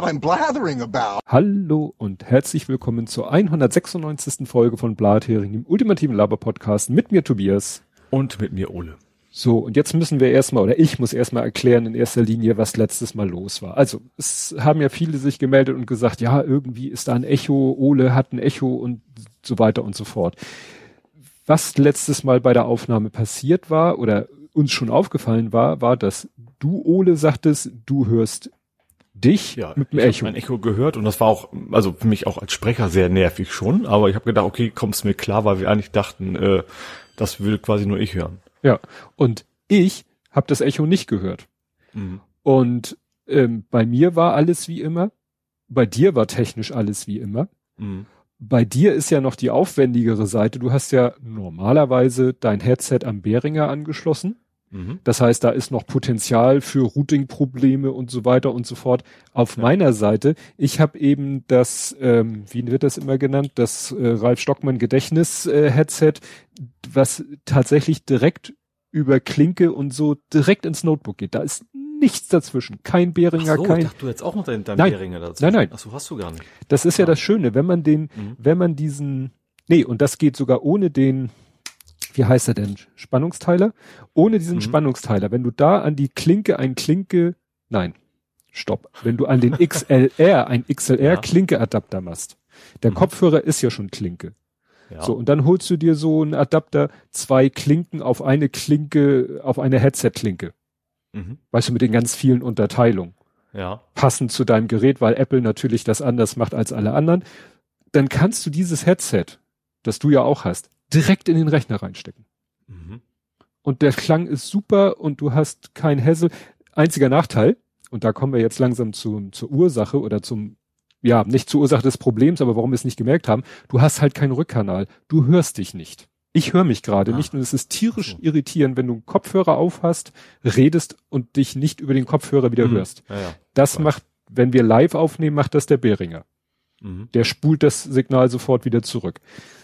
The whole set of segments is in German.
what I'm blathering about. Hallo und herzlich willkommen zur 196. Folge von Blathering, dem ultimativen Laber-Podcast mit mir Tobias. Und mit mir Ole. So, und jetzt müssen wir erstmal, oder ich muss erstmal erklären in erster Linie, was letztes Mal los war. Also, es haben ja viele sich gemeldet und gesagt, ja, irgendwie ist da ein Echo, Ole hat ein Echo und so weiter und so fort. Was letztes Mal bei der Aufnahme passiert war oder uns schon aufgefallen war, dass du, Ole, sagtest, du hörst dich mit dem Echo. Ich habe mein Echo gehört und das war auch, also für mich auch als Sprecher sehr nervig schon, aber ich habe gedacht, okay, kommt's mir klar, weil wir eigentlich dachten, das will quasi nur ich hören. Ja, und ich habe das Echo nicht gehört. Mhm. Und bei mir war alles wie immer, bei dir war technisch alles wie immer. Mhm. Bei dir ist ja noch die aufwendigere Seite. Du hast ja normalerweise dein Headset am Behringer angeschlossen. Mhm. Das heißt, da ist noch Potenzial für Routing-Probleme und so weiter und so fort. Auf meiner Seite, ich habe eben das, wie wird das immer genannt, das Ralf Stockmann Gedächtnis-Headset, was tatsächlich direkt über Klinke und so direkt ins Notebook geht. Da ist nichts dazwischen. Kein Behringer, kein... Ich dachte, du jetzt auch noch dein Behringer dazwischen. Nein. Achso, hast du gar nicht. Das ist ja das Schöne, wenn man und das geht sogar ohne den, wie heißt er denn? Spannungsteiler? Ohne diesen Spannungsteiler. Wenn du da an die Klinke wenn du an den XLR Klinkeadapter machst. Der Kopfhörer ist ja schon Klinke. Ja. So, und dann holst du dir so einen Adapter, 2 Klinken auf eine Klinke, auf eine Headset-Klinke. Weißt du, mit den ganz vielen Unterteilungen. Ja. Passend zu deinem Gerät, weil Apple natürlich das anders macht als alle anderen. Dann kannst du dieses Headset, das du ja auch hast, direkt in den Rechner reinstecken. Und der Klang ist super und du hast kein Hassel. Einziger Nachteil, und da kommen wir jetzt langsam zur Ursache oder nicht zur Ursache des Problems, aber warum wir es nicht gemerkt haben, du hast halt keinen Rückkanal. Du hörst dich nicht. Ich höre mich gerade nicht und es ist tierisch irritierend, wenn du einen Kopfhörer auf hast, redest und dich nicht über den Kopfhörer wieder hörst. Ja, das macht, wenn wir live aufnehmen, macht das der Behringer. Der spult das Signal sofort wieder zurück.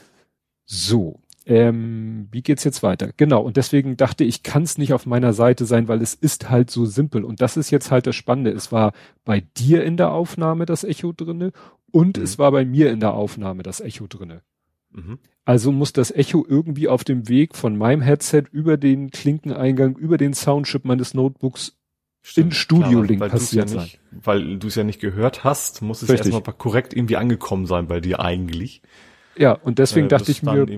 So, wie geht's jetzt weiter? Genau, und deswegen dachte ich, kann es nicht auf meiner Seite sein, weil es ist halt so simpel. Und das ist jetzt halt das Spannende. Es war bei dir in der Aufnahme das Echo drinne und es war bei mir in der Aufnahme das Echo drinne. Also muss das Echo irgendwie auf dem Weg von meinem Headset über den Klinkeneingang, über den Soundchip meines Notebooks in Studio Link passiert sein. Weil du es ja nicht gehört hast, muss es erstmal korrekt irgendwie angekommen sein bei dir eigentlich. Ja, und deswegen dachte ich mir,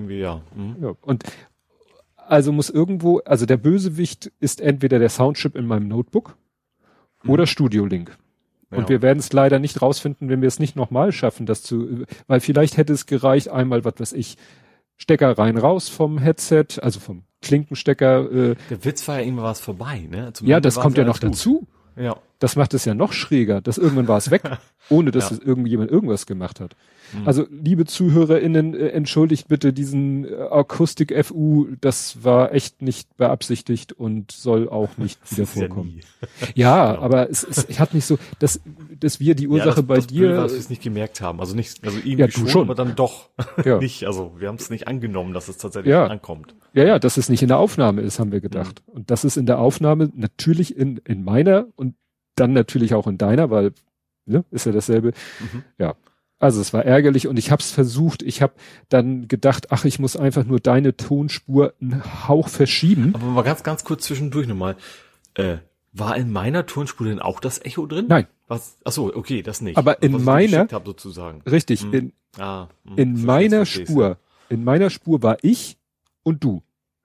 und also muss irgendwo, also der Bösewicht ist entweder der Soundchip in meinem Notebook oder Studio Link. Und wir werden es leider nicht rausfinden, wenn wir es nicht nochmal schaffen, weil vielleicht hätte es gereicht, einmal, was weiß ich, Stecker rein, raus vom Headset, also vom Klinkenstecker. Der Witz war ja irgendwann was vorbei, ne? Das kommt ja noch dazu. Ja. Das macht es ja noch schräger, dass irgendwann war es weg, ohne dass es irgendjemand irgendwas gemacht hat. Also, liebe ZuhörerInnen, entschuldigt bitte diesen Akustik-FU, das war echt nicht beabsichtigt und soll auch nicht wieder vorkommen. Ja, aber es hat nicht so, dass wir die Ursache bei dir... Blöde, dass wir es nicht gemerkt haben, also irgendwie schon, aber dann doch nicht, also wir haben es nicht angenommen, dass es tatsächlich ankommt. Ja, dass es nicht in der Aufnahme ist, haben wir gedacht. Und das ist in der Aufnahme natürlich in meiner und dann natürlich auch in deiner, weil, ist ja dasselbe. Ja. Also es war ärgerlich und ich habe es versucht. Ich habe dann gedacht, ich muss einfach nur deine Tonspur einen Hauch verschieben. Aber mal ganz kurz zwischendurch nochmal. War in meiner Tonspur denn auch das Echo drin? Nein. Achso, okay, das nicht. Aber in meiner, hab, sozusagen. Richtig, in meiner Spur war ich und du.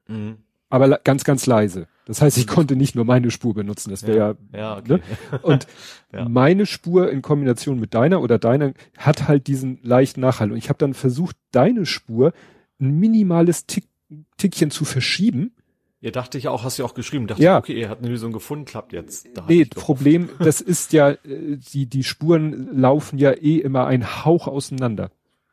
Aber ganz, ganz leise. Das heißt, ich konnte nicht nur meine Spur benutzen, das wäre okay. Ne? Und meine Spur in Kombination mit deiner hat halt diesen leichten Nachhall. Und ich habe dann versucht, deine Spur ein minimales Tickchen zu verschieben. Ja, dachte ich auch, hast du ja auch geschrieben. Dachte ich, okay, er hat eine Lösung gefunden, klappt jetzt. Problem, das ist ja, die Spuren laufen ja immer ein Hauch auseinander.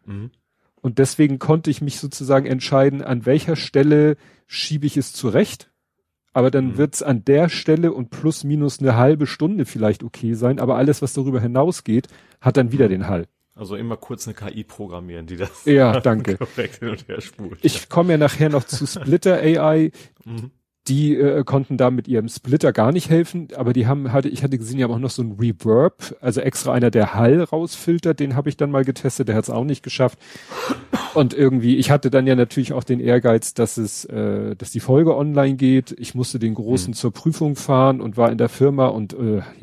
Und deswegen konnte ich mich sozusagen entscheiden, an welcher Stelle schiebe ich es zurecht. Aber dann wird's an der Stelle und plus minus eine halbe Stunde vielleicht okay sein. Aber alles, was darüber hinausgeht, hat dann wieder den Hall. Also immer kurz eine KI programmieren, die das danke. korrekt hin und her spult. Ich komme ja nachher noch zu Splitter AI. Die konnten da mit ihrem Splitter gar nicht helfen, aber ich hatte gesehen, die haben auch noch so ein Reverb, also extra einer, der Hall rausfiltert, den habe ich dann mal getestet, der hat es auch nicht geschafft. Und irgendwie, ich hatte dann ja natürlich auch den Ehrgeiz, dass die Folge online geht. Ich musste den Großen zur Prüfung fahren und war in der Firma und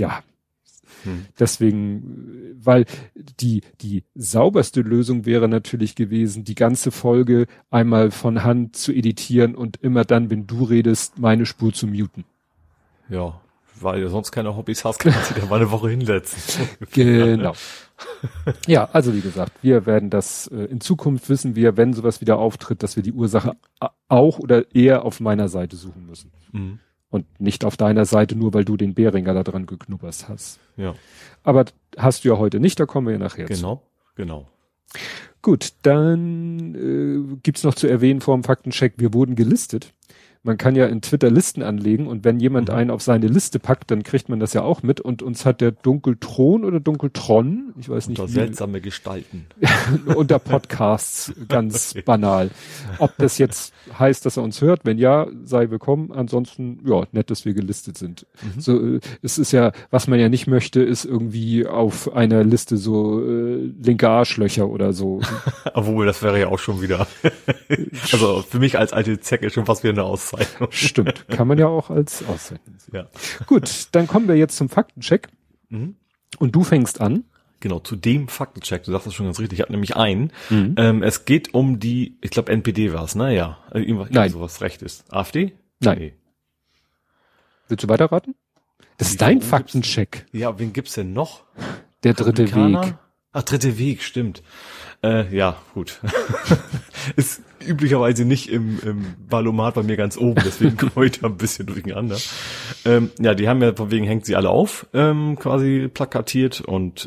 deswegen, weil die sauberste Lösung wäre natürlich gewesen, die ganze Folge einmal von Hand zu editieren und immer dann, wenn du redest, meine Spur zu muten. Ja, weil du sonst keine Hobbys hast, kannst du dir mal eine Woche hinsetzen. Genau. Ja, also wie gesagt, wir werden das in Zukunft wissen wir, wenn sowas wieder auftritt, dass wir die Ursache auch oder eher auf meiner Seite suchen müssen. Mhm. Und nicht auf deiner Seite, nur weil du den Behringer da dran geknubbert hast. Ja. Aber hast du ja heute nicht, da kommen wir ja nachher zu. Genau. Gut, dann gibt's noch zu erwähnen vor dem Faktencheck, wir wurden gelistet. Man kann ja in Twitter Listen anlegen und wenn jemand einen auf seine Liste packt, dann kriegt man das ja auch mit und uns hat der Dunkeltron oder Dunkeltron, ich weiß nicht. Unter seltsame Gestalten. Unter Podcasts, ganz banal. Ob das jetzt heißt, dass er uns hört, wenn ja, sei willkommen. Ansonsten, ja, nett, dass wir gelistet sind. So, es ist ja, was man ja nicht möchte, ist irgendwie auf einer Liste so linke Arschlöcher oder so. Obwohl, das wäre ja auch schon wieder, also für mich als alte Zecke schon fast wieder eine Auszeichnung. Stimmt, kann man ja auch als Auszeichnung sehen. Ja. Gut, dann kommen wir jetzt zum Faktencheck. Und du fängst an. Genau, zu dem Faktencheck, du sagst das schon ganz richtig, ich habe nämlich einen. Es geht um die, ich glaube NPD war es, ne? Ja. Nein. Sowas recht ist. AfD? Nein. Nee. Willst du weiterraten? Das ist dein Faktencheck. Ja, wen gibt's denn noch? Der dritte Weg. Ach, dritte Weg, stimmt. Ja, gut. Ist üblicherweise nicht im Valomat bei mir ganz oben, deswegen heute ein bisschen durcheinander. Ja, die haben ja, von wegen hängt sie alle auf, quasi plakatiert und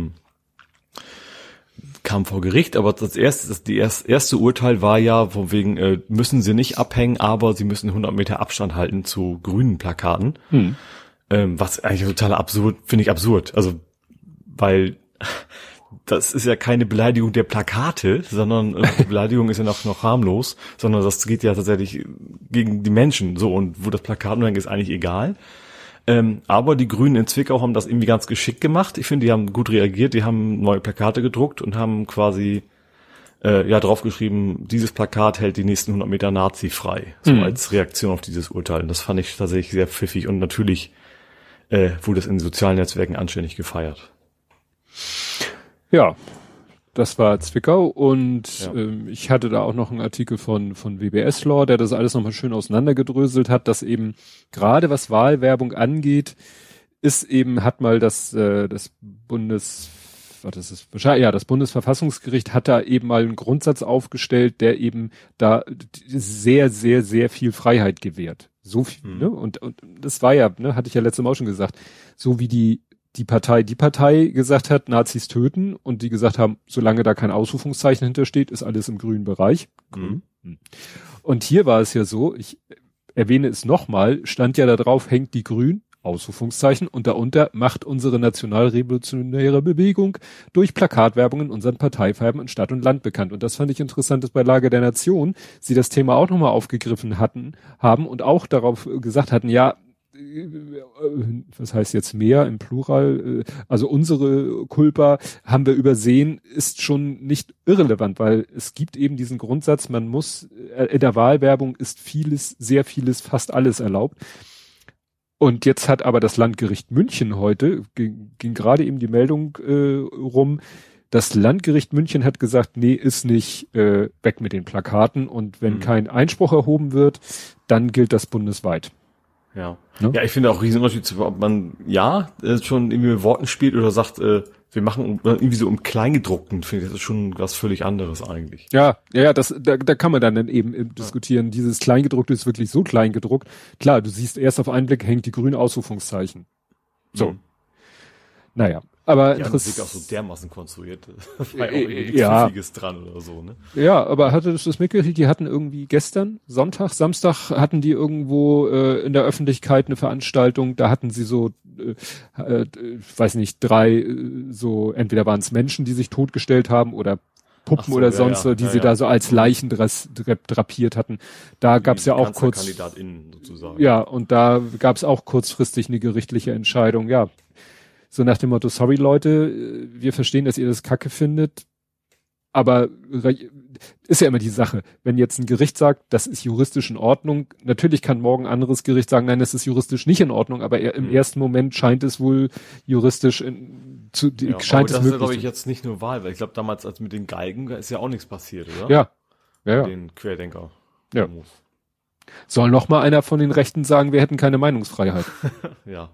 kam vor Gericht, aber das erste Urteil war ja, von wegen müssen sie nicht abhängen, aber sie müssen 100 Meter Abstand halten zu grünen Plakaten. Was eigentlich total absurd, finde ich absurd. Also, weil das ist ja keine Beleidigung der Plakate, sondern die Beleidigung ist ja noch harmlos, sondern das geht ja tatsächlich gegen die Menschen so und wo das Plakat nur hängt, ist eigentlich egal. Aber die Grünen in Zwickau haben das irgendwie ganz geschickt gemacht. Ich finde, die haben gut reagiert, die haben neue Plakate gedruckt und haben quasi draufgeschrieben, dieses Plakat hält die nächsten 100 Meter Nazi frei, so als Reaktion auf dieses Urteil. Und das fand ich tatsächlich sehr pfiffig und natürlich wurde das in sozialen Netzwerken anständig gefeiert. Ja, das war Zwickau und ich hatte da auch noch einen Artikel von WBS Law, der das alles nochmal schön auseinandergedröselt hat, dass eben gerade was Wahlwerbung angeht, hat mal das Bundesverfassungsgericht hat da eben mal einen Grundsatz aufgestellt, der eben da sehr, sehr, sehr viel Freiheit gewährt. So viel, ne? Und das war ja, ne, hatte ich ja letztes Mal auch schon gesagt, so wie die Partei gesagt hat, Nazis töten und die gesagt haben, solange da kein Ausrufungszeichen hintersteht, ist alles im grünen Bereich. Und hier war es ja so, ich erwähne es nochmal, stand ja da drauf, hängt die Grün, Ausrufungszeichen, und darunter macht unsere nationalrevolutionäre Bewegung durch Plakatwerbung in unseren Parteifarben in Stadt und Land bekannt. Und das fand ich interessant, dass bei Lage der Nation sie das Thema auch nochmal aufgegriffen haben und auch darauf gesagt hatten, ja, was heißt jetzt mehr im Plural, also unsere Culpa haben wir übersehen, ist schon nicht irrelevant, weil es gibt eben diesen Grundsatz, man muss, in der Wahlwerbung ist vieles, sehr vieles, fast alles erlaubt. Und jetzt hat aber das Landgericht München heute, ging gerade eben die Meldung rum, das Landgericht München hat gesagt, nee, ist nicht, weg mit den Plakaten und wenn kein Einspruch erhoben wird, dann gilt das bundesweit. Ja. Ne? Ja, ich finde auch riesen Unterschied, ob man schon irgendwie mit Worten spielt oder sagt, wir machen irgendwie so im Kleingedruckten, finde ich, das ist schon was völlig anderes eigentlich. Ja, da kann man dann eben diskutieren. Dieses Kleingedruckte ist wirklich so klein gedruckt. Klar, du siehst erst auf einen Blick hängt die grüne Ausrufungszeichen. So. Naja. Aber das ist auch so dermaßen konstruiert. Da war ja auch irgendwie nichts Pfiffiges dran oder so, ne? Ja, aber hatte das mitgekriegt? Die hatten irgendwie Samstag hatten die irgendwo in der Öffentlichkeit eine Veranstaltung, da hatten sie so, weiß nicht, 3, so entweder waren es Menschen, die sich totgestellt haben oder Puppen oder sonst so, die sie da so als Leichen drapiert hatten. Da gab es ja auch kurz, KanzlerkandidatInnen sozusagen. Ja, und da gab es auch kurzfristig eine gerichtliche Entscheidung, ja. So nach dem Motto, sorry Leute, wir verstehen, dass ihr das Kacke findet, aber ist ja immer die Sache, wenn jetzt ein Gericht sagt, das ist juristisch in Ordnung, natürlich kann morgen ein anderes Gericht sagen, nein, das ist juristisch nicht in Ordnung, aber im ersten Moment scheint es wohl juristisch scheint aber es das möglich. ist ja, glaube ich, jetzt nicht nur Wahl, weil ich glaube, damals als mit den Geigen ist ja auch nichts passiert, oder? Ja. Mit den Querdenker. Ja. Soll noch mal einer von den Rechten sagen, wir hätten keine Meinungsfreiheit. Ja.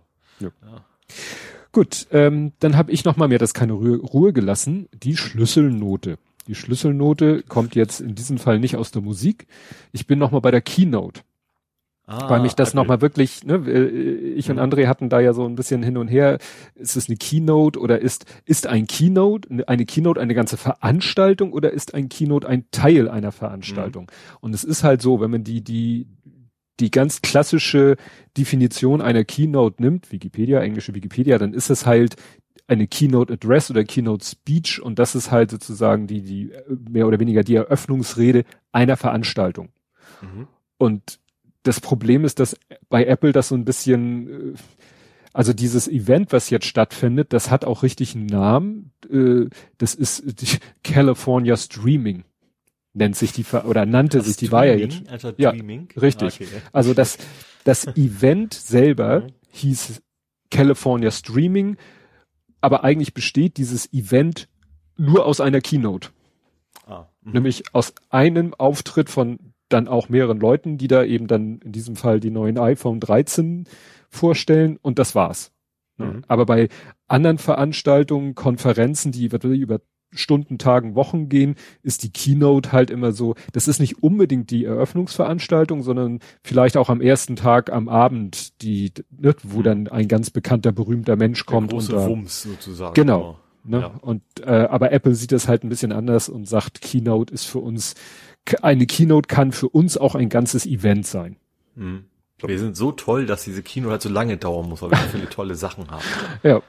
Gut, dann habe ich noch mal mir das keine Ruhe gelassen, die Schlüsselnote. Die Schlüsselnote kommt jetzt in diesem Fall nicht aus der Musik. Ich bin noch mal bei der Keynote. Weil mich das noch mal wirklich, ne, ich und André hatten da ja so ein bisschen hin und her. Ist es eine Keynote oder ist eine Keynote eine ganze Veranstaltung oder ist ein Keynote ein Teil einer Veranstaltung? Und es ist halt so, wenn man die ganz klassische Definition einer Keynote nimmt, englische Wikipedia, dann ist es halt eine Keynote Address oder Keynote Speech und das ist halt sozusagen die mehr oder weniger die Eröffnungsrede einer Veranstaltung. Und das Problem ist, dass bei Apple das so ein bisschen, also dieses Event, was jetzt stattfindet, das hat auch richtig einen Namen. Das ist California Streaming. Nannte sich die, war ja jetzt. Also ja, Dreaming? richtig. Okay. Also das Event selber hieß California Streaming, aber eigentlich besteht dieses Event nur aus einer Keynote. Nämlich aus einem Auftritt von dann auch mehreren Leuten, die da eben dann in diesem Fall die neuen iPhone 13 vorstellen und das war's. Aber bei anderen Veranstaltungen, Konferenzen, die über Stunden, Tagen, Wochen gehen, ist die Keynote halt immer so, das ist nicht unbedingt die Eröffnungsveranstaltung, sondern vielleicht auch am ersten Tag am Abend, wo dann ein ganz bekannter, berühmter Mensch kommt. Der große Wumms sozusagen. Genau. Ne? Ja. Und aber Apple sieht das halt ein bisschen anders und sagt, Keynote ist für uns, eine Keynote kann für uns auch ein ganzes Event sein. Wir sind so toll, dass diese Keynote halt so lange dauern muss, weil wir so viele tolle Sachen haben. Ja.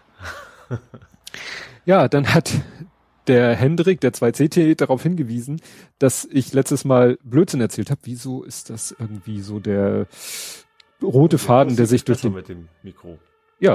Ja, dann hat der Hendrik, der 2CT, darauf hingewiesen, dass ich letztes Mal Blödsinn erzählt habe. Wieso ist das irgendwie so der rote Faden, der sich durch den... mit dem Mikro. Ja.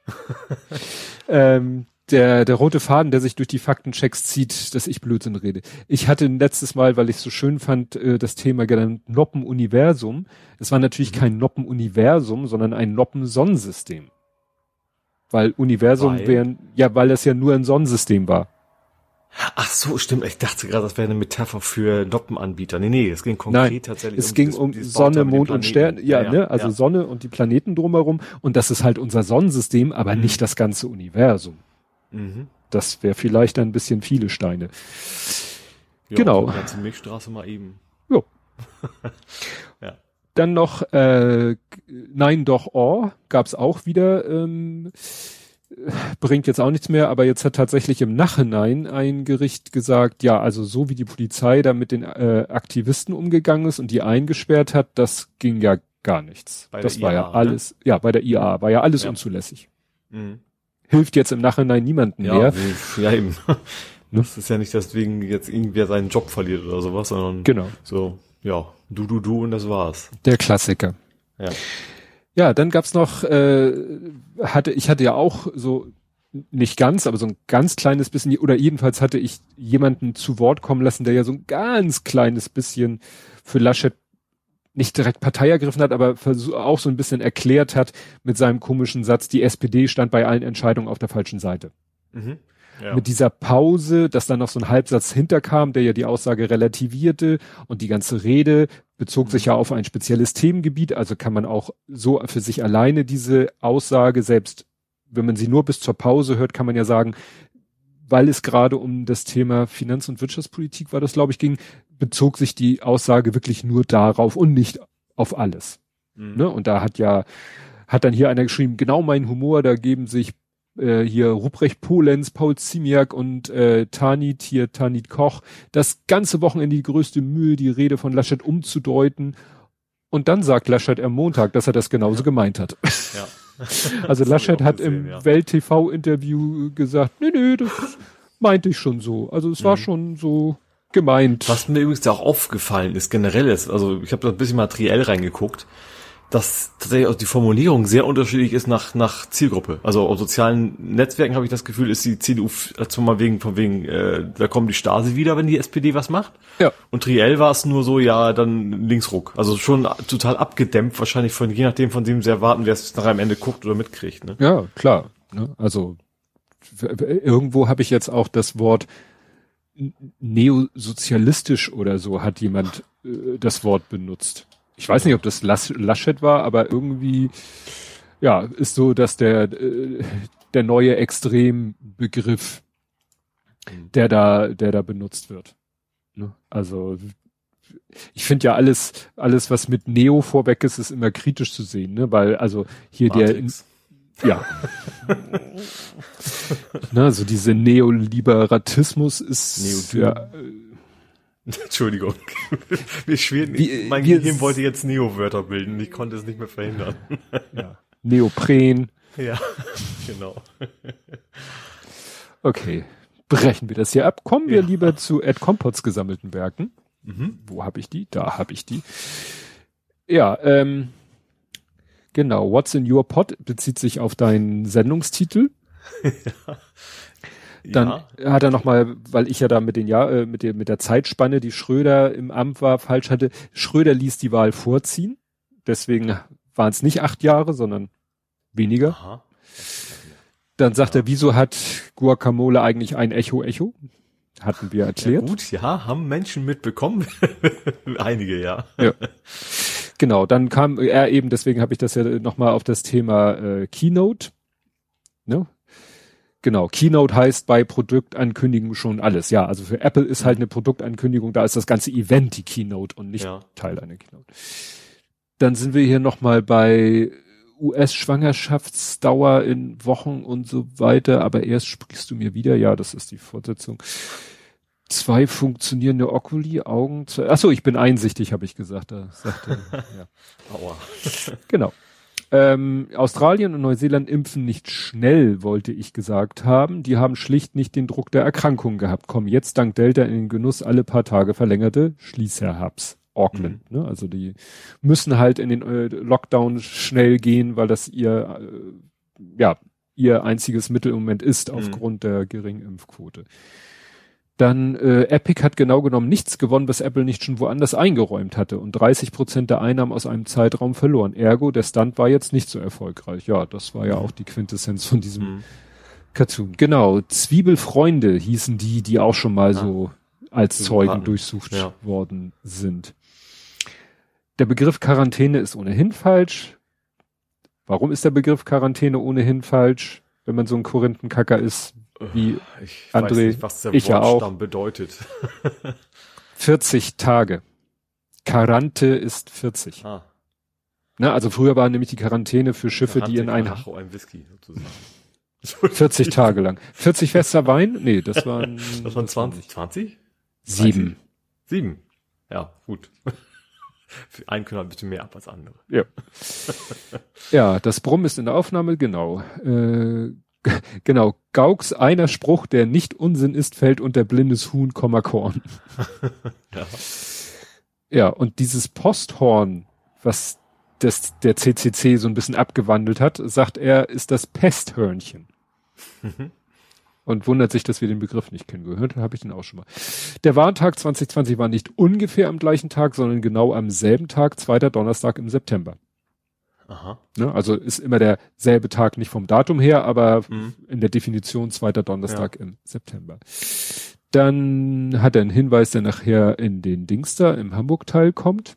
Der rote Faden, der sich durch die Faktenchecks zieht, dass ich Blödsinn rede. Ich hatte letztes Mal, weil ich es so schön fand, das Thema genannt Noppenuniversum. Es war natürlich kein Noppenuniversum, sondern ein Noppensonnensystem. Weil Universum weil das ja nur ein Sonnensystem war. Ach so, stimmt. Ich dachte gerade, das wäre eine Metapher für Noppenanbieter. Nee, es ging konkret tatsächlich es ging um Sonne, Mond und Sterne. Also Sonne und die Planeten drumherum. Und das ist halt unser Sonnensystem, aber nicht das ganze Universum. Das wäre vielleicht ein bisschen viele Steine. Ja, genau. Die ganze Milchstraße mal eben. Jo. Ja. Dann noch Nein doch gab's auch wieder, bringt jetzt auch nichts mehr, aber jetzt hat tatsächlich im Nachhinein ein Gericht gesagt, ja, also so wie die Polizei da mit den Aktivisten umgegangen ist und die eingesperrt hat, das ging ja gar nichts. Das war ja alles, bei der IA war ja alles unzulässig. Hilft jetzt im Nachhinein niemanden mehr. Ja, eben. Das ist ja nicht deswegen jetzt irgendwer seinen Job verliert oder sowas, sondern so, ja, du und das war's. Der Klassiker. Ja. Ja, dann gab's noch, ich hatte ja auch so, nicht ganz, aber so ein ganz kleines bisschen, oder jedenfalls hatte ich jemanden zu Wort kommen lassen, der ja so ein ganz kleines bisschen für Laschet nicht direkt Partei ergriffen hat, aber auch so ein bisschen erklärt hat mit seinem komischen Satz, die SPD stand bei allen Entscheidungen auf der falschen Seite. Ja. Mit dieser Pause, dass dann noch so ein Halbsatz hinterkam, der ja die Aussage relativierte und die ganze Rede bezog sich ja auf ein spezielles Themengebiet, also kann man auch so für sich alleine diese Aussage, selbst wenn man sie nur bis zur Pause hört, kann man ja sagen, weil es gerade um das Thema Finanz- und Wirtschaftspolitik war, das glaube ich ging, bezog sich die Aussage wirklich nur darauf und nicht auf alles. Ne? Und da hat dann hier einer geschrieben, genau mein Humor, da geben sich hier Ruprecht Polenz, Paul Ziemiak und Tanit Koch das ganze Wochenende die größte Mühe, die Rede von Laschet umzudeuten. Und dann sagt Laschet am Montag, dass er das genauso gemeint hat. Ja. Also Laschet hat im Welt-TV-Interview gesagt, nö, meinte ich schon so. Also es war schon so gemeint. Was mir übrigens auch aufgefallen ist, generell ist, also ich habe da ein bisschen materiell reingeguckt, dass tatsächlich auch die Formulierung sehr unterschiedlich ist nach Zielgruppe. Also auf sozialen Netzwerken habe ich das Gefühl, ist die CDU von wegen, da kommt die Stasi wieder, wenn die SPD was macht. Ja. Und Triell war es nur so, ja, dann Linksruck. Also schon total abgedämpft, wahrscheinlich je nachdem, von dem sie erwarten, wer es nachher am Ende guckt oder mitkriegt. Ne? Ja, klar. Ne? Also irgendwo habe ich jetzt auch das Wort neosozialistisch oder so hat jemand das Wort benutzt. Ich weiß nicht, ob das Laschet war, aber irgendwie, ja, ist so, dass der neue Extrembegriff, der da benutzt wird. Ne? Also, ich finde ja alles, was mit Neo vorweg ist immer kritisch zu sehen, ne, weil, also, hier Matrix. Ja. Ne, also diese Neoliberatismus ist, ja, Entschuldigung. Mein Gehirn wollte jetzt Neo-Wörter bilden und ich konnte es nicht mehr verhindern. Ja. Neopren. Ja, genau. Okay. Brechen wir das hier ab. Kommen wir lieber zu Ed Compots gesammelten Werken. Wo habe ich die? Da habe ich die. Ja, genau. What's in your pot bezieht sich auf deinen Sendungstitel. Dann hat er nochmal, weil ich ja da mit der Zeitspanne, die Schröder im Amt war, falsch hatte. Schröder ließ die Wahl vorziehen. Deswegen waren es nicht 8 Jahre, sondern weniger. Aha. Dann sagt er, wieso hat Guacamole eigentlich ein Echo? Hatten wir erklärt. Ja, gut, ja, haben Menschen mitbekommen. Einige, ja. Genau, dann kam er eben, deswegen habe ich das ja nochmal auf das Thema Keynote. Ne? Genau, Keynote heißt bei Produktankündigungen schon alles. Ja, also für Apple ist halt eine Produktankündigung, da ist das ganze Event die Keynote und nicht Teil einer Keynote. Dann sind wir hier nochmal bei US-Schwangerschaftsdauer in Wochen und so weiter, aber erst sprichst du mir wieder, ja, das ist die Fortsetzung. 2 funktionierende Oculi, Augen, achso, ich bin einsichtig, habe ich gesagt. Da sagte, ja. Aua. Genau. Australien und Neuseeland impfen nicht schnell, wollte ich gesagt haben. Die haben schlicht nicht den Druck der Erkrankung gehabt. Kommen jetzt dank Delta in den Genuss alle paar Tage verlängerte Schließherhabs. Auckland, ne? Also die müssen halt in den Lockdown schnell gehen, weil das ihr einziges Mittel im Moment ist, aufgrund der geringen Impfquote. Dann Epic hat genau genommen nichts gewonnen, was Apple nicht schon woanders eingeräumt hatte und 30% der Einnahmen aus einem Zeitraum verloren. Ergo, der Stunt war jetzt nicht so erfolgreich. Ja, das war ja auch die Quintessenz von diesem Cartoon. Genau, Zwiebelfreunde hießen die auch schon mal so als Zeugen durchsucht worden sind. Der Begriff Quarantäne ist ohnehin falsch. Warum ist der Begriff Quarantäne ohnehin falsch, wenn man so ein Korinthenkacker ist? Wie ich André, weiß nicht, was der Wortstamm bedeutet. 40 Tage. Quarante ist 40. Na, also früher war nämlich die Quarantäne für Schiffe, die in ein Whisky sozusagen. 40 Tage lang. 40 Fässer Wein? Nee, das waren 20. 20? 7. 7. Ja, gut. Für einen können wir ein bisschen mehr ab als andere. Ja. Ja, das Brummen ist in der Aufnahme, genau. Genau, Gauks einer Spruch, der nicht Unsinn ist, fällt unter blindes Huhn, Korn. Ja, und dieses Posthorn, was der CCC so ein bisschen abgewandelt hat, sagt er, ist das Pesthörnchen. Und wundert sich, dass wir den Begriff nicht kennen. Gehört habe ich den auch schon mal. Der Warntag 2020 war nicht ungefähr am gleichen Tag, sondern genau am selben Tag, 2. Donnerstag im September. Aha. Ne, also ist immer derselbe Tag, nicht vom Datum her, aber in der Definition 2. Donnerstag im September. Dann hat er einen Hinweis, der nachher in den Dings da im Hamburg-Teil kommt.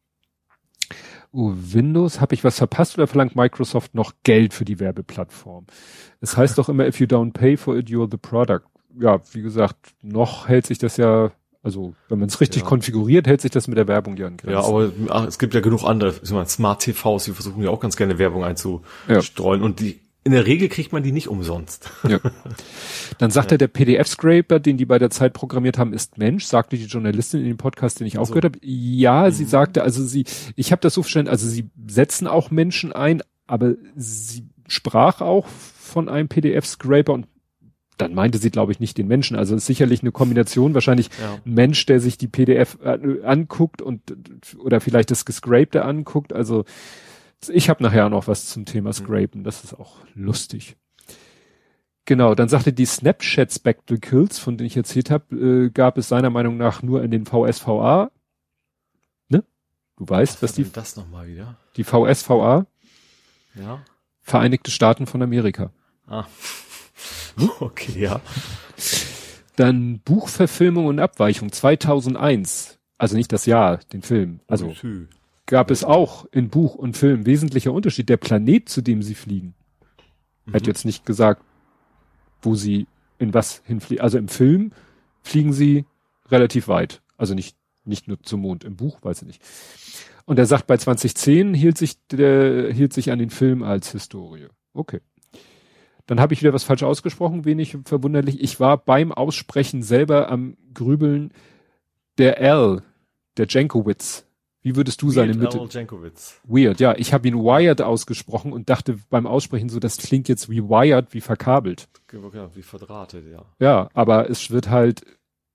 Windows, habe ich was verpasst oder verlangt Microsoft noch Geld für die Werbeplattform? Es heißt doch immer, if you don't pay for it, you're the product. Ja, wie gesagt, noch hält sich das ja, also wenn man es richtig konfiguriert, hält sich das mit der Werbung ja in Grenzen. Ja, aber es gibt ja genug andere, Smart TVs, die versuchen ja auch ganz gerne Werbung einzustreuen und in der Regel kriegt man die nicht umsonst. Ja. Dann sagt er, der PDF-Scraper, den die bei der Zeit programmiert haben, ist Mensch, sagte die Journalistin in dem Podcast, den ich auch gehört habe. Ja, sie sagte, also ich habe das so verstanden, also sie setzen auch Menschen ein, aber sie sprach auch von einem PDF-Scraper und dann meinte sie, glaube ich, nicht den Menschen. Also ist sicherlich eine Kombination, wahrscheinlich ein Mensch, der sich die PDF anguckt oder vielleicht das Gescrapte anguckt. Also ich habe nachher noch was zum Thema Scrapen, das ist auch lustig. Genau, dann sagte die Snapchat Spectacles, von denen ich erzählt habe, gab es seiner Meinung nach nur in den VSVA. Ne? Du weißt, was die... das nochmal wieder? Die VSVA? Ja. Vereinigte Staaten von Amerika. Ah. Okay, ja. Dann Buchverfilmung und Abweichung 2001. Also nicht das Jahr, den Film. Also gab es auch in Buch und Film wesentlicher Unterschied. Der Planet, zu dem sie fliegen. Hat jetzt nicht gesagt, wo sie in was hinfliegen. Also im Film fliegen sie relativ weit. Also nicht nur zum Mond. Im Buch weiß ich nicht. Und er sagt, bei 2010 hielt sich an den Film als Historie. Okay. Dann habe ich wieder was falsch ausgesprochen, wenig verwunderlich. Ich war beim Aussprechen selber am Grübeln. Der Jankowitz. Wie würdest du seine Mitte? Jankowitz. Weird, ja. Ich habe ihn Wired ausgesprochen und dachte beim Aussprechen so, das klingt jetzt wie Wired, wie verkabelt. Ja, wie verdrahtet, ja. Ja, aber es wird halt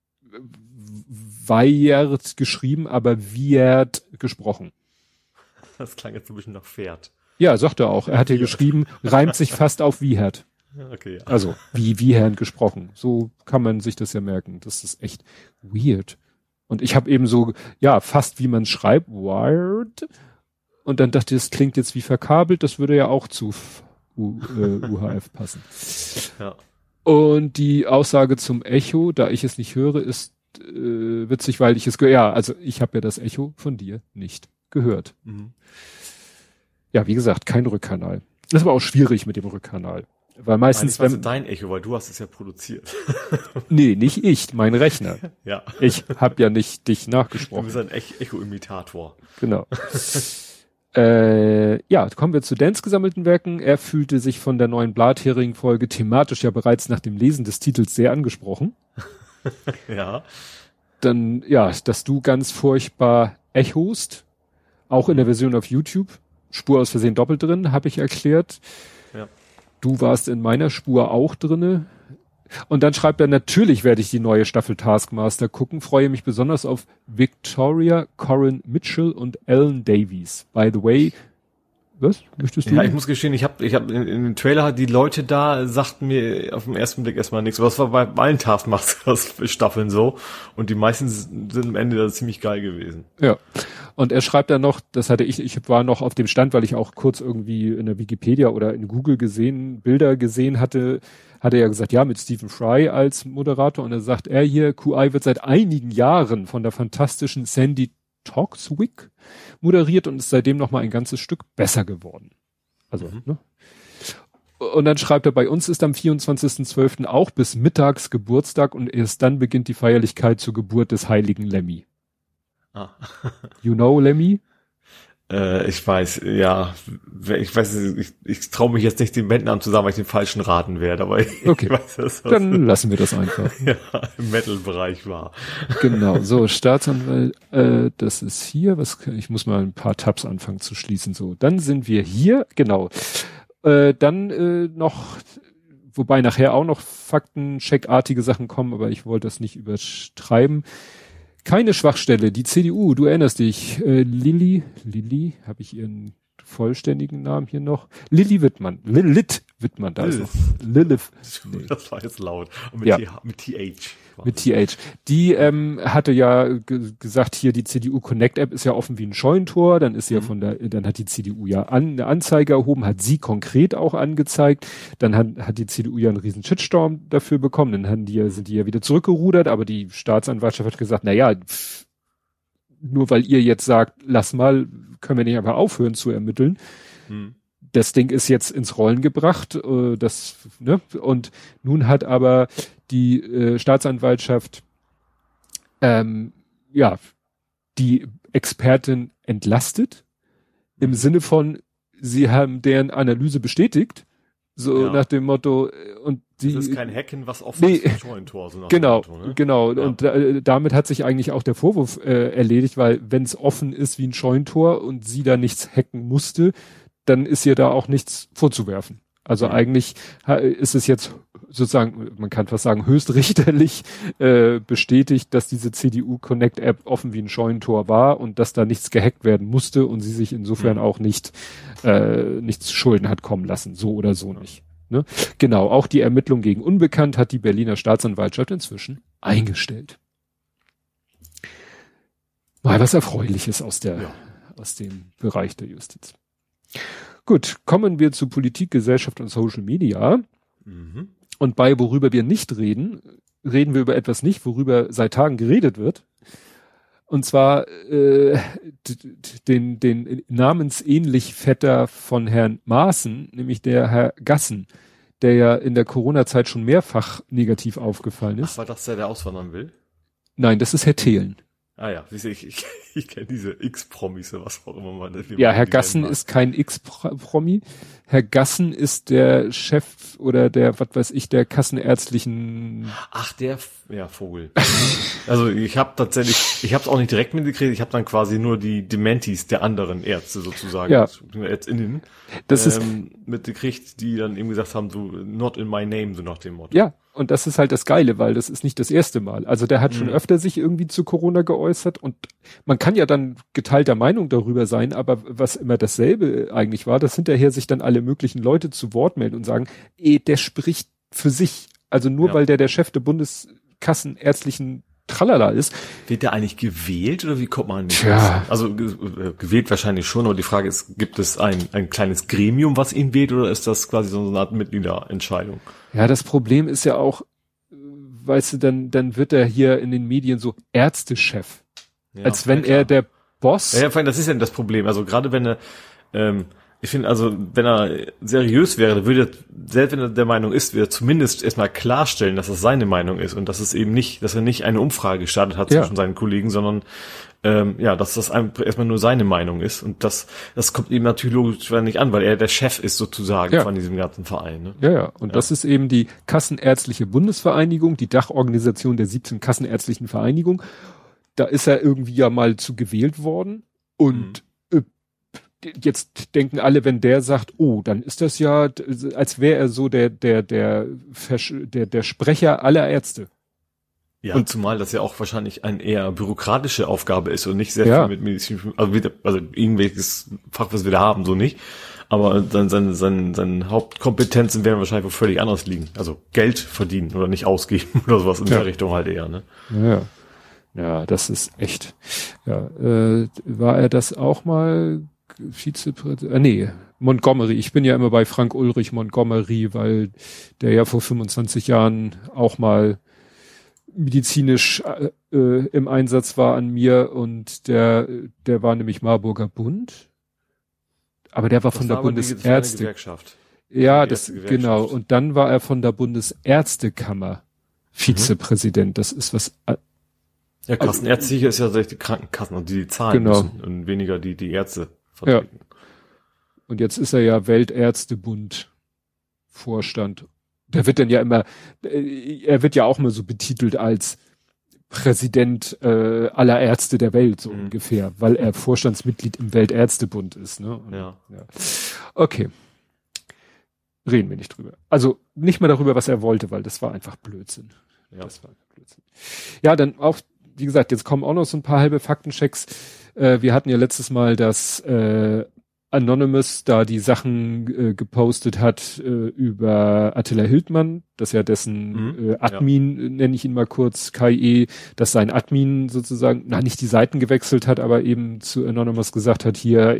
Wired geschrieben, aber Wired gesprochen. Das klang jetzt ein bisschen nach Pferd. Ja, sagt er auch. Er hat hier geschrieben, reimt sich fast auf Wiehert. Okay. Ja. Also, wie Wiehern gesprochen. So kann man sich das ja merken. Das ist echt weird. Und ich habe eben so, ja, fast wie man schreibt, wired. Und dann dachte ich, das klingt jetzt wie verkabelt. Das würde ja auch zu UHF passen. Ja. Und die Aussage zum Echo, da ich es nicht höre, ist witzig, weil ich es also ich habe ja das Echo von dir nicht gehört. Mhm. Ja, wie gesagt, kein Rückkanal. Das ist aber auch schwierig mit dem Rückkanal. Weil meistens, wenn dein Echo, weil du hast es ja produziert. Nee, nicht ich, mein Rechner. Ja. Ich habe ja nicht dich nachgesprochen. Du bist ein Echo-Imitator. Genau. Ja, kommen wir zu Dans gesammelten Werken. Er fühlte sich von der neuen Blathering-Folge thematisch ja bereits nach dem Lesen des Titels sehr angesprochen. Ja. Dann, ja, dass du ganz furchtbar echost, auch in der Version auf YouTube. Spur aus Versehen doppelt drin, habe ich erklärt. Ja. Du warst in meiner Spur auch drinne. Und dann schreibt er, natürlich werde ich die neue Staffel Taskmaster gucken, freue mich besonders auf Victoria, Corinne Mitchell und Ellen Davies. By the way, was möchtest du? Ja, ich muss gestehen, ich hab in dem Trailer, die Leute da sagten mir auf den ersten Blick erstmal nichts. Was war bei allen Taskmaster-Staffeln so? Und die meisten sind am Ende da ziemlich geil gewesen. Ja. Und er schreibt dann noch, das hatte ich war noch auf dem Stand, weil ich auch kurz irgendwie in der Wikipedia oder in Google Bilder gesehen hatte, hat er ja gesagt, ja, mit Stephen Fry als Moderator. Und er sagt, hier, QI wird seit einigen Jahren von der fantastischen Sandy Toksvig moderiert und ist seitdem noch mal ein ganzes Stück besser geworden. Also, ne? Und dann schreibt er, bei uns ist am 24.12. auch bis mittags Geburtstag und erst dann beginnt die Feierlichkeit zur Geburt des heiligen Lemmy. Ah. You know Lemmy? Ich weiß, ja, ich traue mich jetzt nicht, den Bandnamen zu sagen, weil ich den falschen raten werde, aber okay. Ich weiß, dass das dann lassen wir das einfach. Ja, im Metal-Bereich war. Genau, so, Staatsanwalt, das ist hier, ich muss mal ein paar Tabs anfangen zu schließen, so. Dann sind wir hier, genau. Dann noch, wobei nachher auch noch Faktencheckartige Sachen kommen, aber ich wollte das nicht übertreiben. Keine Schwachstelle, die CDU, du erinnerst dich, Lilly, habe ich ihren vollständigen Namen hier noch? Lilly Wittmann, Lilith Wittmann, da ist noch. Lilith. Nee. Das war jetzt laut. Und mit TH. Mit TH. Die hatte ja gesagt, hier die CDU Connect App ist ja offen wie ein Scheunentor, dann ist sie ja dann hat die CDU ja eine Anzeige erhoben, hat sie konkret auch angezeigt, dann hat die CDU ja einen riesen Shitstorm dafür bekommen, dann sind die ja wieder zurückgerudert, aber die Staatsanwaltschaft hat gesagt, nur weil ihr jetzt sagt, lass mal, können wir nicht einfach aufhören zu ermitteln. Das Ding ist jetzt ins Rollen gebracht, und nun hat aber die Staatsanwaltschaft die Expertin entlastet, im Sinne von, sie haben deren Analyse bestätigt, nach dem Motto, und das ist kein Hacken, was offen ist ein Scheunentor. So genau, Motto, ne? Genau. Ja. Und damit hat sich eigentlich auch der Vorwurf erledigt, weil wenn es offen ist wie ein Scheunentor und sie da nichts hacken musste, dann ist ihr da auch nichts vorzuwerfen. Also eigentlich ist es jetzt sozusagen, man kann fast sagen, höchstrichterlich bestätigt, dass diese CDU Connect App offen wie ein Scheunentor war und dass da nichts gehackt werden musste und sie sich insofern auch nichts zu Schulden hat kommen lassen, so oder so nicht. Ne? Genau, auch die Ermittlung gegen Unbekannt hat die Berliner Staatsanwaltschaft inzwischen eingestellt. Mal was Erfreuliches aus dem Bereich der Justiz. Gut, kommen wir zu Politik, Gesellschaft und Social Media. Mhm. Und bei worüber wir nicht reden, reden wir über etwas nicht, worüber seit Tagen geredet wird. Und zwar den namensähnlich Vetter von Herrn Maaßen, nämlich der Herr Gassen, der ja in der Corona-Zeit schon mehrfach negativ aufgefallen ist. Ach, war das der auswandern will? Nein, das ist Herr Thelen. Ah ja, ich kenne diese X-Promis, was auch immer man. Ja, Herr Gassen ist kein X-Promi. Herr Gassen ist der Chef oder der, was weiß ich, der kassenärztlichen... Ach, ja, Vogel. Also ich habe es auch nicht direkt mitgekriegt, ich habe dann quasi nur die Dementis der anderen Ärzte sozusagen, ÄrztInnen, das ist mitgekriegt, die dann eben gesagt haben, so, not in my name, so nach dem Motto. Ja, und das ist halt das Geile, weil das ist nicht das erste Mal. Also der hat schon öfter sich irgendwie zu Corona geäußert und man kann ja dann geteilter Meinung darüber sein, aber was immer dasselbe eigentlich war, dass hinterher sich dann alle möglichen Leute zu Wort melden und sagen, der spricht für sich. Also nur weil der Chef der Bundeskassenärztlichen Tralala ist. Wird der eigentlich gewählt oder wie kommt man an den Ja. Also gewählt wahrscheinlich schon, aber die Frage ist, gibt es ein kleines Gremium, was ihn wählt oder ist das quasi so eine Art Mitgliederentscheidung? Ja, das Problem ist ja auch, weißt du, dann wird er hier in den Medien so Ärztechef. Ja, als wenn er der Boss. Ja, vor allem, das ist ja das Problem. Also gerade wenn er, ich finde, also wenn er seriös wäre, dann würde er, selbst wenn er der Meinung ist, würde er zumindest erstmal klarstellen, dass das seine Meinung ist und dass es eben nicht, dass er nicht eine Umfrage gestartet hat zwischen seinen Kollegen, sondern dass das erstmal nur seine Meinung ist und das kommt ihm natürlich logisch nicht an, weil er der Chef ist sozusagen von diesem ganzen Verein. Ne? Ja, und das ist eben die Kassenärztliche Bundesvereinigung, die Dachorganisation der 17 Kassenärztlichen Vereinigung. Da ist er irgendwie ja mal zu gewählt worden und jetzt denken alle, wenn der sagt, dann ist das ja, als wäre er so der Sprecher aller Ärzte. Ja, und zumal das ja auch wahrscheinlich eine eher bürokratische Aufgabe ist und nicht sehr viel mit medizinischem, also irgendwelches Fach, was wir da haben, so nicht. Aber seine Hauptkompetenzen werden wahrscheinlich wo völlig anders liegen. Also Geld verdienen oder nicht ausgeben oder sowas in der Richtung halt eher, ne? Ja. Ja, das ist echt. Ja, war er das auch mal Vizepräsident? Montgomery. Ich bin ja immer bei Frank Ulrich Montgomery, weil der ja vor 25 Jahren auch mal medizinisch im Einsatz war an mir und der war nämlich Marburger Bund. Aber der war von der Bundesärzte-Gewerkschaft. Ja, genau. Und dann war er von der Bundesärztekammer Vizepräsident. Das ist was. Ja, Kassenärztliche ist ja die Krankenkassen und die zahlen müssen und weniger die Ärzte vertreten. Ja. Und jetzt ist er ja Weltärztebund Vorstand. Der wird dann ja immer, er wird ja auch mal so betitelt als Präsident aller Ärzte der Welt, so ungefähr, weil er Vorstandsmitglied im Weltärztebund ist. Ne? Und, ja. Okay. Reden wir nicht drüber. Also nicht mal darüber, was er wollte, weil das war einfach Blödsinn. Ja. Das war Blödsinn. Ja, dann auch, wie gesagt, jetzt kommen auch noch so ein paar halbe Faktenchecks. Wir hatten ja letztes Mal, dass Anonymous da die Sachen gepostet hat über Attila Hildmann, dass ja dessen Admin, nenne ich ihn mal kurz, KIE, dass sein Admin sozusagen, nicht die Seiten gewechselt hat, aber eben zu Anonymous gesagt hat, hier,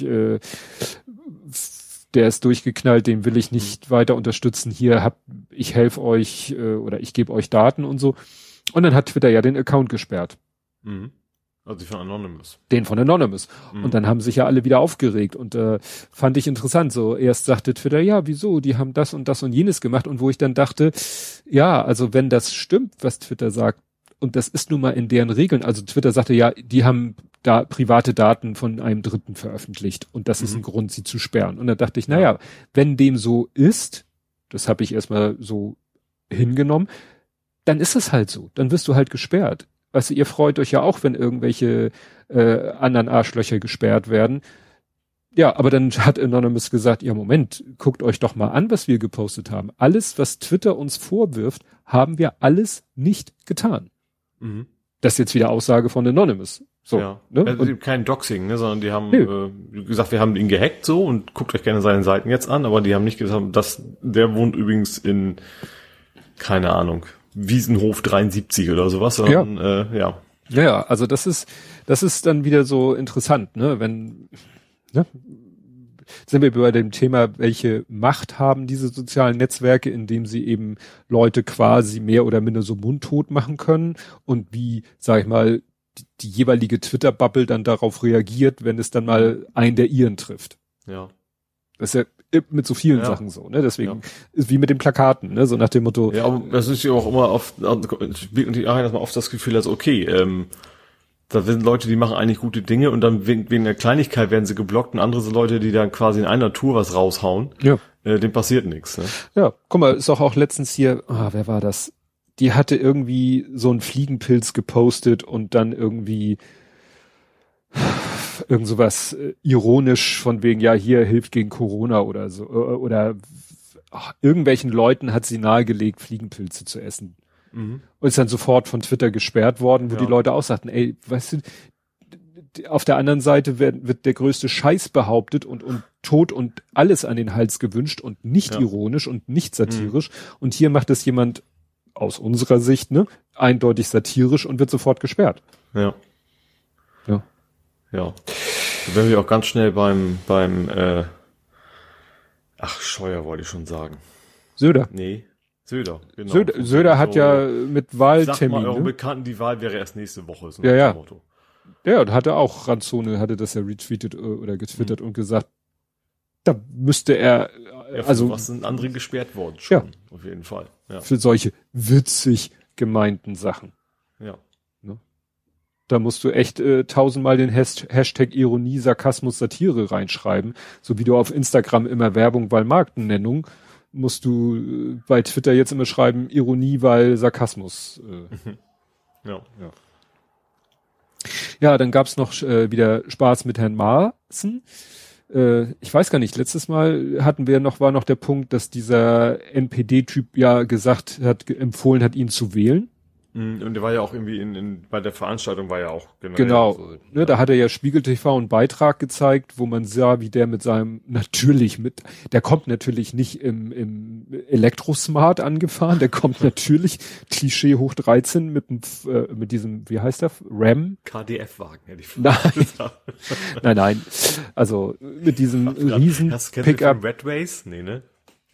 der ist durchgeknallt, den will ich nicht weiter unterstützen, ich helfe euch oder ich gebe euch Daten und so. Und dann hat Twitter ja den Account gesperrt. Also von Anonymous. Den von Anonymous. Und dann haben sich ja alle wieder aufgeregt und fand ich interessant. So, erst sagte Twitter, ja, wieso, die haben das und jenes gemacht und wo ich dann dachte, ja, also wenn das stimmt, was Twitter sagt, und das ist nun mal in deren Regeln, also Twitter sagte, ja, die haben da private Daten von einem Dritten veröffentlicht und das ist ein Grund, sie zu sperren. Und dann dachte ich, naja, wenn dem so ist, das habe ich erstmal so hingenommen, dann ist es halt so, dann wirst du halt gesperrt. Weißt du, ihr freut euch ja auch, wenn irgendwelche anderen Arschlöcher gesperrt werden. Ja, aber dann hat Anonymous gesagt, ja Moment, guckt euch doch mal an, was wir gepostet haben. Alles, was Twitter uns vorwirft, haben wir alles nicht getan. Mhm. Das ist jetzt wieder Aussage von Anonymous. So, ja. Ne? Also kein Doxing, ne, sondern die haben gesagt, wir haben ihn gehackt so und guckt euch gerne seine Seiten jetzt an, aber die haben nicht gesagt, dass der wohnt übrigens in, keine Ahnung, Wiesenhof 73 oder sowas, sondern ja. Ja, also das ist dann wieder so interessant, ne, wenn, ne, sind wir bei dem Thema, welche Macht haben diese sozialen Netzwerke, indem sie eben Leute quasi mehr oder minder so mundtot machen können und wie, sag ich mal, die jeweilige Twitter-Bubble dann darauf reagiert, wenn es dann mal einen der ihren trifft. Ja. Das ist ja mit so vielen Sachen so, ne? Deswegen ist wie mit den Plakaten, ne? So nach dem Motto. Ja, aber das ist ja auch immer oft, spielt natürlich auch, dass man oft das Gefühl hat, okay, da sind Leute, die machen eigentlich gute Dinge und dann wegen der Kleinigkeit werden sie geblockt und andere sind Leute, die dann quasi in einer Tour was raushauen. Ja. Dem passiert nichts, ne? Ja, guck mal, ist auch letztens hier, wer war das? Die hatte irgendwie so einen Fliegenpilz gepostet und dann irgendwie irgend sowas ironisch von wegen, ja, hier hilft gegen Corona oder so, oder irgendwelchen Leuten hat sie nahegelegt, Fliegenpilze zu essen. Mhm. Und ist dann sofort von Twitter gesperrt worden, wo die Leute auch sagten, ey, weißt du, auf der anderen Seite wird der größte Scheiß behauptet und Tod und alles an den Hals gewünscht und nicht ironisch und nicht satirisch. Und hier macht es jemand aus unserer Sicht, ne, eindeutig satirisch und wird sofort gesperrt. Ja. Ja. Ja. Da wären wir auch ganz schnell beim Scheuer wollte ich schon sagen. Söder. Nee. Söder, genau. Söder hat ja mit Wahltermin. Sag mal euren Bekannten, die Wahl wäre erst nächste Woche. So ja. Motto. Ja, und hatte auch Ranzone, hatte das ja retweetet oder getwittert und gesagt, da müsste er, also. Was sind andere gesperrt worden schon, auf jeden Fall. Ja. Für solche witzig gemeinten Sachen. Ja. Ne? Da musst du echt 1000-mal den Hashtag Ironie, Sarkasmus, Satire reinschreiben, so wie du auf Instagram immer Werbung, weil Markennennung, musst du bei Twitter jetzt immer schreiben, Ironie, weil Sarkasmus. Ja, dann gab's noch wieder Spaß mit Herrn Maaßen. Ich weiß gar nicht, letztes Mal war noch der Punkt, dass dieser NPD-Typ ja empfohlen hat, ihn zu wählen. Und der war ja auch irgendwie bei der Veranstaltung war ja auch genau. So, ne, da hat er ja Spiegel TV einen Beitrag gezeigt, wo man sah, wie der der kommt natürlich nicht im Elektrosmart angefahren, der kommt natürlich Klischee hoch 13 mit diesem, wie heißt der? Ram? KDF-Wagen hätte ich gesagt. Nein. Also mit diesem riesen Pickup. Red Race? Nee, ne?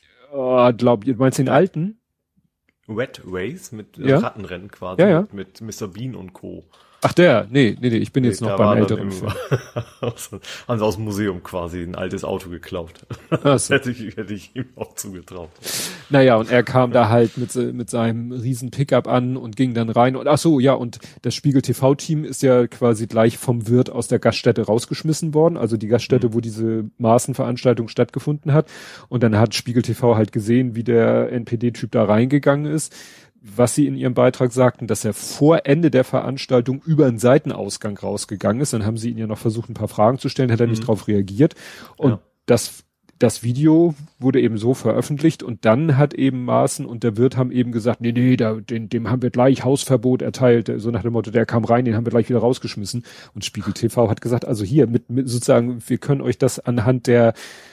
Du meinst den alten? Wet Race mit Rattenrennen quasi, mit Mr. Bean und Co. Ach nee, ich bin jetzt noch beim älteren Film. Haben sie aus dem Museum quasi ein altes Auto geklaut. So. hätte ich ihm auch zugetraut. Naja, und er kam da halt mit seinem riesen Pickup an und ging dann rein und und das Spiegel TV-Team ist ja quasi gleich vom Wirt aus der Gaststätte rausgeschmissen worden, also die Gaststätte, wo diese Maaßen-Veranstaltung stattgefunden hat, und dann hat Spiegel TV halt gesehen, wie der NPD-Typ da reingegangen ist. Was sie in ihrem Beitrag sagten, dass er vor Ende der Veranstaltung über einen Seitenausgang rausgegangen ist. Dann haben sie ihn ja noch versucht, ein paar Fragen zu stellen, hat er nicht drauf reagiert. Und das Video wurde eben so veröffentlicht und dann hat eben Maaßen und der Wirt haben eben gesagt, dem haben wir gleich Hausverbot erteilt. So nach dem Motto, der kam rein, den haben wir gleich wieder rausgeschmissen. Und Spiegel TV hat gesagt, also hier, mit sozusagen, wir können euch das anhand der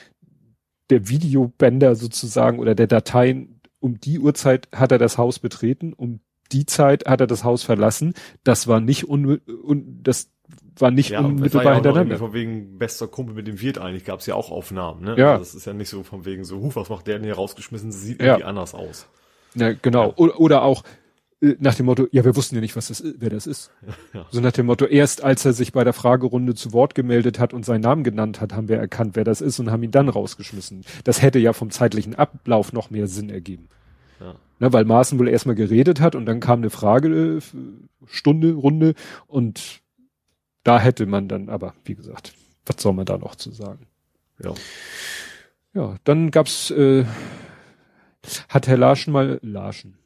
Videobänder sozusagen oder der Dateien, um die Uhrzeit hat er das Haus betreten, um die Zeit hat er das Haus verlassen. Das war nicht unmittelbar hintereinander. Von wegen bester Kumpel mit dem Wirt eigentlich gab es ja auch Aufnahmen. Ne? Ja. Also das ist ja nicht so von wegen so, was macht der denn hier rausgeschmissen? Das sieht irgendwie anders aus. Ja, genau. Ja. Oder auch nach dem Motto, ja, wir wussten ja nicht, wer das ist. Ja. So nach dem Motto, erst als er sich bei der Fragerunde zu Wort gemeldet hat und seinen Namen genannt hat, haben wir erkannt, wer das ist und haben ihn dann rausgeschmissen. Das hätte ja vom zeitlichen Ablauf noch mehr Sinn ergeben. Ja. Ne, weil Maaßen wohl erstmal geredet hat und dann kam eine Runde und da hätte man dann, aber wie gesagt, was soll man da noch zu sagen? Ja, dann gab's, hat Herr Larschen,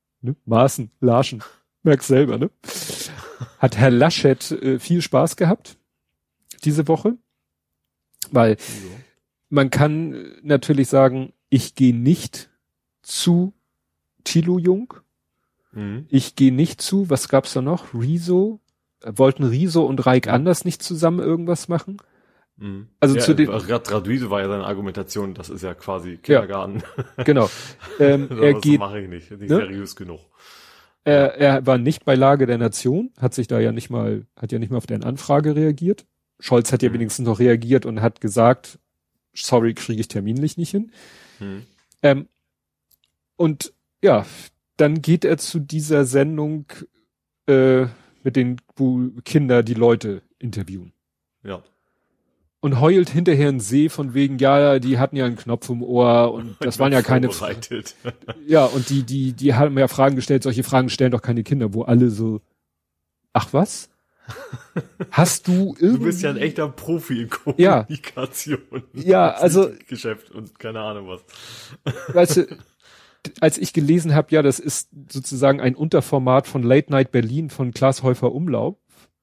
merk's selber, ne? Hat Herr Laschet viel Spaß gehabt diese Woche. Weil man kann natürlich sagen, ich gehe nicht zu Thilo Jung. Ich gehe nicht zu, was gab's da noch? Rezo? Wollten Rezo und Raik Anders nicht zusammen irgendwas machen? Also zu den Rezo war ja seine Argumentation, das ist ja quasi Kindergarten. Ja, genau. Er geht, mache ich nicht seriös genug. Er war nicht bei Lage der Nation, hat ja nicht mal auf deren Anfrage reagiert. Scholz hat ja wenigstens noch reagiert und hat gesagt, sorry, kriege ich terminlich nicht hin. Und ja, dann geht er zu dieser Sendung mit den, wo Kinder die Leute interviewen. Ja. Und heult hinterher einen See von wegen, ja, die hatten ja einen Knopf im Ohr und das waren ja keine Ja, und die haben ja Fragen gestellt, solche Fragen stellen doch keine Kinder, wo alle so, ach was? Hast du irgendwie... Du bist ja ein echter Profi in Kommunikation. Ja, also... Geschäft und keine Ahnung was. Weißt du, als ich gelesen habe, ja, das ist sozusagen ein Unterformat von Late Night Berlin von Klaas Häufer Umlauf,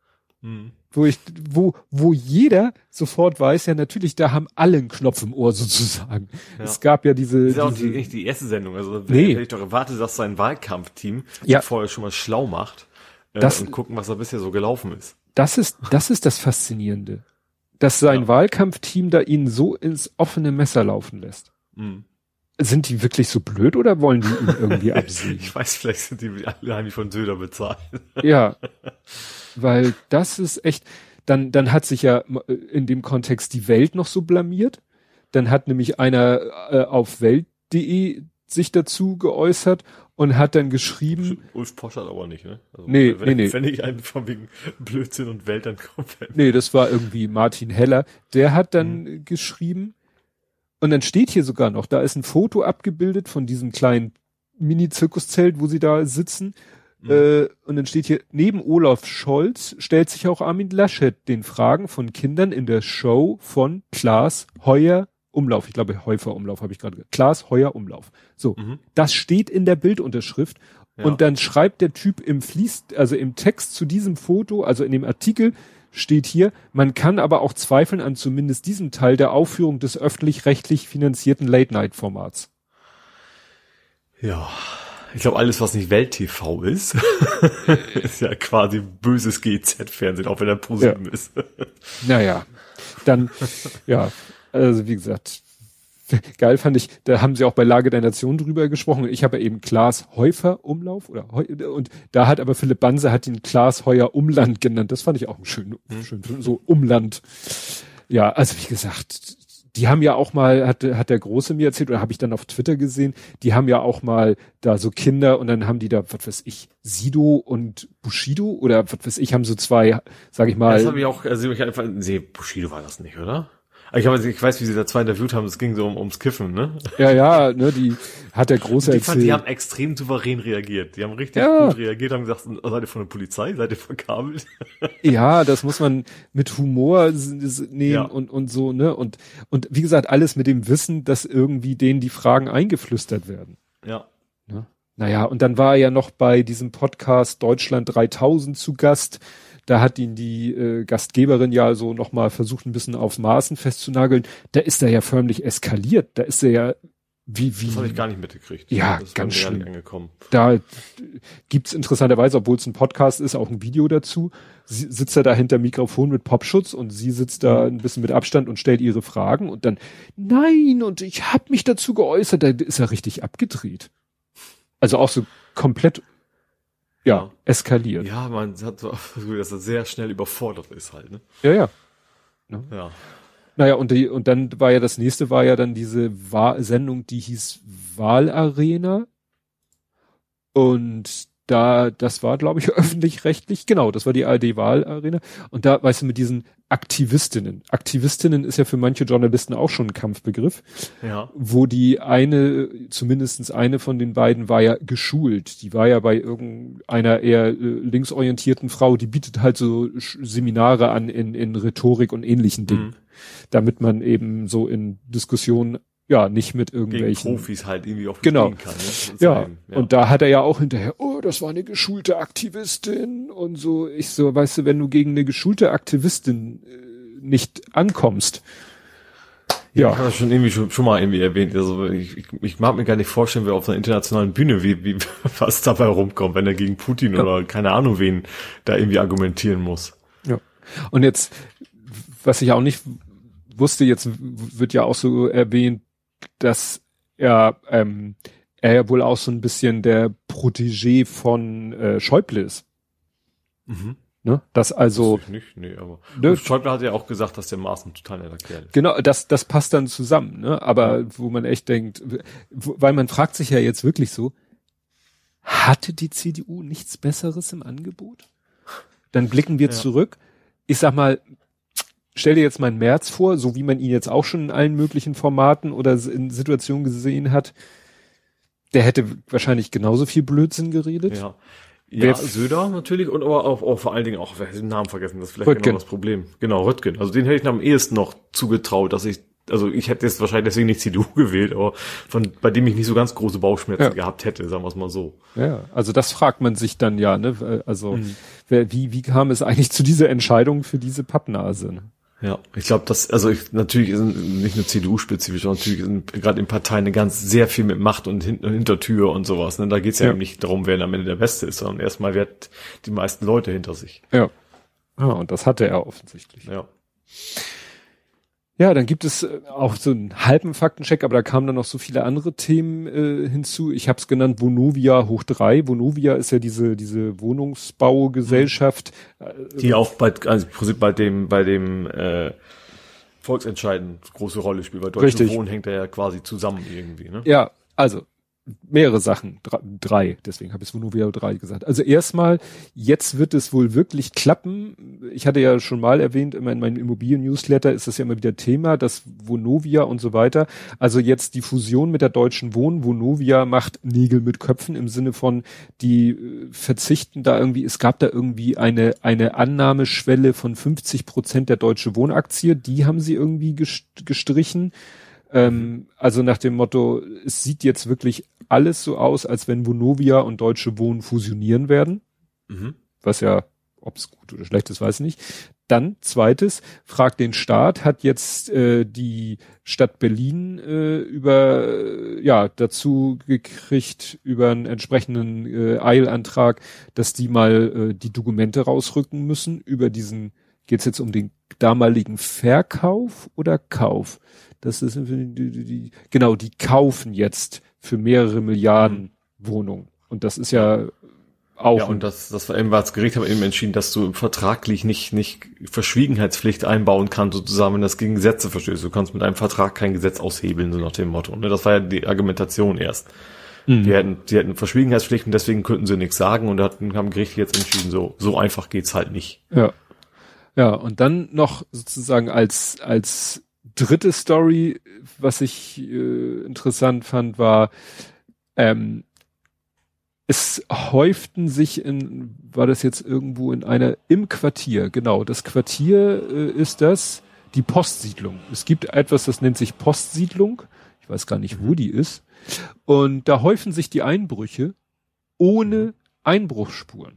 wo jeder sofort weiß, ja natürlich, da haben alle einen Knopf im Ohr sozusagen. Ja. Es gab ja diese... Das ist ja auch nicht die erste Sendung, also wenn ich doch erwarte, dass sein Wahlkampfteam vorher schon mal schlau macht und gucken, was da bisher so gelaufen ist. Das ist das Faszinierende, dass sein Wahlkampfteam da ihn so ins offene Messer laufen lässt. Sind die wirklich so blöd oder wollen die ihn irgendwie absiegen? Ich weiß, vielleicht sind die alle heimlich von Söder bezahlt. Ja, weil das ist echt, dann hat sich ja in dem Kontext die Welt noch so blamiert. Dann hat nämlich einer auf Welt.de sich dazu geäußert und hat dann geschrieben... Ulf Poschardt aber nicht, ne? Also, nee. Wenn ich einen von wegen Blödsinn und Welt dann komplett... Nee, das war irgendwie Martin Heller. Der hat dann geschrieben, und dann steht hier sogar noch, da ist ein Foto abgebildet von diesem kleinen Mini-Zirkuszelt, wo sie da sitzen. Und dann steht hier, neben Olaf Scholz stellt sich auch Armin Laschet den Fragen von Kindern in der Show von Klaas Heuer Umlauf. Ich glaube, Häufer Umlauf habe ich gerade gesagt. Klaas Heuer Umlauf. So, das steht in der Bildunterschrift. Ja. Und dann schreibt der Typ im Text zu diesem Foto, also in dem Artikel, steht hier, man kann aber auch zweifeln an zumindest diesem Teil der Aufführung des öffentlich-rechtlich finanzierten Late-Night-Formats. Ja, ich glaube, alles, was nicht Welt-TV ist, ist ja quasi böses GZ-Fernsehen, auch wenn er ProSieben ist. Naja, dann, also wie gesagt, geil fand ich, da haben sie auch bei Lage der Nation drüber gesprochen. Ich habe ja eben Klaas Häufer Umlauf und da hat aber Philipp Banse hat ihn Klaas Heuer Umland genannt. Das fand ich auch schön, so Umland. Ja, also wie gesagt, die haben ja auch mal, hat der Große mir erzählt, oder habe ich dann auf Twitter gesehen, die haben ja auch mal da so Kinder und dann haben die da, was weiß ich, Sido und Bushido oder was weiß ich, haben so zwei, sag ich mal. Das habe ich auch, Bushido war das nicht, oder? Ich weiß, wie sie da zwei interviewt haben, es ging so ums Kiffen, ne? Ja, ne, die hat der Große erzählt. Die haben extrem souverän reagiert. Die haben richtig gut reagiert, haben gesagt, seid ihr von der Polizei, seid ihr verkabelt? Ja, das muss man mit Humor nehmen und so, ne? Und wie gesagt, alles mit dem Wissen, dass irgendwie denen die Fragen eingeflüstert werden. Ja. Ne? Naja, und dann war er ja noch bei diesem Podcast Deutschland 3000 zu Gast. Da hat ihn die Gastgeberin ja so nochmal versucht, ein bisschen auf Maßen festzunageln. Da ist er ja förmlich eskaliert. Da ist er ja wie. Das habe ich gar nicht mitgekriegt. Ja, das ganz schön. Nicht angekommen. Da gibt's interessanterweise, obwohl es ein Podcast ist, auch ein Video dazu. Sitzt er da hinter Mikrofon mit Popschutz und sie sitzt da ein bisschen mit Abstand und stellt ihre Fragen und dann, nein, und ich habe mich dazu geäußert. Da ist er richtig abgedreht. Also auch so komplett eskaliert. Ja, man hat so, dass er sehr schnell überfordert ist halt, ne? Ja. Ne? Ja. Naja, und dann war ja das nächste, dann diese Sendung, die hieß Wahlarena. Und das war, glaube ich, öffentlich-rechtlich. Genau, das war die ARD-Wahlarena. Und da, weißt du, mit diesen Aktivistinnen. Aktivistinnen ist ja für manche Journalisten auch schon ein Kampfbegriff. Ja. Wo zumindest eine von den beiden war ja geschult. Die war ja bei irgendeiner eher linksorientierten Frau, die bietet halt so Seminare an in Rhetorik und ähnlichen Dingen. Damit man eben so in Diskussionen nicht mit irgendwelchen gegen Profis halt irgendwie auch kann. Ne? Ja, und da hat er ja auch hinterher, das war eine geschulte Aktivistin und so. Ich so, weißt du, wenn du gegen eine geschulte Aktivistin nicht ankommst, Ja, ich habe das schon irgendwie schon mal irgendwie erwähnt. Also ich mag mir gar nicht vorstellen, wer auf einer internationalen Bühne, wie was dabei rumkommt, wenn er gegen Putin oder keine Ahnung wen da irgendwie argumentieren muss. Ja. Und jetzt, was ich auch nicht wusste, jetzt wird ja auch so erwähnt, dass er ja wohl auch so ein bisschen der Protégé von Schäuble ist. Mhm. Ne? Das also. Das nicht, nee, aber ne? Schäuble hat ja auch gesagt, dass der Maaßen total netter Kerl ist. Genau, das passt dann zusammen, ne? Aber wo man echt denkt, weil man fragt sich ja jetzt wirklich so, hatte die CDU nichts Besseres im Angebot? Dann blicken wir zurück. Ich sag mal, stell dir jetzt mal einen Merz vor, so wie man ihn jetzt auch schon in allen möglichen Formaten oder in Situationen gesehen hat. Der hätte wahrscheinlich genauso viel Blödsinn geredet. Ja. Ja, Söder natürlich und aber auch vor allen Dingen auch, wer hat den Namen vergessen, das ist vielleicht Röttgen. Genau das Problem. Genau, Röttgen. Also den hätte ich am ehesten noch zugetraut, ich hätte jetzt wahrscheinlich deswegen nicht CDU gewählt, aber bei dem ich nicht so ganz große Bauchschmerzen gehabt hätte, sagen wir es mal so. Ja, also das fragt man sich dann ja, ne? Also wie kam es eigentlich zu dieser Entscheidung für diese Pappnase? Ne? Ja, ich glaube, natürlich ist nicht nur CDU-spezifisch, sondern natürlich gerade in Parteien sehr viel mit Macht und Hintertür und sowas. Ne? Da geht's ja eben nicht darum, wer am Ende der Beste ist, sondern erstmal, wer hat die meisten Leute hinter sich. Ja. Und das hatte er offensichtlich. Ja. Ja, dann gibt es auch so einen halben Faktencheck, aber da kamen dann noch so viele andere Themen hinzu. Ich habe es genannt Vonovia hoch 3. Vonovia ist ja diese Wohnungsbaugesellschaft. Die auch bei dem Volksentscheiden große Rolle spielt, weil Deutsche Wohnen hängt da ja quasi zusammen irgendwie. Ne? Ja, also mehrere Sachen, drei, deswegen habe ich Vonovia 3 gesagt. Also erstmal, jetzt wird es wohl wirklich klappen. Ich hatte ja schon mal erwähnt, immer in meinem Immobilien-Newsletter ist das ja immer wieder Thema, das Vonovia und so weiter. Also jetzt die Fusion mit der Deutschen Wohnen. Vonovia macht Nägel mit Köpfen im Sinne von, die verzichten da irgendwie, es gab da irgendwie eine Annahmeschwelle von 50% der Deutsche Wohnaktie, die haben sie irgendwie gestrichen. Also nach dem Motto, es sieht jetzt wirklich alles so aus, als wenn Vonovia und Deutsche Wohnen fusionieren werden. Was ja, ob es gut oder schlecht ist, weiß ich nicht. Dann, zweites, fragt den Staat, hat jetzt die Stadt Berlin dazu gekriegt, über einen entsprechenden Eilantrag, dass die mal die Dokumente rausrücken müssen. Über diesen, geht's jetzt um den damaligen Verkauf oder Kauf? Das ist die kaufen jetzt für mehrere Milliarden Wohnungen. Und das ist ja auch. Ja, und das war eben, das Gericht hat eben entschieden, dass du vertraglich nicht Verschwiegenheitspflicht einbauen kannst, sozusagen, wenn das gegen Gesetze verstößt. Du kannst mit einem Vertrag kein Gesetz aushebeln, so nach dem Motto. Und das war ja die Argumentation erst. Die hätten Verschwiegenheitspflicht und deswegen könnten sie nichts sagen und haben Gericht jetzt entschieden, so einfach geht's halt nicht. Ja. Ja, und dann noch sozusagen als dritte Story, was ich interessant fand, war, es häuften sich war das jetzt irgendwo im Quartier, genau, das Quartier ist die Postsiedlung. Es gibt etwas, das nennt sich Postsiedlung, ich weiß gar nicht, wo die ist, und da häufen sich die Einbrüche ohne Einbruchsspuren.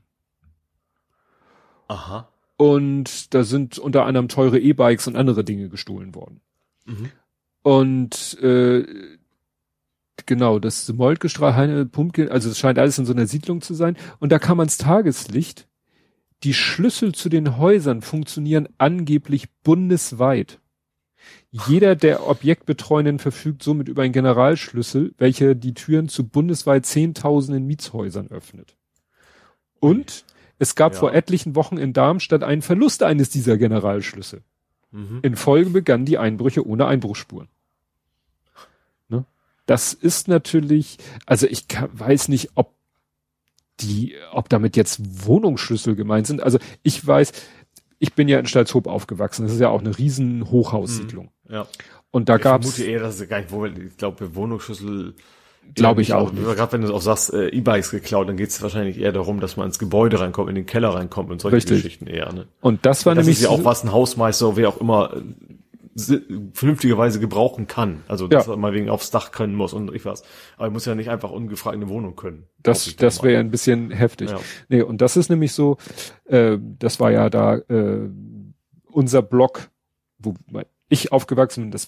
Aha. Und da sind unter anderem teure E-Bikes und andere Dinge gestohlen worden. Und genau, das Moltkestraße, Heine, Pumpkin, also es scheint alles in so einer Siedlung zu sein. Und da kam ans Tageslicht, die Schlüssel zu den Häusern funktionieren angeblich bundesweit. Jeder der Objektbetreuenden verfügt somit über einen Generalschlüssel, welcher die Türen zu bundesweit Zehntausenden Mietshäusern öffnet. Und es gab vor etlichen Wochen in Darmstadt einen Verlust eines dieser Generalschlüssel. In Folge begannen die Einbrüche ohne Einbruchsspuren. Ne? Das ist natürlich, also ich weiß nicht, ob damit jetzt Wohnungsschlüssel gemeint sind. Also ich weiß, ich bin ja in Stalzhoop aufgewachsen. Das ist ja auch eine riesen Hochhaussiedlung. Ja. Und da gab's. Ich vermute eher, dass es gar nicht, ich glaube, Wohnungsschlüssel. Glaube ich auch nicht. Gerade wenn du auch sagst, E-Bikes geklaut, dann geht es wahrscheinlich eher darum, dass man ins Gebäude reinkommt, in den Keller reinkommt und solche Geschichten eher. Ne? Und das war nämlich ist ja auch was ein Hausmeister, wer auch immer vernünftigerweise gebrauchen kann. Also dass er mal wegen aufs Dach können muss und ich weiß. Aber er muss ja nicht einfach ungefragt eine Wohnung können. Das wäre ja ein bisschen heftig. Ja. Nee, und das ist nämlich so, das war ja da unser Block, wo ich aufgewachsen bin, das war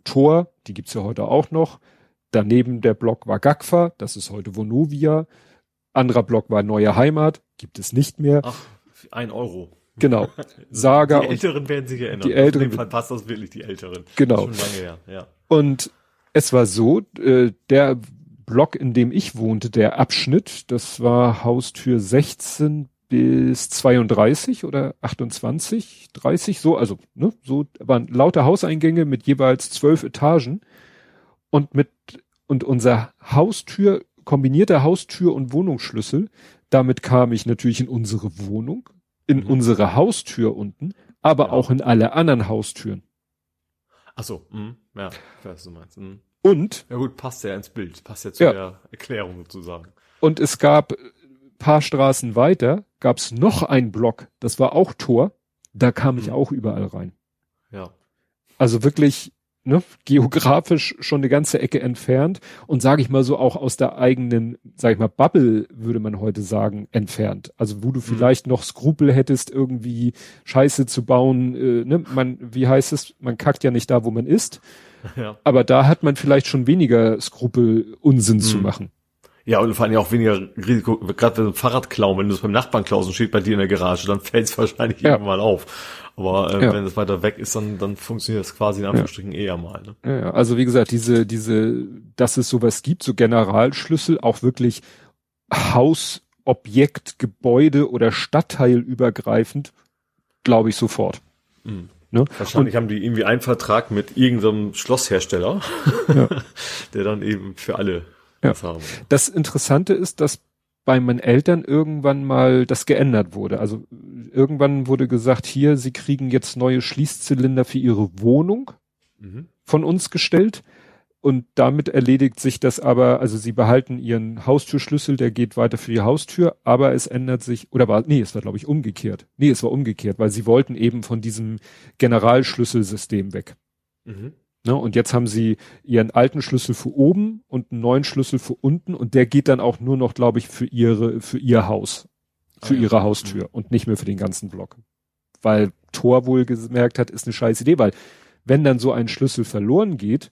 Tor, die gibt's ja heute auch noch. Daneben der Block war Gagfa, das ist heute Vonovia. Anderer Block war Neue Heimat, gibt es nicht mehr. Ach, 1 Euro. Genau. Saga. Die Älteren werden sich erinnern. Die Älteren. In dem Fall passt das wirklich, die Älteren. Genau. Das ist schon lange her, ja. Und es war so, der Block, in dem ich wohnte, der Abschnitt, das war Haustür 16 bis 32 oder 28, 30, so, also, ne, so waren lauter Hauseingänge mit jeweils 12 Etagen und unser Haustür, kombinierter Haustür- und Wohnungsschlüssel, damit kam ich natürlich in unsere Wohnung, in unsere Haustür unten, aber auch in alle anderen Haustüren. Ach so, ja, ich weiß, was du meinst. Und? Ja gut, passt ja ins Bild, passt ja zu der Erklärung sozusagen. Und es gab paar Straßen weiter, gab's noch einen Block, das war auch Tor, da kam ich auch überall rein. Ja. Also wirklich, ne, geografisch schon eine ganze Ecke entfernt und sage ich mal so auch aus der eigenen, sag ich mal, Bubble, würde man heute sagen, entfernt. Also wo du vielleicht noch Skrupel hättest, irgendwie Scheiße zu bauen, ne, wie heißt es, man kackt ja nicht da, wo man ist. Ja. Aber da hat man vielleicht schon weniger Skrupel, Unsinn zu machen. Ja, und vor allem auch weniger Risiko, gerade wenn du ein Fahrrad klauen, wenn du es beim Nachbarn klaust und steht bei dir in der Garage, dann fällt es wahrscheinlich irgendwann mal auf. Aber wenn es weiter weg ist, dann funktioniert das quasi in Anführungsstrichen eher mal. Ne? Ja, also wie gesagt, dass es sowas gibt, so Generalschlüssel, auch wirklich Hausobjekt, Gebäude oder Stadtteilübergreifend, glaube ich sofort. Ne? Wahrscheinlich haben die irgendwie einen Vertrag mit irgendeinem Schlosshersteller, der dann eben für alle das haben. Das Interessante ist, dass bei meinen Eltern irgendwann mal das geändert wurde. Also irgendwann wurde gesagt, hier, sie kriegen jetzt neue Schließzylinder für ihre Wohnung von uns gestellt. Und damit erledigt sich das aber, also sie behalten ihren Haustürschlüssel, der geht weiter für die Haustür, aber es ändert sich, es war glaube ich umgekehrt. Nee, es war umgekehrt, weil sie wollten eben von diesem Generalschlüsselsystem weg. Ne, und jetzt haben sie ihren alten Schlüssel für oben und einen neuen Schlüssel für unten und der geht dann auch nur noch, glaube ich, für ihr Haus, für ihre Haustür und nicht mehr für den ganzen Block. Weil Tor wohl gemerkt hat, ist eine scheiß Idee, weil wenn dann so ein Schlüssel verloren geht,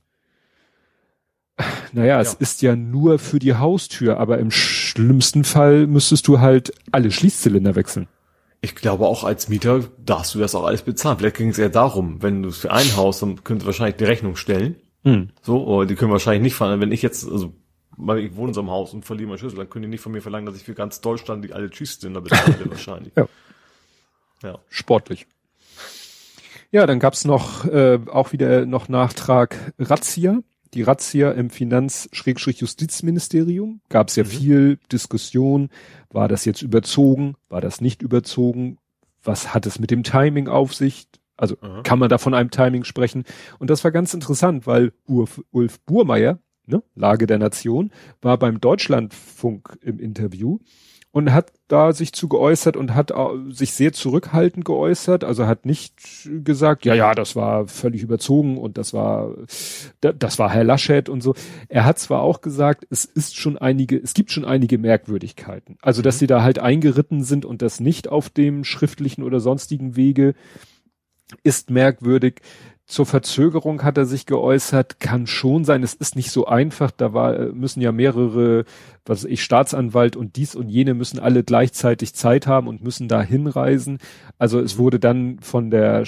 es ist ja nur für die Haustür, aber im schlimmsten Fall müsstest du halt alle Schließzylinder wechseln. Ich glaube auch als Mieter darfst du das auch alles bezahlen. Vielleicht ging es eher darum, wenn du es für ein Haus, dann könntest du wahrscheinlich die Rechnung stellen. So, aber die können wahrscheinlich nicht fahren. Wenn ich jetzt, ich wohne in so einem Haus und verliere meinen Schlüssel, dann können die nicht von mir verlangen, dass ich für ganz Deutschland alle Schließzylinder bezahle wahrscheinlich. Ja. Sportlich. Ja, dann gab's noch auch wieder noch Nachtrag Razzia. Die Razzia im Finanz-Justizministerium gab's ja viel Diskussion. War das jetzt überzogen? War das nicht überzogen? Was hat es mit dem Timing auf sich? Also kann man da von einem Timing sprechen? Und das war ganz interessant, weil Ulf Burmeier, ne, Lage der Nation, war beim Deutschlandfunk im Interview und hat da sich zu geäußert und hat sich sehr zurückhaltend geäußert, also hat nicht gesagt, das war völlig überzogen und das war Herr Laschet und so. Er hat zwar auch gesagt, es gibt schon einige Merkwürdigkeiten. Also, dass sie da halt eingeritten sind und das nicht auf dem schriftlichen oder sonstigen Wege ist merkwürdig. Zur Verzögerung hat er sich geäußert, kann schon sein, es ist nicht so einfach, müssen ja mehrere, Staatsanwalt und dies und jene müssen alle gleichzeitig Zeit haben und müssen da hinreisen. Also es wurde dann von der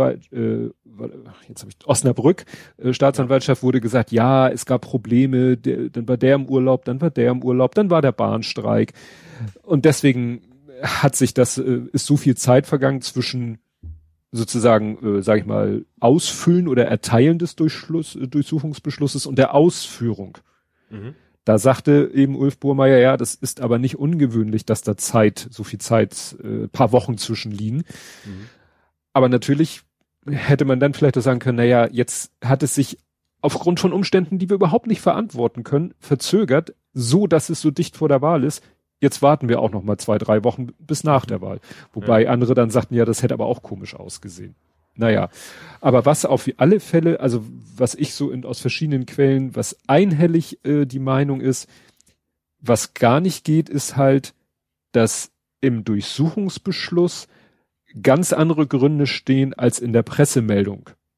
Osnabrück, Staatsanwaltschaft wurde gesagt, ja, es gab Probleme, dann war der im Urlaub, dann war der Bahnstreik. Und deswegen ist so viel Zeit vergangen zwischen sozusagen, sage ich mal, Ausfüllen oder Erteilen des Durchsuchungsbeschlusses und der Ausführung. Da sagte eben Ulf Burmeier, das ist aber nicht ungewöhnlich, dass da so viel Zeit, paar Wochen zwischen liegen. Aber natürlich hätte man dann vielleicht auch sagen können, jetzt hat es sich aufgrund von Umständen, die wir überhaupt nicht verantworten können, verzögert, so dass es so dicht vor der Wahl ist. Jetzt warten wir auch noch mal 2-3 Wochen bis nach der Wahl. Wobei andere dann sagten, das hätte aber auch komisch ausgesehen. Aber was auf alle Fälle, also was ich so aus verschiedenen Quellen, was einhellig die Meinung ist, was gar nicht geht, ist halt, dass im Durchsuchungsbeschluss ganz andere Gründe stehen als in der Pressemeldung.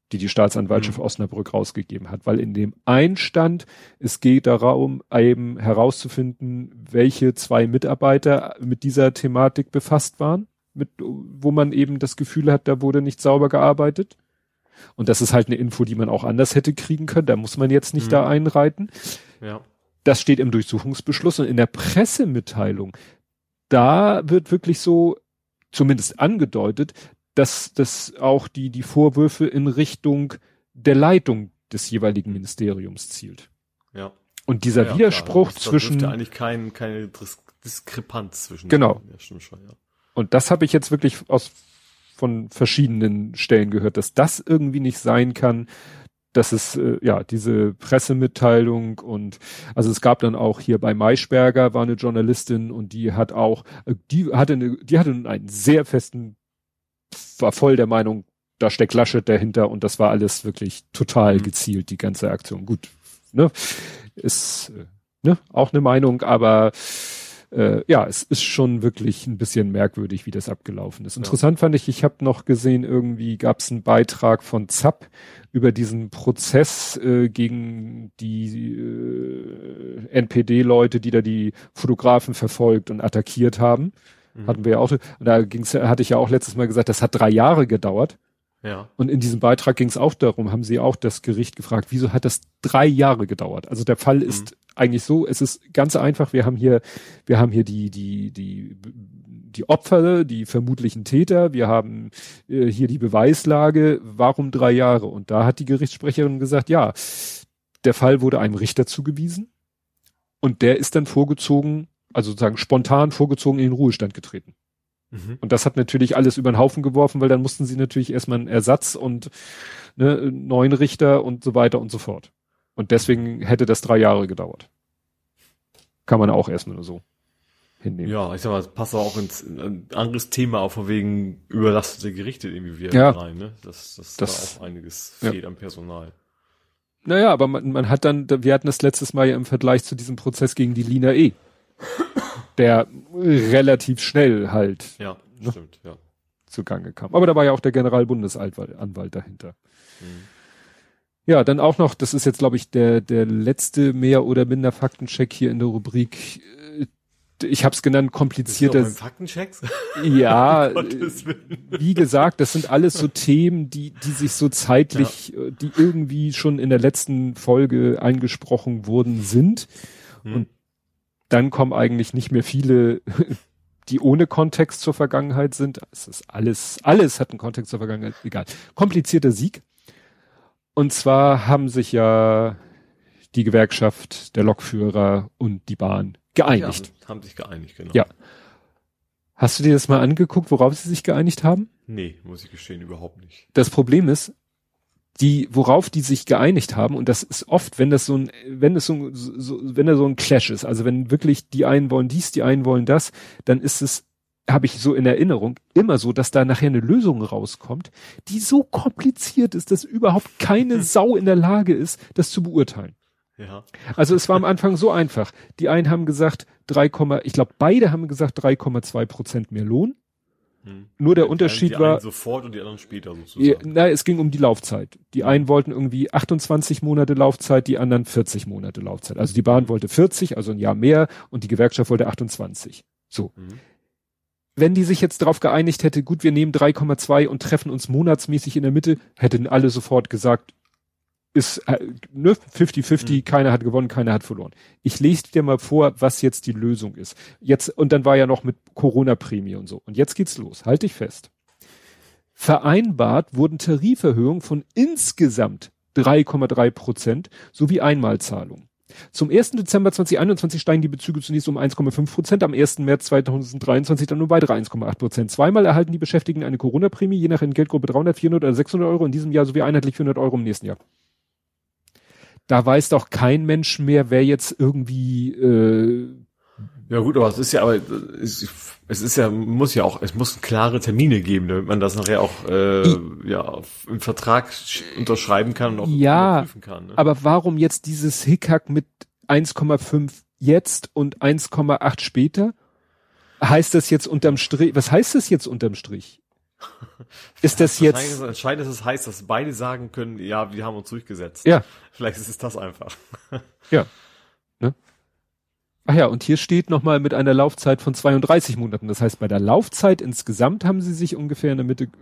die Staatsanwaltschaft Osnabrück rausgegeben hat, weil in dem einen stand, es geht darum, eben herauszufinden, welche 2 Mitarbeiter mit dieser Thematik befasst waren, wo man eben das Gefühl hat, da wurde nicht sauber gearbeitet. Und das ist halt eine Info, die man auch anders hätte kriegen können, da muss man jetzt nicht da einreiten. Ja. Das steht im Durchsuchungsbeschluss und in der Pressemitteilung, da wird wirklich so zumindest angedeutet, dass das auch die Vorwürfe in Richtung der Leitung des jeweiligen Ministeriums zielt. Ja. Und dieser Widerspruch zwischen... Da eigentlich keine Diskrepanz zwischen... Genau. Ja, stimmt schon, ja. Und das habe ich jetzt wirklich von verschiedenen Stellen gehört, dass das irgendwie nicht sein kann, dass es, diese Pressemitteilung und, also es gab dann auch hier bei Maischberger war eine Journalistin und die hat auch, die hatte einen sehr festen, war voll der Meinung, da steckt Laschet dahinter und das war alles wirklich total gezielt, die ganze Aktion. Gut, ne, ist, auch eine Meinung, aber es ist schon wirklich ein bisschen merkwürdig, wie das abgelaufen ist. Interessant fand ich habe noch gesehen, irgendwie gab es einen Beitrag von Zapp über diesen Prozess gegen die NPD-Leute, die da die Fotografen verfolgt und attackiert haben. Hatten wir ja auch, und da hatte ich ja auch letztes Mal gesagt, das hat 3 Jahre gedauert. Ja. Und in diesem Beitrag ging es auch darum, haben sie auch das Gericht gefragt, wieso hat das 3 Jahre gedauert? Also der Fall ist eigentlich so, es ist ganz einfach, wir haben hier die Opfer, die vermutlichen Täter, wir haben hier die Beweislage, warum 3 Jahre? Und da hat die Gerichtssprecherin gesagt, ja, der Fall wurde einem Richter zugewiesen und der ist dann vorgezogen, also sozusagen spontan vorgezogen in den Ruhestand getreten. Und das hat natürlich alles über den Haufen geworfen, weil dann mussten sie natürlich erstmal einen Ersatz und neuen Richter und so weiter und so fort. Und deswegen hätte das 3 Jahre gedauert. Kann man auch erstmal nur so hinnehmen. Ja, ich sag mal, das passt auch ins ein anderes Thema, auch von wegen überlastete Gerichte irgendwie wieder rein, ne? Das da auch einiges fehlt am Personal. Naja, aber man hat dann, wir hatten das letztes Mal ja im Vergleich zu diesem Prozess gegen die Lina E., der relativ schnell halt stimmt, zugange kam. Aber da war ja auch der Generalbundesanwalt dahinter. Ja, dann auch noch, das ist jetzt, glaube ich, der letzte mehr oder minder Faktencheck hier in der Rubrik. Ich habe es genannt, komplizierter. Faktenchecks? Ja, wie gesagt, das sind alles so Themen, die sich so zeitlich, die irgendwie schon in der letzten Folge eingesprochen worden sind. Und dann kommen eigentlich nicht mehr viele, die ohne Kontext zur Vergangenheit sind. Es ist alles hat einen Kontext zur Vergangenheit, egal. Komplizierter Sieg. Und zwar haben sich ja die Gewerkschaft, der Lokführer und die Bahn geeinigt. Ja, haben sich geeinigt, genau. Ja. Hast du dir das mal angeguckt, worauf sie sich geeinigt haben? Nee, muss ich gestehen, überhaupt nicht. Das Problem ist, worauf die sich geeinigt haben, und das ist oft, wenn da so ein Clash ist, also wenn wirklich die einen wollen dies, die einen wollen das, dann ist es, habe ich so in Erinnerung, immer so, dass da nachher eine Lösung rauskommt, die so kompliziert ist, dass überhaupt keine Sau in der Lage ist, das zu beurteilen. Ja. Also es war am Anfang so einfach. Die einen haben gesagt, ich glaube beide haben gesagt 3,2% mehr Lohn. Nur der Unterschied war... Die einen sofort und die anderen später sozusagen. Nein, es ging um die Laufzeit. Die einen wollten irgendwie 28 Monate Laufzeit, die anderen 40 Monate Laufzeit. Also die Bahn wollte 40, also ein Jahr mehr, und die Gewerkschaft wollte 28. So. Wenn die sich jetzt darauf geeinigt hätte, gut, wir nehmen 3,2 und treffen uns monatsmäßig in der Mitte, hätten alle sofort gesagt, ist 50-50, keiner hat gewonnen, keiner hat verloren. Ich lese dir mal vor, was jetzt die Lösung ist. Jetzt, und dann war ja noch mit Corona-Prämie und so. Und jetzt geht's los. Halt dich fest. Vereinbart wurden Tariferhöhungen von insgesamt 3,3% sowie Einmalzahlungen. Zum 1. Dezember 2021 steigen die Bezüge zunächst um 1,5%, am 1. März 2023 dann um weitere 1,8%. Zweimal erhalten die Beschäftigten eine Corona-Prämie, je nach Entgeltgruppe 300, 400 oder 600 Euro in diesem Jahr sowie einheitlich 400 Euro im nächsten Jahr. Da weiß doch kein Mensch mehr, wer jetzt irgendwie ja gut, aber es muss klare Termine geben, damit man das nachher auch im Vertrag unterschreiben kann und auch überprüfen kann. Ne? Aber warum jetzt dieses Hickhack mit 1,5 jetzt und 1,8 später? Heißt das jetzt unterm Strich? Was heißt das jetzt unterm Strich? Ist das jetzt... Entscheidend ist, es heißt, dass beide sagen können, ja, wir haben uns durchgesetzt. Ja. Vielleicht ist es das einfach. Ja. Ne? Ach ja, und hier steht nochmal mit einer Laufzeit von 32 Monaten. Das heißt, bei der Laufzeit insgesamt haben sie sich ungefähr in der Mitte,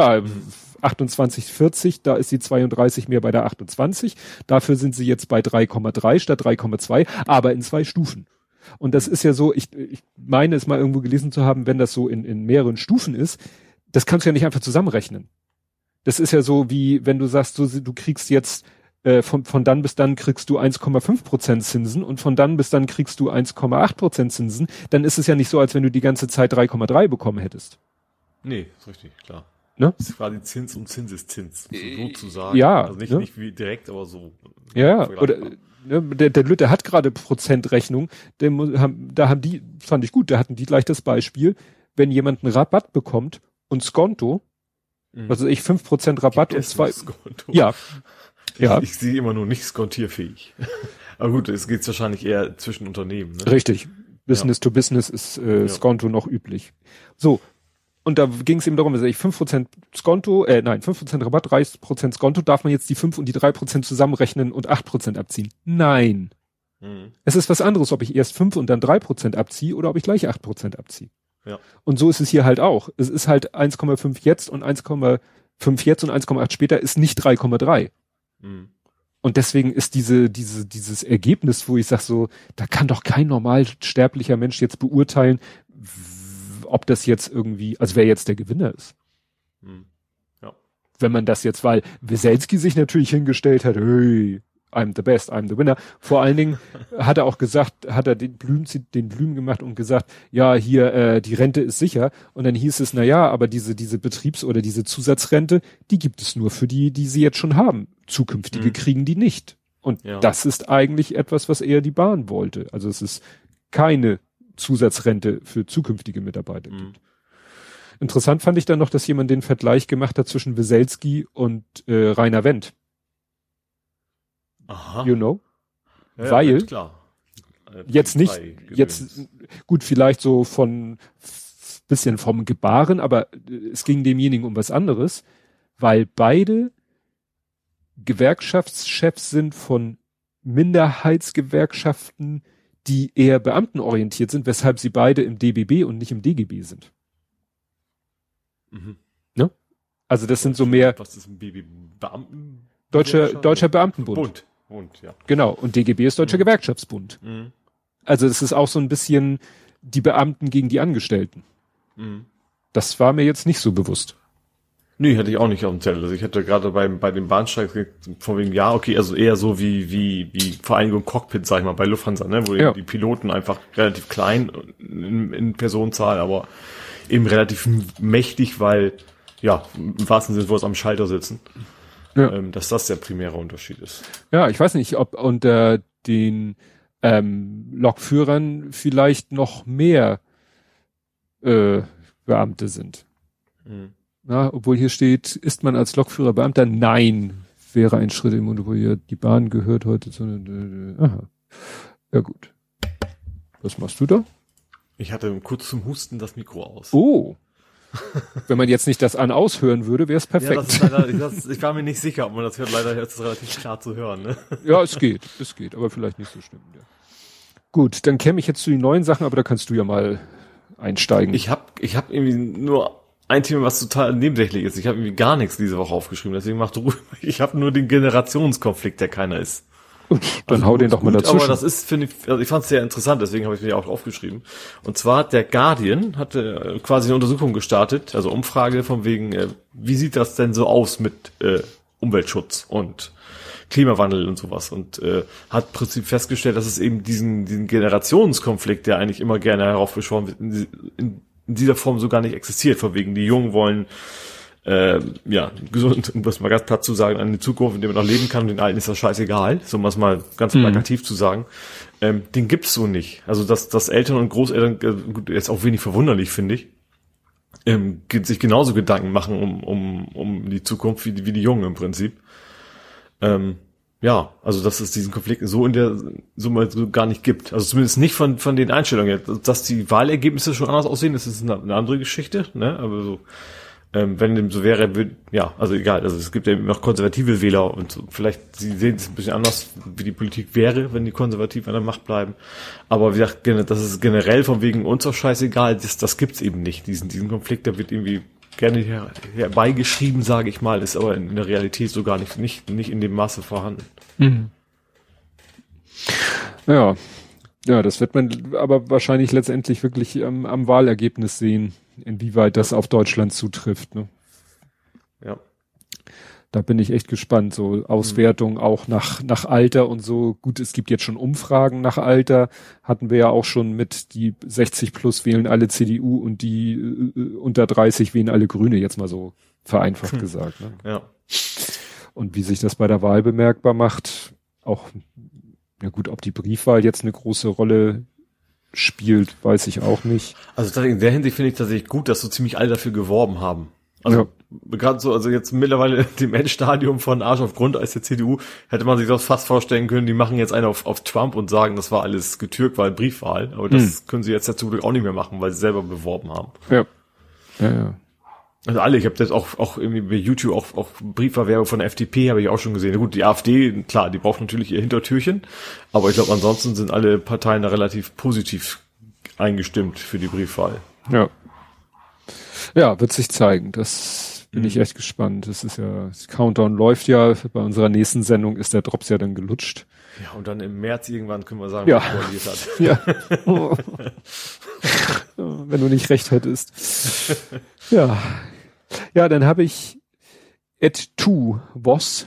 28, 40, da ist die 32 mehr bei der 28. Dafür sind sie jetzt bei 3,3 statt 3,2, aber in 2 Stufen. Und das ist ja so, ich meine es mal irgendwo gelesen zu haben, wenn das so in mehreren Stufen ist, das kannst du ja nicht einfach zusammenrechnen. Das ist ja so, wie wenn du sagst, du kriegst jetzt von dann bis dann kriegst du 1,5% Zinsen und von dann bis dann kriegst du 1,8% Zinsen, dann ist es ja nicht so, als wenn du die ganze Zeit 3,3 bekommen hättest. Nee, ist richtig, klar. Ne? Das ist quasi Zins und Zinseszins, sozusagen. Ja. Also nicht wie direkt, aber so. Ja, oder ne, der Lütte hat gerade Prozentrechnung, da haben die, fand ich gut, da hatten die gleich das Beispiel, wenn jemand einen Rabatt bekommt und Skonto, also 5% Rabatt und 2. Ja. Ja. Ich sehe immer nur nicht skontierfähig. Aber gut, es geht wahrscheinlich eher zwischen Unternehmen. Ne? Richtig. Business to Business ist Skonto noch üblich. So. Und da ging es eben darum, dass 5% Skonto, 5% Rabatt, 3% Skonto, darf man jetzt die 5 und die 3% zusammenrechnen und 8% abziehen? Nein. Es ist was anderes, ob ich erst 5 und dann 3% abziehe oder ob ich gleich 8% abziehe. Ja. Und so ist es hier halt auch. Es ist halt 1,5 jetzt und 1,5 jetzt und 1,8 später ist nicht 3,3. Und deswegen ist dieses Ergebnis, wo ich sage so, da kann doch kein normal sterblicher Mensch jetzt beurteilen, ob das jetzt irgendwie, also wer jetzt der Gewinner ist. Ja. Wenn man das jetzt, weil Weselski sich natürlich hingestellt hat, hey, I'm the best, I'm the winner. Vor allen Dingen hat er auch gesagt, hat er den Blüm gemacht und gesagt, ja, hier, die Rente ist sicher. Und dann hieß es, na ja, aber diese Betriebs- oder diese Zusatzrente, die gibt es nur für die sie jetzt schon haben. Zukünftige kriegen die nicht. Und das ist eigentlich etwas, was eher die Bahn wollte. Also es ist keine Zusatzrente für zukünftige Mitarbeiter gibt. Interessant fand ich dann noch, dass jemand den Vergleich gemacht hat zwischen Weselski und Rainer Wendt. Aha. You know? Ja, weil klar. jetzt nicht, jetzt gut, vielleicht so bisschen vom Gebaren, aber es ging demjenigen um was anderes, weil beide Gewerkschaftschefs sind von Minderheitsgewerkschaften, die eher beamtenorientiert sind, weshalb sie beide im DBB und nicht im DGB sind. Ne? Also das sind so mehr... Was ist ein Beamten? Deutscher Beamtenbund. Bund, ja. Genau, und DGB ist Deutscher Gewerkschaftsbund. Also es ist auch so ein bisschen die Beamten gegen die Angestellten. Das war mir jetzt nicht so bewusst. Nee, hätte ich auch nicht auf dem Zettel. Also ich hätte gerade bei dem Bahnsteig von wegen, ja, okay, also eher so wie Vereinigung Cockpit, sag ich mal, bei Lufthansa, ne, wo die Piloten einfach relativ klein in Personenzahl, aber eben relativ mächtig, weil, ja, im wahrsten Sinne, wo es am Schalter sitzen, dass das der primäre Unterschied ist. Ja, ich weiß nicht, ob unter den Lokführern vielleicht noch mehr Beamte sind. Ja, obwohl hier steht, ist man als Lokführer Beamter? Nein, wäre ein Schritt im Monopol. Die Bahn gehört heute zu... Aha. Ja gut. Was machst du da? Ich hatte kurz zum Husten das Mikro aus. Oh. Wenn man jetzt nicht das aushören würde, wäre es perfekt. Ja, das ist leider, ich war mir nicht sicher, ob man das hört. Leider ist es relativ klar zu hören. Ne? Ja, es geht, aber vielleicht nicht so schlimm. Ja. Gut, dann käme ich jetzt zu den neuen Sachen, aber da kannst du ja mal einsteigen. Ich hab irgendwie nur ein Thema, was total nebensächlich ist. Ich habe irgendwie gar nichts diese Woche aufgeschrieben, deswegen mach du ruhig. Ich habe nur den Generationskonflikt, der keiner ist. Gut, dann hau den doch mal dazwischen. Aber das ist, finde ich, also ich fand es sehr interessant, deswegen habe ich mir auch aufgeschrieben. Und zwar hat der Guardian hatte quasi eine Untersuchung gestartet, also Umfrage von wegen, wie sieht das denn so aus mit Umweltschutz und Klimawandel und sowas, und hat im Prinzip festgestellt, dass es eben diesen Generationskonflikt, der eigentlich immer gerne heraufbeschworen wird, in dieser Form so gar nicht existiert, von wegen die Jungen wollen gesund, um das mal ganz platt zu sagen, eine Zukunft, in der man noch leben kann, und den Alten ist das scheißegal, so um das mal ganz plakativ zu sagen, den gibt's so nicht. Also dass Eltern und Großeltern, gut, ist auch wenig verwunderlich, finde ich, sich genauso Gedanken machen um die Zukunft wie die Jungen im Prinzip. Also dass es diesen Konflikt so mal so gar nicht gibt. Also zumindest nicht von den Einstellungen. Dass die Wahlergebnisse schon anders aussehen, das ist eine andere Geschichte, ne? Aber so Wenn dem so wäre, also egal, also es gibt ja noch konservative Wähler und so, vielleicht sie sehen es ein bisschen anders, wie die Politik wäre, wenn die Konservativen an der Macht bleiben. Aber wie gesagt, das ist generell von wegen uns auch scheißegal, das gibt's eben nicht, diesen Konflikt, der wird irgendwie gerne herbeigeschrieben, sage ich mal, ist aber in der Realität so gar nicht in dem Maße vorhanden. Mhm. Ja, das wird man aber wahrscheinlich letztendlich wirklich am Wahlergebnis sehen, inwieweit das auf Deutschland zutrifft. Ne? Ja. Da bin ich echt gespannt. So Auswertung auch nach Alter und so. Gut, es gibt jetzt schon Umfragen nach Alter. Hatten wir ja auch schon mit die 60 plus wählen alle CDU und die unter 30 wählen alle Grüne, jetzt mal so vereinfacht gesagt. Ne? Ja. Und wie sich das bei der Wahl bemerkbar macht, auch, ja gut, ob die Briefwahl jetzt eine große Rolle spielt, weiß ich auch nicht. Also in der Hinsicht finde ich tatsächlich gut, dass so ziemlich alle dafür geworben haben. Also gerade so, also jetzt mittlerweile im Endstadium von Arsch auf Grundeis der CDU hätte man sich das fast vorstellen können, die machen jetzt eine auf Trump und sagen, das war alles getürkt, war eine Briefwahl. Aber das können sie jetzt dazu auch nicht mehr machen, weil sie selber beworben haben. Ja. Also alle, ich habe das auch irgendwie bei YouTube auch Briefwahlwerbung von der FDP habe ich auch schon gesehen. Gut, die AfD, klar, die braucht natürlich ihr Hintertürchen, aber ich glaube, ansonsten sind alle Parteien da relativ positiv eingestimmt für die Briefwahl. Ja, wird sich zeigen. Das bin ich echt gespannt. Das ist ja, das Countdown läuft ja. Bei unserer nächsten Sendung ist der Drops ja dann gelutscht. Ja, und dann im März irgendwann können wir sagen, was er koaliert hat. Wenn du nicht recht hättest. Ja, dann habe ich @2 Voss.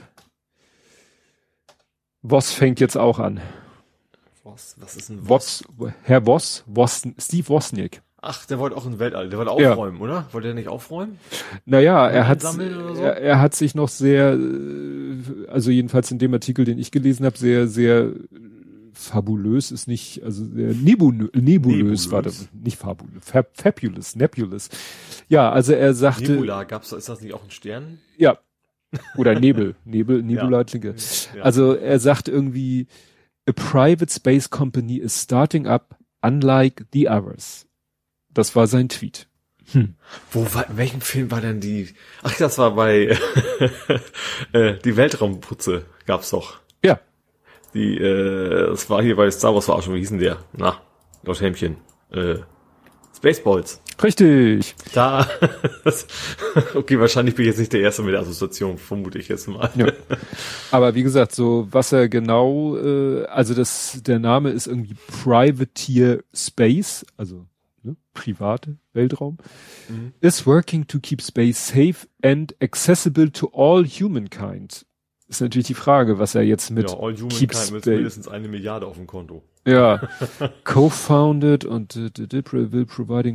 Voss fängt jetzt auch an. Was ist ein Voss? Herr Voss, Steve Wozniak. Ach, der wollte auch ein Weltall, der wollte aufräumen, oder? Wollte er nicht aufräumen? Naja, er hat sich noch sehr, also jedenfalls in dem Artikel, den ich gelesen habe, sehr, sehr fabulös ist nicht, also sehr nebulös war das, nicht fabulous, nebulous. Ja, also er sagte. Nebula, ist das nicht auch ein Stern? Ja. Oder Nebula klingt. Ja. Also er sagt irgendwie, a private space company is starting up unlike the others. Das war sein Tweet. In welchem Film war denn ach, das war bei die Weltraumputze gab's doch. Ja. Das war hier bei Star Wars Verarschung, wie hieß denn der? Lord Hämchen. Spaceballs. Richtig. Da. Okay, wahrscheinlich bin ich jetzt nicht der Erste mit der Assoziation, vermute ich jetzt mal. Ja. Aber wie gesagt, so was er genau, also der Name ist irgendwie Privateer Space, also private Weltraum, is working to keep space safe and accessible to all humankind. Ist natürlich die Frage, was er jetzt mit all humankind mit mindestens 1 Milliarde auf dem Konto. Ja, co-founded und will providing.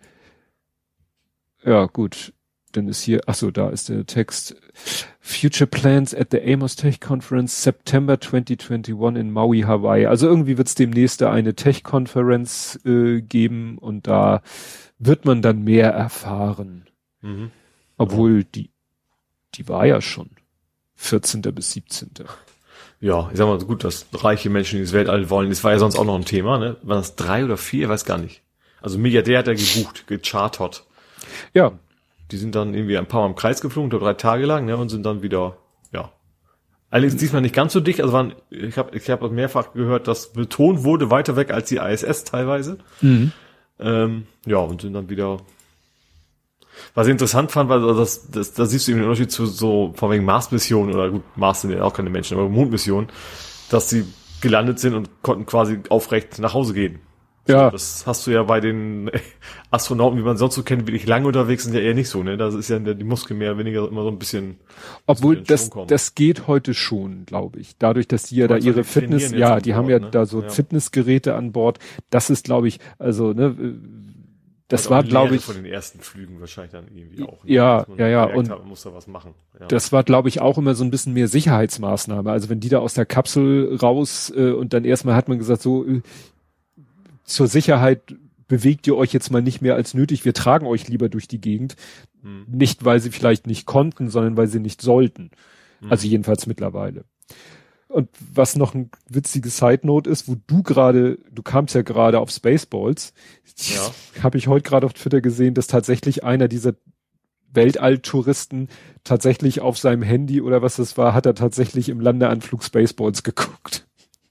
Ja, gut. Dann ist hier, da ist der Text. Future plans at the Amos Tech Conference September 2021 in Maui, Hawaii. Also irgendwie wird es demnächst eine Tech-Konferenz geben und da wird man dann mehr erfahren. Obwohl die war ja schon 14. bis 17. Ja, ich sag mal, gut, dass reiche Menschen ins Weltall wollen, das war ja sonst auch noch ein Thema, ne? Waren das 3 oder 4? Ich weiß gar nicht. Also Milliardär hat er gechartert. Ja. Die sind dann irgendwie ein paar Mal im Kreis geflogen, 3 Tage lang, ne, und sind dann wieder, Allerdings diesmal nicht ganz so dicht, also ich habe mehrfach gehört, dass betont wurde, weiter weg als die ISS teilweise. Und sind dann wieder. Was ich interessant fand, war, da siehst du eben den Unterschied zu so, von wegen Mars-Missionen, oder gut, Mars sind ja auch keine Menschen, aber Mondmissionen, dass sie gelandet sind und konnten quasi aufrecht nach Hause gehen. Ja. Das hast du ja bei den Astronauten, wie man sonst so kennt, wirklich lange unterwegs sind, ja eher nicht so, ne? Da ist ja die Muskeln mehr oder weniger immer so ein bisschen. Obwohl, das geht heute schon, glaube ich. Dadurch, dass die ja da ihre Fitness, die haben ja da so Fitnessgeräte an Bord. Das ist, glaube ich, also, ne, das war, glaube ich. Von den ersten Flügen wahrscheinlich dann irgendwie auch. Ne? Ja. Und man muss da was machen. Ja. Das war, glaube ich, auch immer so ein bisschen mehr Sicherheitsmaßnahme. Also wenn die da aus der Kapsel raus und dann erstmal hat man gesagt, so, zur Sicherheit bewegt ihr euch jetzt mal nicht mehr als nötig, wir tragen euch lieber durch die Gegend. Nicht, weil sie vielleicht nicht konnten, sondern weil sie nicht sollten. Also jedenfalls mittlerweile. Und was noch ein witzige Side-Note ist, wo du kamst ja gerade auf Spaceballs, habe ich heute gerade auf Twitter gesehen, dass tatsächlich einer dieser Weltall-Touristen tatsächlich auf seinem Handy oder was das war, hat er tatsächlich im Landeanflug Spaceballs geguckt.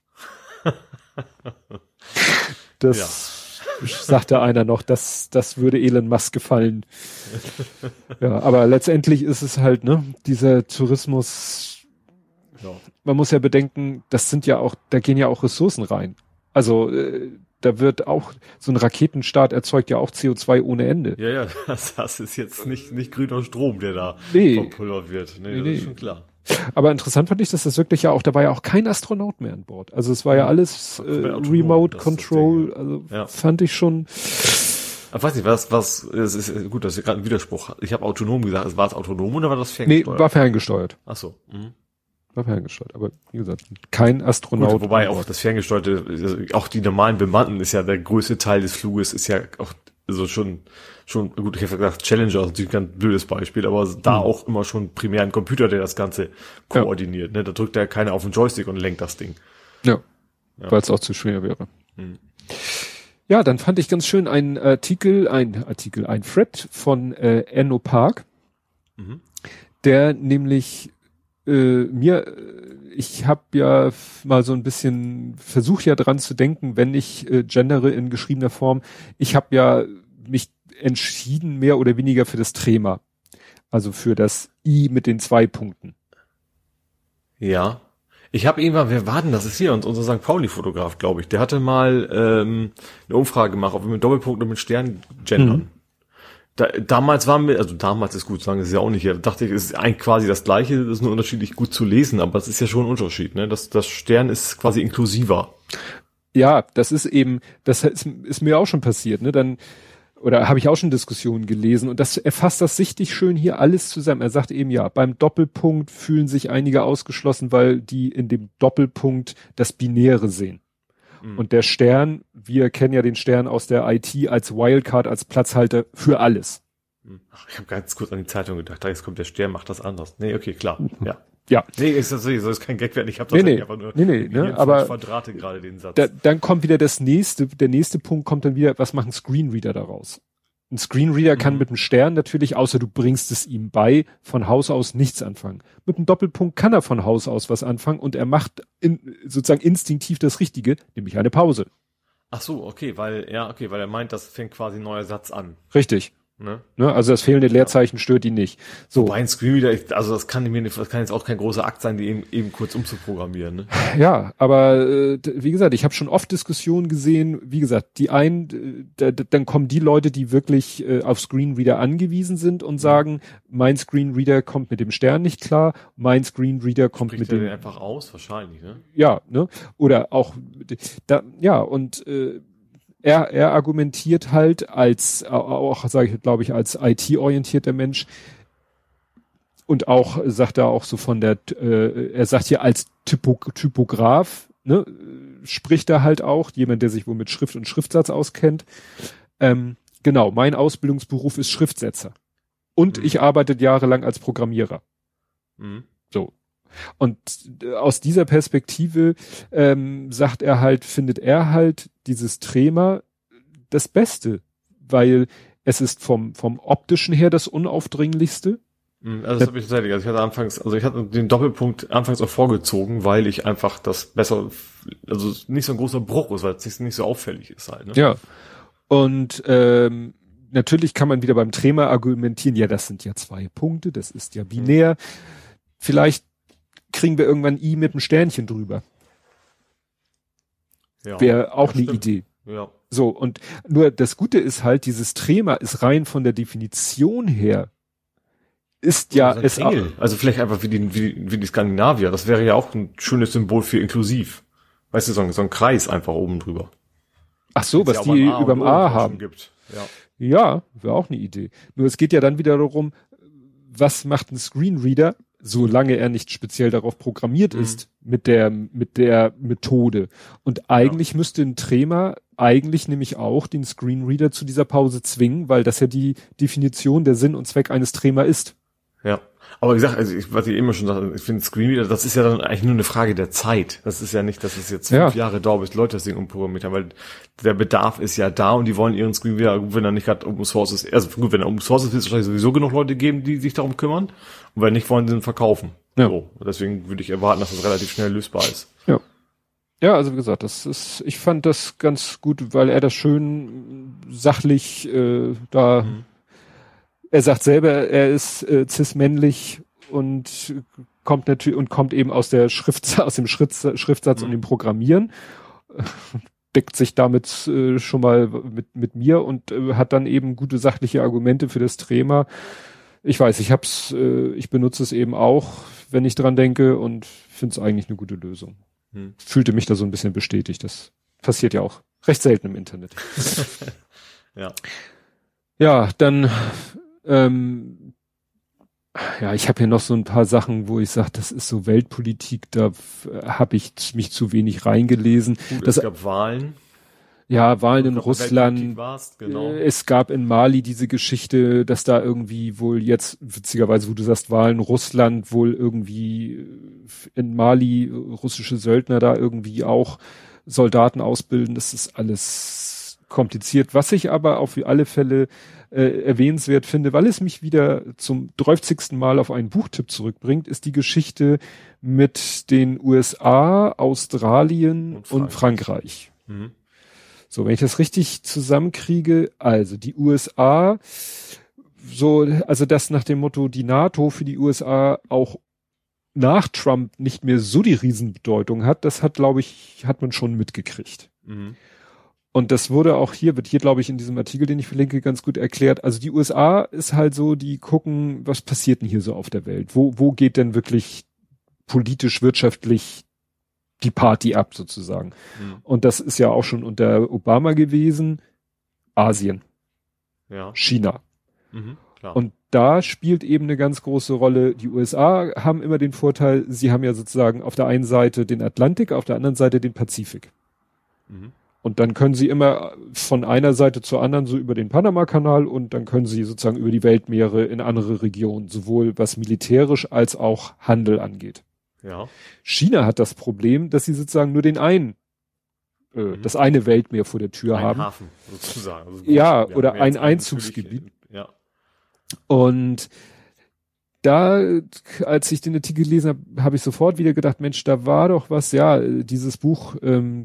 Das sagte einer noch, das würde Elon Musk gefallen. Ja, aber letztendlich ist es halt, ne, dieser Tourismus, man muss ja bedenken, das sind ja auch, da gehen ja auch Ressourcen rein. Also, da wird auch, so ein Raketenstart erzeugt ja auch CO2 ohne Ende. Ja, das ist jetzt nicht grüner Strom, der da verpulvert wird. Nee, das ist schon klar. Aber interessant fand ich, dass das wirklich ja auch, da war ja auch kein Astronaut mehr an Bord. Also es war ja alles Remote Control, also fand ich schon. Ich weiß nicht, es ist gut, das ist gerade ein Widerspruch. Ich habe autonom gesagt, war es autonom oder war das ferngesteuert? Nee, war ferngesteuert. Ach so. War ferngesteuert, aber wie gesagt, kein Astronaut. Gut, wobei auch das Ferngesteuerte, auch die normalen Bemannten ist ja der größte Teil des Fluges, ist ja auch also schon gut, ich habe gesagt, Challenger ist natürlich ein blödes Beispiel, aber da auch immer schon primär ein Computer, der das Ganze koordiniert. Ne? Da drückt ja keiner auf den Joystick und lenkt das Ding. Ja. Weil es auch zu schwer wäre. Ja, dann fand ich ganz schön ein Thread von Enno Park, der nämlich ich habe ja mal so ein bisschen versucht ja dran zu denken, wenn ich gendere in geschriebener Form. Ich habe ja mich entschieden mehr oder weniger für das Trema. Also für das I mit den 2 Punkten. Ja. Ich habe irgendwann, wer war denn das? Ist hier unser St. Pauli-Fotograf, glaube ich. Der hatte mal eine Umfrage gemacht, ob wir mit Doppelpunkt oder mit Stern gendern. Damals waren wir, also damals ist gut, sagen ist ja auch nicht, dachte ich, es ist eigentlich quasi das Gleiche, das ist nur unterschiedlich gut zu lesen, aber es ist ja schon ein Unterschied, ne? Das Stern ist quasi inklusiver. Ja, das ist mir auch schon passiert, ne? Dann, oder habe ich auch schon Diskussionen gelesen und er fasst das sichtlich schön hier alles zusammen. Er sagt eben ja, beim Doppelpunkt fühlen sich einige ausgeschlossen, weil die in dem Doppelpunkt das Binäre sehen. Und der Stern, wir kennen ja den Stern aus der IT als Wildcard, als Platzhalter für alles. Ach, ich habe ganz kurz an die Zeitung gedacht, jetzt kommt der Stern, macht das anders. Nee, okay, klar. Ja. Nee, ist das so, ist kein Gag wert. Ich habe das einfach nur ne, aber verdrahte gerade den Satz. Dann kommt wieder der nächste Punkt kommt dann wieder, was machen Screenreader daraus? Ein Screenreader kann mit einem Stern natürlich, außer du bringst es ihm bei, von Haus aus nichts anfangen. Mit einem Doppelpunkt kann er von Haus aus was anfangen und er macht sozusagen instinktiv das Richtige, nämlich eine Pause. Ach so, okay, weil er meint, das fängt quasi ein neuer Satz an. Richtig. Ne, also das fehlende Leerzeichen stört ihn nicht. So. Wobei ein Screenreader, also das kann jetzt auch kein großer Akt sein, die eben kurz umzuprogrammieren. Ne? Ja, aber wie gesagt, ich habe schon oft Diskussionen gesehen, wie gesagt, dann kommen die Leute, die wirklich auf Screenreader angewiesen sind und sagen, mein Screenreader kommt mit dem Stern nicht klar, mein Screenreader kommt Spricht mit dem... den einfach aus, wahrscheinlich, ne? Ja, ne? Oder auch, er argumentiert halt als, auch sage ich, glaube ich, als IT-orientierter Mensch und auch, sagt er auch so von der, er sagt hier als Typograf, ne, spricht er halt auch, jemand, der sich wohl mit Schrift und Schriftsatz auskennt. Genau, mein Ausbildungsberuf ist Schriftsetzer. Und ich arbeite jahrelang als Programmierer. So. Und aus dieser Perspektive findet er halt dieses Trema das Beste, weil es ist vom optischen her das unaufdringlichste. Also das habe ich tatsächlich, ich hatte den Doppelpunkt anfangs auch vorgezogen, weil ich einfach das besser, also nicht so ein großer Bruch ist, weil es nicht so auffällig ist halt. Ne? Ja. Und natürlich kann man wieder beim Trema argumentieren, ja, das sind ja 2 Punkte, das ist ja binär. Vielleicht kriegen wir irgendwann I mit einem Sternchen drüber. Ja, wäre auch eine Idee. Ja. So, und nur das Gute ist halt, dieses Trema ist rein von der Definition her, ist ja, es also vielleicht einfach wie die Skandinavier, das wäre ja auch ein schönes Symbol für inklusiv. Weißt du, so ein Kreis einfach oben drüber. Ach so, was die überm A haben. Gibt. Ja, wäre auch eine Idee. Nur es geht ja dann wieder darum, was macht ein Screenreader, solange er nicht speziell darauf programmiert ist, mit der Methode. Und eigentlich müsste ein Trema nämlich auch den Screenreader zu dieser Pause zwingen, weil das ja die Definition, der Sinn und Zweck eines Trema ist. Ja, Aber wie gesagt, also was ich immer schon sagte, ich finde Screenreader, das ist ja dann eigentlich nur eine Frage der Zeit. Das ist ja nicht, dass es jetzt 5 Jahre dauert, bis Leute das Ding umprogrammiert haben, weil der Bedarf ist ja da und die wollen ihren Screenreader, wenn er nicht gerade Open Source ist, also gut, wenn er Open Source ist, wird es wahrscheinlich sowieso genug Leute geben, die sich darum kümmern. Und wenn nicht, wollen sie ihn verkaufen. Ja. So. Deswegen würde ich erwarten, dass das relativ schnell lösbar ist. Ja. Ja, also wie gesagt, ich fand das ganz gut, weil er das schön sachlich er sagt selber, er ist cis-männlich und kommt eben aus dem Schriftsatz und dem Programmieren, deckt sich damit schon mal mit mir und hat dann eben gute sachliche Argumente für das Thema. Ich weiß, ich benutze es eben auch, wenn ich dran denke und finde es eigentlich eine gute Lösung. Fühlte mich da so ein bisschen bestätigt. Das passiert ja auch recht selten im Internet. Ja. Ja, dann ich habe hier noch so ein paar Sachen, wo ich sage, das ist so Weltpolitik, da habe ich mich zu wenig reingelesen. Gut, es gab Wahlen. Ja, Wahlen in Russland. Genau. Es gab in Mali diese Geschichte, dass da irgendwie wohl jetzt, witzigerweise, wo du sagst, Wahlen Russland, wohl irgendwie in Mali russische Söldner da irgendwie auch Soldaten ausbilden. Das ist alles kompliziert. Was ich aber auf alle Fälle erwähnenswert finde, weil es mich wieder zum 30. Mal auf einen Buchtipp zurückbringt, ist die Geschichte mit den USA, Australien und Frankreich. Mhm. So, wenn ich das richtig zusammenkriege, also die USA, also das nach dem Motto, die NATO für die USA auch nach Trump nicht mehr so die Riesenbedeutung hat, das hat man schon mitgekriegt. Mhm. Und das wird hier, glaube ich, in diesem Artikel, den ich verlinke, ganz gut erklärt. Also die USA ist halt so, die gucken, was passiert denn hier so auf der Welt? Wo geht denn wirklich politisch, wirtschaftlich die Party ab, sozusagen? Mhm. Und das ist ja auch schon unter Obama gewesen. Asien. Ja. China. Mhm, klar. Und da spielt eben eine ganz große Rolle. Die USA haben immer den Vorteil, sie haben ja sozusagen auf der einen Seite den Atlantik, auf der anderen Seite den Pazifik. Mhm. Und dann können sie immer von einer Seite zur anderen so über den Panama-Kanal und dann können sie sozusagen über die Weltmeere in andere Regionen, sowohl was militärisch als auch Handel angeht. Ja. China hat das Problem, dass sie sozusagen nur das eine Weltmeer vor der Tür haben. Ein Hafen, sozusagen. Also ja, oder ein Einzugsgebiet. Ja. Und da, als ich den Artikel gelesen habe, habe ich sofort wieder gedacht, Mensch, da war doch was, ja, dieses Buch,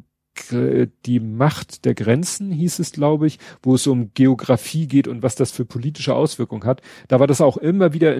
die Macht der Grenzen hieß es, glaube ich, wo es um Geografie geht und was das für politische Auswirkungen hat. Da war das auch immer wieder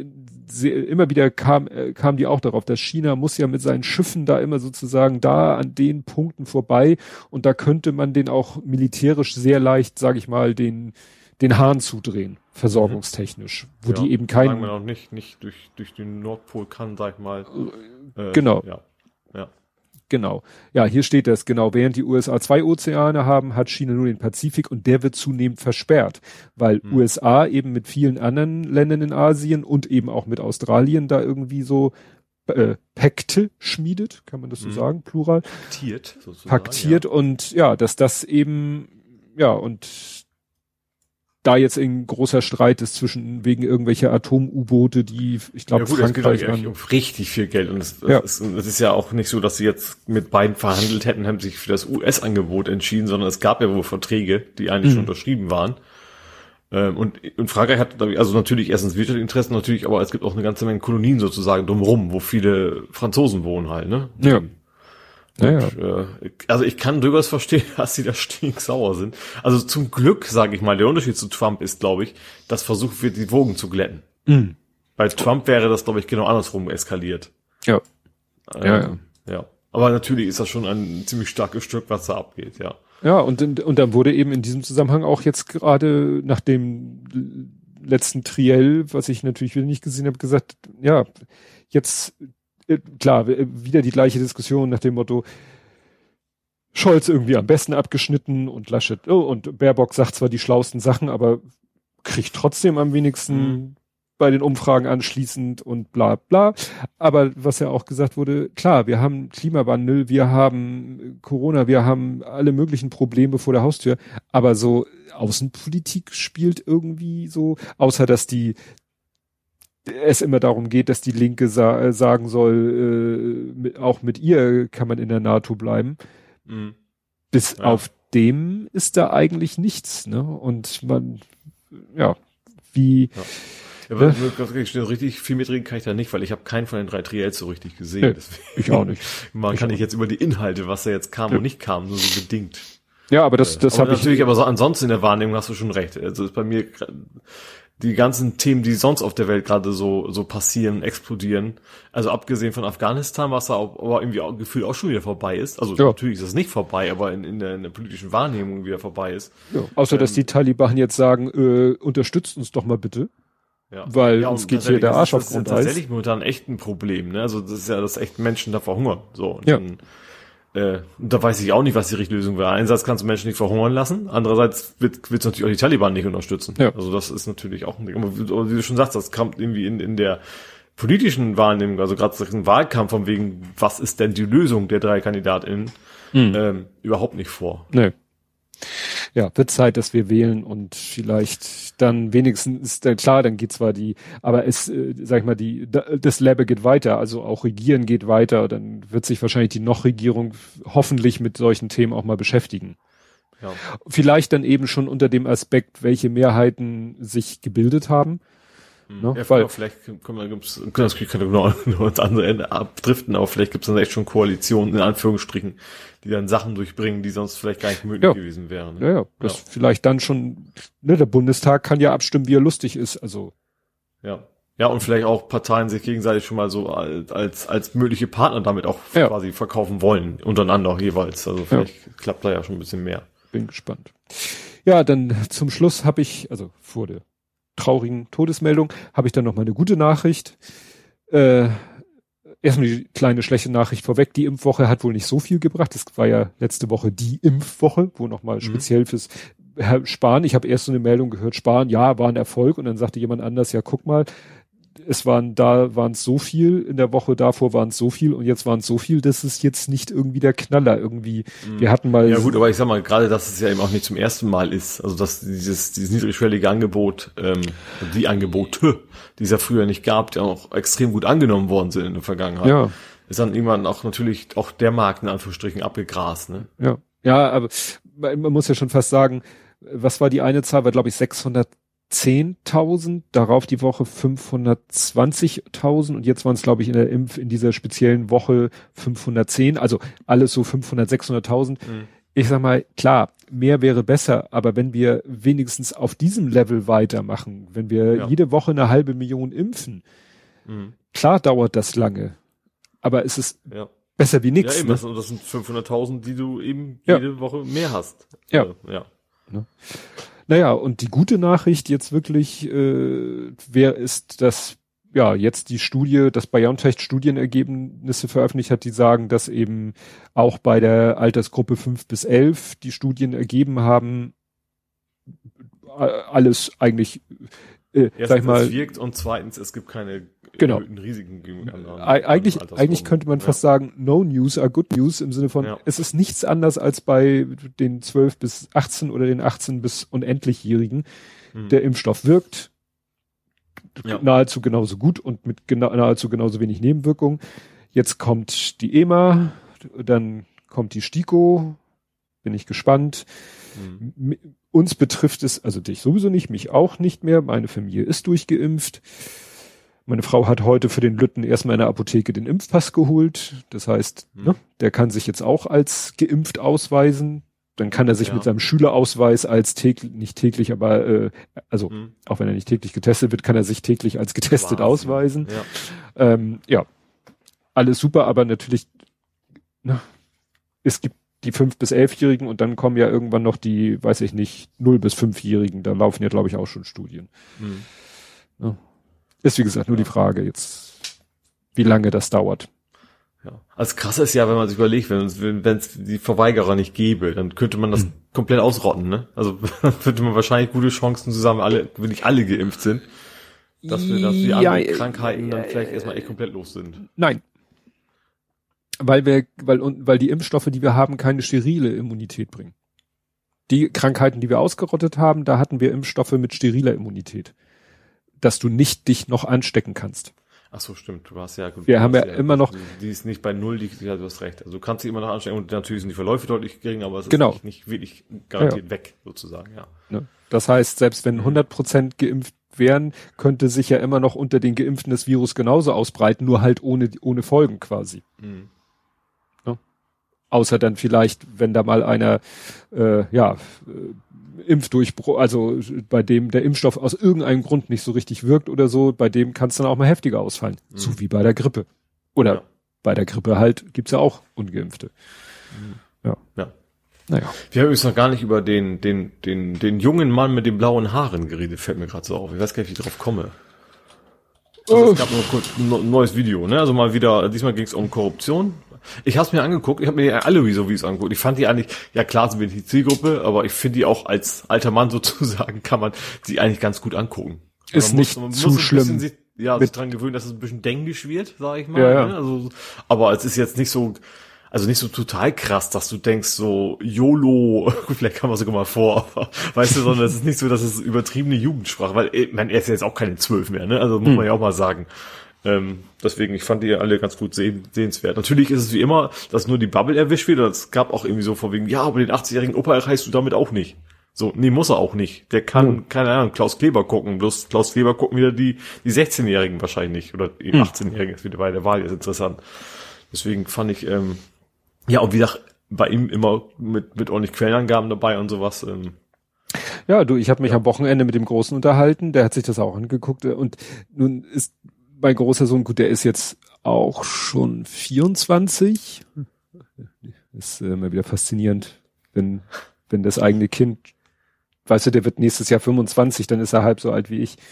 kam die auch darauf, dass China muss ja mit seinen Schiffen da immer sozusagen da an den Punkten vorbei und da könnte man den auch militärisch sehr leicht, sage ich mal, den Hahn zudrehen, versorgungstechnisch, wo die eben keinen... Sagen wir auch nicht durch den Nordpol kann, sag ich mal. Genau. Ja. Genau. Ja, hier steht das, genau. Während die USA 2 Ozeane haben, hat China nur den Pazifik und der wird zunehmend versperrt, weil USA eben mit vielen anderen Ländern in Asien und eben auch mit Australien da irgendwie so Pakte schmiedet, kann man das so sagen, Plural? Paktiert, sozusagen. Paktiert, ja. Und ja, dass das eben, ja, und da jetzt ein großer Streit ist wegen irgendwelcher Atom-U-Boote, die, ich glaube, Frankreich um richtig viel Geld. Und das ist ja auch nicht so, dass sie jetzt mit beiden verhandelt hätten, haben sich für das US-Angebot entschieden, sondern es gab ja wohl Verträge, die eigentlich schon unterschrieben waren. Und Frankreich hat, also natürlich erstens wirtschaftliche Interessen, natürlich, aber es gibt auch eine ganze Menge Kolonien sozusagen drumherum, wo viele Franzosen wohnen halt, ne? Ja. Und, also ich kann durchaus verstehen, dass sie da stinksauer sind. Also zum Glück, sage ich mal, der Unterschied zu Trump ist, glaube ich, dass versucht wird, die Wogen zu glätten. Mhm. Bei Trump wäre das, glaube ich, genau andersrum eskaliert. Ja. Ja. Aber natürlich ist das schon ein ziemlich starkes Stück, was da abgeht, ja. Ja, und dann wurde eben in diesem Zusammenhang auch jetzt gerade nach dem letzten Triell, was ich natürlich wieder nicht gesehen habe, gesagt, ja, jetzt klar, wieder die gleiche Diskussion nach dem Motto, Scholz irgendwie am besten abgeschnitten und Laschet, und Baerbock sagt zwar die schlauesten Sachen, aber kriegt trotzdem am wenigsten bei den Umfragen anschließend und bla bla. Aber was ja auch gesagt wurde, klar, wir haben Klimawandel, wir haben Corona, wir haben alle möglichen Probleme vor der Haustür, aber so Außenpolitik spielt irgendwie so, außer dass die es immer darum geht, dass die Linke sagen soll, auch mit ihr kann man in der NATO bleiben. Mhm. Bis auf dem ist da eigentlich nichts, ne? Und man, wie... Ja. Aber richtig viel mitreden kann ich da nicht, weil ich habe keinen von den 3 Triels so richtig gesehen. Nee, ich auch nicht. Man kann nicht jetzt über die Inhalte, was da jetzt kam und nicht kam, nur so bedingt. Ja, aber das habe ich natürlich. Aber so ansonsten in der Wahrnehmung hast du schon recht. Also ist bei mir die ganzen Themen, die sonst auf der Welt gerade so passieren, explodieren. Also abgesehen von Afghanistan, was da aber irgendwie auch gefühlt auch schon wieder vorbei ist. Also natürlich ist es nicht vorbei, aber in der politischen Wahrnehmung wieder vorbei ist. Ja, außer dass die Taliban jetzt sagen, unterstützt uns doch mal bitte. Ja. Weil uns geht hier der Arsch auf Grundeis. Das ist tatsächlich momentan echt ein Problem, ne? Also das ist ja, dass echt Menschen da verhungern. So. Und dann, und da weiß ich auch nicht, was die richtige Lösung wäre. Einerseits kannst du Menschen nicht verhungern lassen, andererseits willst du natürlich auch die Taliban nicht unterstützen. Ja. Also das ist natürlich auch ein Ding. Aber wie du schon sagst, das kommt irgendwie in der politischen Wahrnehmung, also gerade im Wahlkampf von wegen, was ist denn die Lösung der 3 KandidatInnen, überhaupt nicht vor. Nee. Ja, wird Zeit, dass wir wählen und vielleicht dann wenigstens, klar, dann geht zwar aber sag ich mal, das Lebe geht weiter, also auch Regieren geht weiter, dann wird sich wahrscheinlich die Regierung hoffentlich mit solchen Themen auch mal beschäftigen. Ja. Vielleicht dann eben schon unter dem Aspekt, welche Mehrheiten sich gebildet haben. Ne? Ja, weil vielleicht können wir noch ins andere Ende abdriften, aber vielleicht gibt es dann echt schon Koalitionen, in Anführungsstrichen, die dann Sachen durchbringen, die sonst vielleicht gar nicht möglich gewesen wären. Ne? Ja, das vielleicht dann schon, ne, der Bundestag kann ja abstimmen, wie er lustig ist, also. Ja, und vielleicht auch Parteien sich gegenseitig schon mal so als mögliche Partner damit auch quasi verkaufen wollen, untereinander jeweils. Also vielleicht klappt da ja schon ein bisschen mehr. Bin gespannt. Ja, dann zum Schluss habe ich, also vor der traurigen Todesmeldung, habe ich dann noch mal eine gute Nachricht. Erstmal die kleine schlechte Nachricht vorweg. Die Impfwoche hat wohl nicht so viel gebracht. Das war ja letzte Woche die Impfwoche, wo nochmal speziell fürs Spahn. Ich habe erst so eine Meldung gehört, Spahn, ja, war ein Erfolg. Und dann sagte jemand anders, ja, guck mal, waren es so viel, in der Woche davor waren es so viel und jetzt waren es so viel, das ist jetzt nicht irgendwie der Knaller. Irgendwie, wir hatten mal... Ja gut, aber ich sag mal, gerade, dass es ja eben auch nicht zum ersten Mal ist, also dass dieses niedrigschwellige Angebot, die Angebote, die es ja früher nicht gab, die auch extrem gut angenommen worden sind in der Vergangenheit, ist dann irgendwann auch natürlich auch der Markt in Anführungsstrichen abgegrast, ne? Ja, aber man muss ja schon fast sagen, was war die eine Zahl? War, glaube ich, 610.000, darauf die Woche 520.000 und jetzt waren es, glaube ich, in dieser speziellen Woche 510, also alles so 500, 600.000. Ich sag mal, klar, mehr wäre besser, aber wenn wir wenigstens auf diesem Level weitermachen, wenn wir jede Woche 500.000 impfen, klar dauert das lange, aber es ist besser wie nichts. Ja, eben, ne? Das sind 500.000, die du eben jede Woche mehr hast. Ja. Ne? Naja, und die gute Nachricht jetzt wirklich, ist, dass jetzt die Studie, dass BioNTech Studienergebnisse veröffentlicht hat, die sagen, dass eben auch bei der Altersgruppe 5 bis 11 die Studien ergeben haben, alles eigentlich, erstens, sag ich mal, es wirkt und zweitens, es gibt keine erhöhten Risiken gegenüber anderen. Eigentlich könnte man fast sagen, no news are good news im Sinne von, es ist nichts anders als bei den 12 bis 18 oder den 18 bis Unendlichjährigen. Der Impfstoff wirkt nahezu genauso gut und mit nahezu genauso wenig Nebenwirkungen. Jetzt kommt die EMA, dann kommt die STIKO, bin ich gespannt. Uns betrifft es, also dich sowieso nicht, mich auch nicht mehr. Meine Familie ist durchgeimpft. Meine Frau hat heute für den Lütten erstmal in der Apotheke den Impfpass geholt. Das heißt, der kann sich jetzt auch als geimpft ausweisen. Dann kann er sich mit seinem Schülerausweis als nicht täglich, aber auch wenn er nicht täglich getestet wird, kann er sich täglich als getestet ausweisen. Alles super, aber natürlich, es gibt die 5- bis 11-Jährigen und dann kommen ja irgendwann noch die, weiß ich nicht, 0- bis 5-Jährigen. Da laufen ja, glaube ich, auch schon Studien. Ist, wie gesagt, nur die Frage jetzt, wie lange das dauert. Ja. Also krass ist ja, wenn man sich überlegt, wenn es die Verweigerer nicht gäbe, dann könnte man das komplett ausrotten, ne? Also würde man wahrscheinlich gute Chancen zusammen, wenn alle geimpft sind, dass die anderen Krankheiten dann vielleicht erstmal echt komplett los sind. Nein. Weil die Impfstoffe, die wir haben, keine sterile Immunität bringen. Die Krankheiten, die wir ausgerottet haben, da hatten wir Impfstoffe mit steriler Immunität. dass du nicht dich noch anstecken kannst. Ach so, stimmt. Du hast ja gut. Wir haben ja immer noch. Die ist nicht bei null, ja, du hast recht. Also du kannst sie immer noch anstecken und natürlich sind die Verläufe deutlich geringer, aber es ist nicht wirklich garantiert weg, sozusagen, ja. Ne? Das heißt, selbst wenn 100% geimpft wären, könnte sich ja immer noch unter den Geimpften das Virus genauso ausbreiten, nur halt ohne Folgen quasi. Mhm. Ne? Außer dann vielleicht, wenn da mal einer, Impfdurchbruch, also bei dem der Impfstoff aus irgendeinem Grund nicht so richtig wirkt oder so, bei dem kann es dann auch mal heftiger ausfallen. Mhm. So wie bei der Grippe. Oder bei der Grippe halt gibt's ja auch Ungeimpfte. Mhm. Ja. Naja. Wir haben übrigens noch gar nicht über den jungen Mann mit den blauen Haaren geredet, fällt mir gerade so auf. Ich weiß gar nicht, wie ich drauf komme. Also es gab nur kurz ein neues Video, ne? Also mal wieder, diesmal ging es um Korruption. Ich habe es mir angeguckt, ich habe mir alle Rezo-Videos angeguckt. Ich fand die eigentlich, ja klar sind wir die Zielgruppe, aber ich finde die auch als alter Mann sozusagen, kann man die eigentlich ganz gut angucken. Ist nicht zu schlimm. Sich dran gewöhnen, dass es ein bisschen denglisch wird, sag ich mal. Ja. Ne? Also, aber es ist jetzt nicht so, also nicht so total krass, dass du denkst so, YOLO, vielleicht kann man sogar mal vor, aber, weißt du, sondern es ist nicht so, dass es übertriebene Jugendsprache, weil, er ist ja jetzt auch keine 12 mehr, ne, also muss man ja auch mal sagen. Deswegen, ich fand die alle ganz gut sehenswert. Natürlich ist es wie immer, dass nur die Bubble erwischt wird, es gab auch irgendwie so vor wegen, ja, aber den 80-jährigen Opa erreichst du damit auch nicht. So, nee, muss er auch nicht. Der kann, keine Ahnung, Klaus Kleber gucken, bloß Klaus Kleber gucken wieder die 16-Jährigen wahrscheinlich, oder die 18-Jährigen, ist wieder bei der Wahl jetzt interessant. Deswegen fand ich, ja, und wie gesagt, bei ihm immer mit ordentlich Quellenangaben dabei und sowas. Ja, ich habe mich am Wochenende mit dem Großen unterhalten, der hat sich das auch angeguckt und nun ist mein großer Sohn, gut, der ist jetzt auch schon 24. Ist immer wieder faszinierend, wenn das eigene Kind, weißt du, der wird nächstes Jahr 25, dann ist er halb so alt wie ich.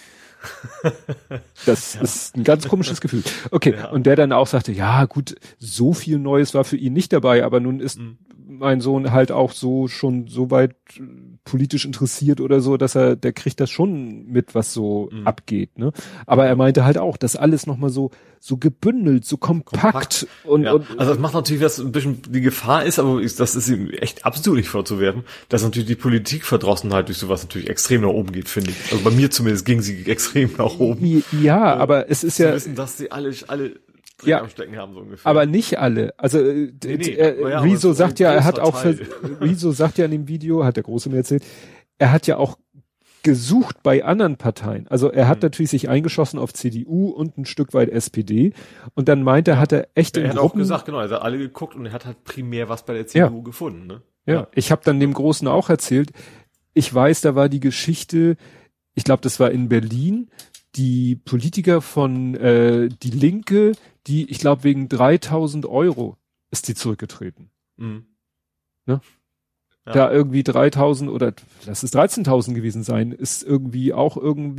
Das ist ein ganz komisches Gefühl. Okay, und der dann auch sagte, ja gut, so viel Neues war für ihn nicht dabei, aber nun ist mein Sohn halt auch so schon so weit politisch interessiert oder so, dass der kriegt das schon mit, was so abgeht, ne? Aber er meinte halt auch, dass alles nochmal so gebündelt, so kompakt. Und also das macht natürlich, was ein bisschen die Gefahr ist, aber das ist ihm echt absolut nicht vorzuwerfen, dass natürlich die Politikverdrossenheit durch sowas natürlich extrem nach oben geht, finde ich. Also bei mir zumindest ging sie extrem nach oben. Ja, aber es ist ja... wissen, dass sie alle am Stecken haben, so ungefähr. Aber nicht alle. Also Rezo sagt ja, er hat auch Rezo sagt ja in dem Video, hat der Große mir erzählt, er hat ja auch gesucht bei anderen Parteien. Also er hat natürlich sich eingeschossen auf CDU und ein Stück weit SPD und dann meinte er, hat er echt in Gruppen... Er hat auch gesagt, genau, er hat alle geguckt und er hat halt primär was bei der CDU gefunden. Ne? Ja, ich habe dann dem Großen auch erzählt, ich weiß, da war die Geschichte, ich glaube, das war in Berlin, die Politiker von die Linke, die, ich glaube, wegen 3.000 € ist die zurückgetreten. Mhm. Ne? Ja. Da irgendwie 3.000 oder lass es 13.000 gewesen sein, ist irgendwie auch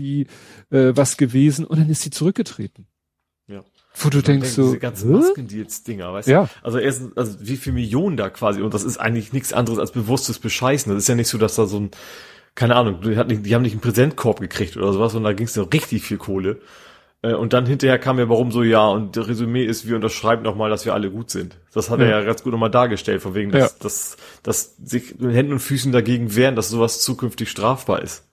was gewesen und dann ist sie zurückgetreten. Ja. Wo du denkst so, diese ganzen Maskendeals-Dinger, weißt du? Also wie viel Millionen da quasi, und das ist eigentlich nichts anderes als bewusstes Bescheißen. Das ist ja nicht so, dass da so ein, keine Ahnung, die haben nicht einen Präsentkorb gekriegt oder sowas, und da ging es ja richtig viel Kohle. Und dann hinterher kam ja warum so, ja, und der Resümee ist, wir unterschreiben nochmal, dass wir alle gut sind. Das hat er ja ganz gut nochmal dargestellt, von wegen, dass sich mit Händen und Füßen dagegen wehren, dass sowas zukünftig strafbar ist.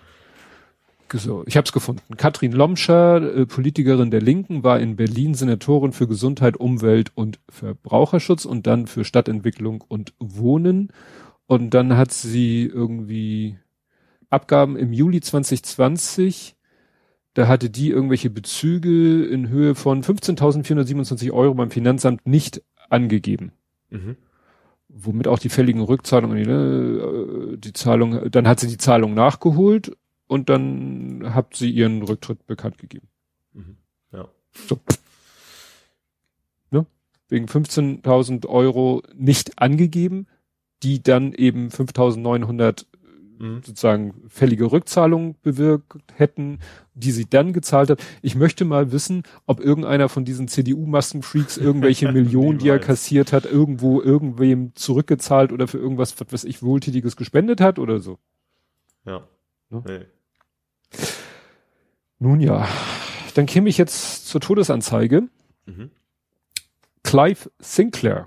So, ich habe es gefunden. Katrin Lomscher, Politikerin der Linken, war in Berlin Senatorin für Gesundheit, Umwelt und Verbraucherschutz und dann für Stadtentwicklung und Wohnen. Und dann hat sie irgendwie Abgaben im Juli 2020. Da hatte die irgendwelche Bezüge in Höhe von 15.427 € beim Finanzamt nicht angegeben. Mhm. Womit auch die fälligen Rückzahlungen, die Zahlung, dann hat sie die Zahlung nachgeholt und dann hat sie ihren Rücktritt bekannt gegeben. Mhm. Ja. So. Ne? Wegen 15.000 € nicht angegeben, die dann eben 5.900 sozusagen fällige Rückzahlungen bewirkt hätten, die sie dann gezahlt hat. Ich möchte mal wissen, ob irgendeiner von diesen CDU-Maskenfreaks irgendwelche Millionen, die er kassiert hat, irgendwem zurückgezahlt oder für irgendwas, was weiß ich, Wohltätiges gespendet hat oder so. Ja. Ne? Nee. Nun ja, dann käme ich jetzt zur Todesanzeige. Mhm. Clive Sinclair.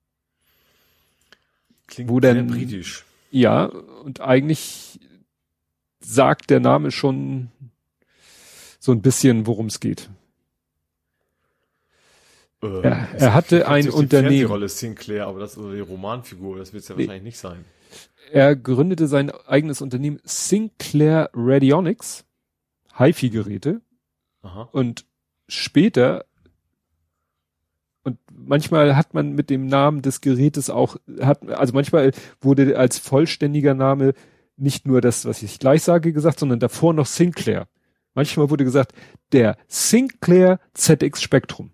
Klingt sehr britisch. Ja, und eigentlich sagt der Name schon so ein bisschen, worum es geht. Er hatte ein Unternehmen. Die Rolle Sinclair, aber das ist die Romanfigur, das wird es ja wahrscheinlich nicht sein. Er gründete sein eigenes Unternehmen Sinclair Radionics, HiFi-Geräte. Aha. Und später, und manchmal hat man mit dem Namen des Gerätes auch, also manchmal wurde als vollständiger Name nicht nur das, was ich gleich sage, gesagt, sondern davor noch Sinclair. Manchmal wurde gesagt, der Sinclair ZX Spectrum.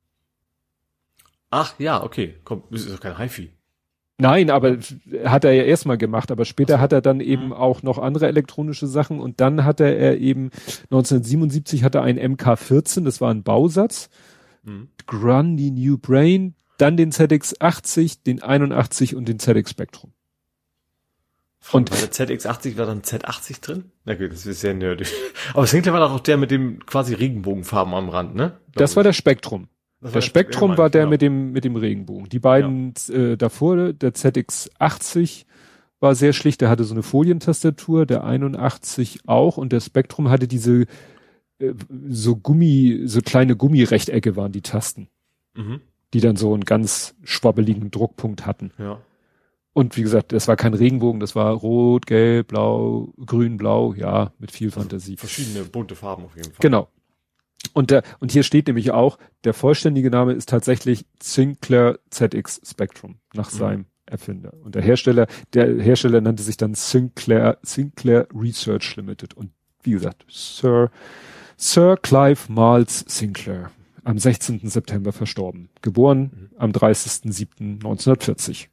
Ach ja, okay. Komm, das ist doch kein HiFi. Nein, aber hat er ja erstmal gemacht, aber später hat er dann eben auch noch andere elektronische Sachen und dann hatte er eben 1977 hatte er ein MK14, das war ein Bausatz, Grundy New Brain, dann den ZX80, den 81 und den ZX Spectrum. Und bei der ZX80 war dann Z80 drin? Na gut, das ist sehr nerdig. Aber Sinclair war doch auch der mit dem quasi Regenbogenfarben am Rand, ne? Das war der Spektrum. Der Spektrum war der mit dem Regenbogen. Die beiden davor, der ZX80 war sehr schlicht, der hatte so eine Folientastatur, der 81 auch und der Spektrum hatte diese so kleine Gummirechtecke waren die Tasten, die dann so einen ganz schwabbeligen Druckpunkt hatten. Ja. Und wie gesagt, das war kein Regenbogen, das war rot, gelb, blau, grün, blau, ja, mit viel Fantasie. Verschiedene bunte Farben auf jeden Fall. Genau. Und hier steht nämlich auch, der vollständige Name ist tatsächlich Sinclair ZX Spectrum, nach seinem Erfinder. Und der Hersteller nannte sich dann Sinclair Research Limited. Und wie gesagt, Sir Clive Miles Sinclair, am 16. September verstorben. Geboren am 30.07.1940.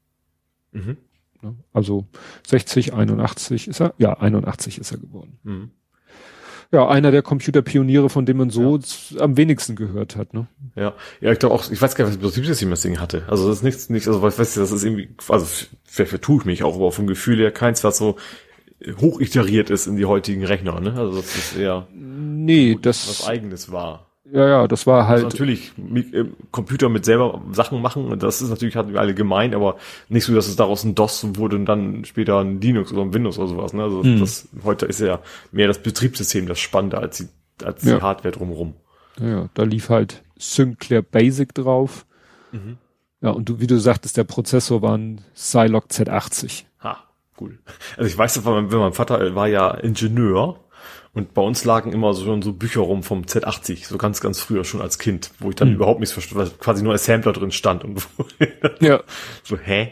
Also 81 ist er geboren. Ja, einer der Computerpioniere, von dem man so am wenigsten gehört hat, ne? Ja, ich glaube auch, ich weiß gar nicht, was Betriebssystem das Ding hatte. Also das ist nichts, also weißt du, das ist irgendwie, also vertue ich mich auch, aber vom Gefühl her keins, was so hoch iteriert ist in die heutigen Rechner, ne? Also das ist eher was Eigenes war. Ja, das war halt. Also natürlich Computer mit selber Sachen machen, und das ist natürlich, hatten wir alle gemeint, aber nicht so, dass es daraus ein DOS wurde und dann später ein Linux oder ein Windows oder sowas, ne? Also das heute ist ja mehr das Betriebssystem das Spannende als die Hardware drumherum. Ja, da lief halt Sinclair Basic drauf. Ja, und wie du sagtest, der Prozessor war ein Zilog Z80. Ha, cool. Also ich weiß, mein Vater war ja Ingenieur. Und bei uns lagen immer so Bücher rum vom Z80, so ganz, ganz früher schon als Kind, wo ich dann überhaupt nichts verstehe, weil quasi nur ein Sampler drin stand und so, hä?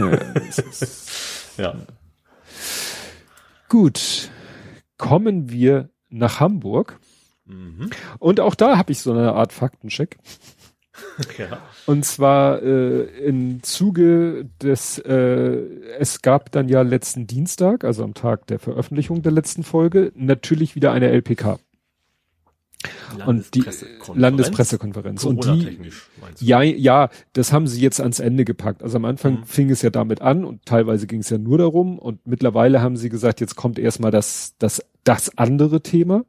Ja. Gut. Kommen wir nach Hamburg. Und auch da habe ich so eine Art Faktencheck. Ja. Und zwar im Zuge des, es gab dann ja letzten Dienstag, also am Tag der Veröffentlichung der letzten Folge, natürlich wieder eine LPK. Und die Landespressekonferenz. Und die, ja, das haben sie jetzt ans Ende gepackt. Also am Anfang fing es ja damit an und teilweise ging es ja nur darum und mittlerweile haben sie gesagt, jetzt kommt erstmal das andere Thema.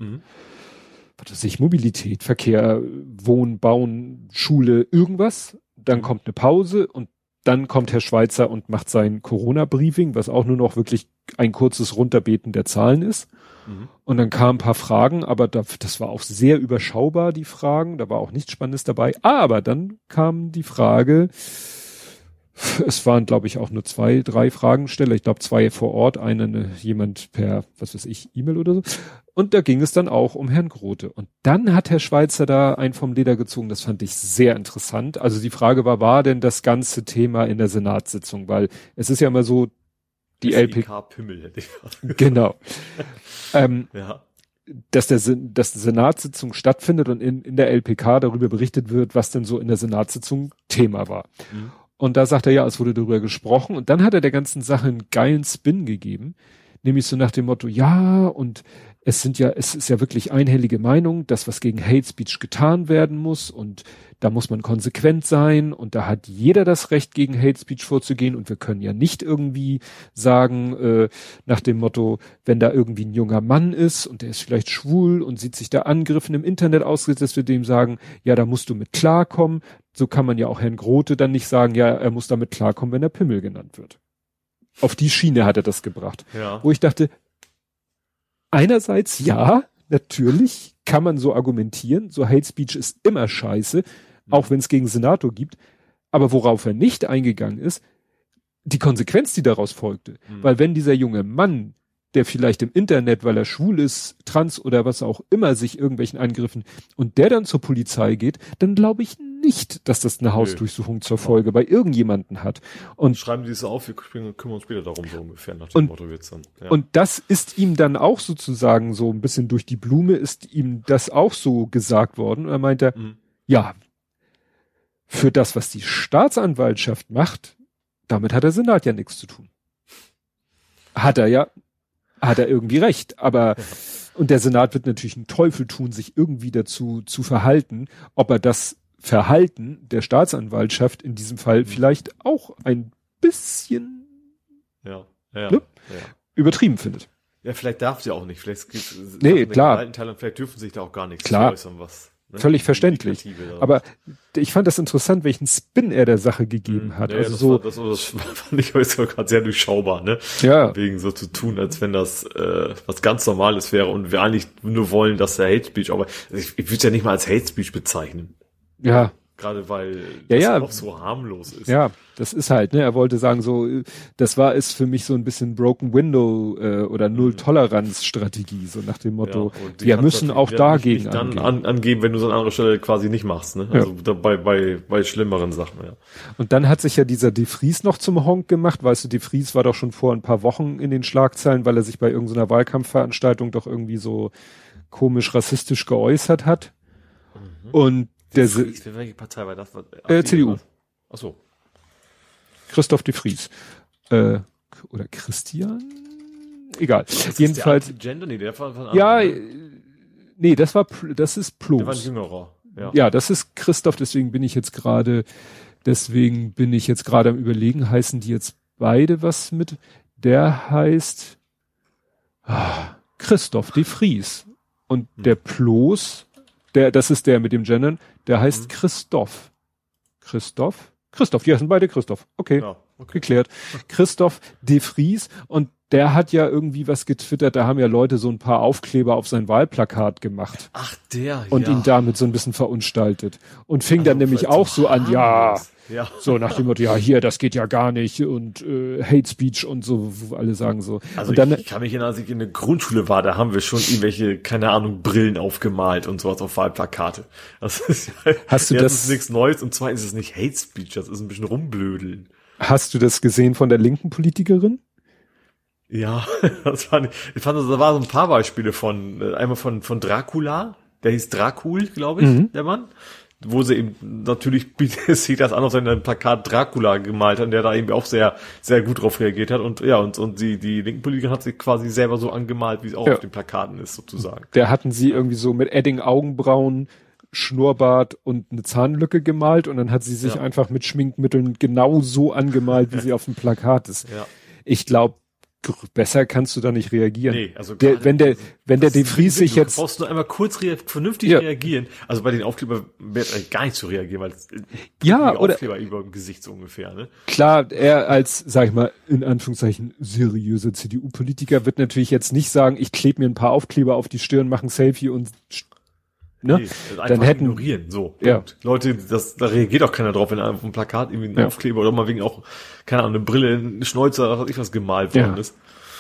Mobilität, Verkehr, Wohnen, Bauen, Schule, irgendwas. Dann kommt eine Pause und dann kommt Herr Schweizer und macht sein Corona-Briefing, was auch nur noch wirklich ein kurzes Runterbeten der Zahlen ist. Und dann kamen ein paar Fragen, aber das war auch sehr überschaubar, die Fragen. Da war auch nichts Spannendes dabei. Aber dann kam die Frage, es waren, glaube ich, auch nur 2, 3 Fragensteller. Ich glaube, 2 vor Ort, jemand per, E-Mail oder so. Und da ging es dann auch um Herrn Grote. Und dann hat Herr Schweizer da einen vom Leder gezogen. Das fand ich sehr interessant. Also die Frage war denn das ganze Thema in der Senatssitzung? Weil es ist ja immer so, die LPK Pimmel hätte ich genau. Dass die Senatssitzung stattfindet und in der LPK darüber berichtet wird, was denn so in der Senatssitzung Thema war. Und da sagt er, ja, es wurde darüber gesprochen. Und dann hat er der ganzen Sache einen geilen Spin gegeben. Nämlich so nach dem Motto, ja, und es ist ja wirklich einhellige Meinung, dass was gegen Hate Speech getan werden muss und da muss man konsequent sein und da hat jeder das Recht, gegen Hate Speech vorzugehen und wir können ja nicht irgendwie sagen, nach dem Motto, wenn da irgendwie ein junger Mann ist und der ist vielleicht schwul und sieht sich da Angriffen im Internet ausgesetzt, dass wir dem sagen, ja, da musst du mit klarkommen. So kann man ja auch Herrn Grote dann nicht sagen, ja, er muss damit klarkommen, wenn er Pimmel genannt wird. Auf die Schiene hat er das gebracht. Ja. Wo ich dachte, einerseits ja, natürlich kann man so argumentieren. So Hate Speech ist immer scheiße, auch wenn es gegen Senator gibt. Aber worauf er nicht eingegangen ist, die Konsequenz, die daraus folgte. Weil wenn dieser junge Mann, der vielleicht im Internet, weil er schwul ist, trans oder was auch immer, sich irgendwelchen Angriffen und der dann zur Polizei geht, dann glaube ich nicht, dass das eine Hausdurchsuchung zur Folge bei irgendjemanden hat. Und schreiben Sie es auf, wir kümmern uns später darum, so ungefähr, nach dem Motto wird's dann. Ja. Und das ist ihm dann auch sozusagen so ein bisschen durch die Blume, ist ihm das auch so gesagt worden. Und er meinte, ja, für das, was die Staatsanwaltschaft macht, damit hat der Senat ja nichts zu tun. Hat er irgendwie recht, aber und der Senat wird natürlich einen Teufel tun, sich irgendwie dazu zu verhalten, ob er das Verhalten der Staatsanwaltschaft in diesem Fall vielleicht auch ein bisschen übertrieben findet. Ja, vielleicht darf sie auch nicht. Vielleicht gibt es klar. Vielleicht dürfen sich da auch gar nichts äußern, was. Ne? Völlig verständlich. Aber ich fand das interessant, welchen Spin er der Sache gegeben hat. Also das fand ich gerade sehr durchschaubar, ne? Ja. Wegen so zu tun, als wenn das was ganz Normales wäre und wir eigentlich nur wollen, dass der Hate Speech, aber ich würde es ja nicht mal als Hate Speech bezeichnen. Ja. Gerade weil das auch so harmlos ist. Ja, das ist halt, ne? Er wollte sagen, so, ist für mich so ein bisschen Broken Window oder Null-Toleranz-Strategie, so nach dem Motto, wir müssen auch dagegen nicht dann angeben, wenn du es an anderer Stelle quasi nicht machst, ne? Also bei schlimmeren Sachen, ja. Und dann hat sich ja dieser De Vries noch zum Honk gemacht, weißt du, De Vries war doch schon vor ein paar Wochen in den Schlagzeilen, weil er sich bei irgendeiner Wahlkampfveranstaltung doch irgendwie so komisch rassistisch geäußert hat. Und welche Partei war das? CDU. Ach so. Christoph De Vries. Oder Christian? Egal. Jedenfalls. Gender? Nee, der war von nee, das ist Ploß. Der war ein Jüngerer. Ja, das ist Christoph, deswegen bin ich jetzt gerade am Überlegen, heißen die jetzt beide was mit? Der heißt Christoph De Vries. Und der Ploß, das ist der mit dem Gendern, der heißt Christoph. Christoph, die heißen beide Christoph. Okay, geklärt. Christoph De Vries und der hat ja irgendwie was getwittert, da haben ja Leute so ein paar Aufkleber auf sein Wahlplakat gemacht. Ach, und ihn damit so ein bisschen verunstaltet. Und fing dann nämlich auch so an, so nach dem Motto, hier, das geht ja gar nicht und Hate Speech und so, wo alle sagen so. Also und dann, ich kann mich erinnern, als ich in der Grundschule war, da haben wir schon irgendwelche, keine Ahnung, Brillen aufgemalt und sowas auf Wahlplakate. Das ist erstens nichts Neues und zweitens ist es nicht Hate Speech, das ist ein bisschen rumblödeln. Hast du das gesehen von der linken Politikerin? Ja, ich fand, da waren so ein paar Beispiele einmal von Dracula, der hieß Dracul, glaube ich, der Mann, wo sie eben natürlich sieht das an auf seinem Plakat Dracula gemalt hat, der da eben auch sehr, sehr gut drauf reagiert hat und die linken Politiker hat sich quasi selber so angemalt, wie es auch auf den Plakaten ist, sozusagen. Der hatten sie irgendwie so mit Edding Augenbrauen, Schnurrbart und eine Zahnlücke gemalt und dann hat sie sich einfach mit Schminkmitteln genau so angemalt, wie sie auf dem Plakat ist. Ja. Ich glaube, besser kannst du da nicht reagieren. Nee, also wenn der De Vries sich jetzt... Du brauchst nur einmal kurz vernünftig reagieren. Also bei den Aufkleber wäre es gar nicht zu reagieren, weil oder Aufkleber über dem Gesicht so ungefähr, ne? Klar, er als, sag ich mal, in Anführungszeichen seriöser CDU-Politiker wird natürlich jetzt nicht sagen, ich klebe mir ein paar Aufkleber auf die Stirn, mache ein Selfie und ne? Dann ignorieren, so. Ja. Leute, da reagiert auch keiner drauf, wenn auf dem Plakat irgendwie ein Aufkleber oder mal wegen auch, keine Ahnung, eine Brille, ein Schnäuzer, was ich was gemalt worden ist.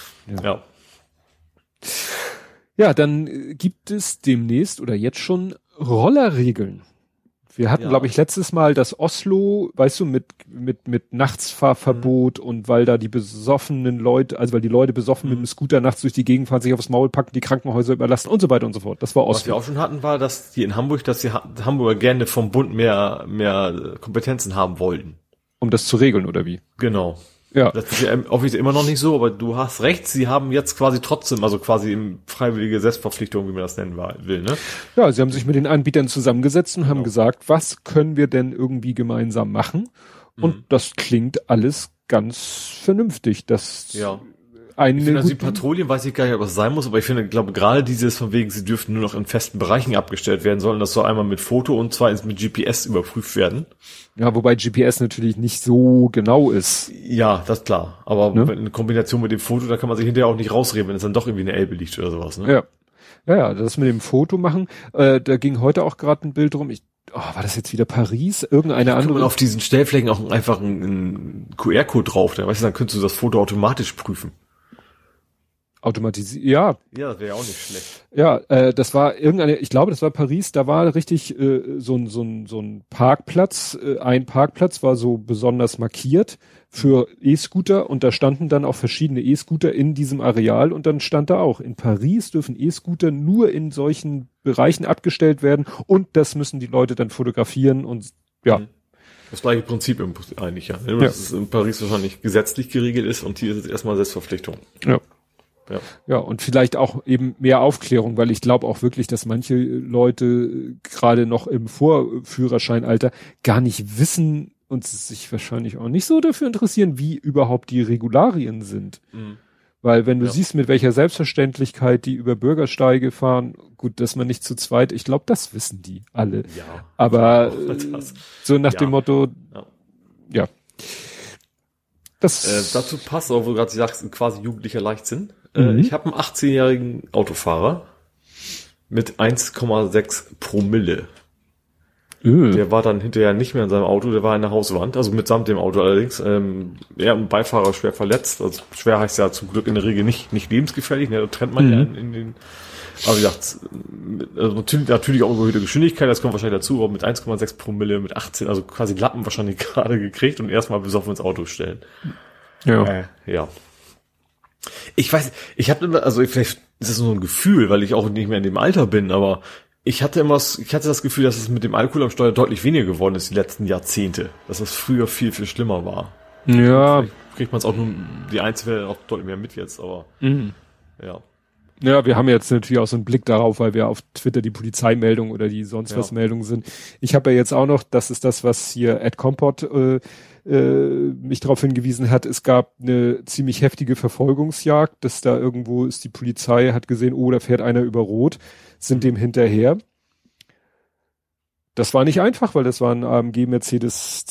Ja, dann gibt es demnächst oder jetzt schon Rollerregeln. Wir hatten, glaube ich, letztes Mal das Oslo, weißt du, mit Nachtsfahrverbot und weil da die besoffenen Leute, also weil die Leute besoffen mit dem Scooter nachts durch die Gegend fahren, sich aufs Maul packen, die Krankenhäuser überlasten und so weiter und so fort. Das war Oslo. Was wir auch schon hatten, war, dass die Hamburger gerne vom Bund mehr Kompetenzen haben wollten. Um das zu regeln, oder wie? Genau. Ja. Das ist ja offiziell immer noch nicht so, aber du hast recht, sie haben jetzt quasi trotzdem, also quasi im freiwillige Selbstverpflichtung, wie man das nennen will, ne? Ja, sie haben sich mit den Anbietern zusammengesetzt und haben gesagt, was können wir denn irgendwie gemeinsam machen? Und das klingt alles ganz vernünftig. Ich finde, also die Patrouillen weiß ich gar nicht, ob es sein muss, aber ich glaube gerade dieses von wegen, sie dürften nur noch in festen Bereichen abgestellt werden sollen, das soll einmal mit Foto und zweitens mit GPS überprüft werden. Ja, wobei GPS natürlich nicht so genau ist. Ja, das ist klar. Aber in Kombination mit dem Foto, da kann man sich hinterher auch nicht rausreden, wenn es dann doch irgendwie eine Elbe liegt oder sowas, ne? Ja. Ja, das mit dem Foto machen, da ging heute auch gerade ein Bild rum. War das jetzt wieder Paris? Irgendeine andere? Kann man auf diesen Stellflächen auch einfach einen QR-Code drauf, dann könntest du das Foto automatisch prüfen. Automatisiert, ja. Ja, das wäre ja auch nicht schlecht. Ja, das war ich glaube, das war Paris, da war richtig so ein Parkplatz, ein Parkplatz war so besonders markiert für E-Scooter und da standen dann auch verschiedene E-Scooter in diesem Areal und dann stand da auch, in Paris dürfen E-Scooter nur in solchen Bereichen abgestellt werden und das müssen die Leute dann fotografieren und ja. Das gleiche Prinzip eigentlich, ja. Nur, dass es in Paris wahrscheinlich gesetzlich geregelt ist und hier ist es erstmal Selbstverpflichtung. Ja. Ja, und vielleicht auch eben mehr Aufklärung, weil ich glaube auch wirklich, dass manche Leute gerade noch im Vorführerscheinalter gar nicht wissen und sich wahrscheinlich auch nicht so dafür interessieren, wie überhaupt die Regularien sind. Mhm. Weil wenn du siehst, mit welcher Selbstverständlichkeit die über Bürgersteige fahren, gut, dass man nicht zu zweit, ich glaube, das wissen die alle. Ja. Aber so nach dem Motto, ja. Das dazu passt, auch wo du gerade sagst, quasi jugendlicher Leichtsinn. Ich habe einen 18-jährigen Autofahrer mit 1,6 Promille. Der war dann hinterher nicht mehr in seinem Auto, der war in der Hauswand, also mitsamt dem Auto allerdings. Er und Beifahrer schwer verletzt. Also schwer heißt ja zum Glück in der Regel nicht lebensgefährlich, ne? Da trennt man ja in den. Aber wie gesagt, also natürlich auch überhöhte Geschwindigkeit, das kommt wahrscheinlich dazu, aber mit 1,6 Promille, mit 18, also quasi Lappen wahrscheinlich gerade gekriegt und erstmal besoffen ins Auto stellen. Ja. Ja. Ich weiß, ich habe immer, also vielleicht ist das nur ein Gefühl, weil ich auch nicht mehr in dem Alter bin, aber ich hatte das Gefühl, dass es mit dem Alkohol am Steuer deutlich weniger geworden ist die letzten Jahrzehnte, dass das früher viel, viel schlimmer war. Ja. Vielleicht kriegt man es auch nur, die Einzelfälle auch deutlich mehr mit jetzt, aber ja. Ja, wir haben jetzt natürlich auch so einen Blick darauf, weil wir auf Twitter die Polizeimeldung oder die sonst was Meldungen sind. Ich habe ja jetzt auch noch, das ist das, was hier Ed Compot mich darauf hingewiesen hat, es gab eine ziemlich heftige Verfolgungsjagd, dass da irgendwo ist die Polizei, hat gesehen, da fährt einer über Rot, sind dem hinterher. Das war nicht einfach, weil das war ein AMG Mercedes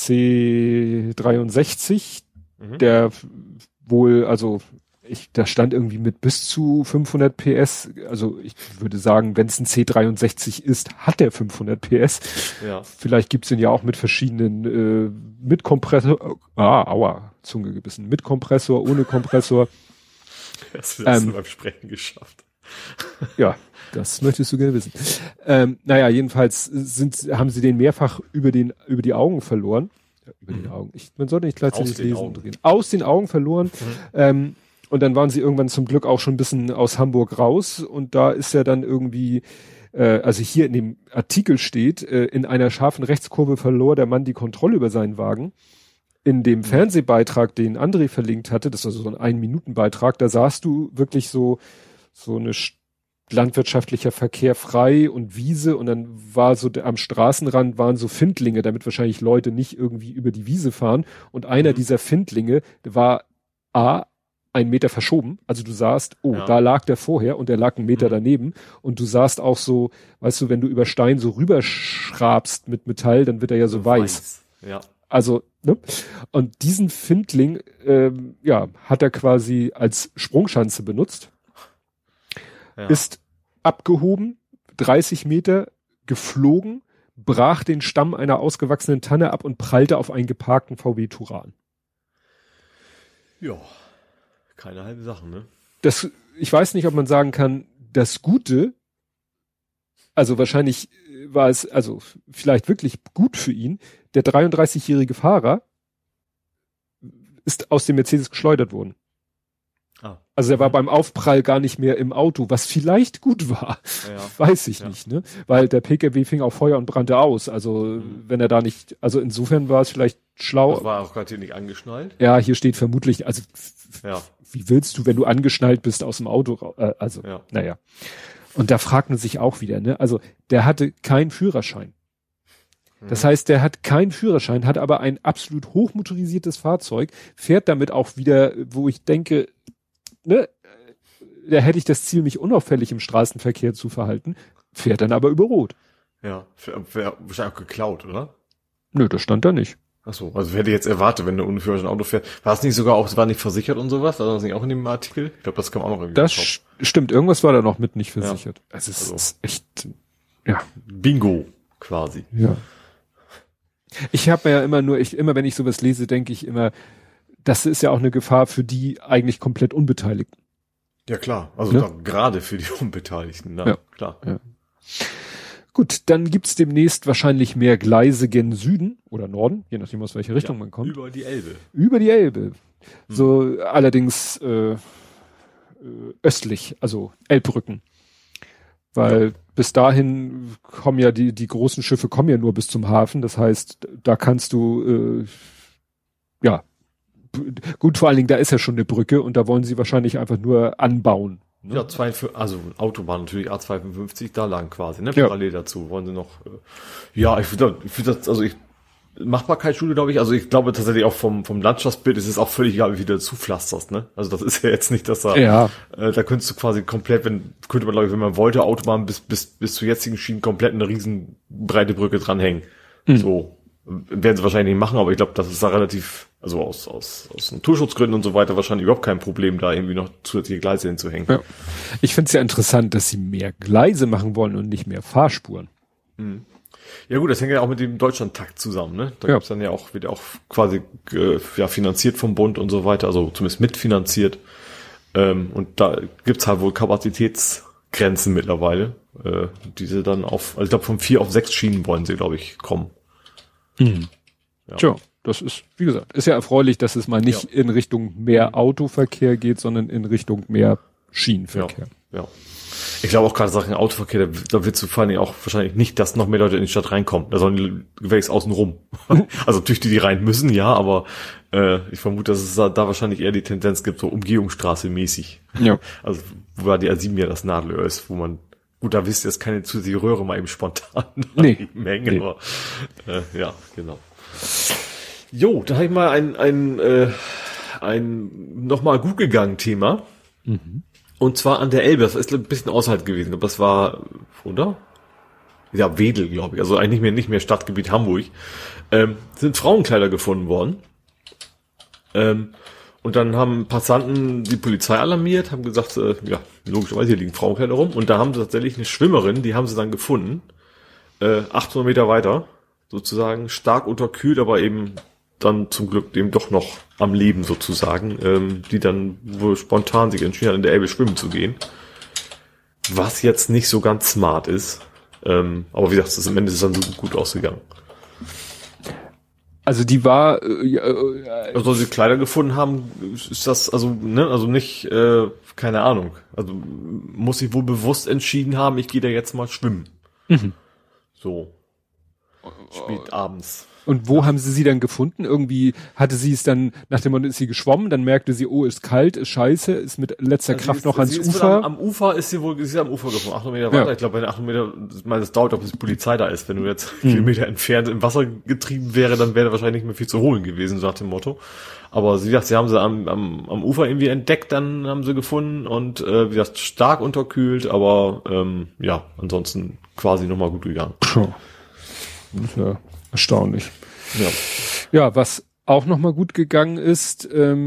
C63, der wohl, also da stand irgendwie mit bis zu 500 PS, also ich würde sagen, wenn es ein C63 ist, hat der 500 PS. Ja. Vielleicht gibt's den ja auch mit verschiedenen, mit Kompressor, Zunge gebissen, mit Kompressor, ohne Kompressor. Das hast du beim Sprechen geschafft. Ja, das möchtest du gerne wissen. Jedenfalls haben sie den mehrfach über die Augen verloren. Ja, über den Augen. Man sollte nicht gleichzeitig lesen. Aus den Augen verloren. Und dann waren sie irgendwann zum Glück auch schon ein bisschen aus Hamburg raus. Und da ist ja dann irgendwie, also hier in dem Artikel steht, in einer scharfen Rechtskurve verlor der Mann die Kontrolle über seinen Wagen. In dem Fernsehbeitrag, den André verlinkt hatte, das war so ein 1-Minuten-Beitrag, da sahst du wirklich so eine landwirtschaftlicher Verkehr frei und Wiese und dann war so am Straßenrand waren so Findlinge, damit wahrscheinlich Leute nicht irgendwie über die Wiese fahren. Und einer dieser Findlinge war 1 Meter verschoben. Also du sahst, da lag der vorher und der lag 1 Meter daneben. Und du sahst auch so, weißt du, wenn du über Stein so rüberschrabst mit Metall, dann wird er ja so weiß. Ja. Also, ne? Und diesen Findling, hat er quasi als Sprungschanze benutzt. Ja. Ist abgehoben, 30 Meter, geflogen, brach den Stamm einer ausgewachsenen Tanne ab und prallte auf einen geparkten VW Touran. Ja. Keine halbe Sache, ne? Ich weiß nicht, ob man sagen kann, das Gute, also wahrscheinlich war es, also vielleicht wirklich gut für ihn, der 33-jährige Fahrer ist aus dem Mercedes geschleudert worden. Also er war beim Aufprall gar nicht mehr im Auto, was vielleicht gut war. Weiß ich nicht, ne? Weil der PKW fing auf Feuer und brannte aus. Also wenn er da nicht, also insofern war es vielleicht schlau. Das war auch gerade hier nicht angeschnallt. Ja, hier steht vermutlich, also wie willst du, wenn du angeschnallt bist aus dem Auto, naja. Und da fragt man sich auch wieder, ne? Also der hatte keinen Führerschein. Das heißt, der hat keinen Führerschein, hat aber ein absolut hochmotorisiertes Fahrzeug, fährt damit auch wieder, wo ich denke, ne, da hätte ich das Ziel, mich unauffällig im Straßenverkehr zu verhalten, fährt dann aber über Rot. Ja, wäre wahrscheinlich auch geklaut, oder? Nö, das stand da nicht. Ach so, also hätte ich jetzt erwartet, wenn du ohne Führerschein Auto fährst. War es nicht sogar auch, es war nicht versichert und sowas? War das nicht auch in dem Artikel? Ich glaube, das kam auch noch irgendwie. Das stimmt, irgendwas war da noch mit nicht versichert. Ja. Also es ist echt, ja. Bingo, quasi. Ja. Ich habe ja immer wenn ich sowas lese, denke ich immer, das ist ja auch eine Gefahr für die eigentlich komplett Unbeteiligten. Ja, klar. Also ja? Gerade für die Unbeteiligten, ja. Klar. Ja. Gut, dann gibt's demnächst wahrscheinlich mehr Gleise gen Süden oder Norden, je nachdem aus welcher Richtung man kommt. Über die Elbe. Über die Elbe. So allerdings östlich, also Elbrücken. Weil bis dahin kommen ja die großen Schiffe kommen ja nur bis zum Hafen. Das heißt, da kannst du gut, vor allen Dingen, da ist ja schon eine Brücke und da wollen sie wahrscheinlich einfach nur anbauen. Ne? Ja, also Autobahn natürlich A255 da lang quasi, ne? Parallel dazu wollen sie noch. Ich finde das, also Machbarkeitsstudie, glaube ich. Also ich glaube tatsächlich auch vom Landschaftsbild ist es auch völlig egal, wie viel du dazu pflasterst, ne? Also das ist ja jetzt nicht, dass da könntest du quasi komplett, könnte man, glaube ich, wenn man wollte, Autobahn bis zur jetzigen Schienen komplett eine riesen breite Brücke dranhängen. So. Werden sie wahrscheinlich nicht machen, aber ich glaube, das ist da relativ, also aus Naturschutzgründen und so weiter wahrscheinlich überhaupt kein Problem, da irgendwie noch zusätzliche Gleise hinzuhängen. Ja. Ich finde es ja interessant, dass sie mehr Gleise machen wollen und nicht mehr Fahrspuren. Mhm. Ja gut, das hängt ja auch mit dem Deutschlandtakt zusammen, ne? Da gibt's dann wird auch quasi finanziert vom Bund und so weiter, also zumindest mitfinanziert. Und da gibt's halt wohl Kapazitätsgrenzen mittlerweile, die sie dann ich glaube von 4 auf 6 Schienen wollen sie, glaube ich, kommen. Ja. Tja, das ist, wie gesagt, ist ja erfreulich, dass es mal nicht in Richtung mehr Autoverkehr geht, sondern in Richtung mehr Schienenverkehr. Ja. Ich glaube auch gerade Sachen Autoverkehr, da wird zu vor allem auch wahrscheinlich nicht, dass noch mehr Leute in die Stadt reinkommen. Da sollen die Gewächse außen rum. Also natürlich die rein müssen, ja, aber ich vermute, dass es da wahrscheinlich eher die Tendenz gibt, so Umgehungsstraße mäßig. Ja. Also wo die A7 ja das Nadelöhr ist, wo man gut, da wisst ihr jetzt keine zusätzliche Röhre mal eben spontan hängen, aber ja, genau. Jo, da habe ich mal ein nochmal gut gegangen Thema. Und zwar an der Elbe. Das ist ein bisschen außerhalb gewesen, aber das war, oder? Ja, Wedel, glaube ich. Also eigentlich nicht mehr Stadtgebiet Hamburg. Sind Frauenkleider gefunden worden. Und dann haben Passanten die Polizei alarmiert, haben gesagt, logischerweise, hier liegen Frauenkleider rum. Und da haben sie tatsächlich eine Schwimmerin, die haben sie dann gefunden, 800 Meter weiter, sozusagen stark unterkühlt, aber eben dann zum Glück eben doch noch am Leben sozusagen, die dann wohl spontan sich entschieden hat, in der Elbe schwimmen zu gehen. Was jetzt nicht so ganz smart ist. Aber wie gesagt, am Ende ist es dann so gut ausgegangen. Also die war, also sie Kleider gefunden haben, ist das also nicht, keine Ahnung. Also muss sie wohl bewusst entschieden haben, ich gehe da jetzt mal schwimmen. So spät abends. Und wo haben sie dann gefunden? Irgendwie hatte sie es dann, nach dem Motto ist sie geschwommen, dann merkte sie, oh, ist kalt, ist scheiße, ist mit letzter Kraft noch ans Ufer. Am Ufer ist sie am Ufer gefunden, 800 Meter weiter. Ja. Ich glaube, bei den 800 Meter, das dauert auch, bis die Polizei da ist. Wenn du jetzt Kilometer entfernt im Wasser getrieben wäre, dann wäre wahrscheinlich nicht mehr viel zu holen gewesen, so nach dem Motto. Aber sie haben sie am Ufer irgendwie entdeckt, dann haben sie gefunden und wie gesagt, stark unterkühlt, aber ansonsten quasi nochmal gut gegangen. Ja, erstaunlich. Ja, was auch nochmal gut gegangen ist,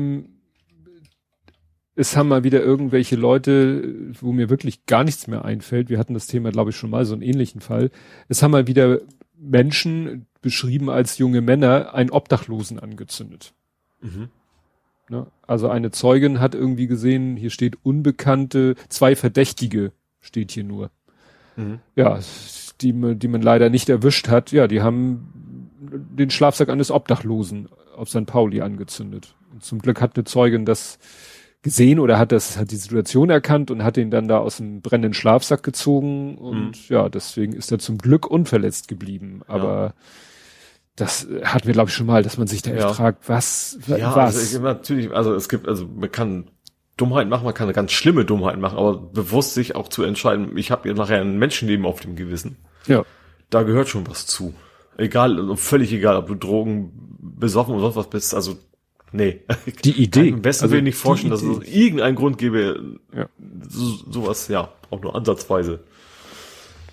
es haben mal wieder irgendwelche Leute, wo mir wirklich gar nichts mehr einfällt. Wir hatten das Thema, glaube ich, schon mal, so einen ähnlichen Fall. Es haben mal wieder Menschen, beschrieben als junge Männer, einen Obdachlosen angezündet. Ne? Also eine Zeugin hat irgendwie gesehen, hier steht Unbekannte, 2 Verdächtige steht hier nur. Ja, die man leider nicht erwischt hat. Ja, die haben den Schlafsack eines Obdachlosen auf St. Pauli angezündet. Und zum Glück hat eine Zeugin das gesehen oder hat die Situation erkannt und hat ihn dann da aus dem brennenden Schlafsack gezogen und deswegen ist er zum Glück unverletzt geblieben. Aber das hatten wir, glaube ich, schon mal, dass man sich da echt fragt, was? Also man kann Dummheit machen, man kann eine ganz schlimme Dummheit machen, aber bewusst sich auch zu entscheiden, ich habe jetzt nachher ein Menschenleben auf dem Gewissen. Ja. Da gehört schon was zu. Völlig egal, ob du Drogen besoffen oder sonst was bist, also nee. Die Idee. Am besten will ich nicht vorstellen, dass es irgendeinen Grund gäbe, sowas, auch nur ansatzweise.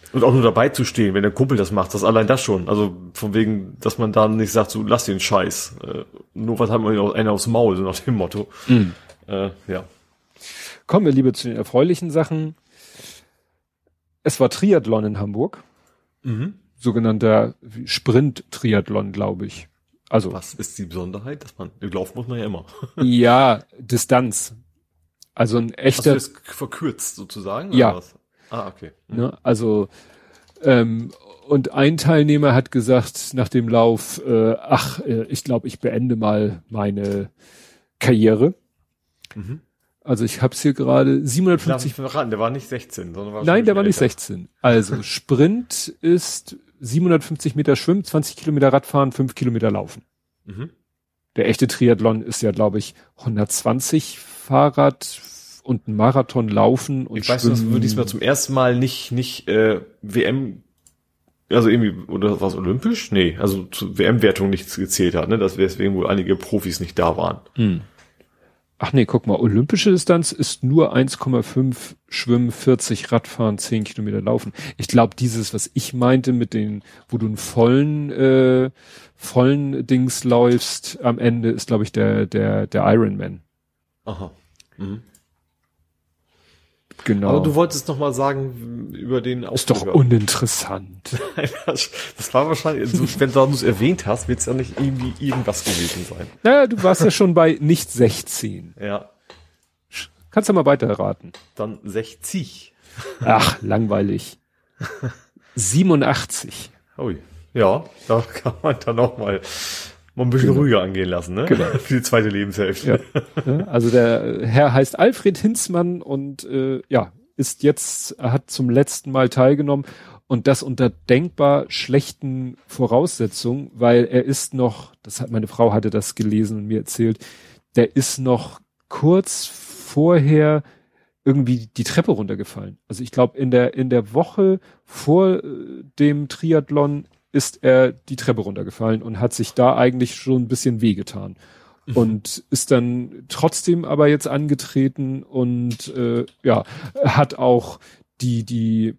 Und auch nur dabei zu stehen, wenn der Kumpel das macht, das allein das schon. Also von wegen, dass man da nicht sagt, so lass den Scheiß. Nur was hat man einer aufs Maul, so nach dem Motto. Ja. Kommen wir lieber zu den erfreulichen Sachen. Es war Triathlon in Hamburg. Sogenannter Sprint-Triathlon, glaube ich. Also. Was ist die Besonderheit? Dass man, laufen muss man ja immer. Ja, Distanz. Also ein echter. Hast du das verkürzt sozusagen? Ja. Oder was? Okay. Ne, also, und ein Teilnehmer hat gesagt nach dem Lauf, ich glaube, ich beende mal meine Karriere. Also ich habe es hier gerade 750. Der war nicht 16, sondern war Nein, der war nicht 16. Also Sprint ist 750 Meter Schwimmen, 20 Kilometer Radfahren, 5 Kilometer Laufen. Der echte Triathlon ist ja, glaube ich, 120 Fahrrad und ein Marathon laufen und ich weiß, dass wir diesmal zum ersten Mal nicht WM, also irgendwie, oder was olympisch? Nee, also zur WM-Wertung nichts gezählt hat, ne? Dass deswegen wohl einige Profis nicht da waren. Ach nee, guck mal, olympische Distanz ist nur 1,5 Schwimmen, 40 Radfahren, 10 Kilometer Laufen. Ich glaube, dieses, was ich meinte mit den, wo du einen vollen Dings läufst, am Ende ist, glaube ich, der Ironman. Aha. Genau. Aber du wolltest noch mal sagen über den Aufreger. Ist doch uninteressant. Das war wahrscheinlich, also, wenn du es erwähnt hast, wird es ja nicht irgendwie irgendwas gewesen sein. Naja, du warst ja schon bei nicht 16. Ja. Kannst du mal weiter raten. Dann 60. Ach, langweilig. 87. Ui. Ja, da kann man dann noch mal ein bisschen ruhiger angehen lassen, ne? Genau. Für die zweite Lebenshälfte. Ja. Also der Herr heißt Alfred Hinzmann und hat zum letzten Mal teilgenommen und das unter denkbar schlechten Voraussetzungen, weil er ist noch, meine Frau hatte das gelesen und mir erzählt, der ist noch kurz vorher irgendwie die Treppe runtergefallen. Also ich glaube in der Woche vor dem Triathlon ist er die Treppe runtergefallen und hat sich da eigentlich schon ein bisschen wehgetan. Und ist dann trotzdem aber jetzt angetreten und hat auch die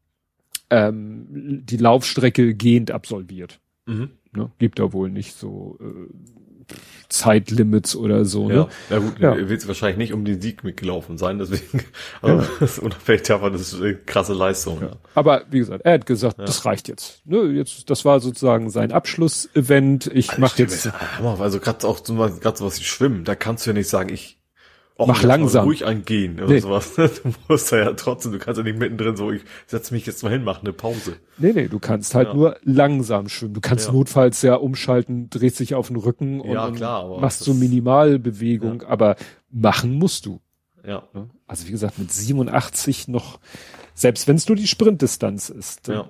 Laufstrecke gehend absolviert. Ne? Gibt da wohl nicht so Zeitlimits oder so. Ja, ne? ja gut, er wird wahrscheinlich nicht um den Sieg mitgelaufen sein, deswegen, also, das ist unabhängig davon, das ist eine krasse Leistung. Ja. Aber wie gesagt, er hat gesagt, das reicht jetzt. Ne, das war sozusagen sein Abschlussevent. Ich mache jetzt. Also gerade so was wie Schwimmen, da kannst du ja nicht sagen, ich mach langsam. Ruhig angehen oder sowas. Du musst ja trotzdem, du kannst ja nicht mittendrin so, ich setze mich jetzt mal hin, mache eine Pause. Nee, du kannst halt nur langsam schwimmen. Du kannst notfalls ja umschalten, drehst dich auf den Rücken und machst so Minimalbewegung, aber machen musst du. Ja. Also wie gesagt, mit 87 noch, selbst wenn es nur die Sprintdistanz ist. Ja.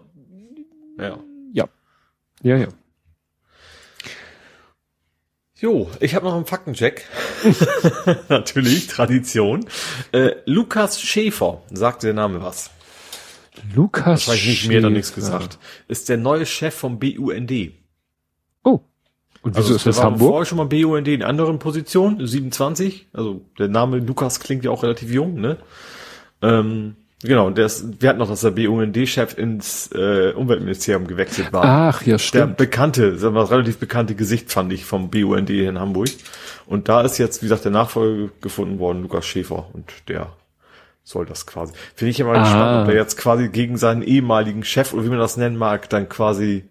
Jo, ich habe noch einen Faktencheck. Natürlich, Tradition. Lukas Schäfer, sagt der Name was? Lukas Schäfer. Nicht mehr, da nichts gesagt. Ist der neue Chef vom BUND. Oh. Und wieso ist das Hamburg? Vorher schon mal BUND in anderen Positionen, 27. Also der Name Lukas klingt ja auch relativ jung, ne? Genau, wir hatten noch, dass der BUND-Chef ins Umweltministerium gewechselt war. Ach, ja, stimmt. Der relativ bekannte Gesicht, fand ich, vom BUND in Hamburg. Und da ist jetzt, wie gesagt, der Nachfolger gefunden worden, Lukas Schäfer. Und der soll das quasi. Finde ich ja mal gespannt, ob der jetzt quasi gegen seinen ehemaligen Chef, oder wie man das nennen mag, dann quasi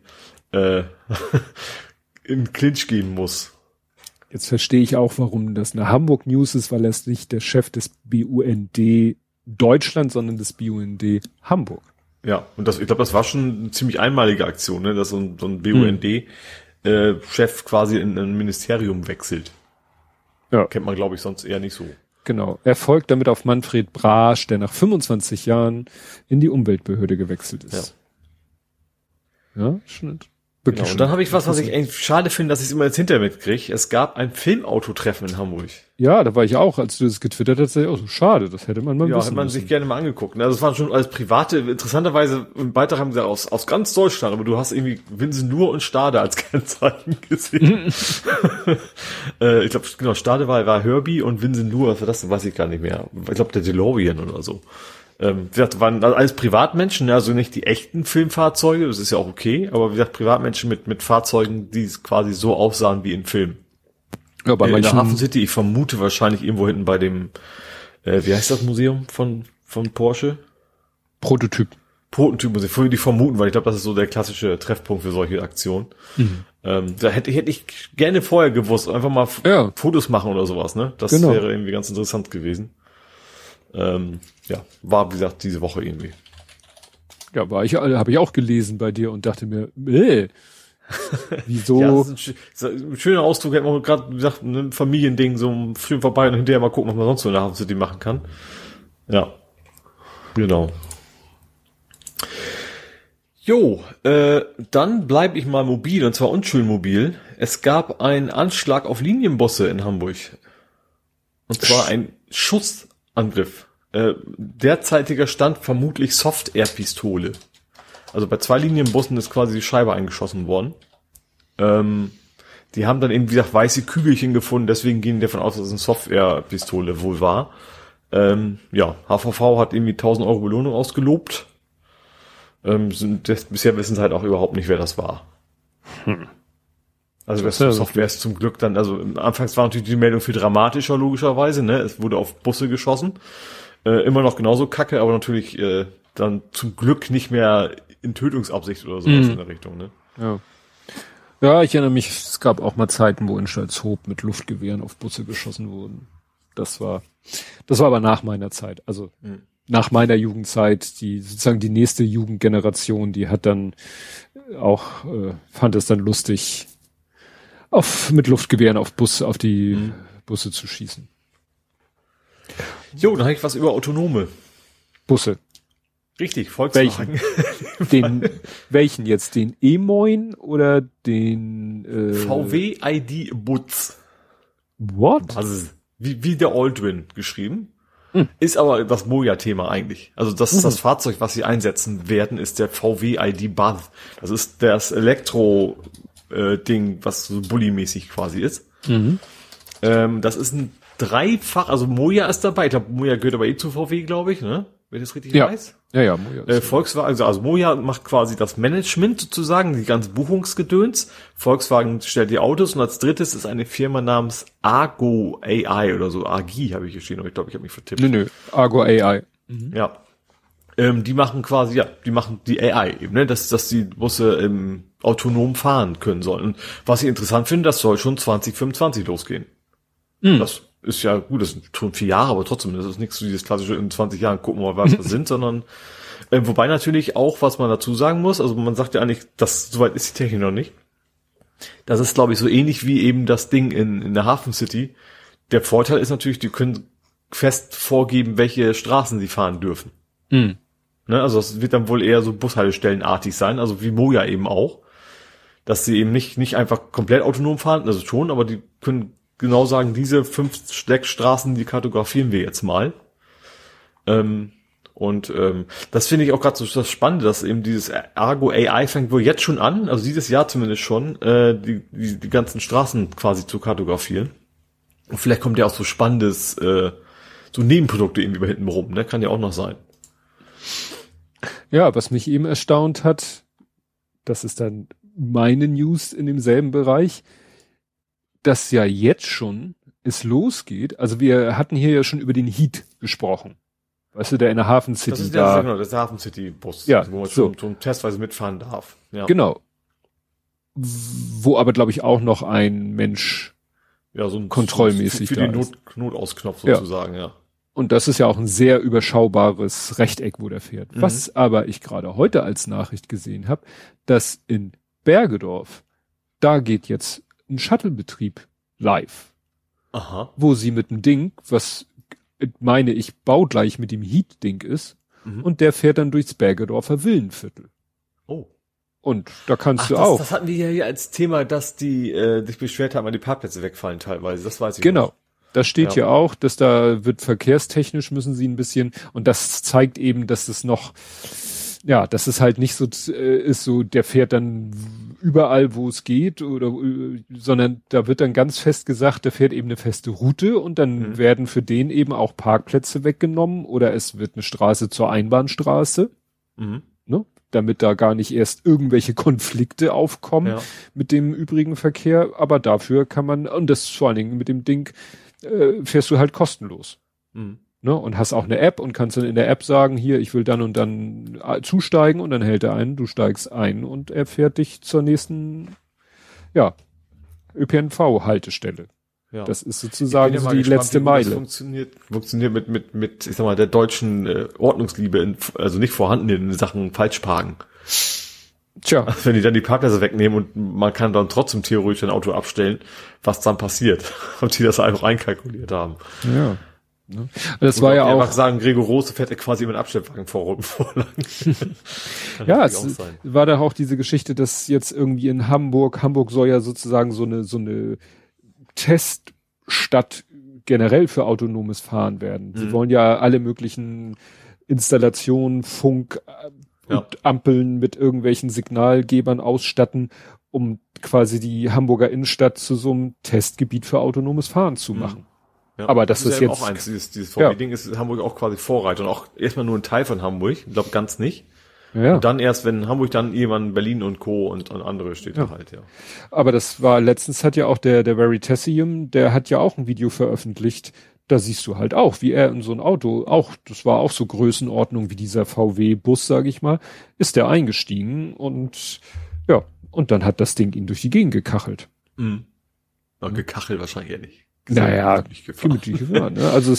in Clinch gehen muss. Jetzt verstehe ich auch, warum das eine Hamburg News ist, weil er ist nicht der Chef des BUND Deutschland, sondern des BUND Hamburg. Ja, und ich glaube, das war schon eine ziemlich einmalige Aktion, ne, dass so ein BUND-Chef quasi in ein Ministerium wechselt. Ja. Kennt man, glaube ich, sonst eher nicht so. Genau. Er folgt damit auf Manfred Brasch, der nach 25 Jahren in die Umweltbehörde gewechselt ist. Ja, schon. Genau. Und dann habe ich was ich eigentlich schade finde, dass ich es immer jetzt hinterher mitkriege. Es gab ein Filmautotreffen in Hamburg. Ja, da war ich auch, als du das getwittert hast, auch so schade, das hätte man mal wissen müssen. Ja, hätte man sich gerne mal angeguckt. Also es waren schon alles private, interessanterweise im Beitrag haben sie aus ganz Deutschland, aber du hast irgendwie Winsenlohr und Stade als Kennzeichen gesehen. Ich glaube, genau, Stade war Herbie und Winsenlohr, was war das, weiß ich gar nicht mehr. Ich glaube, der DeLorean oder so. Wie gesagt, waren alles Privatmenschen, also nicht die echten Filmfahrzeuge, das ist ja auch okay, aber wie gesagt, Privatmenschen mit Fahrzeugen, die quasi so aussahen wie in Filmen. Ja, bei in der Hafen City, ich vermute wahrscheinlich irgendwo hinten bei dem, wie heißt das Museum von Porsche? Prototypmuseum, die vermuten, weil ich glaube, das ist so der klassische Treffpunkt für solche Aktionen. Da hätte ich gerne vorher gewusst, einfach mal Fotos machen oder sowas, ne? Das wäre irgendwie ganz interessant gewesen. War, wie gesagt, diese Woche irgendwie. Ja, habe ich auch gelesen bei dir und dachte mir, wieso? Ja, das ist ein schöner Ausdruck, hätte man gerade gesagt, ein Familiending, so schön vorbei und hinterher mal gucken, was man sonst so in der Hafen City machen kann. Ja. Genau. Jo, dann bleibe ich mal mobil, und zwar unschön mobil. Es gab einen Anschlag auf Linienbusse in Hamburg. Und zwar ein Schussangriff. Derzeitiger Stand vermutlich Soft-Air-Pistole. Also bei 2 Linienbussen ist quasi die Scheibe eingeschossen worden. Die haben dann eben, wie gesagt, weiße Kügelchen gefunden, deswegen gehen die davon aus, dass es eine Soft-Air-Pistole wohl war. HVV hat irgendwie 1.000 Euro Belohnung ausgelobt. Bisher wissen sie halt auch überhaupt nicht, wer das war. Also das Software ist zum Glück dann, also anfangs war natürlich die Meldung viel dramatischer, logischerweise, ne? Es wurde auf Busse geschossen. Immer noch genauso kacke, aber natürlich dann zum Glück nicht mehr in Tötungsabsicht oder sowas in der Richtung, ne? Ja, ich erinnere mich, es gab auch mal Zeiten, wo in Stalzhoop mit Luftgewehren auf Busse geschossen wurden. Das war aber nach meiner Zeit, also nach meiner Jugendzeit, sozusagen die nächste Jugendgeneration, die hat dann auch, fand es dann lustig, mit Luftgewehren auf die Busse zu schießen. Jo, dann habe ich was über autonome Busse. Richtig, Volkswagen. Welchen jetzt? Den E-Moin oder den VW ID Butz. What? Also wie der Aldrin geschrieben. Ist aber das Moja-Thema eigentlich. Also das ist das Fahrzeug, was sie einsetzen werden, ist der VW ID Buzz. Das ist das Elektro-Ding, was so Bulli-mäßig quasi ist. Das ist ein Dreifach, also Moja ist dabei. Ich glaube, Moja gehört aber zu VW, glaube ich, ne? Wenn ich das richtig weiß. Ja, Moja. Volkswagen, also Moja macht quasi das Management sozusagen, die ganze Buchungsgedöns. Volkswagen stellt die Autos und als drittes ist eine Firma namens Argo AI oder so. Agi habe ich geschrieben, aber ich glaube, ich habe mich vertippt. Nö, Argo AI. Ja. Die machen quasi, die machen die AI eben, ne, dass die Busse autonom fahren können sollen. Und was ich interessant finde, das soll schon 2025 losgehen. Das ist ja gut, das sind schon 4 Jahre, aber trotzdem, das ist nichts so dieses klassische, in 20 Jahren gucken wir mal, was wir sind, sondern wobei natürlich auch, was man dazu sagen muss, also man sagt ja eigentlich, soweit ist die Technik noch nicht. Das ist, glaube ich, so ähnlich wie eben das Ding in der Hafen City. Der Vorteil ist natürlich, die können fest vorgeben, welche Straßen sie fahren dürfen. Ne, also das wird dann wohl eher so Bushaltestellenartig sein, also wie Moja eben auch. Dass sie eben nicht einfach komplett autonom fahren, also schon, aber die können genau sagen, diese 5 Steckstraßen, die kartografieren wir jetzt mal. Das finde ich auch gerade so das Spannende, dass eben dieses Argo AI fängt wohl jetzt schon an, also dieses Jahr zumindest schon, die ganzen Straßen quasi zu kartografieren. Und vielleicht kommt ja auch so spannendes, so Nebenprodukte irgendwie bei hinten rum, ne? Kann ja auch noch sein. Ja, was mich eben erstaunt hat, das ist dann meine News in demselben Bereich, dass ja jetzt schon es losgeht. Also wir hatten hier ja schon über den Heat gesprochen. Weißt du, der in der Hafen City das ist das ist der Hafen City Bus, ja, wo man schon testweise mitfahren darf. Ja. Genau. Wo aber, glaube ich, auch noch ein Mensch so ein kontrollmäßig für den Notausknopf sozusagen, ja. Und das ist ja auch ein sehr überschaubares Rechteck, wo der fährt. Was aber ich gerade heute als Nachricht gesehen habe, dass in Bergedorf, da geht jetzt ein Shuttle-Betrieb live. Aha. Wo sie mit dem Ding, was meine ich baugleich mit dem Heat-Ding ist, und der fährt dann durchs Bergedorfer Villenviertel. Oh. Und da kannst du auch. Das hatten wir ja hier als Thema, dass die sich beschwert haben, weil die Parkplätze wegfallen teilweise. Das weiß ich genau. noch. Das steht ja auch, dass da wird verkehrstechnisch müssen sie ein bisschen, und das zeigt eben, dass das noch ja, das ist halt nicht so, ist so, der fährt dann überall, wo es geht, oder, sondern da wird dann ganz fest gesagt, der fährt eben eine feste Route und dann werden für den eben auch Parkplätze weggenommen oder es wird eine Straße zur Einbahnstraße, ne, damit da gar nicht erst irgendwelche Konflikte aufkommen mit dem übrigen Verkehr, aber dafür kann man, und das vor allen Dingen mit dem Ding, fährst du halt kostenlos. Ne, und hast auch eine App und kannst dann in der App sagen, hier, ich will dann und dann zusteigen und dann hält er ein, du steigst ein und er fährt dich zur nächsten, ja, ÖPNV-Haltestelle. Ja. Das ist sozusagen so die gespannt, letzte Meile. Das funktioniert mit, ich sag mal, der deutschen Ordnungsliebe, also nicht vorhanden in Sachen Falschparken. Tja. Also wenn die dann die Parkplätze wegnehmen und man kann dann trotzdem theoretisch ein Auto abstellen, was dann passiert, ob die das einfach einkalkuliert haben. Ja. Ne? Das war ja auch. Einfach sagen, Gregor Rose fährt quasi über den Abstellwagen vorlang. Ja, es war da auch diese Geschichte, dass jetzt irgendwie in Hamburg soll ja sozusagen so eine Teststadt generell für autonomes Fahren werden. Sie wollen ja alle möglichen Installationen, Funk und Ampeln mit irgendwelchen Signalgebern ausstatten, um quasi die Hamburger Innenstadt zu so einem Testgebiet für autonomes Fahren zu machen. Ja, aber das ist jetzt auch eins, dieses VW-Ding ist Hamburg auch quasi Vorreiter und auch erstmal nur ein Teil von Hamburg, ich glaube ganz nicht. Ja. Und dann erst, wenn Hamburg dann irgendwann Berlin und Co. und andere steht da halt, ja. Aber das war, letztens hat ja auch der Veritasium, der hat ja auch ein Video veröffentlicht, da siehst du halt auch, wie er in so ein Auto, auch, das war auch so Größenordnung wie dieser VW-Bus, sage ich mal, ist der eingestiegen und ja, und dann hat das Ding ihn durch die Gegend gekachelt. Gekachelt wahrscheinlich eher nicht. Naja, gemütlich gefahren. Ne? Also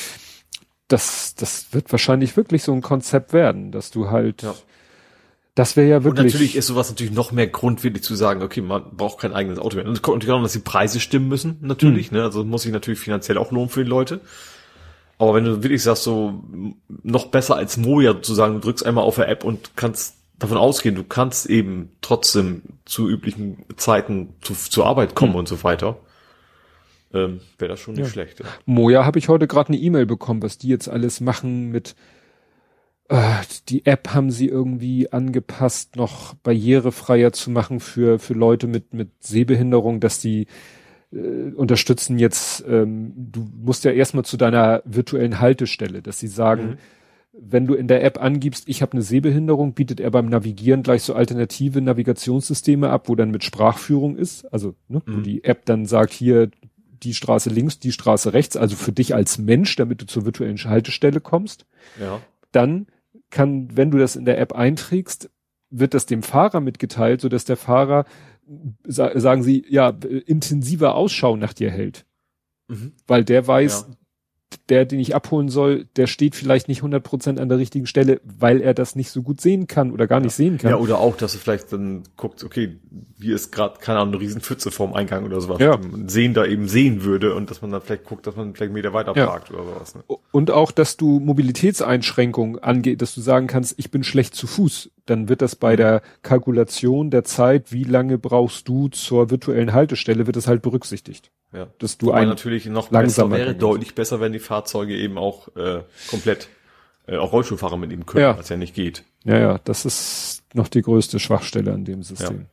das wird wahrscheinlich wirklich so ein Konzept werden, dass du halt, das wäre ja wirklich. Und natürlich ist sowas natürlich noch mehr Grund, wirklich zu sagen, okay, man braucht kein eigenes Auto mehr. Und es kommt natürlich auch, dass die Preise stimmen müssen, natürlich, ne? Also muss sich natürlich finanziell auch lohnen für die Leute. Aber wenn du wirklich sagst, so noch besser als Moja zu sagen, du drückst einmal auf der App und kannst davon ausgehen, du kannst eben trotzdem zu üblichen Zeiten zur Arbeit kommen und so weiter. Wäre das schon nicht schlecht. Ja. Moja habe ich heute gerade eine E-Mail bekommen, was die jetzt alles machen mit die App haben sie irgendwie angepasst, noch barrierefreier zu machen für Leute mit Sehbehinderung, dass die unterstützen jetzt, du musst ja erstmal zu deiner virtuellen Haltestelle, dass sie sagen, wenn du in der App angibst, ich habe eine Sehbehinderung, bietet er beim Navigieren gleich so alternative Navigationssysteme ab, wo dann mit Sprachführung ist, also wo die App dann sagt, hier die Straße links, die Straße rechts, also für dich als Mensch, damit du zur virtuellen Haltestelle kommst. Ja. Dann wenn du das in der App einträgst, wird das dem Fahrer mitgeteilt, sodass der Fahrer, sagen sie, intensiver Ausschau nach dir hält. Weil der weiß, der, den ich abholen soll, der steht vielleicht nicht 100% an der richtigen Stelle, weil er das nicht so gut sehen kann oder gar nicht sehen kann. Ja, oder auch, dass du vielleicht dann guckst, okay, hier ist gerade, keine Ahnung, eine riesen Pfütze vorm Eingang oder sowas. Sehender eben sehen würde und dass man dann vielleicht guckt, dass man vielleicht einen Meter weiter parkt oder sowas. Ne? Und auch, dass du Mobilitätseinschränkungen angeht, dass du sagen kannst, ich bin schlecht zu Fuß. Dann wird das bei der Kalkulation der Zeit, wie lange brauchst du zur virtuellen Haltestelle, wird das halt berücksichtigt. Ja, dass du natürlich noch besser wäre, deutlich besser, wenn die Fahrzeuge eben auch komplett auch Rollstuhlfahrer mitnehmen können, was ja nicht geht. Ja, das ist noch die größte Schwachstelle an dem System.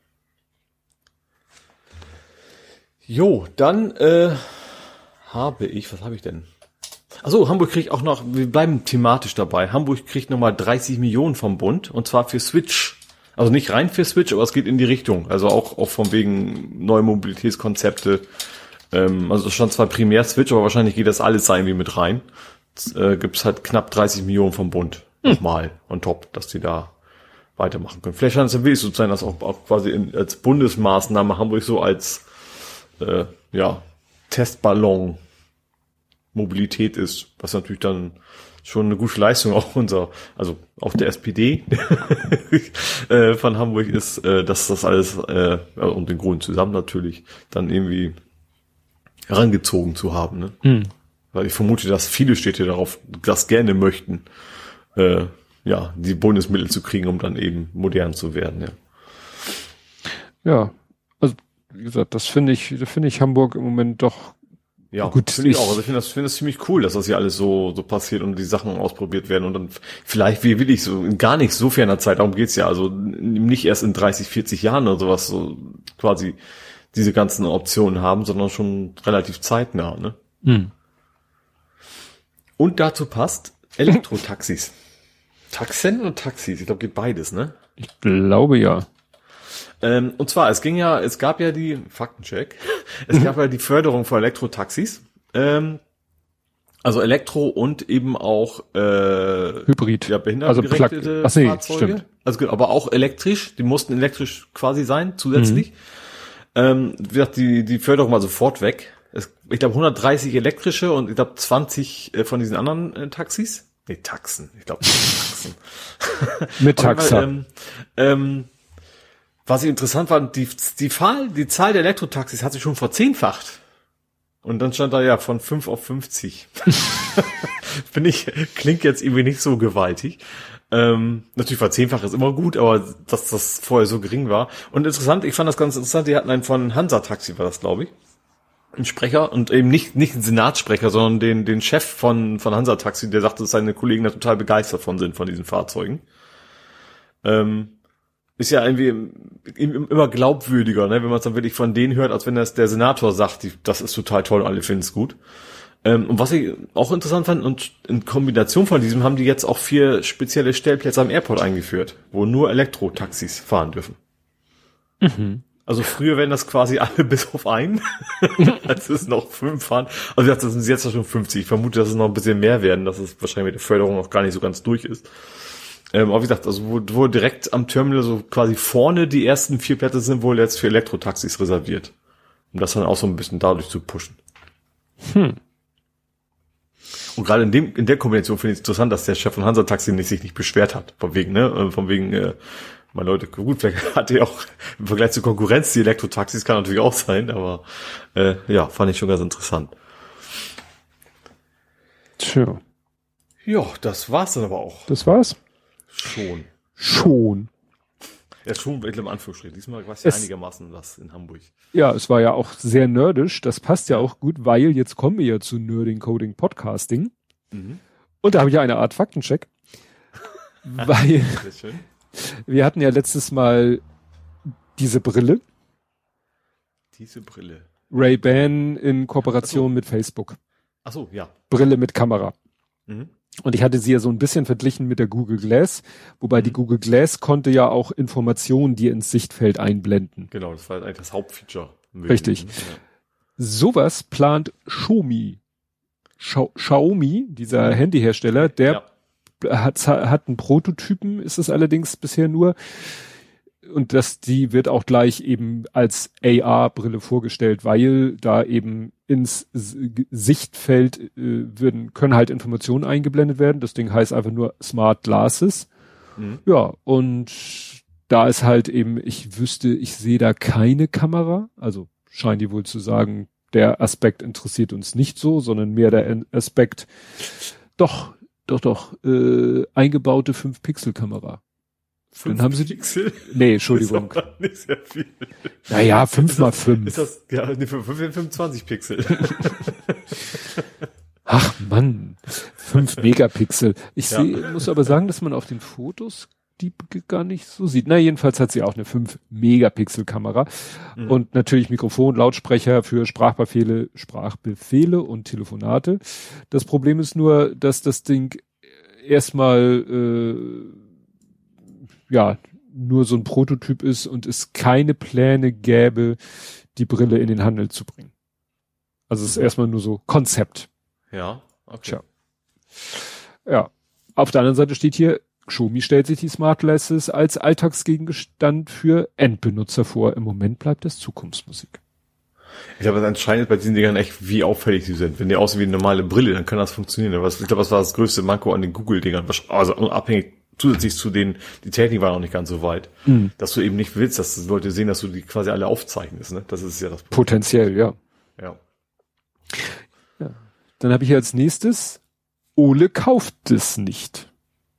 Jo, dann was habe ich denn? Achso, Hamburg kriegt auch noch, wir bleiben thematisch dabei, Hamburg kriegt nochmal 30 Millionen vom Bund und zwar für Switch. Also nicht rein für Switch, aber es geht in die Richtung. Also auch von wegen neue Mobilitätskonzepte. Also es stand zwar primär Switch, aber wahrscheinlich geht das alles irgendwie mit rein. Gibt's halt knapp 30 Millionen vom Bund. Nochmal on top, dass die da weitermachen können. Vielleicht scheint es ja wirklich so zu sein, dass auch quasi als Bundesmaßnahme Hamburg so als Testballon Mobilität ist, was natürlich dann schon eine gute Leistung auch auch der SPD von Hamburg ist, dass das alles und den Grünen zusammen natürlich dann irgendwie herangezogen zu haben, ne? Weil ich vermute, dass viele Städte darauf das gerne möchten, die Bundesmittel zu kriegen, um dann eben modern zu werden, Ja, also wie gesagt, das finde ich Hamburg im Moment doch Ja, gut, finde ich auch. Also ich finde das ziemlich cool, dass das hier alles so passiert und die Sachen ausprobiert werden und dann vielleicht, wie will ich so, in gar nicht so ferner Zeit, darum geht's ja, also nicht erst in 30, 40 Jahren oder sowas, so quasi diese ganzen Optionen haben, sondern schon relativ zeitnah, ne? Mhm. Und dazu passt Elektrotaxis. Taxen oder Taxis? Ich glaube, geht beides, ne? Ich glaube ja. Und zwar, es gab ja die, Faktencheck, es gab ja die Förderung von Elektrotaxis, also Elektro und eben auch Hybrid, ja, behindertengerechte Fahrzeuge. Stimmt. Also, aber auch elektrisch, die mussten elektrisch quasi sein, zusätzlich. Wie gesagt, die Förderung war sofort weg. Ich glaube 130 elektrische und ich glaube 20 von diesen anderen Taxis. Nee, Taxen. Ich glaube Taxen. Mit Taxa. Was interessant war, die Zahl der Elektrotaxis hat sich schon verzehnfacht. Und dann stand da ja von 5 auf 50. Klingt jetzt irgendwie nicht so gewaltig. Natürlich verzehnfacht ist immer gut, aber dass das vorher so gering war. Und interessant, ich fand das ganz interessant, die hatten einen von Hansa Taxi, war das, glaube ich. Ein Sprecher und eben nicht ein Senatssprecher, sondern den Chef von Hansa Taxi, der sagte, dass seine Kollegen da total begeistert von diesen Fahrzeugen. Ist ja irgendwie immer glaubwürdiger, ne, wenn man es dann wirklich von denen hört, als wenn das der Senator sagt, das ist total toll, alle finden es gut. Und was ich auch interessant fand, und in Kombination von diesem haben die jetzt auch 4 spezielle Stellplätze am Airport eingeführt, wo nur Elektrotaxis fahren dürfen. Mhm. Also früher wären das quasi alle bis auf einen, als es noch 5 fahren. Also das sind jetzt schon 50. Ich vermute, dass es noch ein bisschen mehr werden, dass es wahrscheinlich mit der Förderung noch gar nicht so ganz durch ist. Aber wie gesagt, also wo direkt am Terminal so quasi vorne die ersten 4 Plätze sind wohl jetzt für Elektrotaxis reserviert. Um das dann auch so ein bisschen dadurch zu pushen. Und gerade in der Kombination finde ich es interessant, dass der Chef von Hansa Taxi sich nicht beschwert hat. Von wegen, meine Leute, gut, vielleicht hat er auch im Vergleich zur Konkurrenz die Elektrotaxis, kann natürlich auch sein, aber ja, fand ich schon ganz interessant. Tja. Ja, das war's dann aber auch. Das war's? Schon. Ja, schon, ich glaube, Anführungsstrichen. Diesmal war es ja einigermaßen was in Hamburg. Ja, es war ja auch sehr nerdisch. Das passt ja auch gut, weil jetzt kommen wir ja zu Nerding, Coding, Podcasting. Mhm. Und da habe ich ja eine Art Faktencheck. Weil wir hatten ja letztes Mal diese Brille. Ray-Ban in Kooperation mit Facebook. Ach so, ja. Brille mit Kamera. Mhm. Und ich hatte sie ja so ein bisschen verglichen mit der Google Glass, wobei die Google Glass konnte ja auch Informationen dir ins Sichtfeld einblenden. Genau, das war eigentlich das Hauptfeature. Richtig. Ja. Sowas plant Xiaomi, dieser Handyhersteller, der hat einen Prototypen, ist es allerdings bisher nur. Und die wird auch gleich eben als AR-Brille vorgestellt, weil da eben ins Sichtfeld können halt Informationen eingeblendet werden. Das Ding heißt einfach nur Smart Glasses. Mhm. Ja, und da ist halt eben, ich sehe da keine Kamera. Also scheinen die wohl zu sagen, der Aspekt interessiert uns nicht so, sondern mehr der Aspekt, eingebaute 5-Pixel-Kamera. Dann haben sie Pixel? Nee, Entschuldigung. Das ist nicht sehr viel. Naja, 5x5. Ist das, ja, 25 Pixel. Ach Mann, 5 Megapixel. Muss aber sagen, dass man auf den Fotos die gar nicht so sieht. Na, jedenfalls hat sie auch eine 5 Megapixel Kamera. Mhm. Und natürlich Mikrofon, Lautsprecher für Sprachbefehle und Telefonate. Das Problem ist nur, dass das Ding erstmal nur so ein Prototyp ist und es keine Pläne gäbe, die Brille in den Handel zu bringen. Also es ist erstmal nur so Konzept. Ja, okay. Tja. Ja. Auf der anderen Seite steht hier, Xiaomi stellt sich die Smart Glasses als Alltagsgegenstand für Endbenutzer vor. Im Moment bleibt das Zukunftsmusik. Ich glaube, das entscheidend ist bei diesen Dingern echt, wie auffällig sie sind. Wenn die aussehen wie eine normale Brille, dann kann das funktionieren. Aber ich glaube, das war das größte Manko an den Google-Dingern. Also unabhängig zusätzlich zu die Technik war noch nicht ganz so weit, dass du eben nicht willst, dass die Leute sehen, dass du die quasi alle aufzeichnest, ne? Das ist ja das Problem. Potenziell, ja. Ja. Dann habe ich als nächstes, Ole kauft es nicht.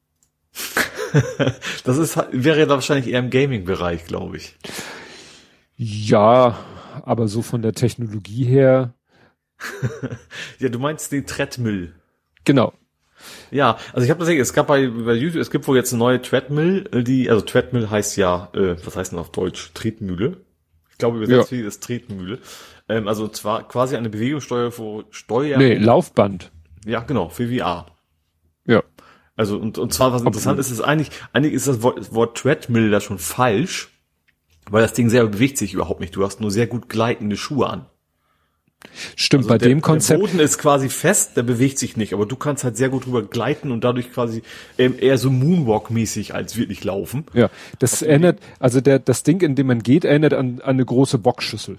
Wäre da wahrscheinlich eher im Gaming-Bereich, glaube ich. Ja, aber so von der Technologie her, Ja, du meinst den Treadmill. Genau. Ja, also ich habe das es gab bei YouTube, es gibt wohl jetzt eine neue Treadmill, also Treadmill heißt ja, was heißt denn auf Deutsch? Tretmühle. Ich glaube übersetzt wie das Tretmühle. Also zwar quasi eine Bewegungssteuer Nee, Laufband. Ja, genau, für VR. Ja. Also und zwar was interessant ist eigentlich ist das Wort Treadmill da schon falsch, weil das Ding selber bewegt sich überhaupt nicht. Du hast nur sehr gut gleitende Schuhe an. Stimmt, also bei dem Konzept. Der Boden ist quasi fest, der bewegt sich nicht, aber du kannst halt sehr gut drüber gleiten und dadurch quasi eher so Moonwalk-mäßig als wirklich laufen. Ja, das erinnert, also das Ding, in dem man geht, erinnert an eine große Boxschüssel.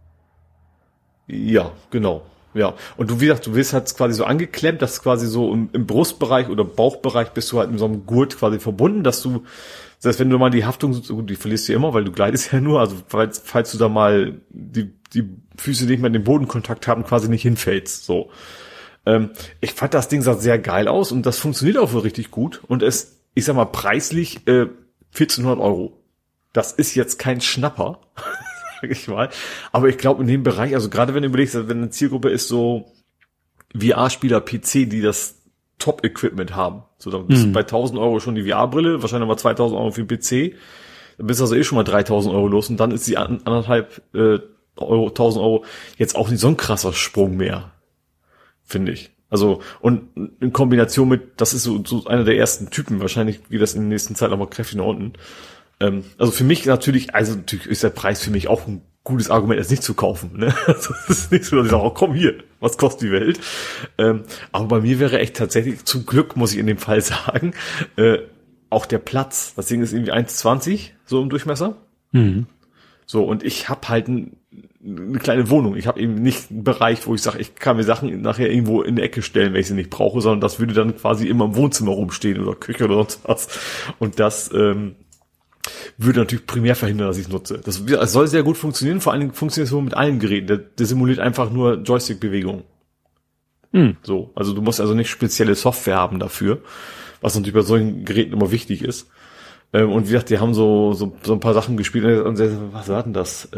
Ja, genau. Ja, und du, wie gesagt, du wirst halt quasi so angeklemmt, dass quasi so im Brustbereich oder Bauchbereich bist du halt mit so einem Gurt quasi verbunden, dass du, das heißt, wenn du mal die Haftung, die verlierst du ja immer, weil du gleitest ja nur, also falls du da mal die Füße nicht mehr in den Bodenkontakt haben, quasi nicht hinfällst, so. Ich fand das Ding sah sehr geil aus und das funktioniert auch wohl richtig gut und ich sag mal, preislich 1.400 €. Das ist jetzt kein Schnapper, sag ich mal, aber ich glaube in dem Bereich, also gerade wenn du überlegst, wenn eine Zielgruppe ist so VR-Spieler PC, die das Top-Equipment haben, so dann bist du bei 1.000 € schon die VR-Brille, wahrscheinlich mal 2.000 € für den PC, dann bist du also schon mal 3.000 € los und dann ist die 1.500 €, jetzt auch nicht so ein krasser Sprung mehr, finde ich. Also, und in Kombination mit, das ist so einer der ersten Typen, wahrscheinlich geht das in der nächsten Zeit aber kräftig nach unten. Also für mich natürlich, also natürlich ist der Preis für mich auch ein gutes Argument, es nicht zu kaufen, ne? Also das ist nicht so, dass ich sage, oh, komm hier, was kostet die Welt? Aber bei mir wäre echt tatsächlich, zum Glück muss ich in dem Fall sagen, auch der Platz. Das Ding ist irgendwie 1,20 so im Durchmesser. Mhm. So, und ich habe halt eine kleine Wohnung. Ich habe eben nicht einen Bereich, wo ich sage, ich kann mir Sachen nachher irgendwo in die Ecke stellen, wenn ich sie nicht brauche, sondern das würde dann quasi immer im Wohnzimmer rumstehen oder Küche oder sonst was. Und das würde natürlich primär verhindern, dass ich es nutze. Das soll sehr gut funktionieren, vor allen Dingen funktioniert es so mit allen Geräten. Der simuliert einfach nur Joystick-Bewegungen. So, also du musst also nicht spezielle Software haben dafür, was natürlich bei solchen Geräten immer wichtig ist. Und wie gesagt, die haben so ein paar Sachen gespielt. Und was war denn das?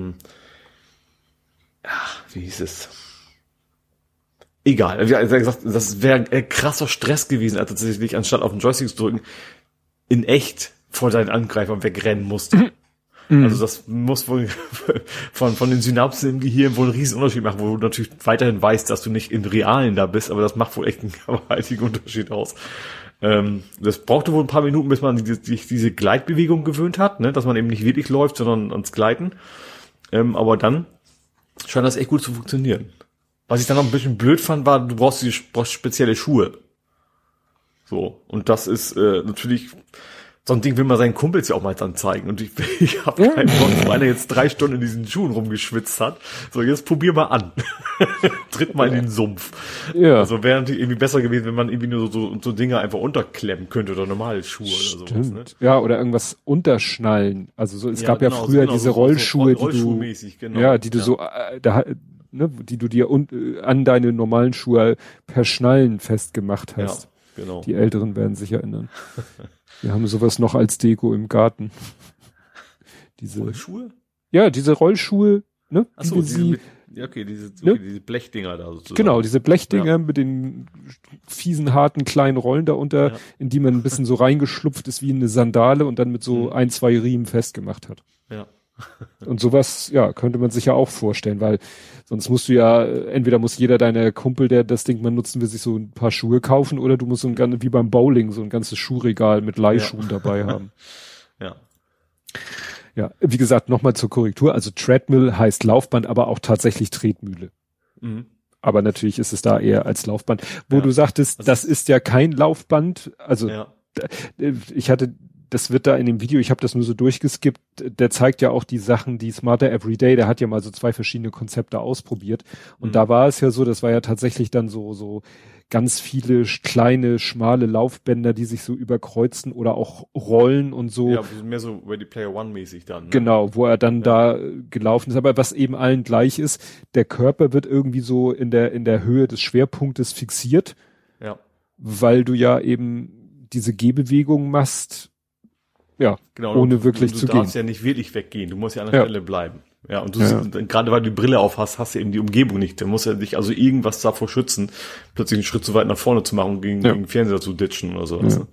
Wie hieß es? Egal. Wie gesagt, das wäre krasser Stress gewesen, als tatsächlich anstatt auf den Joystick zu drücken, in echt vor deinen Angreifern wegrennen musste. Also das muss wohl von den Synapsen im Gehirn wohl einen riesen Unterschied machen, wo du natürlich weiterhin weißt, dass du nicht in Realen da bist, aber das macht wohl echt einen gewaltigen Unterschied aus. Das brauchte wohl ein paar Minuten, bis man sich diese Gleitbewegung gewöhnt hat, ne, dass man eben nicht wirklich läuft, sondern ans Gleiten. Aber dann scheint das echt gut zu funktionieren. Was ich dann noch ein bisschen blöd fand, war, du brauchst spezielle Schuhe. So, und das ist natürlich, so ein Ding will man seinen Kumpels ja auch mal dann zeigen. Und ich habe keinen Bock, wo einer jetzt 3 Stunden in diesen Schuhen rumgeschwitzt hat. So, jetzt probier mal an. Tritt mal in den Sumpf. Ja. Also wäre natürlich irgendwie besser gewesen, wenn man irgendwie nur so Dinge einfach unterklemmen könnte oder normale Schuhe oder sowas. Ne? Ja, oder irgendwas unterschnallen. Also so, es gab ja früher diese Rollschuhe, die du so, die du dir an deine normalen Schuhe per Schnallen festgemacht hast. Ja, genau. Die Älteren werden sich erinnern. Wir haben sowas noch als Deko im Garten. Diese Rollschuhe? Ja, diese Rollschuhe, ne? Ach so, diese Blechdinger da sozusagen. Genau, diese Blechdinger mit den fiesen, harten, kleinen Rollen darunter, in die man ein bisschen so reingeschlupft ist wie in eine Sandale und dann mit so 1, 2 Riemen festgemacht hat. Ja. Und sowas, ja, könnte man sich ja auch vorstellen, weil sonst musst du ja, entweder muss jeder deiner Kumpel, der das Ding mal nutzen will, sich so ein paar Schuhe kaufen oder du musst so wie beim Bowling so ein ganzes Schuhregal mit Leihschuhen dabei haben. Ja. Ja, wie gesagt, nochmal zur Korrektur. Also Treadmill heißt Laufband, aber auch tatsächlich Tretmühle. Mhm. Aber natürlich ist es da eher als Laufband. Wo du sagtest, also das ist ja kein Laufband. Also das wird da in dem Video, ich habe das nur so durchgeskippt, der zeigt ja auch die Sachen, die Smarter Everyday, der hat ja mal so 2 verschiedene Konzepte ausprobiert. Und da war es ja so, das war ja tatsächlich dann so ganz viele kleine, schmale Laufbänder, die sich so überkreuzen oder auch rollen und so. Ja, mehr so Ready Player One mäßig dann. Ne? Genau, wo er dann da gelaufen ist. Aber was eben allen gleich ist, der Körper wird irgendwie so in der Höhe des Schwerpunktes fixiert. Ja. Weil du ja eben diese Gehbewegung machst, ja, genau, ohne wirklich zu gehen. Du darfst ja nicht wirklich weggehen, du musst ja an der Stelle bleiben. Ja, und gerade weil du die Brille auf hast du eben die Umgebung nicht. Da muss ja dich also irgendwas davor schützen, plötzlich einen Schritt zu weit nach vorne zu machen, gegen den Fernseher zu ditchen oder so. Ja,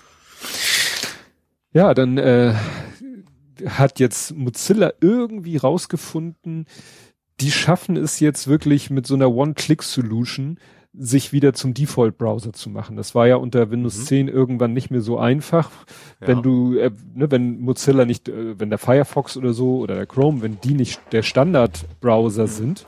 ja, dann hat jetzt Mozilla irgendwie rausgefunden, die schaffen es jetzt wirklich mit so einer One-Click-Solution, sich wieder zum Default-Browser zu machen. Das war ja unter Windows 10 irgendwann nicht mehr so einfach. Ja. Wenn du, wenn Mozilla nicht, wenn der Firefox oder so oder der Chrome, wenn die nicht der Standard-Browser sind,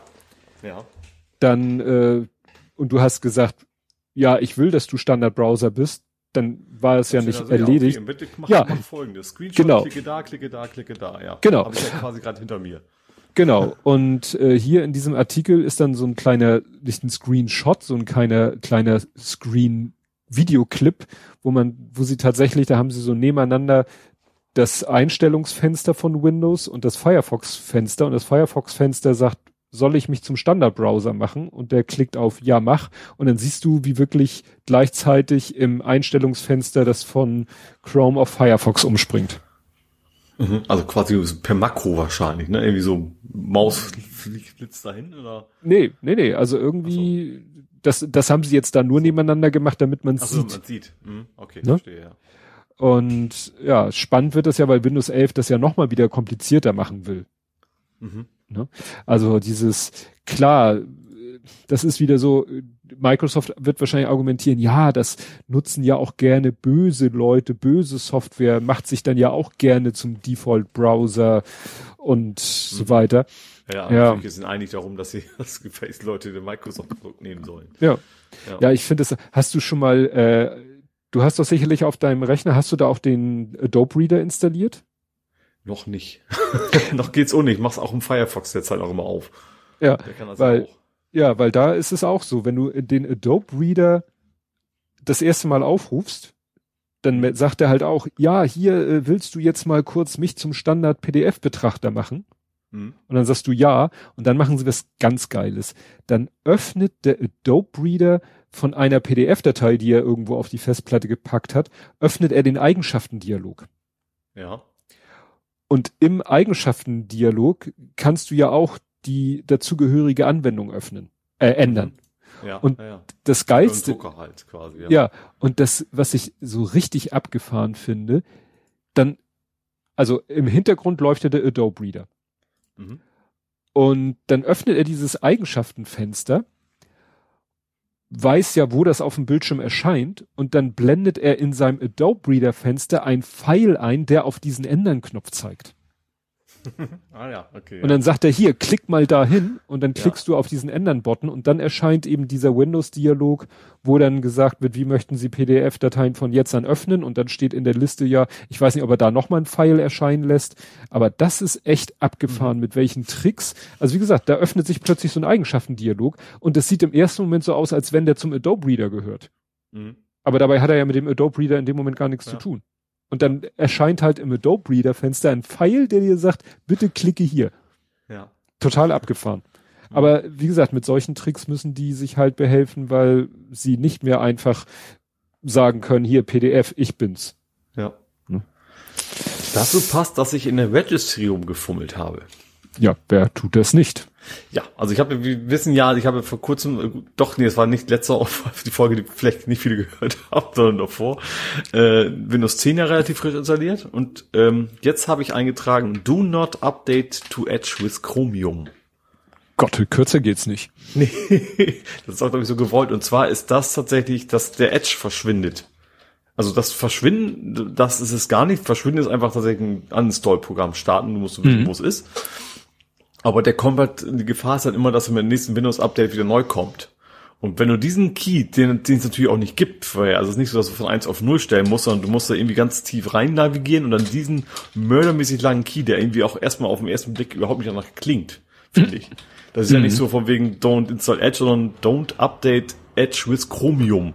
dann, und du hast gesagt, ja, ich will, dass du Standard-Browser bist, dann war es ja nicht erledigt. Bitte mach Folgendes. Screenshot, klicke da, ja. Genau. Habe ich ja quasi gerade hinter mir. Genau, und hier in diesem Artikel ist dann so ein kleiner, nicht ein Screenshot, so ein kleiner Screen-Videoclip, wo sie tatsächlich, da haben sie so nebeneinander das Einstellungsfenster von Windows und das Firefox-Fenster, und das Firefox-Fenster sagt, soll ich mich zum Standardbrowser machen? Und der klickt auf Ja, mach, und dann siehst du, wie wirklich gleichzeitig im Einstellungsfenster das von Chrome auf Firefox umspringt. Also quasi per Makro wahrscheinlich, ne? Irgendwie so Maus flitzt dahin, oder? Nee. Also irgendwie, das haben sie jetzt da nur nebeneinander gemacht, damit man es sieht. Man sieht. Okay, ne? Verstehe, ja. Und ja, spannend wird das ja, weil Windows 11 das ja nochmal wieder komplizierter machen will. Ne? Also klar, das ist wieder so, Microsoft wird wahrscheinlich argumentieren, ja, das nutzen ja auch gerne böse Leute, böse Software, macht sich dann ja auch gerne zum Default-Browser und so weiter. Ja, natürlich sind einig darum, dass das gefällt Leute den Microsoft-Produkt nehmen sollen. Ja, ich finde das, hast du schon mal, du hast doch sicherlich auf deinem Rechner, hast du da auch den Adobe Reader installiert? Noch nicht. Noch geht's auch nicht. Mach's auch im Firefox jetzt halt auch immer auf. Ja, weil da ist es auch so, wenn du den Adobe Reader das erste Mal aufrufst, dann sagt er halt auch, ja, hier willst du jetzt mal kurz mich zum Standard PDF-Betrachter machen? Und dann sagst du ja, und dann machen sie was ganz Geiles. Dann öffnet der Adobe Reader von einer PDF-Datei, die er irgendwo auf die Festplatte gepackt hat, öffnet er den Eigenschaftendialog. Ja. Und im Eigenschaftendialog kannst du ja auch die dazugehörige Anwendung ändern. Ja, und das Geilste, Drucker halt quasi, ja, und das, was ich so richtig abgefahren finde, dann, also im Hintergrund läuft ja der Adobe Reader. Und dann öffnet er dieses Eigenschaftenfenster, weiß ja, wo das auf dem Bildschirm erscheint, und dann blendet er in seinem Adobe Reader Fenster ein Pfeil ein, der auf diesen Ändern-Knopf zeigt. Okay. Und dann sagt er, hier, klick mal da hin, und dann klickst du auf diesen Ändern-Button, und dann erscheint eben dieser Windows-Dialog, wo dann gesagt wird, wie möchten Sie PDF-Dateien von jetzt an öffnen, und dann steht in der Liste ich weiß nicht, ob er da nochmal ein Pfeil erscheinen lässt, aber das ist echt abgefahren, mit welchen Tricks. Also wie gesagt, da öffnet sich plötzlich so ein Eigenschaftendialog, und das sieht im ersten Moment so aus, als wenn der zum Adobe Reader gehört. Aber dabei hat er ja mit dem Adobe Reader in dem Moment gar nichts zu tun. Und dann erscheint halt im Adobe Reader Fenster ein Pfeil, der dir sagt, bitte klicke hier. Ja. Total abgefahren. Aber wie gesagt, mit solchen Tricks müssen die sich halt behelfen, weil sie nicht mehr einfach sagen können, hier PDF, ich bin's. Ja. Dazu passt, dass ich in der Registry rumgefummelt habe. Ja, wer tut das nicht? Ja, also wir wissen ja, ich habe vor kurzem, es war nicht die Folge, die vielleicht nicht viele gehört haben, sondern davor, Windows 10 ja relativ frisch installiert, und jetzt habe ich eingetragen, do not update to Edge with Chromium. Gott, kürzer geht's nicht. Nee, das ist auch, glaube ich, so gewollt, und zwar ist das tatsächlich, dass der Edge verschwindet. Also das Verschwinden, das ist es gar nicht. Verschwinden ist einfach tatsächlich ein Uninstall-Programm starten, du musst wissen, wo es ist. Aber die Gefahr ist halt immer, dass er mit dem nächsten Windows-Update wieder neu kommt. Und wenn du diesen Key, den es natürlich auch nicht gibt, also es ist nicht so, dass du von 1 auf 0 stellen musst, sondern du musst da irgendwie ganz tief rein navigieren und dann diesen mördermäßig langen Key, der irgendwie auch erstmal auf den ersten Blick überhaupt nicht danach klingt, finde ich. Das ist ja nicht so von wegen don't install Edge, sondern don't update Edge with Chromium.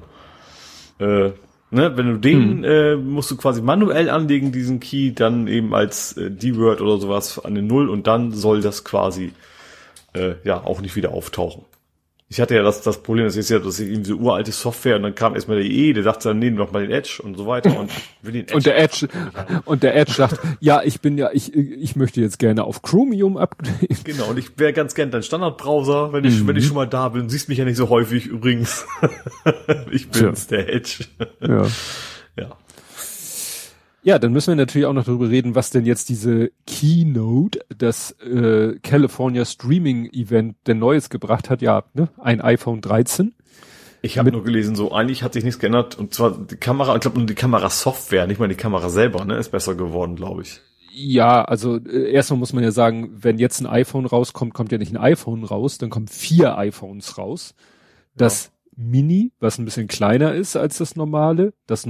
Wenn du den musst du quasi manuell anlegen, diesen Key, dann eben als D-Word oder sowas an den 0, und dann soll das quasi auch nicht wieder auftauchen. Ich hatte ja das Problem, das ist ja, dass ich irgendwie so uralte Software und dann kam erstmal der IE, der sagt dann, nee, mach mal den Edge und so weiter und will den Edge. Und der Edge sagt, ja, ich möchte jetzt gerne auf Chromium upgraden. Genau, und ich wäre ganz gerne dein Standardbrowser, wenn ich schon mal da bin. Siehst mich ja nicht so häufig übrigens. Ich bin's, der Edge. Ja. Ja. Ja, dann müssen wir natürlich auch noch darüber reden, was denn jetzt diese Keynote, das California Streaming Event, der Neues gebracht hat. Ja, ne? Ein iPhone 13. Ich habe nur gelesen, so eigentlich hat sich nichts geändert. Und zwar die Kamera, ich glaube nur die Kamerasoftware, nicht mal die Kamera selber, ne, ist besser geworden, glaube ich. Ja, also erstmal muss man ja sagen, wenn jetzt ein iPhone rauskommt, kommt ja nicht ein iPhone raus, dann kommen 4 iPhones raus. Das Mini, was ein bisschen kleiner ist als das normale, das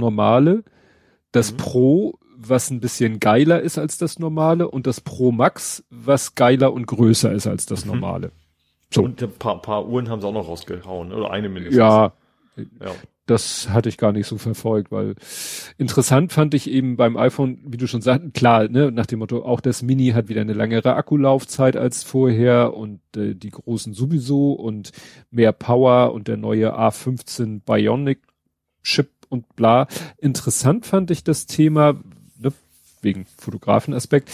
Pro, was ein bisschen geiler ist als das normale und das Pro Max, was geiler und größer ist als das normale. So. Und ein paar Uhren haben sie auch noch rausgehauen, oder eine mindestens. Ja, das hatte ich gar nicht so verfolgt, weil interessant fand ich eben beim iPhone, wie du schon sagst, klar, ne, nach dem Motto, auch das Mini hat wieder eine langere Akkulaufzeit als vorher und die großen sowieso und mehr Power und der neue A15 Bionic Chip und bla. Interessant fand ich das Thema, ne, wegen Fotografenaspekt.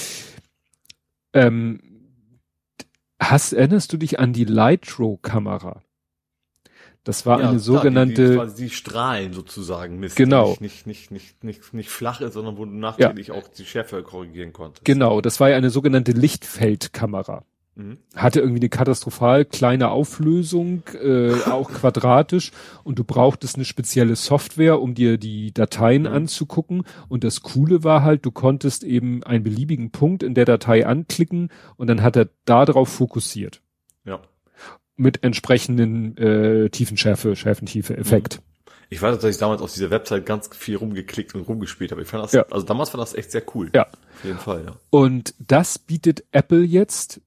Erinnerst du dich an die Lightro-Kamera? Das war eine sogenannte... Die Strahlen sozusagen misst. Genau. Nicht flach ist, sondern wo du nachträglich auch die Schärfe korrigieren konntest. Genau, das war ja eine sogenannte Lichtfeldkamera. Hatte irgendwie eine katastrophal kleine Auflösung, auch quadratisch und du brauchtest eine spezielle Software, um dir die Dateien anzugucken und das Coole war halt, du konntest eben einen beliebigen Punkt in der Datei anklicken und dann hat er da drauf fokussiert. Ja. Mit entsprechenden Schärfentiefe-Effekt. Ich weiß, dass ich damals auf dieser Website ganz viel rumgeklickt und rumgespielt habe. Ich fand das, also damals war das echt sehr cool. Ja. Auf jeden Fall, ja. Und das bietet Apple jetzt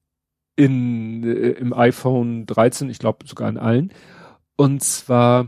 im iPhone 13, ich glaube sogar in allen. Und zwar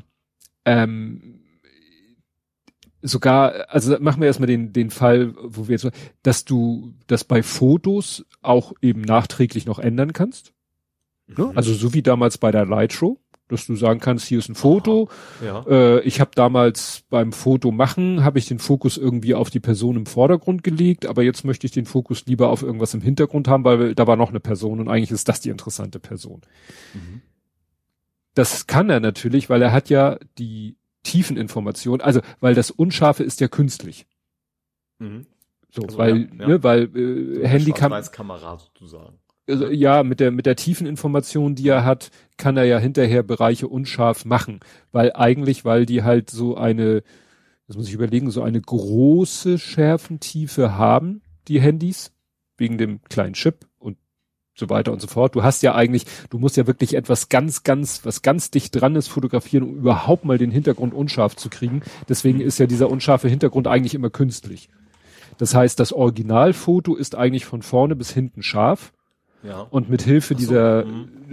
sogar, also machen wir erstmal den Fall, wo wir jetzt, dass du das bei Fotos auch eben nachträglich noch ändern kannst. Ne? Also so wie damals bei der Lightro, dass du sagen kannst, hier ist ein Foto. Ja. Ich habe damals beim Foto machen, habe ich den Fokus irgendwie auf die Person im Vordergrund gelegt, aber jetzt möchte ich den Fokus lieber auf irgendwas im Hintergrund haben, weil da war noch eine Person und eigentlich ist das die interessante Person. Das kann er natürlich, weil er hat ja die Tiefeninformation, also weil das Unscharfe ist ja künstlich. So, also, weil Handy kann Kamera sozusagen. Also, ja, mit der tiefen Information, die er hat, kann er ja hinterher Bereiche unscharf machen, weil die halt so eine, das muss ich überlegen, so eine große Schärfentiefe haben, die Handys, wegen dem kleinen Chip und so weiter und so fort. Du musst ja wirklich etwas was ganz dicht dran ist, fotografieren, um überhaupt mal den Hintergrund unscharf zu kriegen. Deswegen ist ja dieser unscharfe Hintergrund eigentlich immer künstlich. Das heißt, das Originalfoto ist eigentlich von vorne bis hinten scharf. Ja. Und mit Hilfe dieser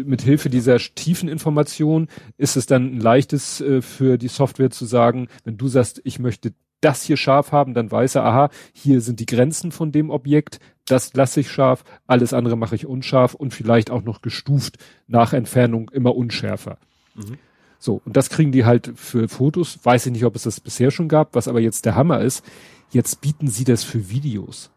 tiefen Information ist es dann ein leichtes für die Software zu sagen, wenn du sagst, ich möchte das hier scharf haben, dann weiß er, aha, hier sind die Grenzen von dem Objekt, das lasse ich scharf, alles andere mache ich unscharf und vielleicht auch noch gestuft nach Entfernung immer unschärfer. So, und das kriegen die halt für Fotos, weiß ich nicht, ob es das bisher schon gab, was aber jetzt der Hammer ist, jetzt bieten sie das für Videos.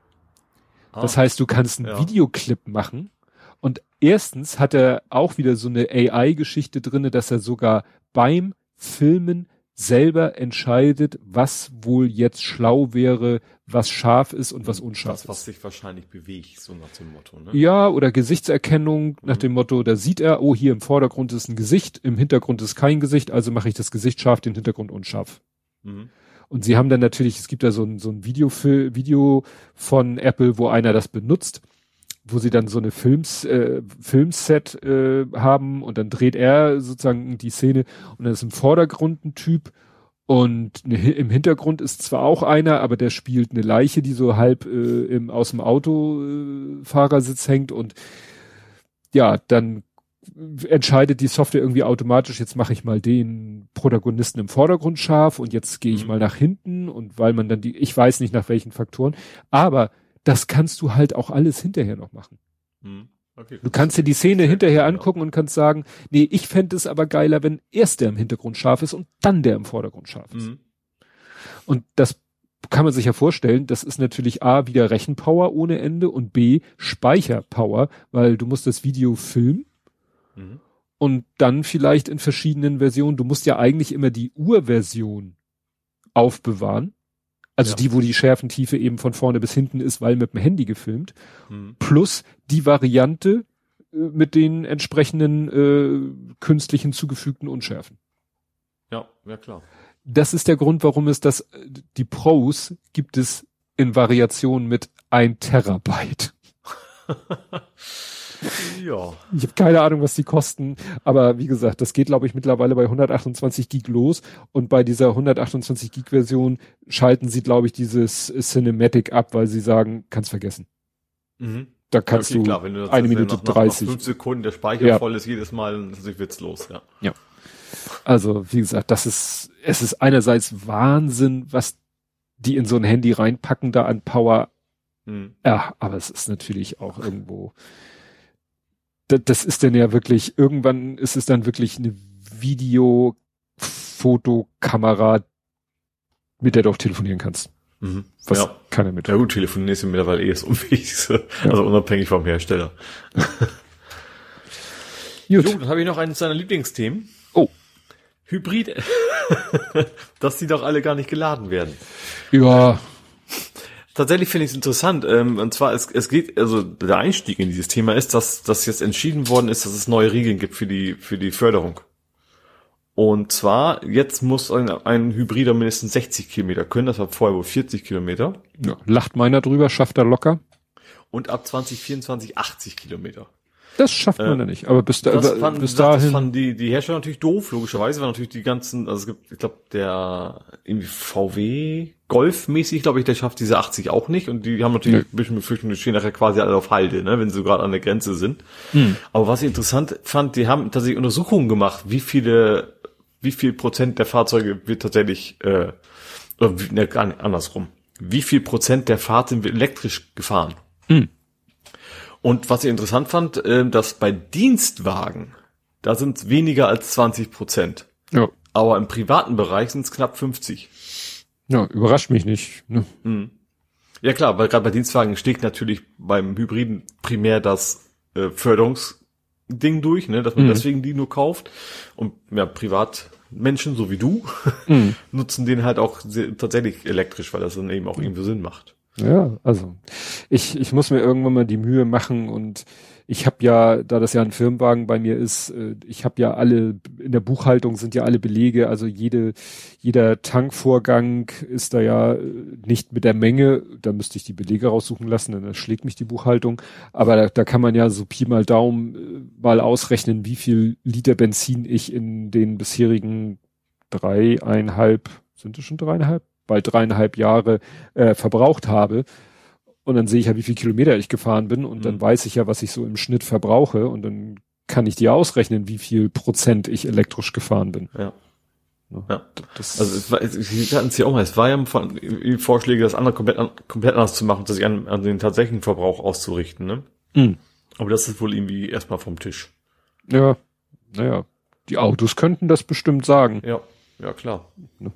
Das heißt, du kannst einen Videoclip machen und erstens hat er auch wieder so eine AI-Geschichte drinne, dass er sogar beim Filmen selber entscheidet, was wohl jetzt schlau wäre, was scharf ist und was unscharf ist. Was sich wahrscheinlich bewegt, so nach dem Motto, ne? Ja, oder Gesichtserkennung nach dem Motto, da sieht er, oh, hier im Vordergrund ist ein Gesicht, im Hintergrund ist kein Gesicht, also mache ich das Gesicht scharf, den Hintergrund unscharf. Und sie haben dann natürlich, es gibt da so ein Video von Apple, wo einer das benutzt, wo sie dann so eine Filmset haben und dann dreht er sozusagen die Szene und dann ist im Vordergrund ein Typ und im Hintergrund ist zwar auch einer, aber der spielt eine Leiche, die so halb aus dem Autofahrersitz hängt und ja, dann entscheidet die Software irgendwie automatisch, jetzt mache ich mal den Protagonisten im Vordergrund scharf und jetzt gehe ich mal nach hinten und weil man dann ich weiß nicht nach welchen Faktoren, aber das kannst du halt auch alles hinterher noch machen. Okay, du kannst dir die Szene hinterher angucken und kannst sagen, nee, ich fände es aber geiler, wenn erst der im Hintergrund scharf ist und dann der im Vordergrund scharf ist. Und das kann man sich ja vorstellen, das ist natürlich A, wieder Rechenpower ohne Ende und B, Speicherpower, weil du musst das Video filmen und dann vielleicht in verschiedenen Versionen. Du musst ja eigentlich immer die Urversion aufbewahren. Also die, wo die Schärfentiefe eben von vorne bis hinten ist, weil mit dem Handy gefilmt. Plus die Variante mit den entsprechenden künstlichen zugefügten Unschärfen. Ja, klar. Das ist der Grund, warum es die Pros gibt es in Variationen mit 1 Terabyte. Ja. Ich habe keine Ahnung, was die kosten, aber wie gesagt, das geht, glaube ich, mittlerweile bei 128 Gig los und bei dieser 128 Gig Version schalten sie, glaube ich, dieses Cinematic ab, weil sie sagen, kannst vergessen. Da kannst du klar, wenn du 1 Minute 30. Nach 5 Sekunden der Speicher voll ist jedes Mal, dann ist es witzlos, Ja. Also, wie gesagt, es ist einerseits Wahnsinn, was die in so ein Handy reinpacken da an Power. Ja, aber es ist natürlich auch irgendwo, das ist dann ja wirklich, irgendwann ist es dann wirklich eine Fotokamera, mit der du auch telefonieren kannst. Was keiner mit. Ja gut, telefonieren ist ja mittlerweile das Unwichtigste. Also unabhängig vom Hersteller. Gut, dann habe ich noch eines seiner Lieblingsthemen. Oh. Hybrid. Dass die doch alle gar nicht geladen werden. Ja. Tatsächlich finde ich es interessant. Und zwar, es geht, also der Einstieg in dieses Thema ist, dass jetzt entschieden worden ist, dass es neue Regeln gibt für die Förderung. Und zwar, jetzt muss ein Hybrider mindestens 60 Kilometer können, das war vorher wohl 40 Kilometer. Ja, lacht meiner drüber, schafft er locker. Und ab 2024 80 Kilometer. Das schafft man ja nicht, aber bis dahin. Das fanden die Hersteller natürlich doof, logischerweise, weil natürlich die ganzen, also es gibt, ich glaube, der irgendwie VW Golf-mäßig, glaube ich, der schafft diese 80 auch nicht und die haben natürlich ein bisschen Befürchtung, die stehen nachher quasi alle auf Halde, ne, wenn sie gerade an der Grenze sind. Aber was ich interessant fand, die haben tatsächlich Untersuchungen gemacht, wie viel Prozent der Fahrzeuge wird tatsächlich, andersrum, wie viel Prozent der Fahrten wird elektrisch gefahren. Und was ich interessant fand, dass bei Dienstwagen, da sind es weniger als 20%. Ja. Aber im privaten Bereich sind es knapp 50. Ja, überrascht mich nicht. Ne? Ja klar, weil gerade bei Dienstwagen sticht natürlich beim Hybriden primär das Förderungsding durch, ne, dass man deswegen die nur kauft. Und ja, Privatmenschen, so wie du, nutzen den halt auch tatsächlich elektrisch, weil das dann eben auch irgendwie Sinn macht. Ja, also ich muss mir irgendwann mal die Mühe machen und ich habe ja, da das ja ein Firmenwagen bei mir ist, ich habe ja alle, in der Buchhaltung sind ja alle Belege, also jeder Tankvorgang ist da ja nicht mit der Menge, da müsste ich die Belege raussuchen lassen, dann schlägt mich die Buchhaltung, aber da kann man ja so Pi mal Daumen mal ausrechnen, wie viel Liter Benzin ich in den bisherigen 3,5, sind es schon 3,5? Bald 3,5 Jahre verbraucht habe. Und dann sehe ich ja, wie viel Kilometer ich gefahren bin und dann weiß ich ja, was ich so im Schnitt verbrauche und dann kann ich dir ausrechnen, wie viel Prozent ich elektrisch gefahren bin. Ja. Also ich hatten es ja auch mal, es war ja von Vorschläge, das andere komplett anders zu machen, sich an den tatsächlichen Verbrauch auszurichten, ne? Aber das ist wohl irgendwie erstmal vom Tisch. Ja, naja, die Autos könnten das bestimmt sagen. Ja, klar. Ne?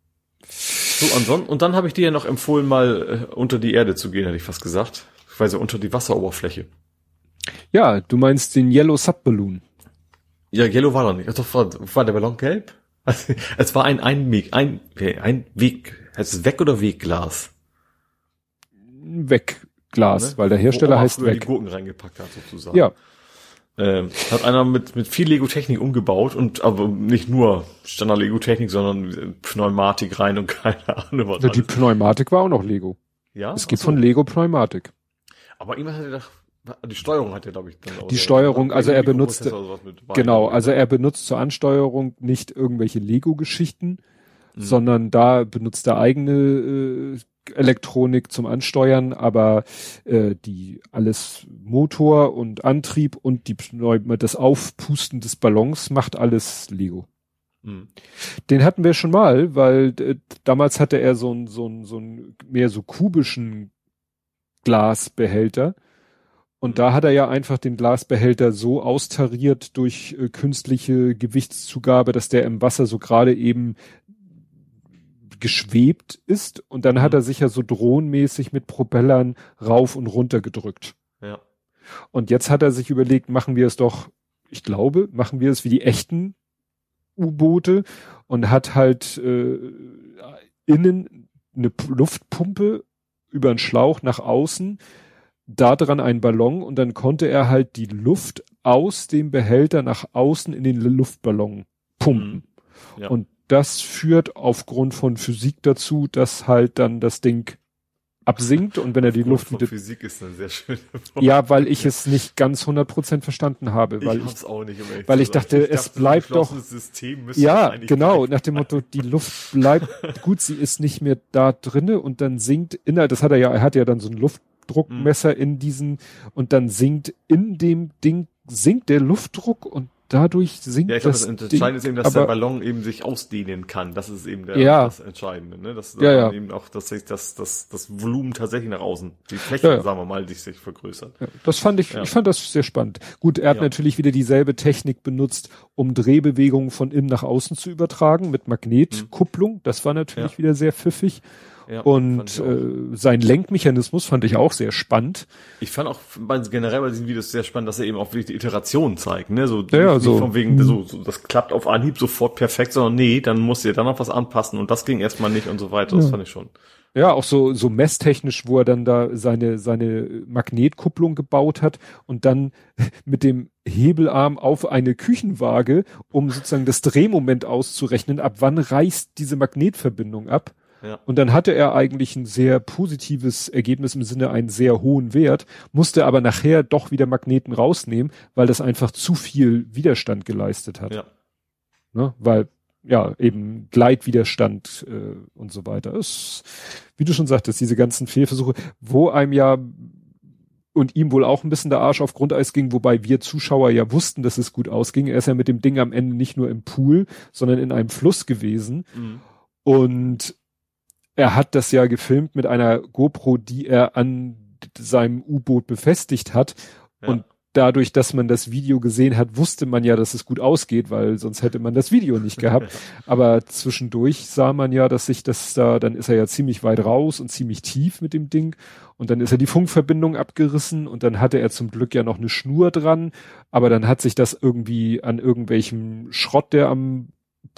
So, und dann habe ich dir ja noch empfohlen, mal unter die Erde zu gehen, hätte ich fast gesagt. Also unter die Wasseroberfläche. Ja, du meinst den Yellow Subballoon. Ja, Yellow war noch nicht. Doch, war der Ballon gelb? Also, es war ein Weg. Heißt es Weg- oder Wegglas? Wegglas, ne? Weil der Hersteller heißt Weg. Die Gurken reingepackt hat, sozusagen. Ja. Hat einer mit viel Lego-Technik umgebaut und aber nicht nur Standard-Lego-Technik, sondern Pneumatik rein und keine Ahnung was. Ja, die Pneumatik war auch noch Lego. Ja. Es gibt von Lego Pneumatik. Aber irgendwas hat er doch, die Steuerung hat er, glaube ich, dann auch. Die Steuerung, also er benutzt, genau, also er benutzt zur Ansteuerung nicht irgendwelche Lego-Geschichten, sondern da benutzt er eigene Elektronik zum Ansteuern, aber die alles Motor und Antrieb und das Aufpusten des Ballons macht alles Lego. Den hatten wir schon mal, weil damals hatte er so ein mehr so kubischen Glasbehälter Und da hat er ja einfach den Glasbehälter so austariert durch künstliche Gewichtszugabe, dass der im Wasser so gerade eben geschwebt ist. Und dann hat er sich ja so drohnenmäßig mit Propellern rauf und runter gedrückt. Ja. Und jetzt hat er sich überlegt, machen wir es wie die echten U-Boote und hat halt innen eine Luftpumpe über einen Schlauch nach außen, da dran einen Ballon und dann konnte er halt die Luft aus dem Behälter nach außen in den Luftballon pumpen. Ja. Und das führt aufgrund von Physik dazu, dass halt dann das Ding absinkt und wenn er die Luft wieder... Physik ist eine sehr schöne Wort. Ja, weil ich es nicht ganz 100% verstanden habe. Weil ich hab's auch nicht. Weil ich dachte, es bleibt doch... System ja, genau, bleiben. Nach dem Motto, die Luft bleibt, gut, sie ist nicht mehr da drinne und dann sinkt das hat er hat ja dann so ein Luftdruckmesser in diesen und dann sinkt in dem Ding, sinkt der Luftdruck und dadurch sinkt das. Ja, ich glaube, das Entscheidende ist eben, dass der Ballon eben sich ausdehnen kann. Das ist eben das Entscheidende, ne? Dass eben auch, dass sich das Volumen tatsächlich nach außen, die Fläche, sagen wir mal, sich vergrößert. Ja, das fand ich fand das sehr spannend. Gut, er hat natürlich wieder dieselbe Technik benutzt, um Drehbewegungen von innen nach außen zu übertragen, mit Magnetkupplung. Das war natürlich wieder sehr pfiffig. Ja, und sein Lenkmechanismus fand ich auch sehr spannend. Ich fand auch generell bei diesen Videos sehr spannend, dass er eben auch wirklich die Iteration zeigt, ne? So, nicht von wegen, so, das klappt auf Anhieb sofort perfekt, sondern nee, dann musst du dir dann noch was anpassen und das ging erstmal nicht und so weiter. Das fand ich schon. Ja, auch so messtechnisch, wo er dann da seine Magnetkupplung gebaut hat und dann mit dem Hebelarm auf eine Küchenwaage, um sozusagen das Drehmoment auszurechnen, ab wann reißt diese Magnetverbindung ab. Ja. Und dann hatte er eigentlich ein sehr positives Ergebnis im Sinne einen sehr hohen Wert, musste aber nachher doch wieder Magneten rausnehmen, weil das einfach zu viel Widerstand geleistet hat. Ja. Ne? Weil, eben Gleitwiderstand und so weiter. Es, wie du schon sagtest, diese ganzen Fehlversuche, wo einem und ihm wohl auch ein bisschen der Arsch auf Grundeis ging, wobei wir Zuschauer ja wussten, dass es gut ausging. Er ist ja mit dem Ding am Ende nicht nur im Pool, sondern in einem Fluss gewesen. Und er hat das ja gefilmt mit einer GoPro, die er an seinem U-Boot befestigt hat. Ja. Und dadurch, dass man das Video gesehen hat, wusste man ja, dass es gut ausgeht, weil sonst hätte man das Video nicht gehabt. Aber zwischendurch sah man ja, dass sich dann ist er ja ziemlich weit raus und ziemlich tief mit dem Ding. Und dann ist die Funkverbindung abgerissen und dann hatte er zum Glück ja noch eine Schnur dran. Aber dann hat sich das irgendwie an irgendwelchem Schrott, der am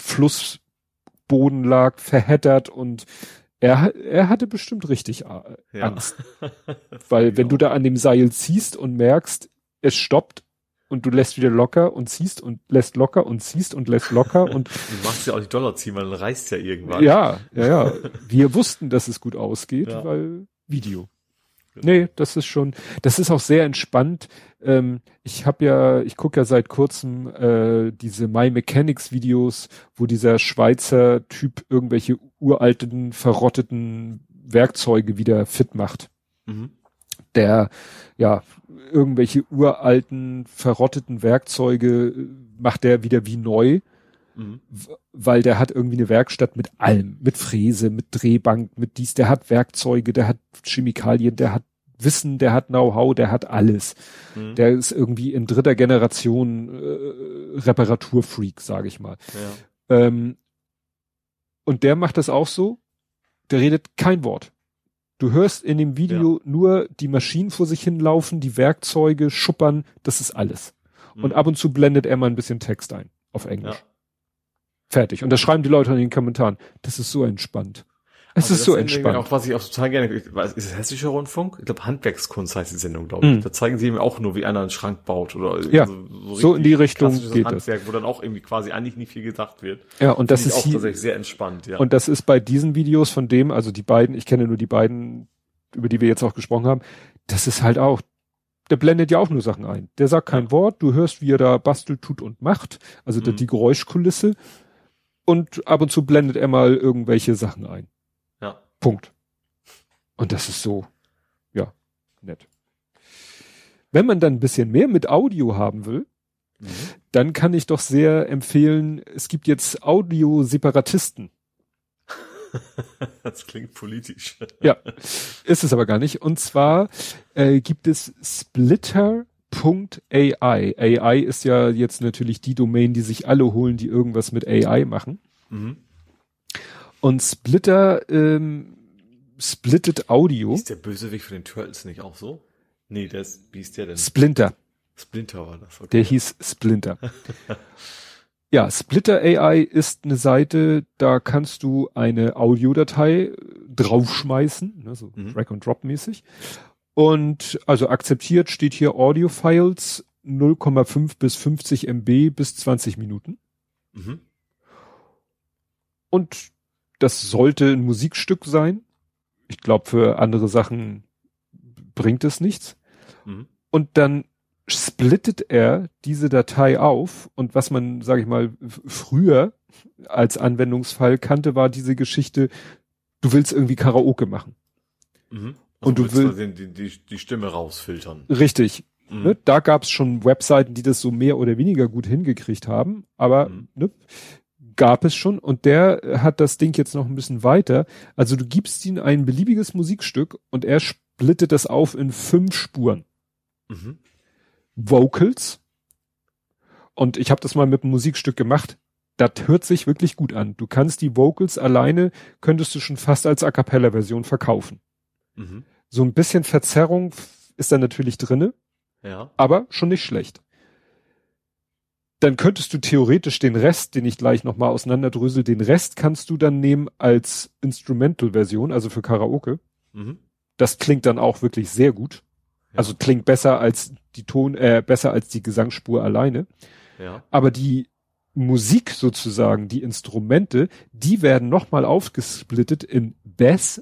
Flussboden lag, verheddert und er hatte bestimmt richtig Angst. Weil wenn du da an dem Seil ziehst und merkst, es stoppt und du lässt wieder locker und ziehst und lässt locker und ziehst und lässt locker und du machst ja auch die Dollar ziehen, weil dann reißt ja irgendwann. Ja. Wir wussten, dass es gut ausgeht, weil Video. Nee, das ist auch sehr entspannt. Ich gucke ja seit kurzem diese My Mechanics Videos, wo dieser Schweizer Typ irgendwelche uralten, verrotteten Werkzeuge wieder fit macht. Der, irgendwelche uralten, verrotteten Werkzeuge macht der wieder wie neu. Weil der hat irgendwie eine Werkstatt mit allem, mit Fräse, mit Drehbank, mit dies, der hat Werkzeuge, der hat Chemikalien, der hat Wissen, der hat Know-how, der hat alles. Der ist irgendwie in 3. Generation Reparaturfreak, sage ich mal. Ja. Und der macht das auch so, der redet kein Wort. Du hörst in dem Video nur die Maschinen vor sich hinlaufen, die Werkzeuge schuppern, das ist alles. Und ab und zu blendet er mal ein bisschen Text ein, auf Englisch. Ja. Fertig. Und das schreiben die Leute in den Kommentaren. Das ist so entspannt. Es ist so entspannt. Auch, was ich auch total gerne, ist es Hessischer Rundfunk? Ich glaube, Handwerkskunst heißt die Sendung, glaube ich. Da zeigen sie eben auch nur, wie einer einen Schrank baut oder so in die Richtung geht Handwerk, wo dann auch irgendwie quasi eigentlich nicht viel gesagt wird. Ja, und das ist auch tatsächlich sehr entspannt, ja. Und das ist bei diesen Videos von dem, also die beiden, ich kenne nur die beiden, über die wir jetzt auch gesprochen haben, das ist halt auch, der blendet ja auch nur Sachen ein. Der sagt kein Wort, du hörst, wie er da bastelt, tut und macht, also die Geräuschkulisse und ab und zu blendet er mal irgendwelche Sachen ein. Ja. Punkt. Und das ist so, nett. Wenn man dann ein bisschen mehr mit Audio haben will, dann kann ich doch sehr empfehlen, es gibt jetzt Audioseparatisten. Das klingt politisch. Ja, ist es aber gar nicht. Und zwar gibt es Splitter.ai. AI ist ja jetzt natürlich die Domain, die sich alle holen, die irgendwas mit AI machen. Mhm. Und Splitter splittet Audio. Ist der Bösewicht für den Turtles nicht auch so? Nee, wie ist der denn? Splinter. Splinter war das, okay. Der hieß Splinter. Ja, Splitter AI ist eine Seite, da kannst du eine Audiodatei draufschmeißen, ne, so Drag-and-Drop-mäßig. Und also akzeptiert steht hier Audio-Files 0,5 bis 50 MB bis 20 Minuten. Mhm. Und das sollte ein Musikstück sein. Ich glaube, für andere Sachen bringt es nichts. Mhm. Und dann splittet er diese Datei auf und was man, sage ich mal, früher als Anwendungsfall kannte, war diese Geschichte, du willst irgendwie Karaoke machen. Mhm. Also und du willst die Stimme rausfiltern. Richtig. Mhm. Ne, da gab es schon Webseiten, die das so mehr oder weniger gut hingekriegt haben, aber ne, gab es schon und der hat das Ding jetzt noch ein bisschen weiter. Also du gibst ihm ein beliebiges Musikstück und er splittet das auf in 5 Spuren. Mhm. Vocals. Und ich habe das mal mit einem Musikstück gemacht. Das hört sich wirklich gut an. Du kannst die Vocals alleine, könntest du schon fast als A-Cappella-Version verkaufen. Mhm. So ein bisschen Verzerrung ist da natürlich drinne. Ja. Aber schon nicht schlecht. Dann könntest du theoretisch den Rest, den ich gleich nochmal auseinanderdrösel, den Rest kannst du dann nehmen als Instrumental-Version, also für Karaoke. Mhm. Das klingt dann auch wirklich sehr gut. Ja. Also klingt besser als besser als die Gesangsspur alleine. Ja. Aber die Musik sozusagen, die Instrumente, die werden nochmal aufgesplittet in Bass,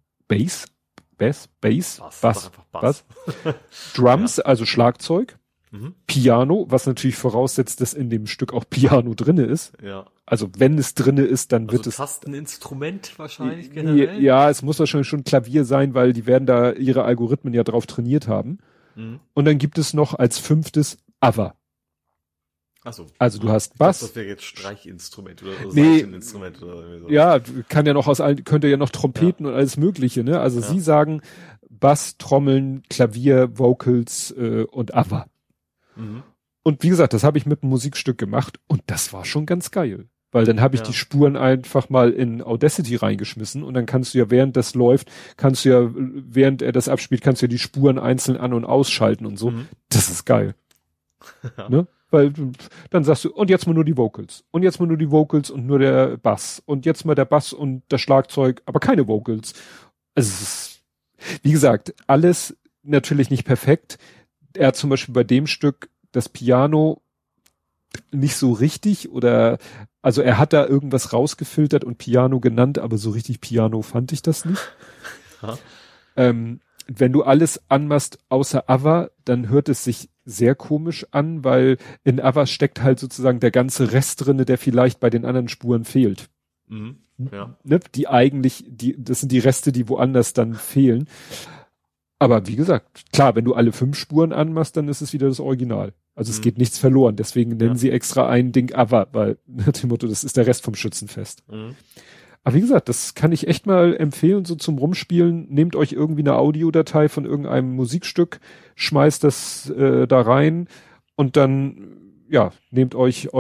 Drums, ja. Also Schlagzeug, Piano, was natürlich voraussetzt, dass in dem Stück auch Piano drinne ist. Ja. Also wenn es drinne ist, dann wird es Tasteninstrument wahrscheinlich generell. Ja, es muss wahrscheinlich schon Klavier sein, weil die werden da ihre Algorithmen ja drauf trainiert haben. Mhm. Und dann gibt es noch als 5. Other. Ach so. Also du hast Bass. Das wäre jetzt Streichinstrument oder Saiteninstrument oder irgendwie so. Ja, kann ja noch könnte ja noch Trompeten und alles Mögliche, ne? Also sie sagen Bass, Trommeln, Klavier, Vocals und Other. Mhm. Und wie gesagt, das habe ich mit einem Musikstück gemacht und das war schon ganz geil. Weil dann habe ich die Spuren einfach mal in Audacity reingeschmissen und dann kannst du ja, während das läuft, während er das abspielt, kannst du ja die Spuren einzeln an- und ausschalten und so. Mhm. Das ist geil. Ja. Ne? Weil dann sagst du, und jetzt mal nur die Vocals. Und jetzt mal nur die Vocals und nur der Bass. Und jetzt mal der Bass und das Schlagzeug, aber keine Vocals. Also es ist, wie gesagt, alles natürlich nicht perfekt. Er hat zum Beispiel bei dem Stück das Piano nicht so richtig also er hat da irgendwas rausgefiltert und Piano genannt, aber so richtig Piano fand ich das nicht. Ja. Wenn du alles anmachst außer Other, dann hört es sich sehr komisch an, weil in Other steckt halt sozusagen der ganze Rest drinne, der vielleicht bei den anderen Spuren fehlt. Mhm. Ja. Ne? Das sind die Reste, die woanders dann fehlen. Aber wie gesagt, klar, wenn du alle 5 Spuren anmachst, dann ist es wieder das Original. Also es geht nichts verloren. Deswegen nennen sie extra ein Ding Other, weil nach dem Motto, das ist der Rest vom Schützenfest. Mhm. Aber wie gesagt, das kann ich echt mal empfehlen, so zum Rumspielen. Nehmt euch irgendwie eine Audiodatei von irgendeinem Musikstück, schmeißt das da rein und dann, nehmt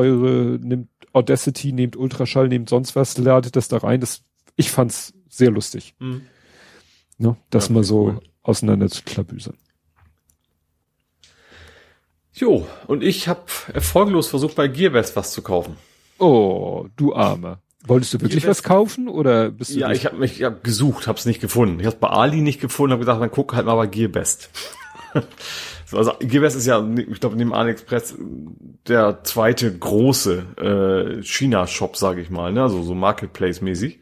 Audacity, nehmt Ultraschall, nehmt sonst was, ladet das da rein. Ich fand's sehr lustig. Mhm. Ne, das mal so auseinander zu klabüsern. Jo, und ich habe erfolglos versucht, bei Gearbest was zu kaufen. Oh, du Armer. Wolltest du wirklich was kaufen oder bist du? Ja, ich hab gesucht, hab's nicht gefunden. Ich hab's bei Ali nicht gefunden, habe gesagt, dann guck halt mal bei Gearbest. Also Gearbest ist ja, ich glaube, neben AliExpress der zweite große China-Shop, sage ich mal, ne, also so Marketplace-mäßig.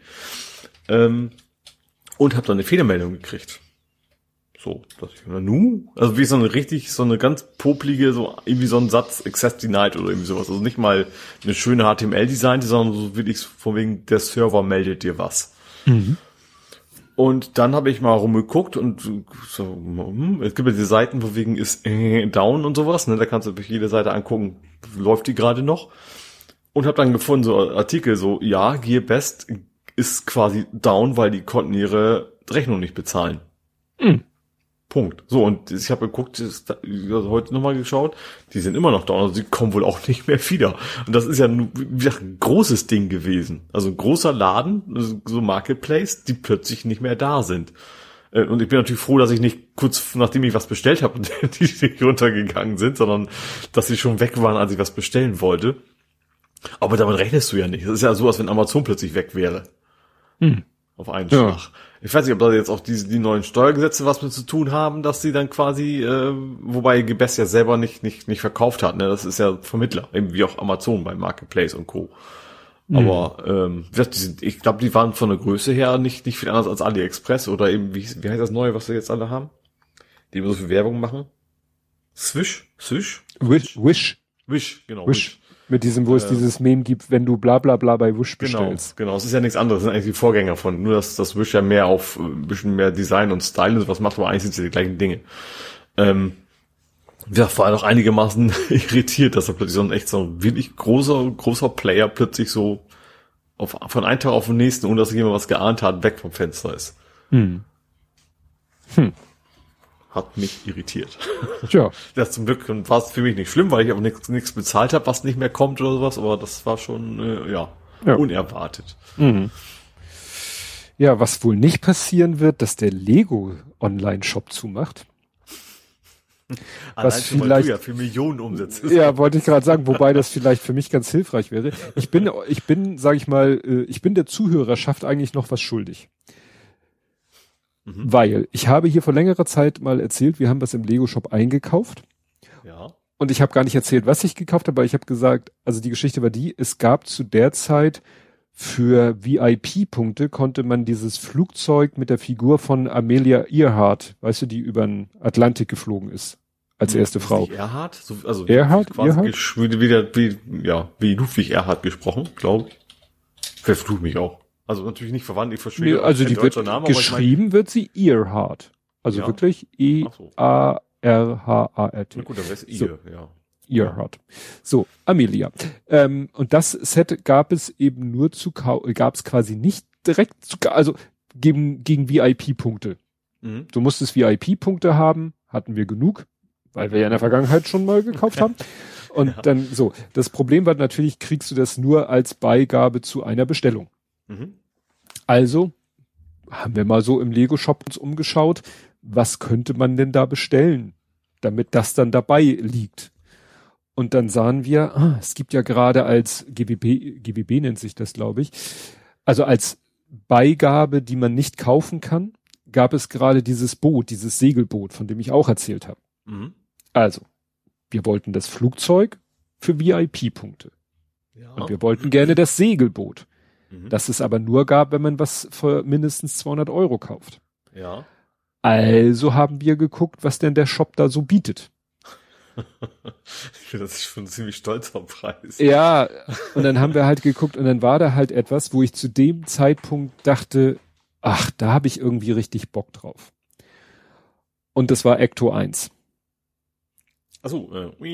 Und habe dann eine Fehlermeldung gekriegt. So, dass ich, also wie so eine ganz poplige, so irgendwie so ein Satz Access Denied oder irgendwie sowas. Also nicht mal eine schöne HTML-Design, sondern so wirklich von wegen, der Server meldet dir was. Mhm. Und dann habe ich mal rumgeguckt und so, es gibt ja die Seiten, wo wegen ist down und sowas, ne? Da kannst du jede Seite angucken, läuft die gerade noch. Und habe dann gefunden, so Artikel, so, ja, Gearbest ist quasi down, weil die konnten ihre Rechnung nicht bezahlen. Mhm. Punkt. So, und ich habe geguckt, heute nochmal geschaut, die sind immer noch da, also die kommen wohl auch nicht mehr wieder. Und das ist ja wie gesagt, ein großes Ding gewesen. Also ein großer Laden, so Marketplace, die plötzlich nicht mehr da sind. Und ich bin natürlich froh, dass ich nicht kurz nachdem ich was bestellt habe, die nicht runtergegangen sind, sondern dass sie schon weg waren, als ich was bestellen wollte. Aber damit rechnest du ja nicht. Das ist ja so, als wenn Amazon plötzlich weg wäre. Auf einen Schlag. Ich weiß nicht, ob da jetzt auch die neuen Steuergesetze was mit zu tun haben, dass sie dann quasi, wobei Gebest ja selber nicht verkauft hat, ne? Das ist ja Vermittler, eben wie auch Amazon beim Marketplace und Co. Aber ich glaube, die waren von der Größe her nicht viel anders als AliExpress oder eben, wie heißt das neue, was wir jetzt alle haben? Die immer so viel Werbung machen. Wish, genau. Wish. Mit diesem, wo es dieses Meme gibt, wenn du bla bla bla bei Wish bestellst. Genau, es ist ja nichts anderes, das sind eigentlich die Vorgänger von, nur dass das Wish ja mehr auf ein bisschen mehr Design und Style und sowas macht, aber eigentlich sind es ja die gleichen Dinge. Vor allem auch einigermaßen irritiert, dass da plötzlich so ein wirklich großer Player plötzlich so von einem Tag auf den nächsten, ohne dass jemand was geahnt hat, weg vom Fenster ist. Hat mich irritiert. Tja. Das zum Glück war es für mich nicht schlimm, weil ich auch nichts bezahlt habe, was nicht mehr kommt oder sowas, aber das war schon, unerwartet. Ja, was wohl nicht passieren wird, dass der Lego Online-Shop zumacht. Was vielleicht ja für Millionen umsetzt. Ja, wollte ich gerade sagen, wobei das vielleicht für mich ganz hilfreich wäre. Ich bin, sage ich mal, ich bin der Zuhörerschaft eigentlich noch was schuldig. Weil ich habe hier vor längerer Zeit mal erzählt, wir haben was im Lego-Shop eingekauft. Ja. Und ich habe gar nicht erzählt, was ich gekauft habe, aber ich habe gesagt, also die Geschichte war die, es gab zu der Zeit für VIP-Punkte konnte man dieses Flugzeug mit der Figur von Amelia Earhart, weißt du, die über den Atlantik geflogen ist, als erste Frau. Earhart? Earhart? Wie Ludwig Erhard gesprochen, glaube ich. Verflucht mich auch. Also natürlich nicht verwandt, ich verstehe. Nee, also die wird Name, geschrieben wird sie Earhart. Also wirklich E-A-R-H-A-R-T. Na gut, dann wäre es Earhart. So, Amelia. Und das Set gab es eben nur gab es quasi nicht direkt also gegen VIP-Punkte. Du musstest VIP-Punkte haben, hatten wir genug, weil wir ja in der Vergangenheit schon mal gekauft haben. Und dann so, das Problem war natürlich, kriegst du das nur als Beigabe zu einer Bestellung. Also haben wir mal so im Lego-Shop uns umgeschaut, was könnte man denn da bestellen, damit das dann dabei liegt. Und dann sahen wir, es gibt ja gerade als GWB nennt sich das, glaube ich, also als Beigabe, die man nicht kaufen kann, gab es gerade dieses Boot, dieses Segelboot, von dem ich auch erzählt habe. Also, wir wollten das Flugzeug für VIP-Punkte. Ja. Und wir wollten gerne das Segelboot. Das es aber nur gab, wenn man was für mindestens 200 € kauft. Ja. Also haben wir geguckt, was denn der Shop da so bietet. Ich finde, das ist schon ein ziemlich stolzer Preis. Ja, und dann haben wir halt geguckt und dann war da halt etwas, wo ich zu dem Zeitpunkt dachte, ach, da habe ich irgendwie richtig Bock drauf. Und das war Ecto 1. Achso,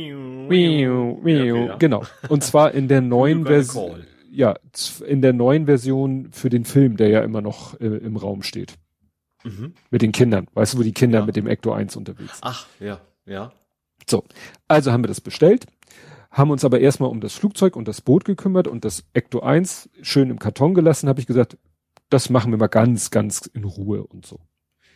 genau. Und zwar in der neuen Version. Ja, in der neuen Version für den Film, der ja immer noch im Raum steht. Mit den Kindern. Weißt du, wo die Kinder mit dem Ecto 1 unterwegs sind? Ach, ja. So, also haben wir das bestellt, haben uns aber erstmal um das Flugzeug und das Boot gekümmert und das Ecto 1 schön im Karton gelassen, habe ich gesagt, das machen wir mal ganz, ganz in Ruhe und so.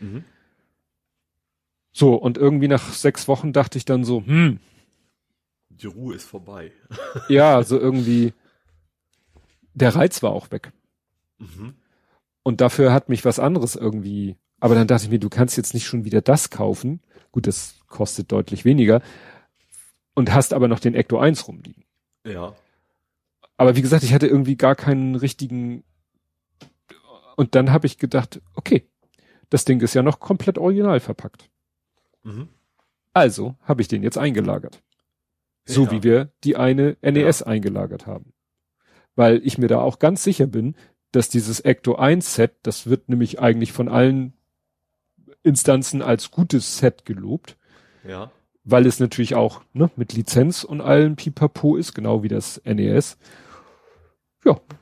So, und irgendwie nach 6 Wochen dachte ich dann so, die Ruhe ist vorbei. Ja, so irgendwie, der Reiz war auch weg. Und dafür hat mich was anderes irgendwie, aber dann dachte ich mir, du kannst jetzt nicht schon wieder das kaufen. Gut, das kostet deutlich weniger. Und hast aber noch den Ecto 1 rumliegen. Ja. Aber wie gesagt, ich hatte irgendwie gar keinen richtigen, und dann habe ich gedacht, okay, das Ding ist ja noch komplett original verpackt. Also habe ich den jetzt eingelagert. So wie wir die eine NES eingelagert haben. Weil ich mir da auch ganz sicher bin, dass dieses Ecto 1 Set, das wird nämlich eigentlich von allen Instanzen als gutes Set gelobt. Ja. Weil es natürlich auch mit Lizenz und allem Pipapo ist, genau wie das NES. Ja.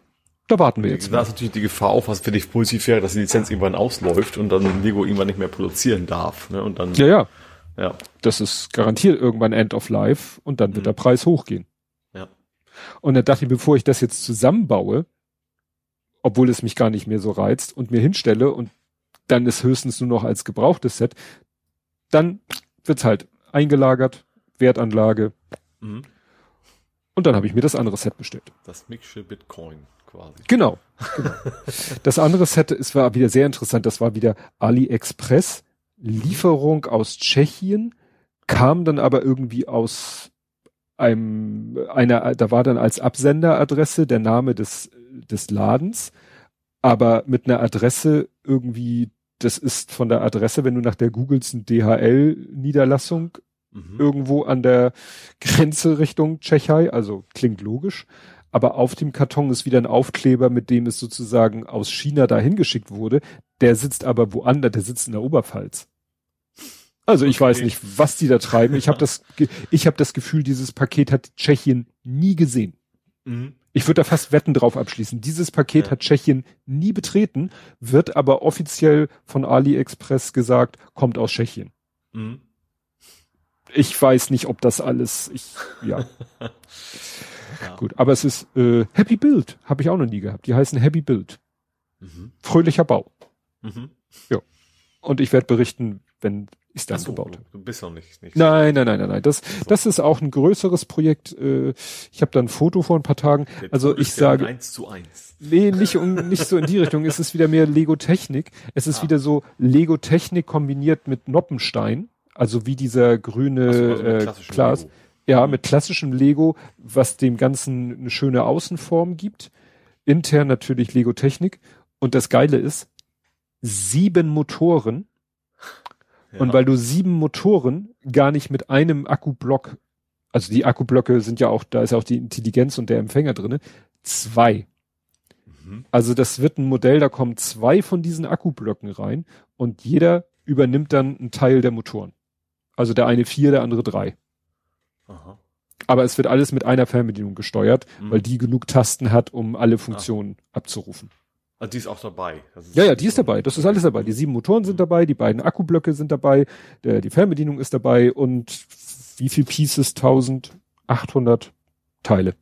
Da warten wir jetzt. Da ist natürlich die Gefahr auch, was für dich positiv wäre, dass die Lizenz irgendwann ausläuft und dann Lego irgendwann nicht mehr produzieren darf. Ne? Und dann, ja. Ja. Das ist garantiert irgendwann End of Life und dann wird der Preis hochgehen. Ja. Und dann dachte ich, bevor ich das jetzt zusammenbaue, obwohl es mich gar nicht mehr so reizt und mir hinstelle und dann ist höchstens nur noch als gebrauchtes Set, dann wird's halt eingelagert, Wertanlage. Mhm. Und dann habe ich mir das andere Set bestellt. Das Mixture Bitcoin quasi. Genau. Das andere Set, es war wieder sehr interessant, das war wieder AliExpress, Lieferung aus Tschechien, kam dann aber irgendwie aus da war dann als Absenderadresse der Name des Ladens, aber mit einer Adresse irgendwie, das ist von der Adresse, wenn du nach der googelst, eine DHL-Niederlassung irgendwo an der Grenze Richtung Tschechei, also klingt logisch, aber auf dem Karton ist wieder ein Aufkleber, mit dem es sozusagen aus China dahin geschickt wurde, der sitzt aber woanders, der sitzt in der Oberpfalz. Also ich weiß nicht, was die da treiben. Ich habe das Gefühl, dieses Paket hat Tschechien nie gesehen. Mhm. Ich würde da fast Wetten drauf abschließen. Dieses Paket hat Tschechien nie betreten, wird aber offiziell von AliExpress gesagt, kommt aus Tschechien. Mhm. Ich weiß nicht, ob das alles, ja. Gut, aber es ist Happy Build, habe ich auch noch nie gehabt. Die heißen Happy Build. Mhm. Fröhlicher Bau. Mhm. Ja. Und ich werde berichten, wenn ich es dann gebaut habe. Du bist noch nicht. Nein. Das ist auch ein größeres Projekt. Ich habe da ein Foto vor ein paar Tagen. Also ich sage 1:1. Nee, nicht so in die Richtung. Es ist wieder mehr Lego Technik. Es ist wieder so Lego Technik kombiniert mit Noppenstein. Also wie dieser grüne Glas. Lego. Ja, mit klassischem Lego, was dem Ganzen eine schöne Außenform gibt. Intern natürlich Lego Technik. Und das Geile ist, 7 Motoren. Ja. Und weil du 7 Motoren gar nicht mit einem Akkublock, also die Akkublöcke sind ja auch, da ist ja auch die Intelligenz und der Empfänger drinne, 2. Mhm. Also das wird ein Modell, da kommen 2 von diesen Akkublöcken rein und jeder übernimmt dann einen Teil der Motoren. Also der eine 4, der andere 3. Aha. Aber es wird alles mit einer Fernbedienung gesteuert, weil die genug Tasten hat, um alle Funktionen abzurufen. Also die ist auch dabei. Ja, die ist dabei. Das ist alles dabei. Die 7 Motoren sind dabei, die beiden Akkublöcke sind dabei, die Fernbedienung ist dabei und wie viel Pieces? 1800 Teile.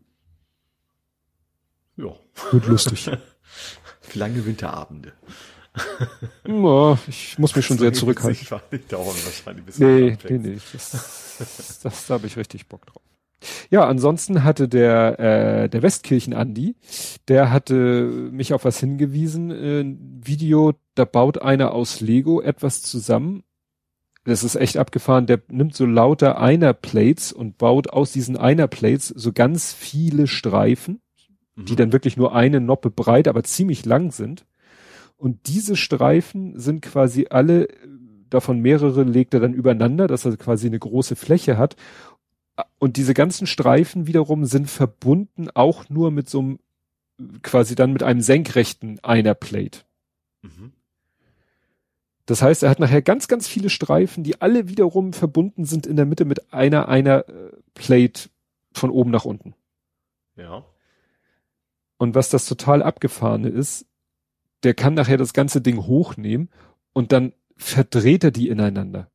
Ja. Wird lustig. Für lange Winterabende. Ja, ich muss mich schon sehr zurückhalten. Nicht dauern wahrscheinlich. Nee. Da habe ich richtig Bock drauf. Ja, ansonsten hatte der Westkirchen-Andi, der hatte mich auf was hingewiesen, ein Video, da baut einer aus Lego etwas zusammen. Das ist echt abgefahren, der nimmt so lauter Einer-Plates und baut aus diesen Einer-Plates so ganz viele Streifen, die dann wirklich nur eine Noppe breit, aber ziemlich lang sind. Und diese Streifen sind quasi alle, davon mehrere legt er dann übereinander, dass er quasi eine große Fläche hat. Und diese ganzen Streifen wiederum sind verbunden auch nur mit so einem, quasi dann mit einem senkrechten Einer-Plate. Mhm. Das heißt, er hat nachher ganz, ganz viele Streifen, die alle wiederum verbunden sind in der Mitte mit einer Plate von oben nach unten. Ja. Und was das total Abgefahrene ist, der kann nachher das ganze Ding hochnehmen und dann verdreht er die ineinander.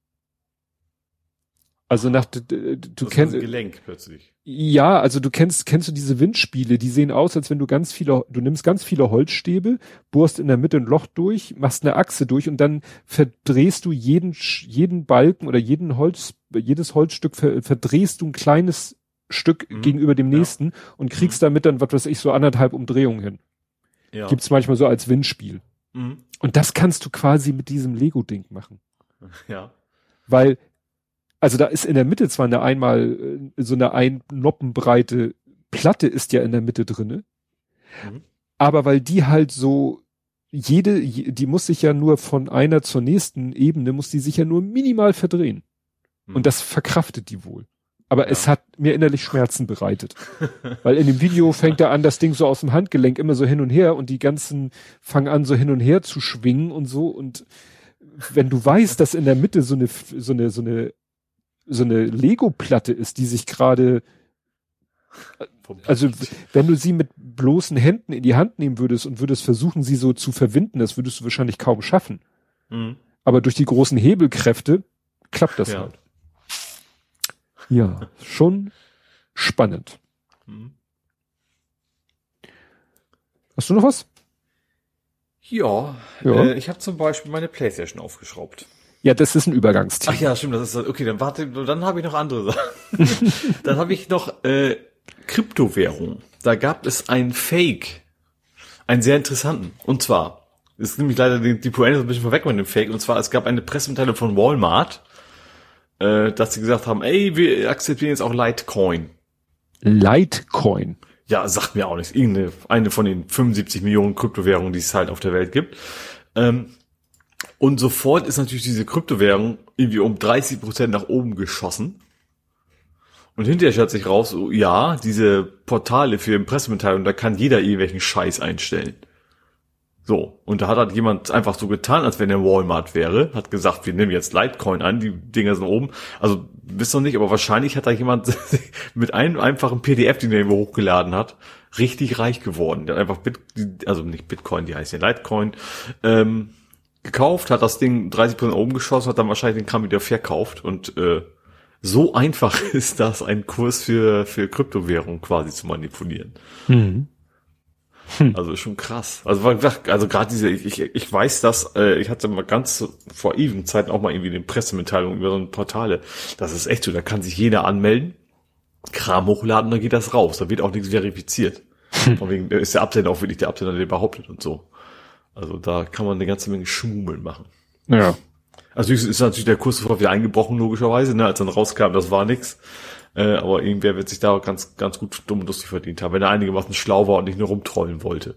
Also du kennst ein Gelenk plötzlich. Ja, also kennst du diese Windspiele, die sehen aus, als wenn du nimmst ganz viele Holzstäbe, bohrst in der Mitte ein Loch durch, machst eine Achse durch und dann verdrehst du jeden Balken oder jedes Holzstück verdrehst du ein kleines Stück gegenüber dem nächsten und kriegst damit dann, was weiß ich, so 1,5 Umdrehungen hin. Ja. Gibt's manchmal so als Windspiel. Mhm. Und das kannst du quasi mit diesem Lego-Ding machen. Ja. Weil also da ist in der Mitte zwar so eine noppenbreite Platte ist ja in der Mitte drinne, aber weil die halt so die muss sich ja nur von einer zur nächsten Ebene, muss die sich ja nur minimal verdrehen. Und das verkraftet die wohl. Aber es hat mir innerlich Schmerzen bereitet. Weil in dem Video fängt er an, das Ding so aus dem Handgelenk immer so hin und her und die ganzen fangen an, so hin und her zu schwingen und so. Und wenn du weißt, dass in der Mitte so eine Lego-Platte ist, die sich gerade Also wenn du sie mit bloßen Händen in die Hand nehmen würdest und würdest versuchen, sie so zu verwinden, das würdest du wahrscheinlich kaum schaffen. Mhm. Aber durch die großen Hebelkräfte klappt das halt. Ja, schon spannend. Mhm. Hast du noch was? Ja. Ich habe zum Beispiel meine PlayStation aufgeschraubt. Ja, das ist ein Übergangsthema. Ach ja, stimmt, das ist okay, dann habe ich noch andere Sachen. Dann habe ich noch Kryptowährung. Da gab es einen Fake, einen sehr interessanten. Und zwar, das ist nämlich leider die Pointe so ein bisschen vorweg mit dem Fake, und zwar, es gab eine Pressemitteilung von Walmart, dass sie gesagt haben, ey, wir akzeptieren jetzt auch Litecoin. Litecoin? Ja, sagt mir auch nichts. Eine von den 75 Millionen Kryptowährungen, die es halt auf der Welt gibt. Und sofort ist natürlich diese Kryptowährung irgendwie um 30% nach oben geschossen. Und hinterher stellt sich raus, so, ja, diese Portale für Pressemitteilungen, da kann jeder irgendwelchen Scheiß einstellen. So, und da hat halt jemand einfach so getan, als wenn er Walmart wäre, hat gesagt, wir nehmen jetzt Litecoin an, die Dinger sind oben. Also, wisst noch nicht, aber wahrscheinlich hat da jemand mit einem einfachen PDF, den er irgendwo hochgeladen hat, richtig reich geworden. Der hat einfach nicht Bitcoin, die heißt ja Litecoin, gekauft, hat das Ding 30% oben geschossen, hat dann wahrscheinlich den Kram wieder verkauft und so einfach ist das, einen Kurs für Kryptowährung quasi zu manipulieren. Mhm. Also ist schon krass. Also gerade diese, ich weiß das, ich hatte mal ganz vor ewigen Zeiten auch mal irgendwie eine Pressemitteilung über so ein Portale. Das ist echt so, da kann sich jeder anmelden, Kram hochladen, dann geht das raus. Da wird auch nichts verifiziert. Von wegen ist der Absender auch wirklich der Absender, der behauptet und so. Also da kann man eine ganze Menge Schmummeln machen. Ja. Also ist natürlich der Kurs sofort wieder eingebrochen, logischerweise, ne, als dann rauskam, das war nix. Aber irgendwer wird sich da ganz, ganz gut dumm und lustig verdient haben, wenn er einigermaßen schlau war und nicht nur rumtrollen wollte.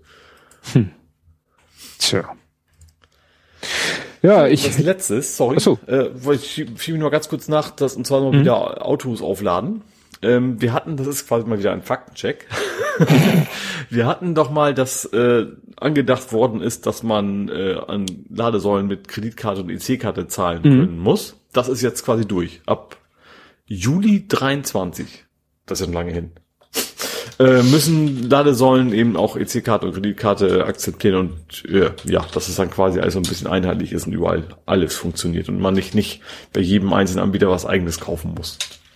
Tja. Ja, das Letzte ist, sorry, ich schiebe nur ganz kurz nach, und zwar noch wieder Autos aufladen. Wir hatten, das ist quasi mal wieder ein Faktencheck. Wir hatten doch mal, dass angedacht worden ist, dass man an Ladesäulen mit Kreditkarte und EC-Karte zahlen können muss. Das ist jetzt quasi durch. Ab Juli 23, das ist ja lange hin, müssen Ladesäulen eben auch EC-Karte und Kreditkarte akzeptieren und ja, dass es dann quasi alles so ein bisschen einheitlich ist und überall alles funktioniert und man nicht bei jedem einzelnen Anbieter was Eigenes kaufen muss.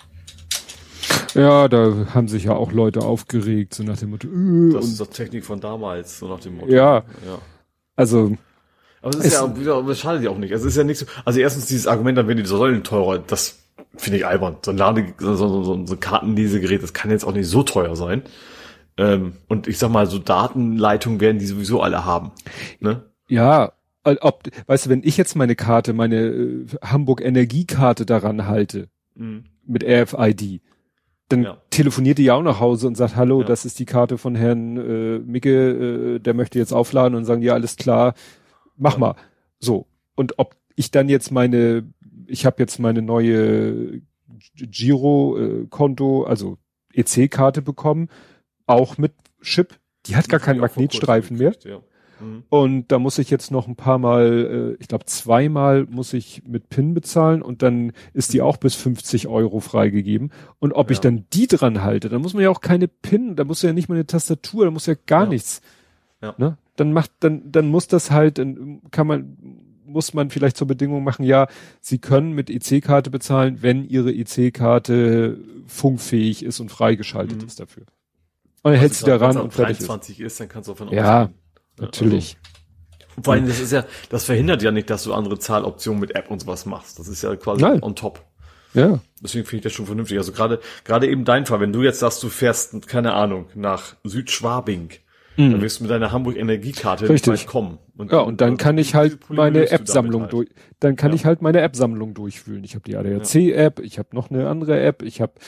Ja, da haben sich ja auch Leute aufgeregt, so nach dem Motto, das ist doch Technik von damals, so nach dem Motto. Ja. Also. Aber es ist ja wieder, das schadet ja auch nicht. Es ist ja nicht so, also erstens dieses Argument, dann werden die Säulen teurer, das finde ich albern. So ein Kartenlesegerät, das kann jetzt auch nicht so teuer sein. Und ich sag mal, so Datenleitungen werden die sowieso alle haben, ne? Ja, weißt du, wenn ich jetzt meine Karte, meine Hamburg Energiekarte daran halte, mit RFID, dann telefoniert die ja auch nach Hause und sagt, hallo, das ist die Karte von Herrn Micke, der möchte jetzt aufladen und sagen, ja, alles klar, mach mal. So. Und ob ich dann jetzt ich habe jetzt meine neue Giro-Konto, also EC-Karte bekommen, auch mit Chip, die hat gar keinen Magnetstreifen mehr. Ja. Und da muss ich jetzt noch ein paar Mal, ich glaube 2-mal muss ich mit PIN bezahlen und dann ist die auch bis 50 € freigegeben. Und ob ich dann die dran halte, dann muss man ja auch keine PIN, da muss ja nicht mal eine Tastatur, da muss ja gar nichts. Ja. Ne? Dann muss das halt, muss man vielleicht zur Bedingung machen, ja, Sie können mit EC-Karte bezahlen, wenn Ihre EC-Karte funkfähig ist und freigeschaltet ist dafür. Und dann hältst du da ran und fertig 23 ist, dann kannst du davon ausgehen. Natürlich. Also, vor allem, das verhindert ja nicht, dass du andere Zahloptionen mit App und sowas machst. Das ist ja quasi on top. Ja. Deswegen finde ich das schon vernünftig. Also gerade eben dein Fall, wenn du jetzt sagst, du fährst, keine Ahnung, nach Südschwabing, dann wirst du mit deiner Hamburg Energiekarte nicht weit kommen. Und dann kann ich halt meine App-Sammlung ich halt meine App-Sammlung durchwühlen. Ich habe die ADAC-App, ich habe noch eine andere App,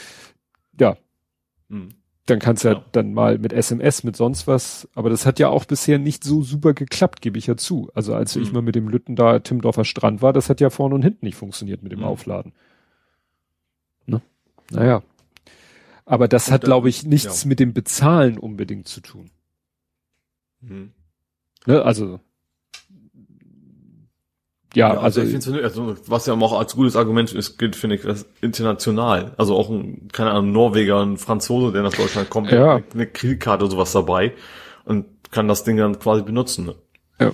dann kannst du ja dann mal mit SMS, mit sonst was, aber das hat ja auch bisher nicht so super geklappt, gebe ich ja zu. Also als ich mal mit dem Lütten da Timmendorfer Strand war, das hat ja vorne und hinten nicht funktioniert mit dem Aufladen. Ne? Naja. Aber das hat, glaube ich, nichts mit dem Bezahlen unbedingt zu tun. Ne? Also Ja, also ich finde also, was ja auch als gutes Argument ist, gilt, finde ich, das international. Also auch ein, keine Ahnung, Norweger, ein Franzose, der nach Deutschland kommt, eine Kreditkarte oder sowas dabei und kann das Ding dann quasi benutzen. Ne? Ja.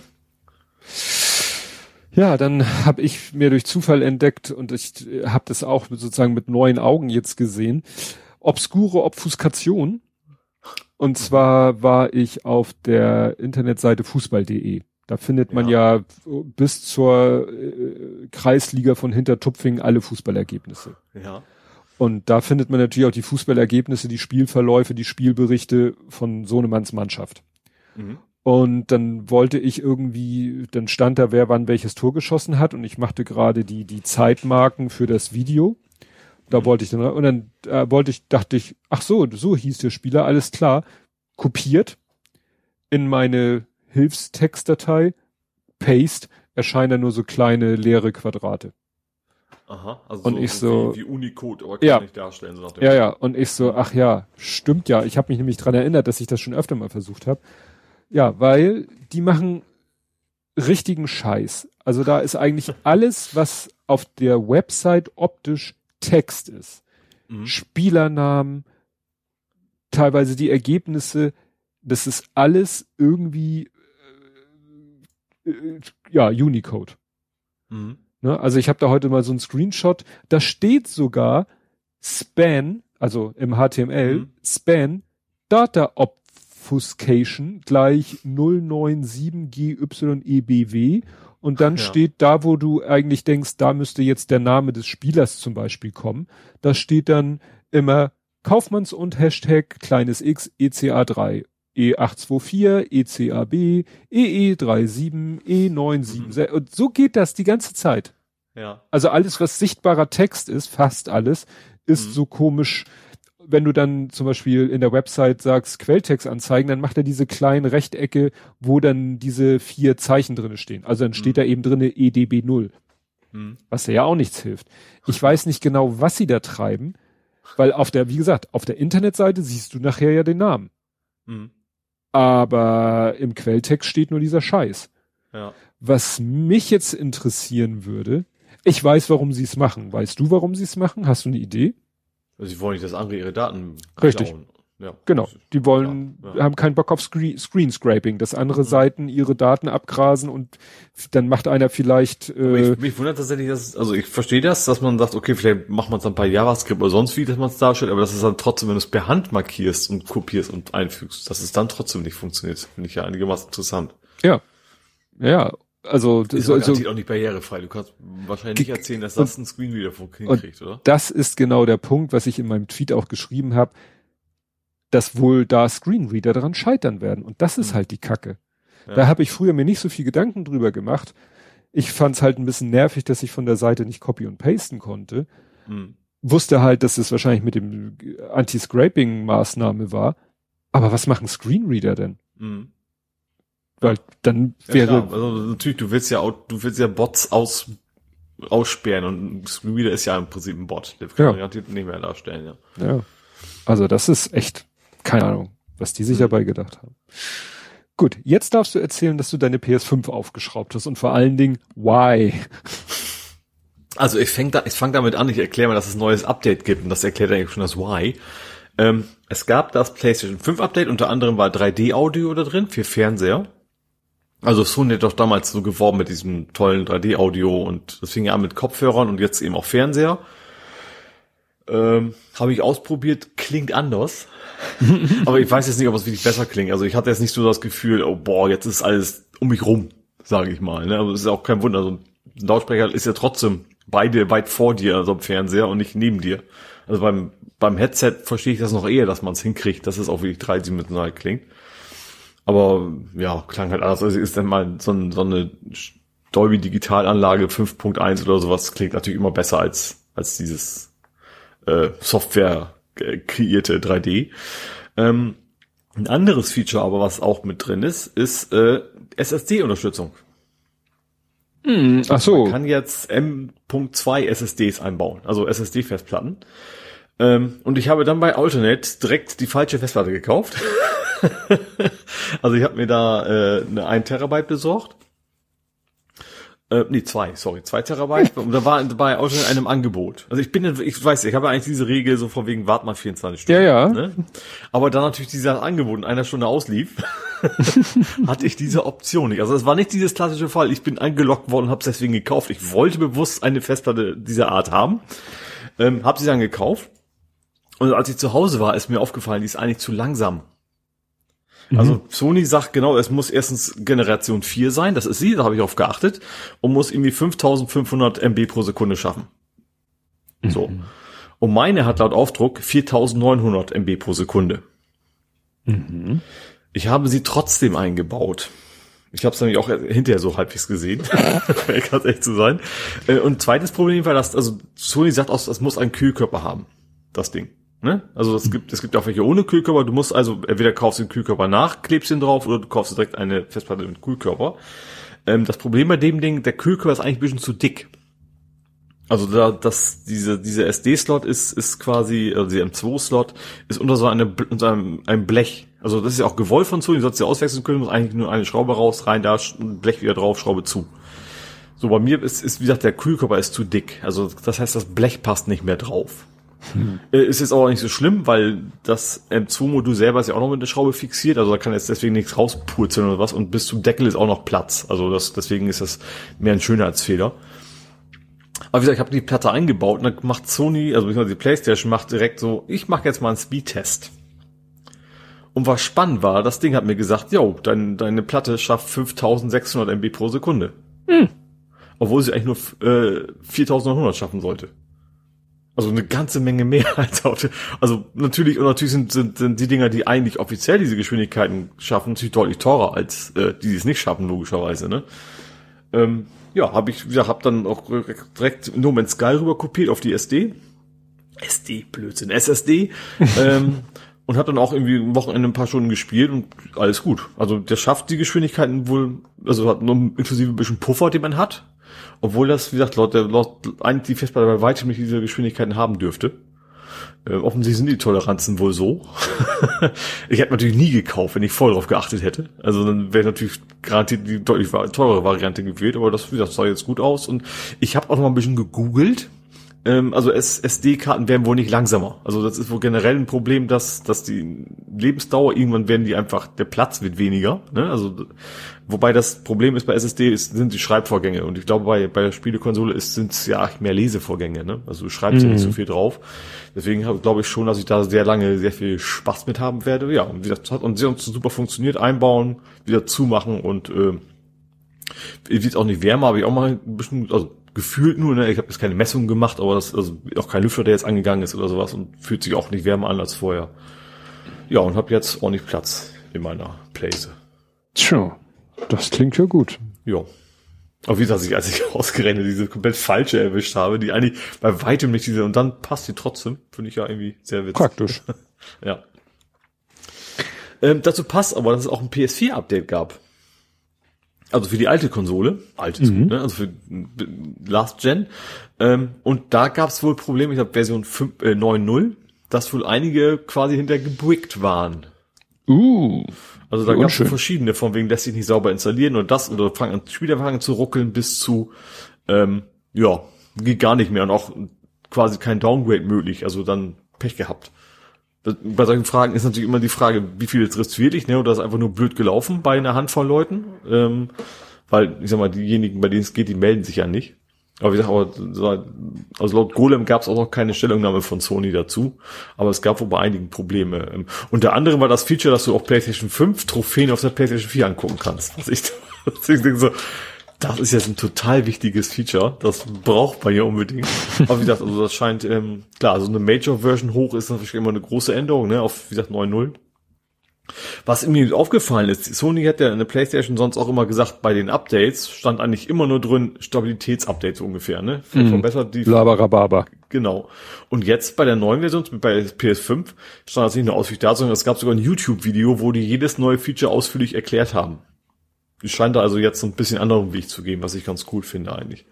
Ja, dann habe ich mir durch Zufall entdeckt und ich habe das auch sozusagen mit neuen Augen jetzt gesehen. Obskure Obfuskation. Und zwar war ich auf der Internetseite fußball.de. Da findet man ja bis zur Kreisliga von Hintertupfingen alle Fußballergebnisse. Ja. Und da findet man natürlich auch die Fußballergebnisse, die Spielverläufe, die Spielberichte von Sohnemanns Mannschaft. Mhm. Und dann wollte ich irgendwie, dann stand da, wer wann welches Tor geschossen hat und ich machte gerade die Zeitmarken für das Video. Da wollte ich dann, und dann dachte ich, ach so hieß der Spieler, alles klar, kopiert in meine Hilfstextdatei, Paste, erscheinen da nur so kleine leere Quadrate. Aha, also und so wie Unicode, aber kann nicht darstellen. So nach dem ja, und ich so, ach ja, stimmt ja, ich habe mich nämlich dran erinnert, dass ich das schon öfter mal versucht habe. Ja, weil die machen richtigen Scheiß. Also da ist eigentlich alles, was auf der Website optisch Text ist. Mhm. Spielernamen, teilweise die Ergebnisse, das ist alles irgendwie Unicode. Mhm. Ne? Also ich habe da heute mal so einen Screenshot, da steht sogar Span, also im HTML, Span, Data Obfuscation gleich 097GYEBW und dann steht da, wo du eigentlich denkst, da müsste jetzt der Name des Spielers zum Beispiel kommen, da steht dann immer Kaufmanns und Hashtag kleines x ECA3 E824, ECAB, EE37, E976 und so geht das die ganze Zeit. Ja. Also alles, was sichtbarer Text ist, fast alles, ist so komisch. Wenn du dann zum Beispiel in der Website sagst, Quelltext anzeigen, dann macht er diese kleinen Rechtecke, wo dann diese 4 Zeichen drinne stehen. Also dann steht da eben drinne EDB0. Was ja auch nichts hilft. Ich weiß nicht genau, was sie da treiben, weil wie gesagt, auf der Internetseite siehst du nachher ja den Namen. Aber im Quelltext steht nur dieser Scheiß. Ja. Was mich jetzt interessieren würde, ich weiß, warum sie es machen. Weißt du, warum sie es machen? Hast du eine Idee? Also sie wollen nicht, dass andere ihre Daten Richtig. klauen. Ja, genau. Die wollen, haben keinen Bock auf Screen Scraping, dass andere Seiten ihre Daten abgrasen und dann macht einer vielleicht. Mich wundert tatsächlich, also ich verstehe das, dass man sagt, okay, vielleicht macht man es dann bei JavaScript oder sonst wie, dass man es darstellt, aber dass es dann trotzdem, wenn du es per Hand markierst und kopierst und einfügst, dass es dann trotzdem nicht funktioniert, finde ich ja einigermaßen interessant. Ja. Ja. Also ist garantiert auch nicht barrierefrei. Du kannst wahrscheinlich nicht erzählen, dass das ein Screenreader hinkriegt, oder? Das ist genau der Punkt, was ich in meinem Tweet auch geschrieben habe, dass wohl da Screenreader daran scheitern werden. Und das ist halt die Kacke. Ja. Da habe ich früher mir nicht so viel Gedanken drüber gemacht. Ich fand es halt ein bisschen nervig, dass ich von der Seite nicht copy und pasten konnte. Wusste halt, dass es wahrscheinlich mit dem Anti-Scraping-Maßnahme war. Aber was machen Screenreader denn? Weil dann wäre... Ja, also natürlich, du willst ja Bots aussperren und Screenreader ist ja im Prinzip ein Bot. Der kann man garantiert nicht mehr darstellen, ja. Also das ist echt, keine Ahnung, was die sich dabei gedacht haben. Gut, jetzt darfst du erzählen, dass du deine PS5 aufgeschraubt hast und vor allen Dingen, why? Also ich fang damit an, ich erkläre mal, dass es ein neues Update gibt und das erklärt eigentlich schon das Why. Es gab das PlayStation 5 Update, unter anderem war 3D-Audio da drin für Fernseher. Also Sony hat doch damals so geworben mit diesem tollen 3D-Audio und das fing ja an mit Kopfhörern und jetzt eben auch Fernseher. Habe ich ausprobiert, klingt anders. Aber ich weiß jetzt nicht, ob es wirklich besser klingt. Also ich hatte jetzt nicht so das Gefühl, oh boah, jetzt ist alles um mich rum, sage ich mal. Ne? Aber es ist auch kein Wunder. So ein Lautsprecher ist ja trotzdem beide weit vor dir, also am Fernseher und nicht neben dir. Also beim Headset verstehe ich das noch eher, dass man es hinkriegt, dass es auch wirklich dreidimensional klingt. Aber ja, klang halt anders. Also ist dann mal so eine Dolby Digitalanlage 5.1 oder sowas, klingt natürlich immer besser als dieses Software kreierte 3D. Ein anderes Feature aber, was auch mit drin ist SSD-Unterstützung. Ach so. Man kann jetzt M.2 SSDs einbauen, also SSD-Festplatten. Und ich habe dann bei Alternate direkt die falsche Festplatte gekauft. Also ich habe mir da eine 1 Terabyte besorgt. Nee, 2 Terabyte. Und da war dabei auch schon in einem Angebot. Also ich weiß, ich habe eigentlich diese Regel so von wegen, wart mal 24 Stunden. Ja. Ne? Aber da natürlich dieser Angebot in einer Stunde auslief, hatte ich diese Option nicht. Also es war nicht dieses klassische Fall, ich bin eingeloggt worden und habe es deswegen gekauft. Ich wollte bewusst eine Festplatte dieser Art haben. Habe sie dann gekauft. Und als ich zu Hause war, ist mir aufgefallen, die ist eigentlich zu langsam. Also Sony sagt genau, es muss erstens Generation 4 sein, das ist sie, da habe ich drauf geachtet, und muss irgendwie 5500 MB pro Sekunde schaffen. So. Und meine hat laut Aufdruck 4900 MB pro Sekunde. Ich habe sie trotzdem eingebaut. Ich habe es nämlich auch hinterher so halbwegs gesehen, ganz echt zu sein. Und zweites Problem war, dass also Sony sagt auch, es muss einen Kühlkörper haben, das Ding. Ne? Also es gibt auch welche ohne Kühlkörper. Du musst also entweder kaufst den Kühlkörper nach, klebst ihn drauf, oder du kaufst direkt eine Festplatte mit Kühlkörper. Das Problem bei dem Ding, der Kühlkörper ist eigentlich ein bisschen zu dick. Also dieser SD-Slot ist quasi, also der M2-Slot ist unter so einem Blech. Also das ist ja auch gewollt von Sony, du sollst ja auswechseln können, muss eigentlich nur eine Schraube raus, rein, da Blech wieder drauf, Schraube zu. So, bei mir ist wie gesagt, der Kühlkörper ist zu dick. Also das heißt, das Blech passt nicht mehr drauf. Ist jetzt auch nicht so schlimm, weil das M2-Modul selber ist ja auch noch mit einer Schraube fixiert, also da kann jetzt deswegen nichts rauspurzeln oder was, und bis zum Deckel ist auch noch Platz. Also deswegen ist das mehr ein Schönheitsfehler. Aber wie gesagt, ich habe die Platte eingebaut und dann macht Sony, also die PlayStation macht direkt so, ich mache jetzt mal einen Speedtest. Und was spannend war, das Ding hat mir gesagt, jo, deine Platte schafft 5600 MB pro Sekunde. Obwohl sie eigentlich nur 4900 schaffen sollte. Also eine ganze Menge mehr als Auto. Also natürlich sind die Dinger, die eigentlich offiziell diese Geschwindigkeiten schaffen, natürlich deutlich teurer als die es nicht schaffen, logischerweise. Ne? Hab dann auch direkt No Man's Sky rüber kopiert auf die SSD, und hab dann auch irgendwie am Wochenende ein paar Stunden gespielt und alles gut. Also der schafft die Geschwindigkeiten wohl, also hat nur inklusive ein bisschen Puffer, den man hat. Obwohl das, wie gesagt, laut eigentlich die Festplatte bei weitem nicht diese Geschwindigkeiten haben dürfte. Offensichtlich sind die Toleranzen wohl so. Ich hätte natürlich nie gekauft, wenn ich voll drauf geachtet hätte. Also dann wäre natürlich garantiert die deutlich teurere Variante gewählt, aber das, wie gesagt, sah jetzt gut aus. Und ich habe auch noch mal ein bisschen gegoogelt. Also SD-Karten werden wohl nicht langsamer. Also das ist wohl generell ein Problem, dass die Lebensdauer, irgendwann werden die einfach, der Platz wird weniger. Ne? Also wobei das Problem ist bei SSD sind die Schreibvorgänge, und ich glaube bei der Spielekonsole sind es ja mehr Lesevorgänge. Ne? Also du schreibst ja nicht so viel drauf. Deswegen glaube ich schon, dass ich da sehr lange sehr viel Spaß mit haben werde. Ja, und wie gesagt, hat uns super funktioniert, einbauen, wieder zumachen, und wird auch nicht wärmer, habe ich auch mal ein bisschen, also gefühlt nur, ne, ich habe jetzt keine Messung gemacht, aber das, also auch kein Lüfter, der jetzt angegangen ist oder sowas, und fühlt sich auch nicht wärmer an als vorher. Ja, und habe jetzt ordentlich Platz in meiner Place. Tja, das klingt ja gut. Ja. Aber wie gesagt, als ich ausgerechnet diese komplett falsche erwischt habe, die eigentlich bei weitem nicht diese, und dann passt die trotzdem, finde ich ja irgendwie sehr witzig. Praktisch. Ja. Dazu passt aber, dass es auch ein PS4-Update gab. Also für die alte Konsole, ist gut, ne? Also für Last Gen. Und da gab es wohl Probleme, ich glaube Version 9.0, dass wohl einige quasi hinter gebrickt waren. Also da gab es verschiedene, von wegen lässt sich nicht sauber installieren oder Spieler fangen zu ruckeln bis zu, geht gar nicht mehr, und auch quasi kein Downgrade möglich, also dann Pech gehabt. Bei solchen Fragen ist natürlich immer die Frage, wie viel jetzt riskiert wirklich, ne, oder ist einfach nur blöd gelaufen bei einer Handvoll Leuten, weil, ich sag mal, diejenigen, bei denen es geht, die melden sich ja nicht. Aber wie gesagt, also laut Golem gab es auch noch keine Stellungnahme von Sony dazu, aber es gab wohl bei einigen Probleme. Unter anderem war das Feature, dass du auf PlayStation 5 Trophäen auf der PlayStation 4 angucken kannst. Ich denke so, das ist jetzt ein total wichtiges Feature, das braucht man ja unbedingt. Aber wie gesagt, also das scheint, klar, so eine Major-Version hoch ist natürlich immer eine große Änderung, ne, auf, wie gesagt, 9.0. Was mir aufgefallen ist, Sony hat ja in der PlayStation sonst auch immer gesagt, bei den Updates stand eigentlich immer nur drin Stabilitätsupdates ungefähr, ne? Verbessert die. Labarababa. Genau. Und jetzt bei der neuen Version, bei PS5, stand das nicht nur ausführlich da, sondern es gab sogar ein YouTube-Video, wo die jedes neue Feature ausführlich erklärt haben. Es scheint da also jetzt so ein bisschen anderen Weg zu geben, was ich ganz cool finde eigentlich.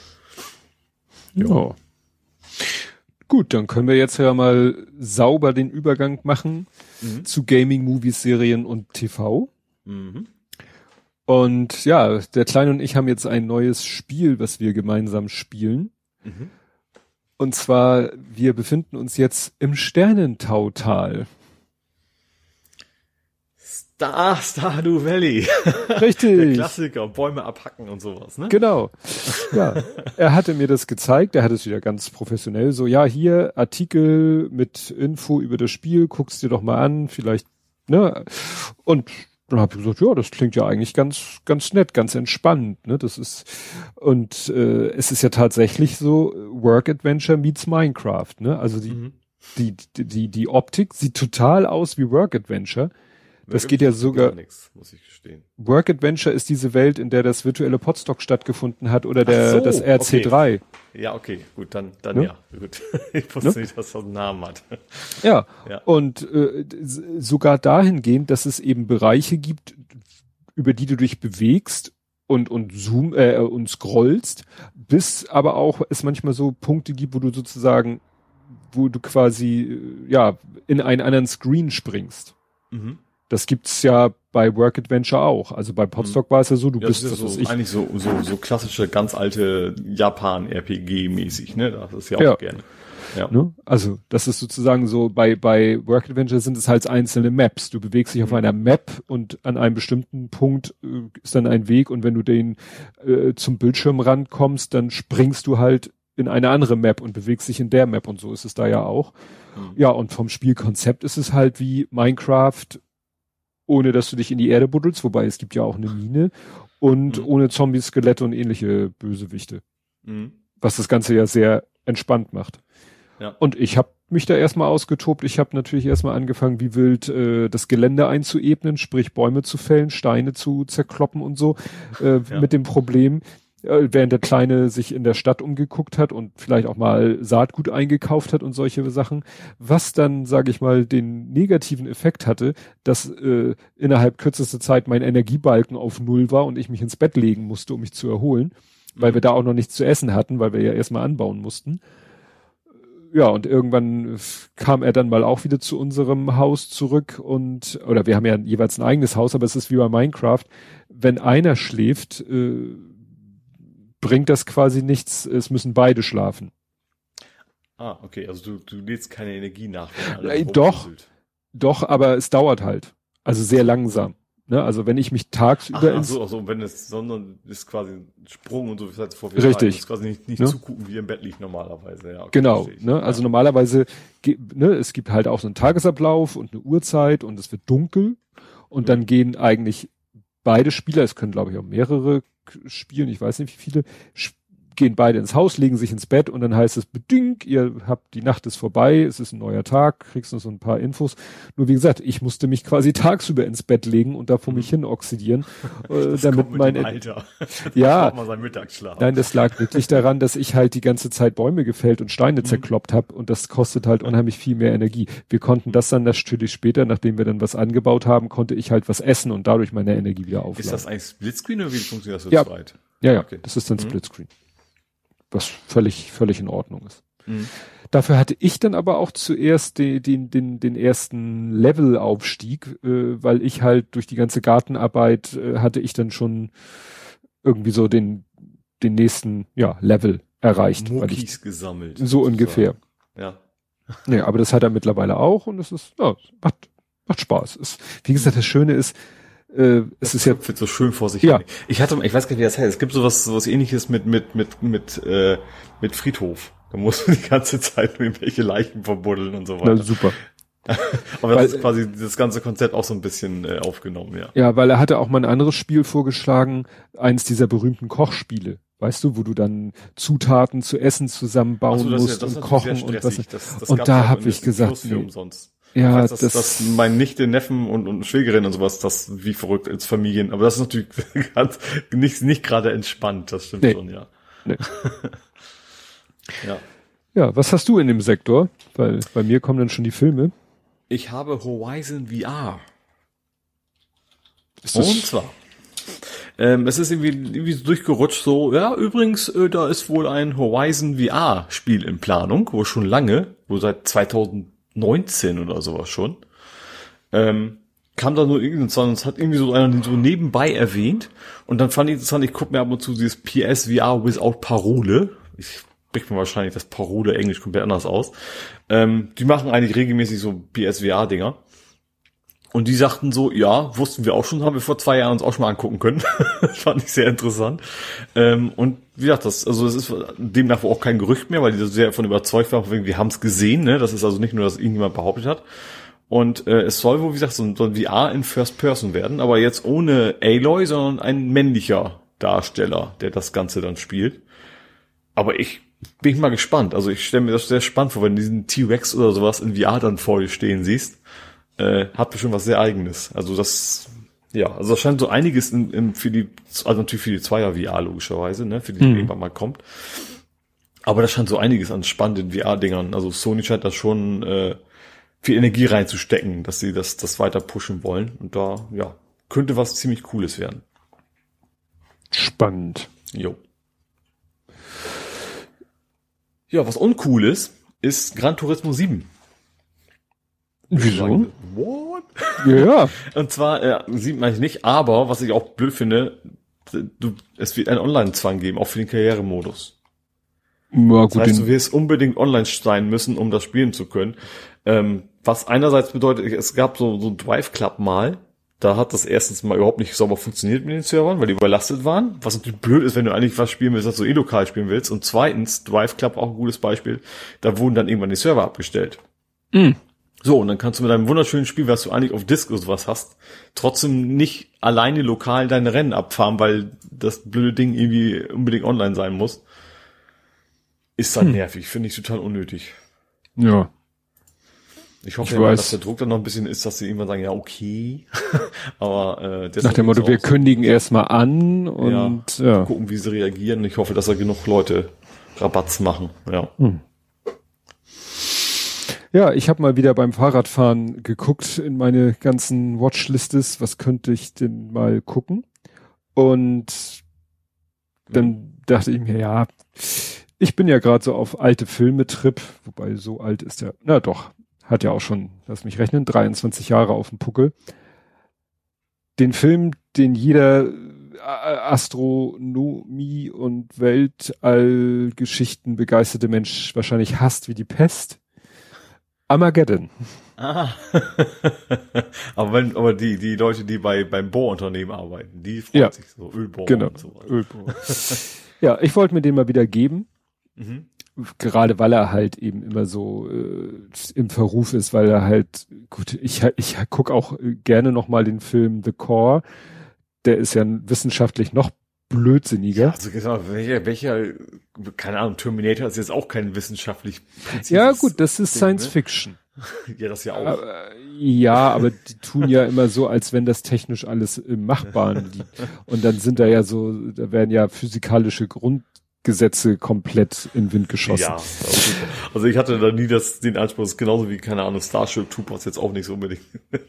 Ja. Gut, dann können wir jetzt ja mal sauber den Übergang machen zu Gaming, Movies, Serien und TV. Und ja, der Kleine und ich haben jetzt ein neues Spiel, was wir gemeinsam spielen. Mhm. Und zwar, wir befinden uns jetzt im Sternentautal. Stardew Valley. Richtig. Der Klassiker, Bäume abhacken und sowas, ne? Genau. Ja, er hatte mir das gezeigt, er hat es wieder ganz professionell so, ja, hier Artikel mit Info über das Spiel, guck's dir doch mal an, vielleicht, ne? Und dann habe ich gesagt, ja, das klingt ja eigentlich ganz, ganz nett, ganz entspannt, ne? Das ist, und es ist ja tatsächlich so Work Adventure meets Minecraft, ne? Also die Optik sieht total aus wie Work Adventure. Das geht ja sogar. Nix, muss ich gestehen. Work Adventure ist diese Welt, in der das virtuelle Podstock stattgefunden hat oder das RC3. Okay. Ja, okay, gut, dann ne? Ja, gut. Ich wusste nicht, dass das einen Namen hat. Ja. Und sogar dahingehend, dass es eben Bereiche gibt, über die du dich bewegst und und scrollst, bis aber auch es manchmal so Punkte gibt, wo du sozusagen, wo du quasi in einen anderen Screen springst. Mhm. Das gibt's ja bei Work Adventure auch. Also bei Podstock war es ja so, du bist das ist eigentlich so klassische, ganz alte Japan-RPG-mäßig, ne? Das ist ja auch gerne. Ja. Ne? Also das ist sozusagen so, bei Work Adventure sind es halt einzelne Maps. Du bewegst dich auf einer Map und an einem bestimmten Punkt ist dann ein Weg und wenn du den zum Bildschirmrand kommst, dann springst du halt in eine andere Map und bewegst dich in der Map und so ist es da ja auch. Ja, und vom Spielkonzept ist es halt wie Minecraft, ohne dass du dich in die Erde buddelst, wobei es gibt ja auch eine Mine und ohne Zombies, Skelette und ähnliche Bösewichte. Was das Ganze ja sehr entspannt macht. Ja. Und ich habe mich da erstmal ausgetobt. Ich habe natürlich erstmal angefangen, wie wild das Gelände einzuebnen, sprich Bäume zu fällen, Steine zu zerkloppen und so, mit dem Problem, während der Kleine sich in der Stadt umgeguckt hat und vielleicht auch mal Saatgut eingekauft hat und solche Sachen, was dann, sage ich mal, den negativen Effekt hatte, dass innerhalb kürzester Zeit mein Energiebalken auf 0 war und ich mich ins Bett legen musste, um mich zu erholen, weil wir da auch noch nichts zu essen hatten, weil wir ja erstmal anbauen mussten. Ja, und irgendwann kam er dann mal auch wieder zu unserem Haus zurück oder wir haben ja jeweils ein eigenes Haus, aber es ist wie bei Minecraft, wenn einer schläft, bringt das quasi nichts, es müssen beide schlafen. Ah, okay, also du lädst keine Energie nach. Doch, aber es dauert halt. Also sehr langsam. Ne? Also wenn ich mich tagsüber sondern ist quasi ein Sprung und so wie es vor richtig. Du musst quasi nicht zugucken, wie im Bett liegt normalerweise. Ja, okay, genau, ne? Also normalerweise, es gibt halt auch so einen Tagesablauf und eine Uhrzeit und es wird dunkel und dann gehen eigentlich beide Spieler, es können glaube ich auch mehrere spielen, ich weiß nicht wie viele, gehen beide ins Haus, legen sich ins Bett und dann heißt es bedingt, die Nacht ist vorbei, es ist ein neuer Tag, kriegst noch so ein paar Infos. Nur wie gesagt, ich musste mich quasi tagsüber ins Bett legen und da vor mich hin oxidieren, damit mein Alter. Ja, mal seinen Mittagsschlaf. Nein, das lag wirklich daran, dass ich halt die ganze Zeit Bäume gefällt und Steine zerkloppt habe und das kostet halt unheimlich viel mehr Energie. Wir konnten das dann natürlich später, nachdem wir dann was angebaut haben, konnte ich halt was essen und dadurch meine Energie wieder aufladen. Ist das eigentlich Splitscreen oder wie funktioniert das so zweit? Ja, okay. Das ist dann Splitscreen. Was völlig in Ordnung ist. Dafür hatte ich dann aber auch zuerst den ersten Levelaufstieg, weil ich halt durch die ganze Gartenarbeit hatte ich dann schon irgendwie so den nächsten Level erreicht. Muckis gesammelt. So ungefähr. Ja. Ja, aber das hat er mittlerweile auch und es ist, macht Spaß. Wie gesagt, das Schöne ist, es ist ja so schön vor sich. Ja. Ich weiß gar nicht, wie das heißt. Es gibt sowas ähnliches mit Friedhof. Da musst du die ganze Zeit irgendwelche Leichen verbuddeln und so weiter. Na, super. Aber das ist quasi das ganze Konzept auch so ein bisschen aufgenommen, ja. Ja, weil er hatte auch mal ein anderes Spiel vorgeschlagen, eins dieser berühmten Kochspiele. Weißt du, wo du dann Zutaten zu essen zusammenbauen musst und kochen und was. Und da habe ich gesagt, nee. Ja, das mein Nichte, Neffen und Schwägerin und sowas, das wie verrückt als Familien, aber das ist natürlich ganz, nicht gerade entspannt, das stimmt schon, ja. Nee. Ja, was hast du in dem Sektor? Weil bei mir kommen dann schon die Filme. Ich habe Horizon VR. Ist das und zwar, es ist irgendwie so durchgerutscht, so, ja, übrigens, da ist wohl ein Horizon VR Spiel in Planung, wo schon lange, wo seit 2019 oder sowas schon. kam da nur irgendwann, es hat irgendwie so einer den so nebenbei erwähnt und dann fand ich interessant, ich gucke mir ab und zu dieses PSVR without Parole. Ich spricht mir wahrscheinlich das Parole Englisch komplett anders aus. Die machen eigentlich regelmäßig so PSVR-Dinger. Und die sagten so, ja, wussten wir auch schon, haben wir vor 2 Jahren uns auch schon mal angucken können. Das fand ich sehr interessant. Und wie gesagt, es ist demnach wohl auch kein Gerücht mehr, weil die sehr davon überzeugt waren, wir haben es gesehen, ne? Das ist also nicht nur, dass irgendjemand behauptet hat. Und es soll wohl, wie gesagt, so ein VR in First Person werden, aber jetzt ohne Aloy, sondern ein männlicher Darsteller, der das Ganze dann spielt. Aber ich bin mal gespannt. Also ich stelle mir das sehr spannend vor, wenn du diesen T-Rex oder sowas in VR dann vor dir stehen siehst. Hat bestimmt was sehr Eigenes. Also das scheint so einiges also natürlich für die Zweier VR logischerweise, ne, für die irgendwann mal kommt. Aber da scheint so einiges an spannenden VR-Dingern. Also Sony scheint da schon viel Energie reinzustecken, dass sie das weiter pushen wollen. Und da, ja, könnte was ziemlich Cooles werden. Spannend. Jo. Ja, was uncool ist Gran Turismo 7. Wieso? What? Ja. Und zwar, sieht man nicht, aber was ich auch blöd finde, es wird einen Online-Zwang geben, auch für den Karrieremodus. Ja, gut, das heißt, du wirst unbedingt online sein müssen, um das spielen zu können. Was einerseits bedeutet, es gab so ein Drive Club mal, da hat das erstens mal überhaupt nicht sauber funktioniert mit den Servern, weil die überlastet waren, was natürlich blöd ist, wenn du eigentlich was spielen willst, das du lokal spielen willst. Und zweitens, Drive Club auch ein gutes Beispiel, da wurden dann irgendwann die Server abgestellt. Mhm. So, und dann kannst du mit einem wunderschönen Spiel, was du eigentlich auf Disk oder sowas hast, trotzdem nicht alleine lokal deine Rennen abfahren, weil das blöde Ding irgendwie unbedingt online sein muss. Ist dann nervig, finde ich total unnötig. Ja. Ich hoffe immer, dass der Druck dann noch ein bisschen ist, dass sie irgendwann sagen, ja, okay. Aber nach dem Motto, wir kündigen erstmal an und gucken, wie sie reagieren. Ich hoffe, dass da genug Leute Rabatz machen. Ja. Ja, ich habe mal wieder beim Fahrradfahren geguckt in meine ganzen Watchlistes, was könnte ich denn mal gucken? Und dann dachte ich mir, ja, ich bin ja gerade so auf alte Filme-Trip, wobei so alt ist der, na doch, hat ja auch schon, lass mich rechnen, 23 Jahre auf dem Puckel. Den Film, den jeder Astronomie und Weltallgeschichten begeisterte Mensch wahrscheinlich hasst wie die Pest. Armageddon. Ah. aber die Leute, die beim Bohrunternehmen arbeiten, die freuen sich so, Ölbohr genau, und so. Ölbohr. Ja, ich wollte mir den mal wieder geben. Mhm. Gerade weil er halt eben immer so im Verruf ist, weil er halt, gut, ich guck auch gerne nochmal den Film The Core. Der ist ja wissenschaftlich noch blödsinniger. Ja, also genau, welcher, keine Ahnung, Terminator ist jetzt auch kein wissenschaftlich präzises Ja gut, das ist Ding, Science ne? Fiction. Ja, das ja auch. Ja, aber die tun ja immer so, als wenn das technisch alles im Machbaren liegt. Und dann sind da werden ja physikalische Grundgesetze komplett in den Wind geschossen. Ja, also ich hatte da nie den Anspruch, das ist genauso wie, keine Ahnung, Starship Troopers jetzt auch nicht so unbedingt.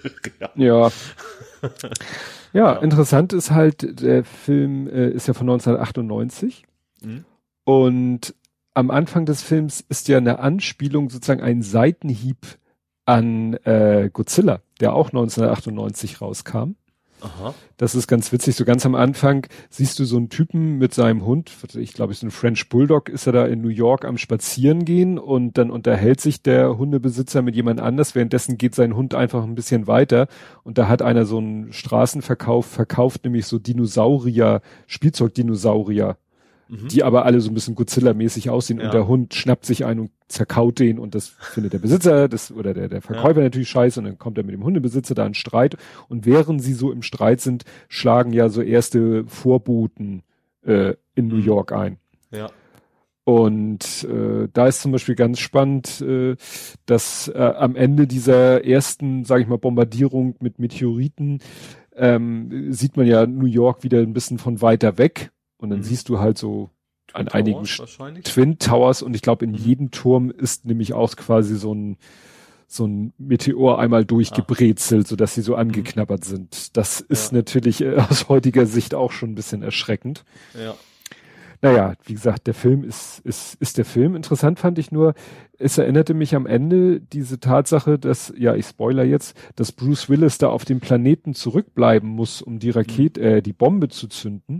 Ja, interessant ist halt, der Film ist ja von 1998 und am Anfang des Films ist ja eine Anspielung, sozusagen ein Seitenhieb an Godzilla, der auch 1998 rauskam. Aha. Das ist ganz witzig. So ganz am Anfang siehst du so einen Typen mit seinem Hund, ich glaube, so ein French Bulldog, ist er da in New York am Spazierengehen und dann unterhält sich der Hundebesitzer mit jemand anders. Währenddessen geht sein Hund einfach ein bisschen weiter und da hat einer so einen Straßenverkauf verkauft, nämlich so Dinosaurier, Spielzeugdinosaurier, die aber alle so ein bisschen Godzilla-mäßig aussehen und der Hund schnappt sich ein und zerkaut den und das findet der Besitzer oder der Verkäufer natürlich scheiße und dann kommt er mit dem Hundebesitzer da in Streit und während sie so im Streit sind, schlagen ja so erste Vorboten in New York ein. Ja. Und da ist zum Beispiel ganz spannend, dass am Ende dieser ersten, sage ich mal, Bombardierung mit Meteoriten sieht man ja New York wieder ein bisschen von weiter weg. Und dann siehst du halt so an einigen Twin Towers und ich glaube in jedem Turm ist nämlich auch quasi so ein Meteor einmal durchgebrezelt, sodass sie so angeknabbert sind. Das ist natürlich aus heutiger Sicht auch schon ein bisschen erschreckend. Ja. naja, wie gesagt, der Film ist der Film. Interessant fand ich nur, es erinnerte mich am Ende diese Tatsache, dass, ja, ich spoiler jetzt, dass Bruce Willis da auf dem Planeten zurückbleiben muss, um die die Bombe zu zünden.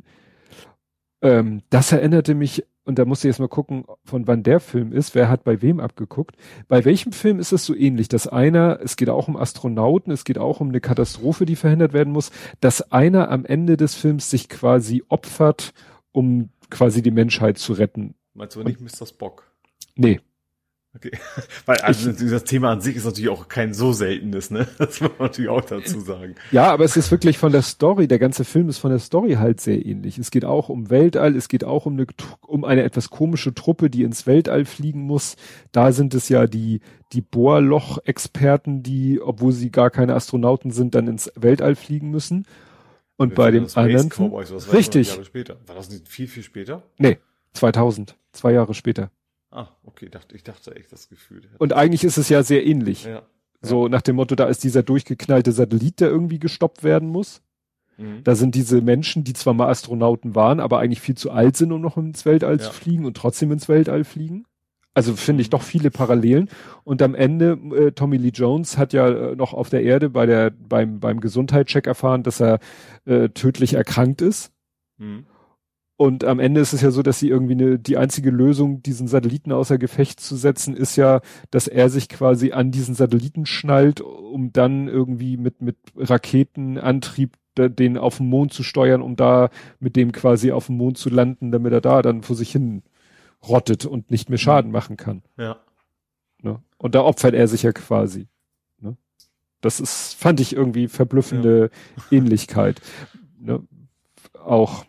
Das erinnerte mich, und da musste ich jetzt mal gucken, von wann der Film ist, wer hat bei wem abgeguckt. Bei welchem Film ist es so ähnlich, dass es geht auch um Astronauten, es geht auch um eine Katastrophe, die verhindert werden muss, dass einer am Ende des Films sich quasi opfert, um quasi die Menschheit zu retten. Meinst du aber nicht Mr. Spock? Nee. Okay. Weil also das Thema an sich ist natürlich auch kein so seltenes, ne? Das muss man natürlich auch dazu sagen. Ja, aber es ist wirklich von der Story, der ganze Film ist von der Story halt sehr ähnlich. Es geht auch um Weltall, es geht auch um eine etwas komische Truppe, die ins Weltall fliegen muss. Da sind es ja die Bohrloch-Experten, die, obwohl sie gar keine Astronauten sind, dann ins Weltall fliegen müssen. Und bei dem anderen. Richtig. Jahre später. War das nicht viel, viel später? Nee, 2000. 2 Jahre später. Ah, okay, ich dachte echt das Gefühl. Und eigentlich ist es ja sehr ähnlich. Ja. So nach dem Motto, da ist dieser durchgeknallte Satellit, der irgendwie gestoppt werden muss. Mhm. Da sind diese Menschen, die zwar mal Astronauten waren, aber eigentlich viel zu alt sind, um noch ins Weltall zu fliegen und trotzdem ins Weltall fliegen. Also finde ich doch viele Parallelen. Und am Ende, Tommy Lee Jones hat ja noch auf der Erde beim Gesundheitscheck erfahren, dass er tödlich erkrankt ist. Mhm. Und am Ende ist es ja so, dass sie irgendwie die einzige Lösung, diesen Satelliten außer Gefecht zu setzen, ist ja, dass er sich quasi an diesen Satelliten schnallt, um dann irgendwie mit Raketenantrieb den auf den Mond zu steuern, um da mit dem quasi auf dem Mond zu landen, damit er da dann vor sich hin rottet und nicht mehr Schaden machen kann. Ja. Ne? Und da opfert er sich ja quasi. Ne? Das fand ich irgendwie verblüffende Ähnlichkeit. Ne? Auch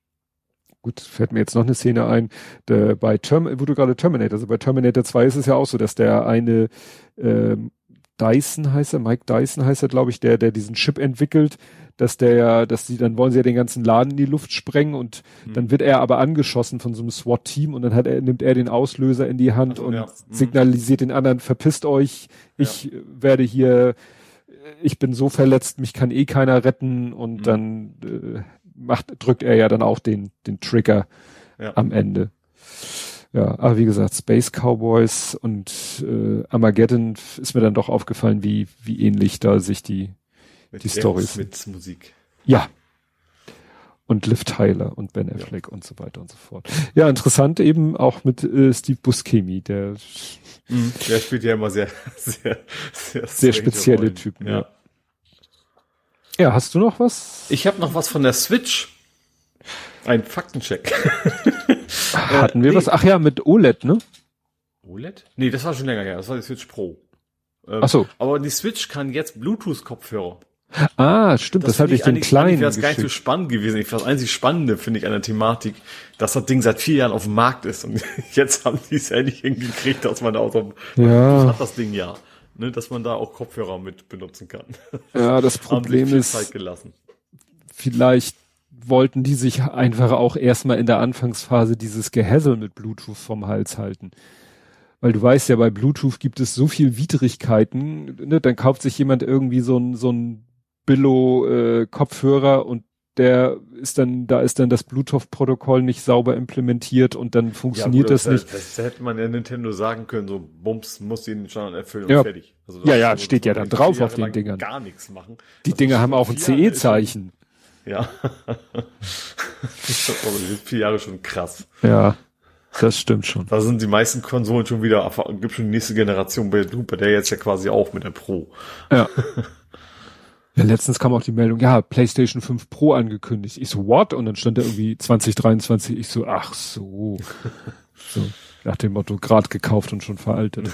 gut, fällt mir jetzt noch eine Szene ein, wo du gerade Terminator, also bei Terminator 2 ist es ja auch so, dass der eine Mike Dyson heißt er, glaube ich, der diesen Chip entwickelt, dann wollen sie ja den ganzen Laden in die Luft sprengen und dann wird er aber angeschossen von so einem SWAT-Team und dann nimmt er den Auslöser in die Hand und signalisiert den anderen, verpisst euch, ich bin so verletzt, mich kann eh keiner retten und dann drückt er ja dann auch den Trigger am Ende. Ja, aber wie gesagt, Space Cowboys und Armageddon ist mir dann doch aufgefallen, wie ähnlich da sich die Storys mit Musik. Ja. Und Liv Tyler und Ben Affleck und so weiter und so fort. Ja, interessant eben auch mit Steve Buscemi, der spielt ja immer sehr spezielle Rollen. Typen. Ja. Ja, hast du noch was? Ich habe noch was von der Switch. Ein Faktencheck. Hatten wir was? Ach ja, mit OLED, ne? OLED? Nee, das war schon länger her. Das war die Switch Pro. Ach so. Aber die Switch kann jetzt Bluetooth-Kopfhörer. Ah, stimmt. Das hatte ich den kleinen Das ist gar nicht so spannend gewesen. Das einzig Spannende finde ich an der Thematik, dass das Ding seit 4 Jahren auf dem Markt ist. Und jetzt haben die es endlich hingekriegt, dass man da auch so das hat das Ding ja. Ne, dass man da auch Kopfhörer mit benutzen kann. Ja, das Problem ist, Zeit gelassen. Vielleicht wollten die sich einfach auch erstmal in der Anfangsphase dieses Gehässel mit Bluetooth vom Hals halten. Weil du weißt ja, bei Bluetooth gibt es so viel Widrigkeiten, ne? Dann kauft sich jemand irgendwie so ein Billo-Kopfhörer und da ist dann das Bluetooth-Protokoll nicht sauber implementiert und dann funktioniert das nicht. Das hätte man ja Nintendo sagen können, so Bums muss den Standard erfüllen und fertig. Also steht ja dann drauf auf den Dingern. Gar nichts machen. Die Dinger haben auch ein CE-Zeichen. Ja. Aber die sind 4 Jahre schon krass. Ja, das stimmt schon. Da sind die meisten Konsolen schon wieder, gibt schon die nächste Generation bei der jetzt ja quasi auch mit der Pro. Ja. Ja, letztens kam auch die Meldung, PlayStation 5 Pro angekündigt. Ich so, what? Und dann stand da irgendwie 2023. Ich so, ach so. So, nach dem Motto, gerade gekauft und schon veraltet.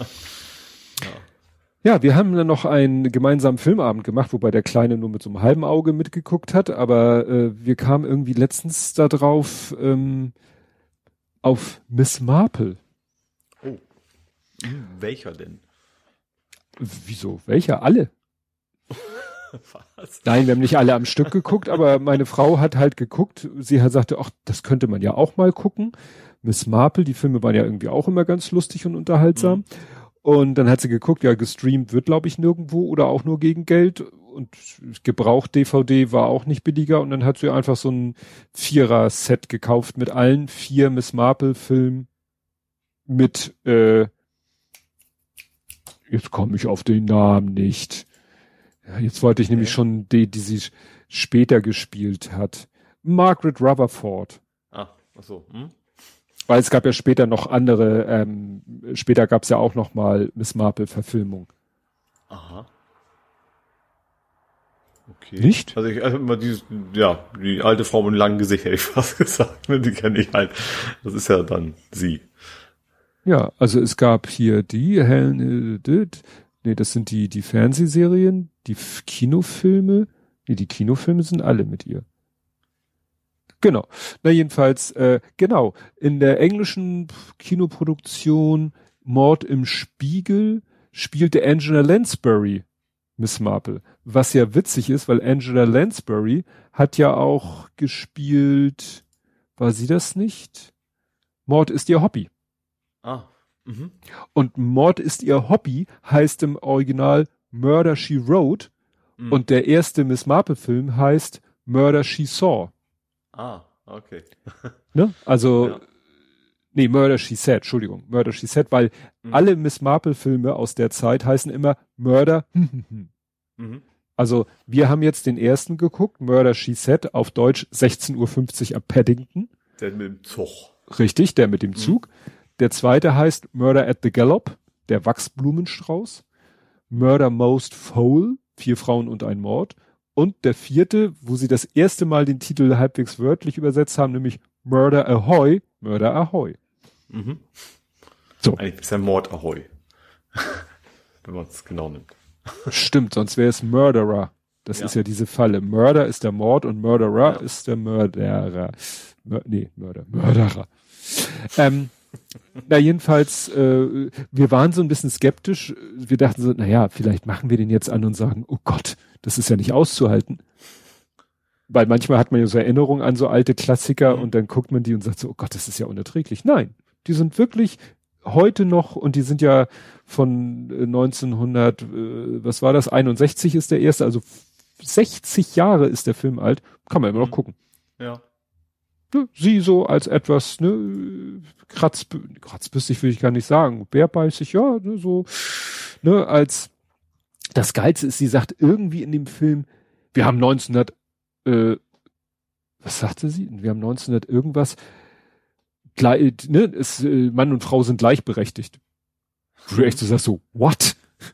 Ja, wir haben dann noch einen gemeinsamen Filmabend gemacht, wobei der Kleine nur mit so einem halben Auge mitgeguckt hat, aber wir kamen irgendwie letztens da drauf auf Miss Marple. Oh. Welcher denn? Wieso? Welcher? Alle. Was? Nein, wir haben nicht alle am Stück geguckt, aber meine Frau hat halt geguckt. Sie sagte, ach, das könnte man ja auch mal gucken. Miss Marple, die Filme waren ja irgendwie auch immer ganz lustig und unterhaltsam. Und dann hat sie geguckt, ja, gestreamt wird, glaube ich, nirgendwo oder auch nur gegen Geld. Und gebraucht DVD war auch nicht billiger. Und dann hat sie einfach so ein 4er-Set gekauft mit allen 4 Miss Marple-Filmen mit, jetzt komme ich auf den Namen nicht. Ja, jetzt wollte ich nämlich schon die sie später gespielt hat. Margaret Rutherford. Ach so. Weil es gab ja später noch andere, später gab es ja auch noch mal Miss Marple-Verfilmung. Aha. Okay. Nicht? Also immer die alte Frau mit einem langen Gesicht, hätte ich fast gesagt, ne? Die kenne ich halt. Das ist ja dann sie. Ja, also es gab hier die Helen, das sind die Fernsehserien, die Kinofilme. Nee, die Kinofilme sind alle mit ihr. Genau. Na jedenfalls, genau. In der englischen Kinoproduktion Mord im Spiegel spielte Angela Lansbury Miss Marple. Was ja witzig ist, weil Angela Lansbury hat ja auch gespielt, war sie das nicht? Mord ist ihr Hobby. Ah. Mhm. Und Mord ist ihr Hobby heißt im Original Murder She Wrote und der erste Miss Marple Film heißt Murder She Saw. Ah, okay. Ne? Also, nee, Murder She Said, Entschuldigung, Murder She Said, weil alle Miss Marple Filme aus der Zeit heißen immer Murder. Also, wir haben jetzt den ersten geguckt, Murder She Said, auf Deutsch 16:50 Uhr ab Paddington. Der mit dem Zug. Richtig, der mit dem Zug. Der zweite heißt Murder at the Gallop, der Wachsblumenstrauß. Murder Most Foul, 4 Frauen und ein Mord. Und der vierte, wo sie das erste Mal den Titel halbwegs wörtlich übersetzt haben, nämlich Murder Ahoy, Murder Ahoy. So. Eigentlich ist ja Mord Ahoy. Wenn man es genau nimmt. Stimmt, sonst wäre es Murderer. Das ist ja diese Falle. Murder ist der Mord und Murderer ist der Mörderer. Mörderer. Na jedenfalls, wir waren so ein bisschen skeptisch. Wir dachten so, naja, vielleicht machen wir den jetzt an und sagen, oh Gott, das ist ja nicht auszuhalten. Weil manchmal hat man ja so Erinnerungen an so alte Klassiker und dann guckt man die und sagt so, oh Gott, das ist ja unerträglich. Nein, die sind wirklich heute noch und die sind ja von 1900, was war das, 61 ist der erste, also 60 Jahre ist der Film alt, kann man immer noch gucken. Ja. Sie so als etwas, ne, kratzbürstig will ich gar nicht sagen, bärbeißig, ja, ne, so, ne, als, das Geilste ist, sie sagt irgendwie in dem Film, wir haben 1900, was sagte sie? Wir haben 1900 irgendwas, ne, Mann und Frau sind gleichberechtigt. Du echt so sagst so, what?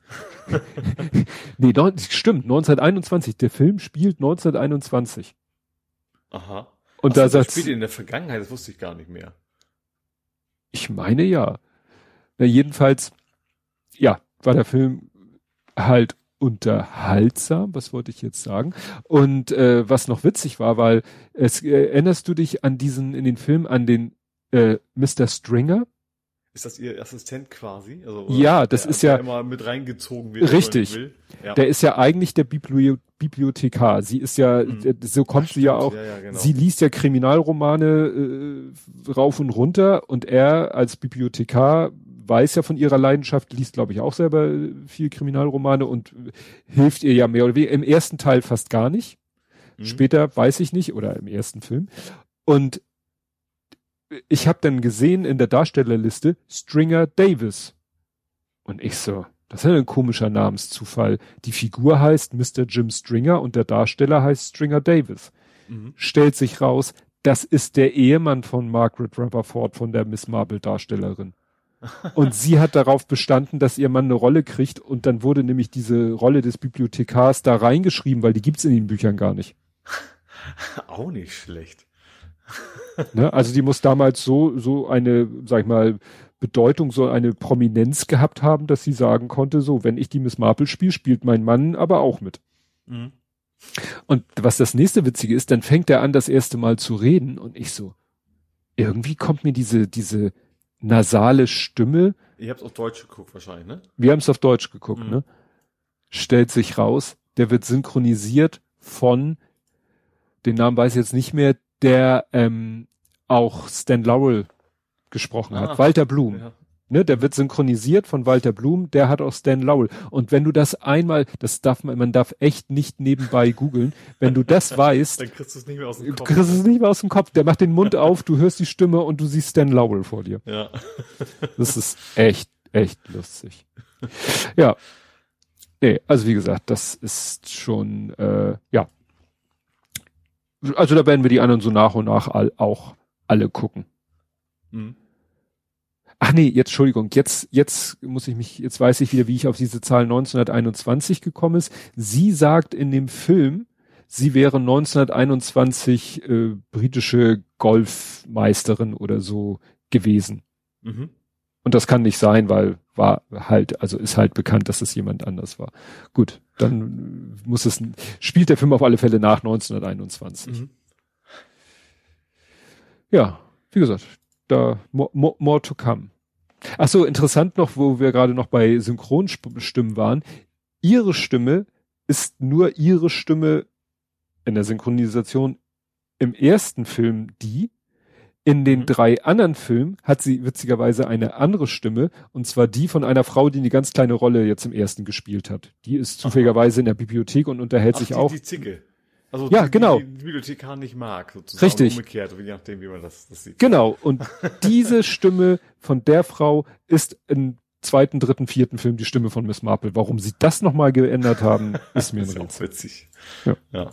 Nee, stimmt, 1921, der Film spielt 1921. Aha. Und da sagt spielt in der Vergangenheit, das wusste ich gar nicht mehr. Ich meine ja. Na, jedenfalls, ja, war der Film halt unterhaltsam, was wollte ich jetzt sagen? Und was noch witzig war, weil erinnerst du dich an in den Film an den Mr. Stringer? Ist das ihr Assistent quasi? Also, ja, das ist ja immer mit reingezogen wird. Richtig. Will. Ja. Der ist ja eigentlich der Bibliothekar. Sie ist ja, so kommt sie ja auch. Ja, genau. Sie liest ja Kriminalromane rauf und runter und er als Bibliothekar weiß ja von ihrer Leidenschaft, liest glaube ich auch selber viel Kriminalromane und hilft ihr ja mehr oder weniger. Im ersten Teil fast gar nicht. Später weiß ich nicht oder im ersten Film. Und ich habe dann gesehen in der Darstellerliste Stringer Davis. Und ich so, das ist ja ein komischer Namenszufall. Die Figur heißt Mr. Jim Stringer und der Darsteller heißt Stringer Davis. Stellt sich raus, das ist der Ehemann von Margaret Rutherford, von der Miss Marple Darstellerin. Und sie hat darauf bestanden, dass ihr Mann eine Rolle kriegt und dann wurde nämlich diese Rolle des Bibliothekars da reingeschrieben, weil die gibt's in den Büchern gar nicht. Auch nicht schlecht. Ne? Also die muss damals so eine, sag ich mal, Bedeutung, so eine Prominenz gehabt haben, dass sie sagen konnte, so, wenn ich die Miss Marple spiele, spielt mein Mann aber auch mit. Und was das nächste Witzige ist, dann fängt er an, das erste Mal zu reden und ich so, irgendwie kommt mir diese nasale Stimme. Ihr habt es auf Deutsch geguckt wahrscheinlich, ne? Wir haben es auf Deutsch geguckt, ne? Stellt sich raus, der wird synchronisiert von, den Namen weiß ich jetzt nicht mehr, der auch Stan Laurel gesprochen hat. Walter Blum. Ne, der wird synchronisiert von Walter Blum, der hat auch Stan Laurel. Und wenn du das einmal, man darf echt nicht nebenbei googeln, wenn du das weißt, dann kriegst du es nicht mehr aus dem Kopf. Du kriegst es nicht mehr aus dem Kopf. Der macht den Mund auf, du hörst die Stimme und du siehst Stan Laurel vor dir. Ja. Das ist echt lustig. Ja. Nee, also wie gesagt, das ist schon, ja. Also da werden wir die anderen so nach und nach auch alle gucken. Mhm. Ach nee, Entschuldigung, jetzt weiß ich wieder, wie ich auf diese Zahl 1921 gekommen ist. Sie sagt in dem Film, sie wäre 1921 britische Golfmeisterin oder so gewesen. Mhm. Und das kann nicht sein, weil ist halt bekannt, dass es jemand anders war. Gut, dann spielt der Film auf alle Fälle nach 1921. Mhm. Ja, wie gesagt, da more to come. Ach so, interessant noch, wo wir gerade noch bei Synchronstimmen waren. Ihre Stimme ist nur ihre Stimme in der Synchronisation im ersten Film in den 3 anderen Filmen hat sie witzigerweise eine andere Stimme, und zwar die von einer Frau, die eine ganz kleine Rolle jetzt im ersten gespielt hat. Die ist zufälligerweise in der Bibliothek und unterhält sich auch. Die Zicke. Also ja, genau. Die Bibliothekar nicht mag, sozusagen. Richtig. Umgekehrt, je nachdem, wie man das sieht. Genau. Und diese Stimme von der Frau ist im 2., 3., 4. Film die Stimme von Miss Marple. Warum sie das nochmal geändert haben, ist mir ein Rätsel. Auch witzig. Ja.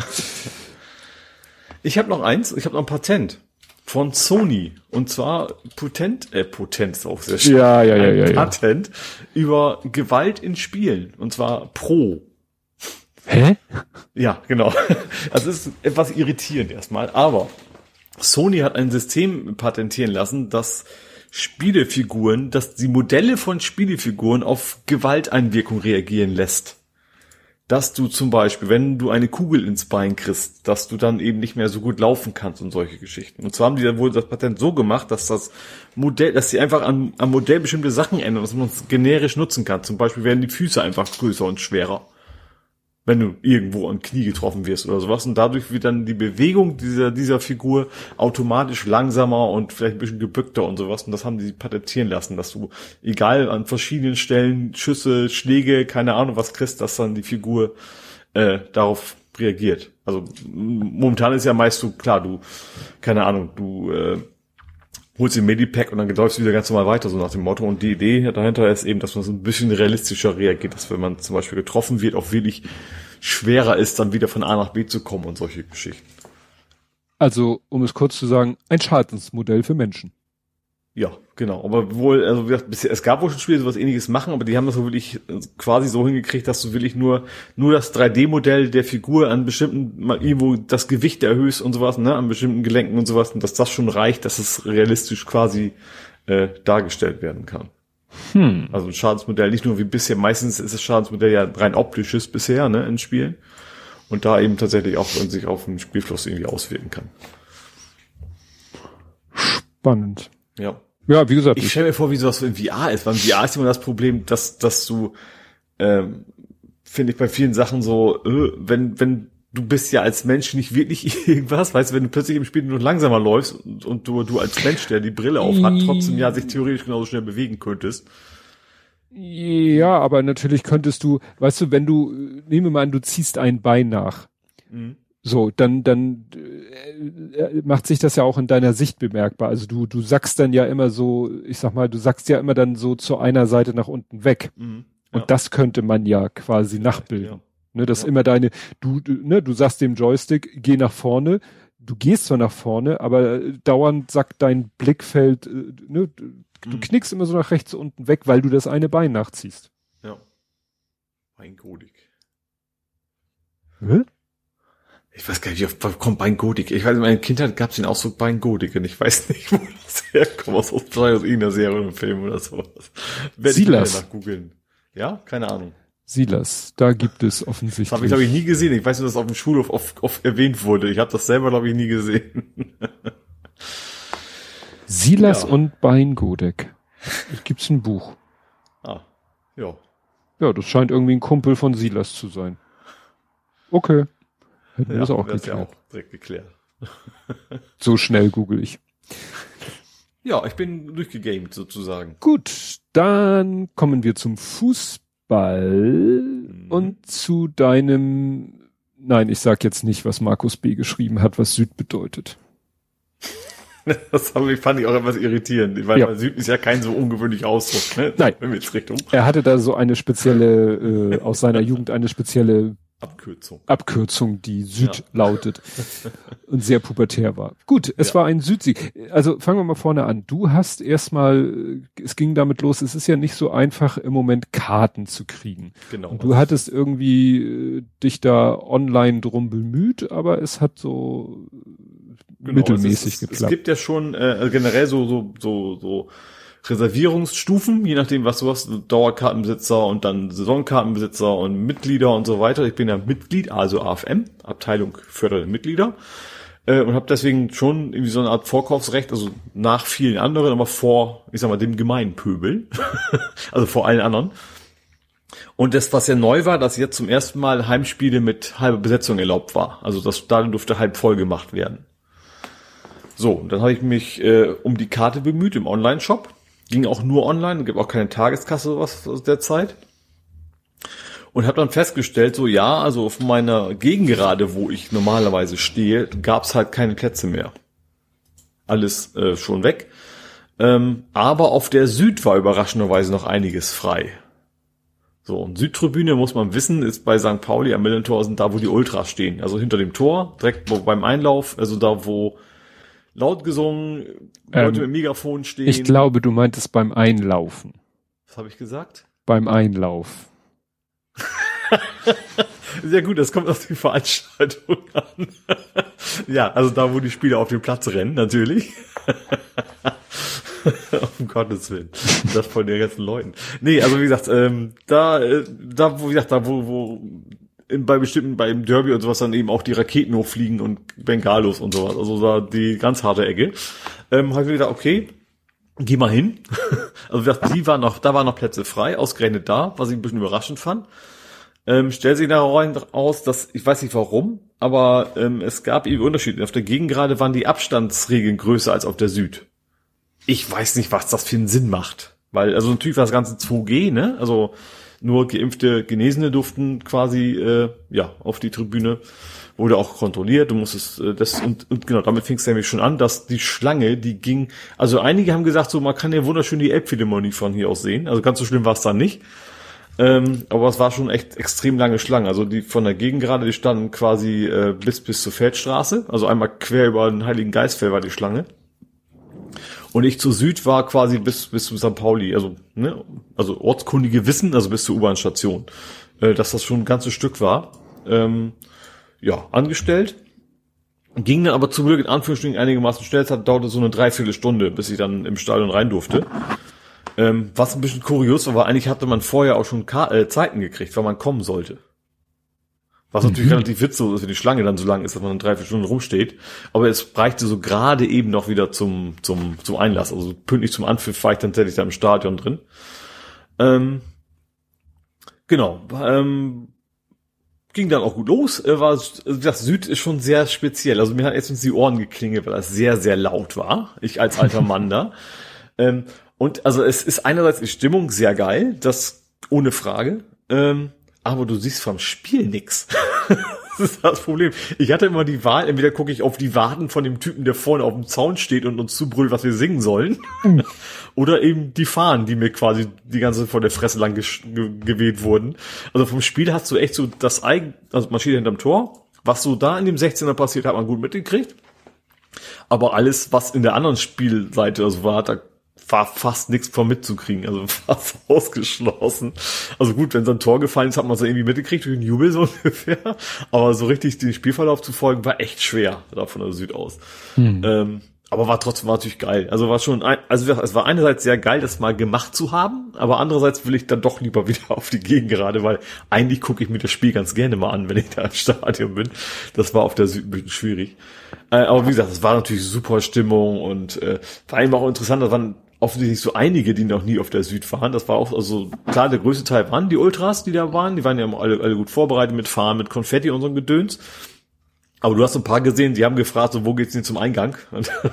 Ich habe noch ein Patent von Sony. Und zwar Patent ist auch sehr schön. Ja. Patent über Gewalt in Spielen. Und zwar Pro. Hä? Ja, genau. Also es ist etwas irritierend erstmal, aber Sony hat ein System patentieren lassen, dass die Modelle von Spielefiguren auf Gewalteinwirkung reagieren lässt. Dass du zum Beispiel, wenn du eine Kugel ins Bein kriegst, dass du dann eben nicht mehr so gut laufen kannst und solche Geschichten. Und zwar haben die dann wohl das Patent so gemacht, dass sie einfach am Modell bestimmte Sachen ändern, dass man es generisch nutzen kann. Zum Beispiel werden die Füße einfach größer und schwerer, wenn du irgendwo am Knie getroffen wirst oder sowas. Und dadurch wird dann die Bewegung dieser Figur automatisch langsamer und vielleicht ein bisschen gebückter und sowas. Und das haben die patentieren lassen, dass du, egal an verschiedenen Stellen, Schüsse, Schläge, keine Ahnung was kriegst, dass dann die Figur darauf reagiert. Also momentan ist ja meist so, klar, du holst den Medipack und dann läufst du wieder ganz normal weiter, so nach dem Motto. Und die Idee dahinter ist eben, dass man so ein bisschen realistischer reagiert, dass wenn man zum Beispiel getroffen wird, auch wirklich schwerer ist, dann wieder von A nach B zu kommen und solche Geschichten. Also, um es kurz zu sagen, ein Schadensmodell für Menschen. Ja, genau. Aber wie gesagt, bisher, es gab wohl schon Spiele, die sowas Ähnliches machen, aber die haben das so wirklich quasi so hingekriegt, dass du wirklich nur das 3D-Modell der Figur an bestimmten, mal irgendwo das Gewicht erhöhst und sowas, ne, an bestimmten Gelenken und sowas, und dass das schon reicht, dass es realistisch quasi dargestellt werden kann. Also ein Schadensmodell, nicht nur wie bisher, meistens ist das Schadensmodell ja rein optisches bisher, ne, in Spielen. Und da eben tatsächlich auch sich auf den Spielfluss irgendwie auswirken kann. Spannend. Ja. Ja, wie gesagt. Ich stelle mir vor, wie sowas in VR ist. Beim VR ist immer das Problem, dass du, finde ich bei vielen Sachen so, wenn du bist ja als Mensch nicht wirklich irgendwas, weißt du, wenn du plötzlich im Spiel nur noch langsamer läufst und du als Mensch, der die Brille auf hat, trotzdem ja sich theoretisch genauso schnell bewegen könntest. Ja, aber natürlich könntest du, weißt du, nehmen wir mal an, du ziehst ein Bein nach. Mhm. So, dann macht sich das ja auch in deiner Sicht bemerkbar. Also du sackst dann ja immer so, ich sag mal, du sackst ja immer dann so zu einer Seite nach unten weg. Mhm. Ja. Und das könnte man ja quasi nachbilden. Ja. Ne, dass immer du sagst dem Joystick, geh nach vorne. Du gehst zwar nach vorne, aber dauernd sackt dein Blickfeld, du knickst immer so nach rechts unten weg, weil du das eine Bein nachziehst. Ja. Beingodik. Hä? Ich weiß gar nicht, wie kommt Beingodik? Ich weiß, in meiner Kindheit gab es den Ausdruck Beingodik und ich weiß nicht, wo das herkommt, aus irgendeiner Serie oder einem Film oder sowas. Silas. Nach googeln. Ja? Keine Ahnung. Silas, da gibt es offensichtlich. Das habe ich, glaube ich, nie gesehen. Ich weiß nur, dass auf dem Schulhof oft erwähnt wurde. Ich habe das selber, glaube ich, nie gesehen. Silas und Beingodek. Gibt's ein Buch. Ah, ja. Ja, das scheint irgendwie ein Kumpel von Silas zu sein. Okay. Hätten wir das auch geklärt. Ja auch direkt geklärt. So schnell google ich. Ja, ich bin durchgegamed sozusagen. Gut, dann kommen wir zum Fußball und zu deinem, nein, ich sag jetzt nicht, was Markus B. geschrieben hat, was Süd bedeutet. Das fand ich auch etwas irritierend, weil Süd ist ja kein so ungewöhnlicher Ausdruck, ne? Nein. Himmelsrichtung. Er hatte da so eine spezielle, aus seiner Jugend eine spezielle Abkürzung, die Süd lautet und sehr pubertär war. Gut, es war ein Südsieg. Also fangen wir mal vorne an. Du hast erstmal, es ging damit los, es ist ja nicht so einfach im Moment Karten zu kriegen. Genau. Und du hattest irgendwie dich da online drum bemüht, aber es hat so mittelmäßig geklappt. Es gibt ja schon generell so Reservierungsstufen, je nachdem, was du hast, Dauerkartenbesitzer und dann Saisonkartenbesitzer und Mitglieder und so weiter. Ich bin ja Mitglied, also AFM, Abteilung fördernde Mitglieder, und habe deswegen schon irgendwie so eine Art Vorkaufsrecht, also nach vielen anderen, aber vor, ich sag mal, dem Gemeinpöbel, also vor allen anderen. Und das, was ja neu war, dass jetzt zum ersten Mal Heimspiele mit halber Besetzung erlaubt war. Also das Stadion durfte halb voll gemacht werden. So, und dann habe ich mich um die Karte bemüht im Online-Shop. Ging auch nur online, gibt auch keine Tageskasse oder was aus der Zeit. Und habe dann festgestellt, so ja, also auf meiner Gegengerade, wo ich normalerweise stehe, gab's halt keine Plätze mehr. Alles schon weg. Aber auf der Süd war überraschenderweise noch einiges frei. So, und Südtribüne, muss man wissen, ist bei St. Pauli am Millentor, da wo die Ultras stehen. Also hinter dem Tor, direkt beim Einlauf, also da wo laut gesungen, Leute mit Megafon stehen. Ich glaube, du meintest beim Einlaufen. Was habe ich gesagt? Beim Einlauf. Sehr gut, das kommt auf die Veranstaltung an. Ja, also da, wo die Spieler auf den Platz rennen, natürlich. Um Gottes Willen. Das von den ganzen Leuten. Nee, also wie gesagt, bei bestimmten, beim Derby und sowas dann eben auch die Raketen hochfliegen und Bengalos und sowas. Also da die ganz harte Ecke. Habe ich mir gedacht, okay, geh mal hin. Also wie gesagt, da waren noch Plätze frei, ausgerechnet da, was ich ein bisschen überraschend fand. Stellt sich da raus, dass, ich weiß nicht warum, aber es gab eben Unterschiede. Auf der Gegengerade waren die Abstandsregeln größer als auf der Süd. Ich weiß nicht, was das für einen Sinn macht. Weil, also natürlich war das Ganze 2G, ne? Also nur geimpfte Genesene durften quasi auf die Tribüne, wurde auch kontrolliert. Du musstest und genau, damit fing es nämlich schon an, dass die Schlange, die ging, also einige haben gesagt, so man kann ja wunderschön die Elbphilharmonie von hier aus sehen. Also ganz so schlimm war es dann nicht. Aber es war schon echt extrem lange Schlangen. Also die von der Gegengerade, die standen quasi bis zur Feldstraße. Also einmal quer über den Heiligen Geistfeld war die Schlange. Und ich zur Süd war quasi bis zu St. Pauli, also ortskundige wissen, also bis zur U-Bahn-Station, dass das schon ein ganzes Stück war. Angestellt. Ging dann aber zum Glück in Anführungsstrichen einigermaßen schnell, es dauerte so eine Dreiviertelstunde, bis ich dann im Stadion rein durfte. Was ein bisschen kurios war, weil eigentlich hatte man vorher auch schon Zeiten gekriegt, weil man kommen sollte. Was natürlich relativ witzig ist, wenn die Schlange dann so lang ist, dass man dann 3-4 Stunden rumsteht. Aber es reichte so gerade eben noch wieder zum Einlass. Also pünktlich zum Anpfiff war ich dann tatsächlich da im Stadion drin. Ging dann auch gut los. Das Süd ist schon sehr speziell. Also mir hat erstens die Ohren geklingelt, weil das sehr, sehr laut war. Ich als alter Mann da. Und also es ist einerseits die Stimmung sehr geil, das ohne Frage. Aber du siehst vom Spiel nix. Das ist das Problem. Ich hatte immer die Wahl, entweder gucke ich auf die Waden von dem Typen, der vorne auf dem Zaun steht und uns zubrüllt, was wir singen sollen. Oder eben die Fahnen, die mir quasi die ganze vor der Fresse lang geweht wurden. Also vom Spiel hast du echt so also man steht hinterm Tor. Was so da in dem 16er passiert, hat man gut mitgekriegt. Aber alles, was in der anderen Spielseite also war, da war fast nichts von mitzukriegen, also fast ausgeschlossen. Also gut, wenn so ein Tor gefallen ist, hat man so irgendwie mitgekriegt durch den Jubel so ungefähr, aber so richtig den Spielverlauf zu folgen, war echt schwer, da von der Süd aus. Aber war natürlich geil. Also es war einerseits sehr geil, das mal gemacht zu haben, aber andererseits will ich dann doch lieber wieder auf die Gegengerade, weil eigentlich gucke ich mir das Spiel ganz gerne mal an, wenn ich da im Stadion bin. Das war auf der Süd ein bisschen schwierig. Aber wie gesagt, es war natürlich super Stimmung und war eben auch interessant, da waren offensichtlich so einige, die noch nie auf der Süd waren. Das war auch, also klar, der größte Teil waren die Ultras, die da waren. Die waren ja alle gut vorbereitet mit Fahren, mit Konfetti und so ein Gedöns. Aber du hast ein paar gesehen, die haben gefragt, so, wo geht's denn zum Eingang? Und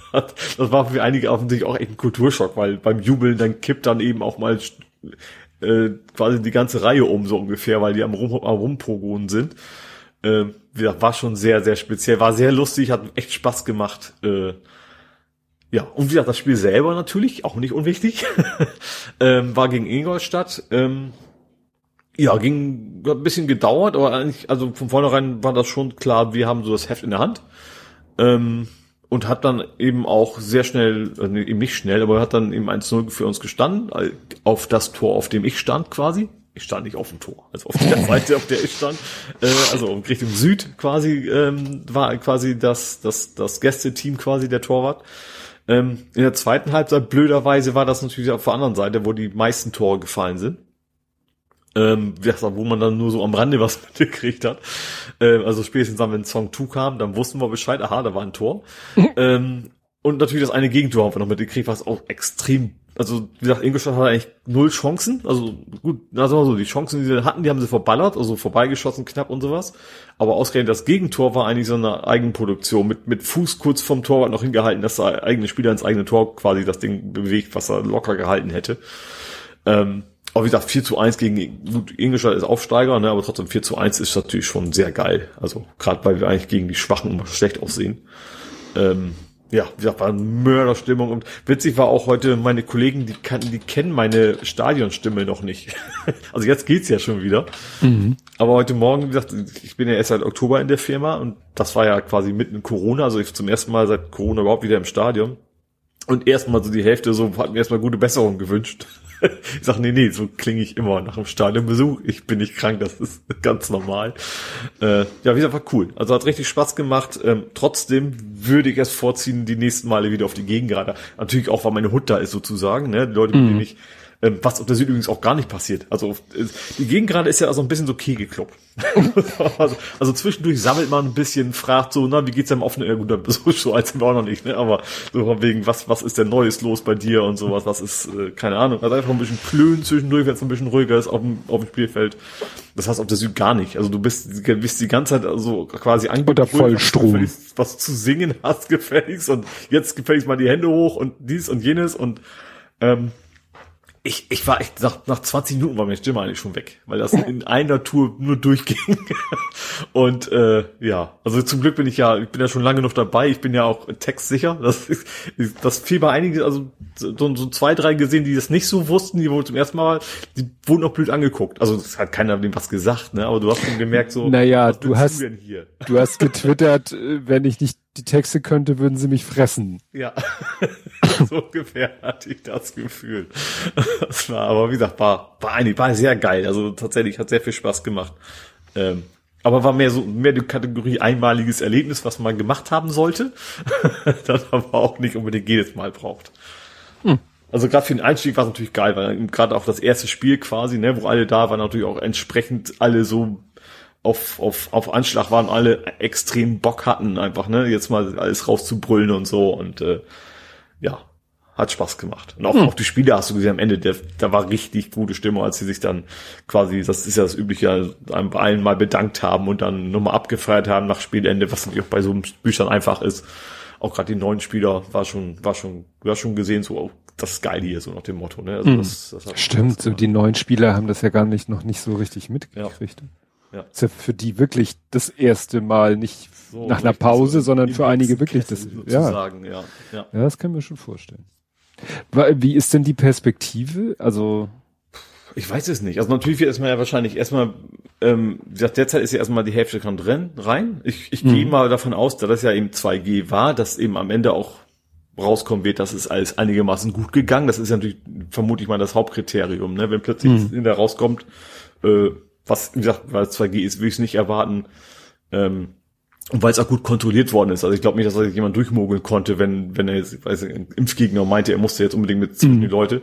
Das war für einige offensichtlich auch echt ein Kulturschock, weil beim Jubeln dann kippt dann eben auch mal quasi die ganze Reihe um, so ungefähr, weil die am Rumpogonen sind. Wie gesagt, war schon sehr, sehr speziell, war sehr lustig, hat echt Spaß gemacht. Ja, und wie gesagt, das Spiel selber natürlich, auch nicht unwichtig, war gegen Ingolstadt. Ja, hat ein bisschen gedauert, aber eigentlich, also von vornherein war das schon klar, wir haben so das Heft in der Hand. Und hat dann eben auch sehr schnell, eben nicht schnell, aber hat dann eben 1-0 für uns gestanden, auf das Tor, auf dem ich stand quasi. Ich stand nicht auf dem Tor, also auf der Seite, auf der ich stand. Also Richtung Süd quasi war quasi das Gästeteam quasi der Torwart. In der zweiten Halbzeit, blöderweise, war das natürlich auf der anderen Seite, wo die meisten Tore gefallen sind. Wo man dann nur so am Rande was mitgekriegt hat. Also spätestens dann, wenn Song 2 kam, dann wussten wir Bescheid, aha, da war ein Tor. Und natürlich das eine Gegentor haben wir noch mitgekriegt, was auch extrem, also wie gesagt, Ingolstadt hatte eigentlich 0 Chancen. Also gut, also so, die Chancen, die sie hatten, die haben sie verballert, also vorbeigeschossen knapp und sowas. Aber ausgerechnet das Gegentor war eigentlich so eine Eigenproduktion, mit Fuß kurz vom Torwart noch hingehalten, dass der eigene Spieler ins eigene Tor quasi das Ding bewegt, was er locker gehalten hätte. Aber wie gesagt, 4-1 gegen, gut, Ingolstadt ist Aufsteiger, ne, aber trotzdem 4-1 ist natürlich schon sehr geil. Also, gerade weil wir eigentlich gegen die Schwachen immer schlecht aussehen. Ja, wie gesagt, war eine Mörderstimmung und witzig war auch heute, meine Kollegen, die kennen meine Stadionstimme noch nicht. Also jetzt geht's ja schon wieder. Mhm. Aber heute Morgen, wie gesagt, ich bin ja erst seit Oktober in der Firma und das war ja quasi mitten in Corona, also ich zum ersten Mal seit Corona überhaupt wieder im Stadion. Und erstmal so die Hälfte so, hat mir erstmal gute Besserung gewünscht. Ich sag, nee, so klinge ich immer nach dem Stadionbesuch. Ich bin nicht krank, das ist ganz normal. Ja, wie gesagt, war cool. Also hat richtig Spaß gemacht. Trotzdem würde ich es vorziehen, die nächsten Male wieder auf die Gegengerade. Natürlich auch, weil meine Hut da ist sozusagen, ne? Die Leute, mit denen ich, was auf der Süd übrigens auch gar nicht passiert. Also die Gegengerade ist ja so ein bisschen so Kegelclub. Also zwischendurch sammelt man ein bisschen, fragt so, na, wie geht's denn im offenen? Ja gut, so alt sind wir auch noch nicht, ne? Aber so von wegen, was ist denn Neues los bei dir und sowas, was ist, keine Ahnung. Also einfach ein bisschen klönen zwischendurch, wenn es ein bisschen ruhiger ist auf dem Spielfeld. Das heißt auf der Süd gar nicht. Also du bist die ganze Zeit also quasi unter Vollstrom. Was zu singen hast gefälligst und jetzt gefälligst mal die Hände hoch und dies und jenes und ich war echt, nach 20 Minuten war meine Stimme eigentlich schon weg, weil das in einer Tour nur durchging. Und ja, also zum Glück ich bin ja schon lange noch dabei, ich bin ja auch textsicher. Das fiel bei einigen, also so 2, 3 gesehen, die das nicht so wussten, die wohl zum ersten Mal, die wurden auch blöd angeguckt. Also es hat keiner dem was gesagt, ne? Aber du hast schon gemerkt, so, naja, du hast getwittert, wenn ich nicht die Texte könnte, würden sie mich fressen. Ja, so ungefähr hatte ich das Gefühl. Das war, aber wie gesagt, war sehr geil. Also tatsächlich hat sehr viel Spaß gemacht. Aber war mehr die Kategorie einmaliges Erlebnis, was man gemacht haben sollte. Das aber auch nicht unbedingt jedes Mal braucht. Also gerade für den Einstieg war es natürlich geil, weil gerade auch das erste Spiel quasi, ne, wo alle da waren, natürlich auch entsprechend alle so auf Anschlag waren, alle extrem Bock hatten, einfach, ne, jetzt mal alles rauszubrüllen und so und ja, hat Spaß gemacht. Und auch die Spiele hast du gesehen am Ende, da war richtig gute Stimmung, als sie sich dann quasi, das ist ja das Übliche, bei allen mal bedankt haben und dann nochmal abgefeiert haben nach Spielende, was natürlich auch bei so einem Spielstand einfach ist. Auch gerade die neuen Spieler war schon gesehen, so, oh, das ist geil hier, so nach dem Motto, ne? Also das hat stimmt, so die neuen Spieler haben das ja gar nicht so richtig mitgekriegt. Ja. Ist ja für die wirklich das erste Mal nicht so nach einer Pause, sondern für einige wirklich das, ja, das können wir schon vorstellen. Wie ist denn die Perspektive? Also ich weiß es nicht. Also natürlich wird erstmal ja wahrscheinlich erstmal, wie gesagt, derzeit ist ja erstmal die Hälfte kommt rein. Ich gehe mal davon aus, da das ja eben 2G war, dass eben am Ende auch rauskommen wird, dass es alles einigermaßen gut gegangen. Das ist ja natürlich, vermute ich mal, das Hauptkriterium, ne? Wenn plötzlich da rauskommt, was, wie gesagt, weil es 2G ist, will ich es nicht erwarten. Und weil es auch gut kontrolliert worden ist. Also ich glaube nicht, dass da jemand durchmogeln konnte, wenn er jetzt, ein Impfgegner meinte, er musste jetzt unbedingt mit zwischen die Leute.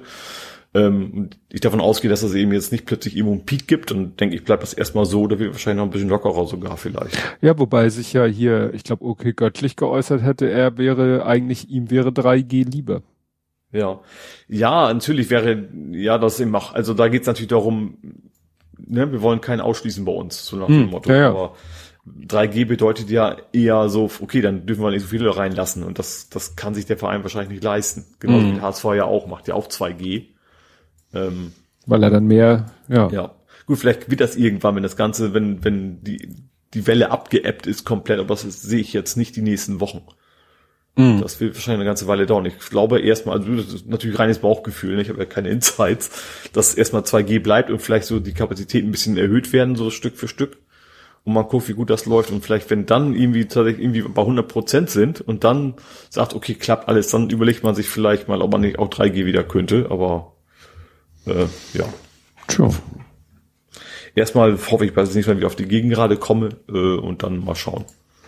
Und ich davon ausgehe, dass es eben jetzt nicht plötzlich irgendwo einen Peak gibt und denke, ich bleibe das erstmal so oder wird wahrscheinlich noch ein bisschen lockerer sogar vielleicht. Ja, wobei sich ja hier, ich glaube, okay, Göttlich geäußert hätte, ihm wäre 3G lieber. Ja, natürlich wäre, ja, das eben auch, also da geht's natürlich darum, ne, wir wollen keinen ausschließen bei uns, so nach dem Motto. Ja. Aber 3G bedeutet ja eher so, okay, dann dürfen wir nicht so viele reinlassen und das kann sich der Verein wahrscheinlich nicht leisten. Genauso wie der HSV ja auch, macht ja auch 2G. Weil er dann mehr, Ja. Gut, vielleicht wird das irgendwann, wenn das Ganze, wenn die Welle abgeebbt ist komplett, aber das sehe ich jetzt nicht die nächsten Wochen. Das wird wahrscheinlich eine ganze Weile dauern. Ich glaube erstmal, also das ist natürlich reines Bauchgefühl, ne? Ich habe ja keine Insights, dass erstmal 2G bleibt und vielleicht so die Kapazitäten ein bisschen erhöht werden, so Stück für Stück. Und man guckt, wie gut das läuft. Und vielleicht, wenn dann irgendwie bei 100% sind und dann sagt, okay, klappt alles, dann überlegt man sich vielleicht mal, ob man nicht auch 3G wieder könnte. Aber ja. Tja. Erstmal hoffe ich, dass ich nicht mehr wieder auf die Gegengerade komme und dann mal schauen.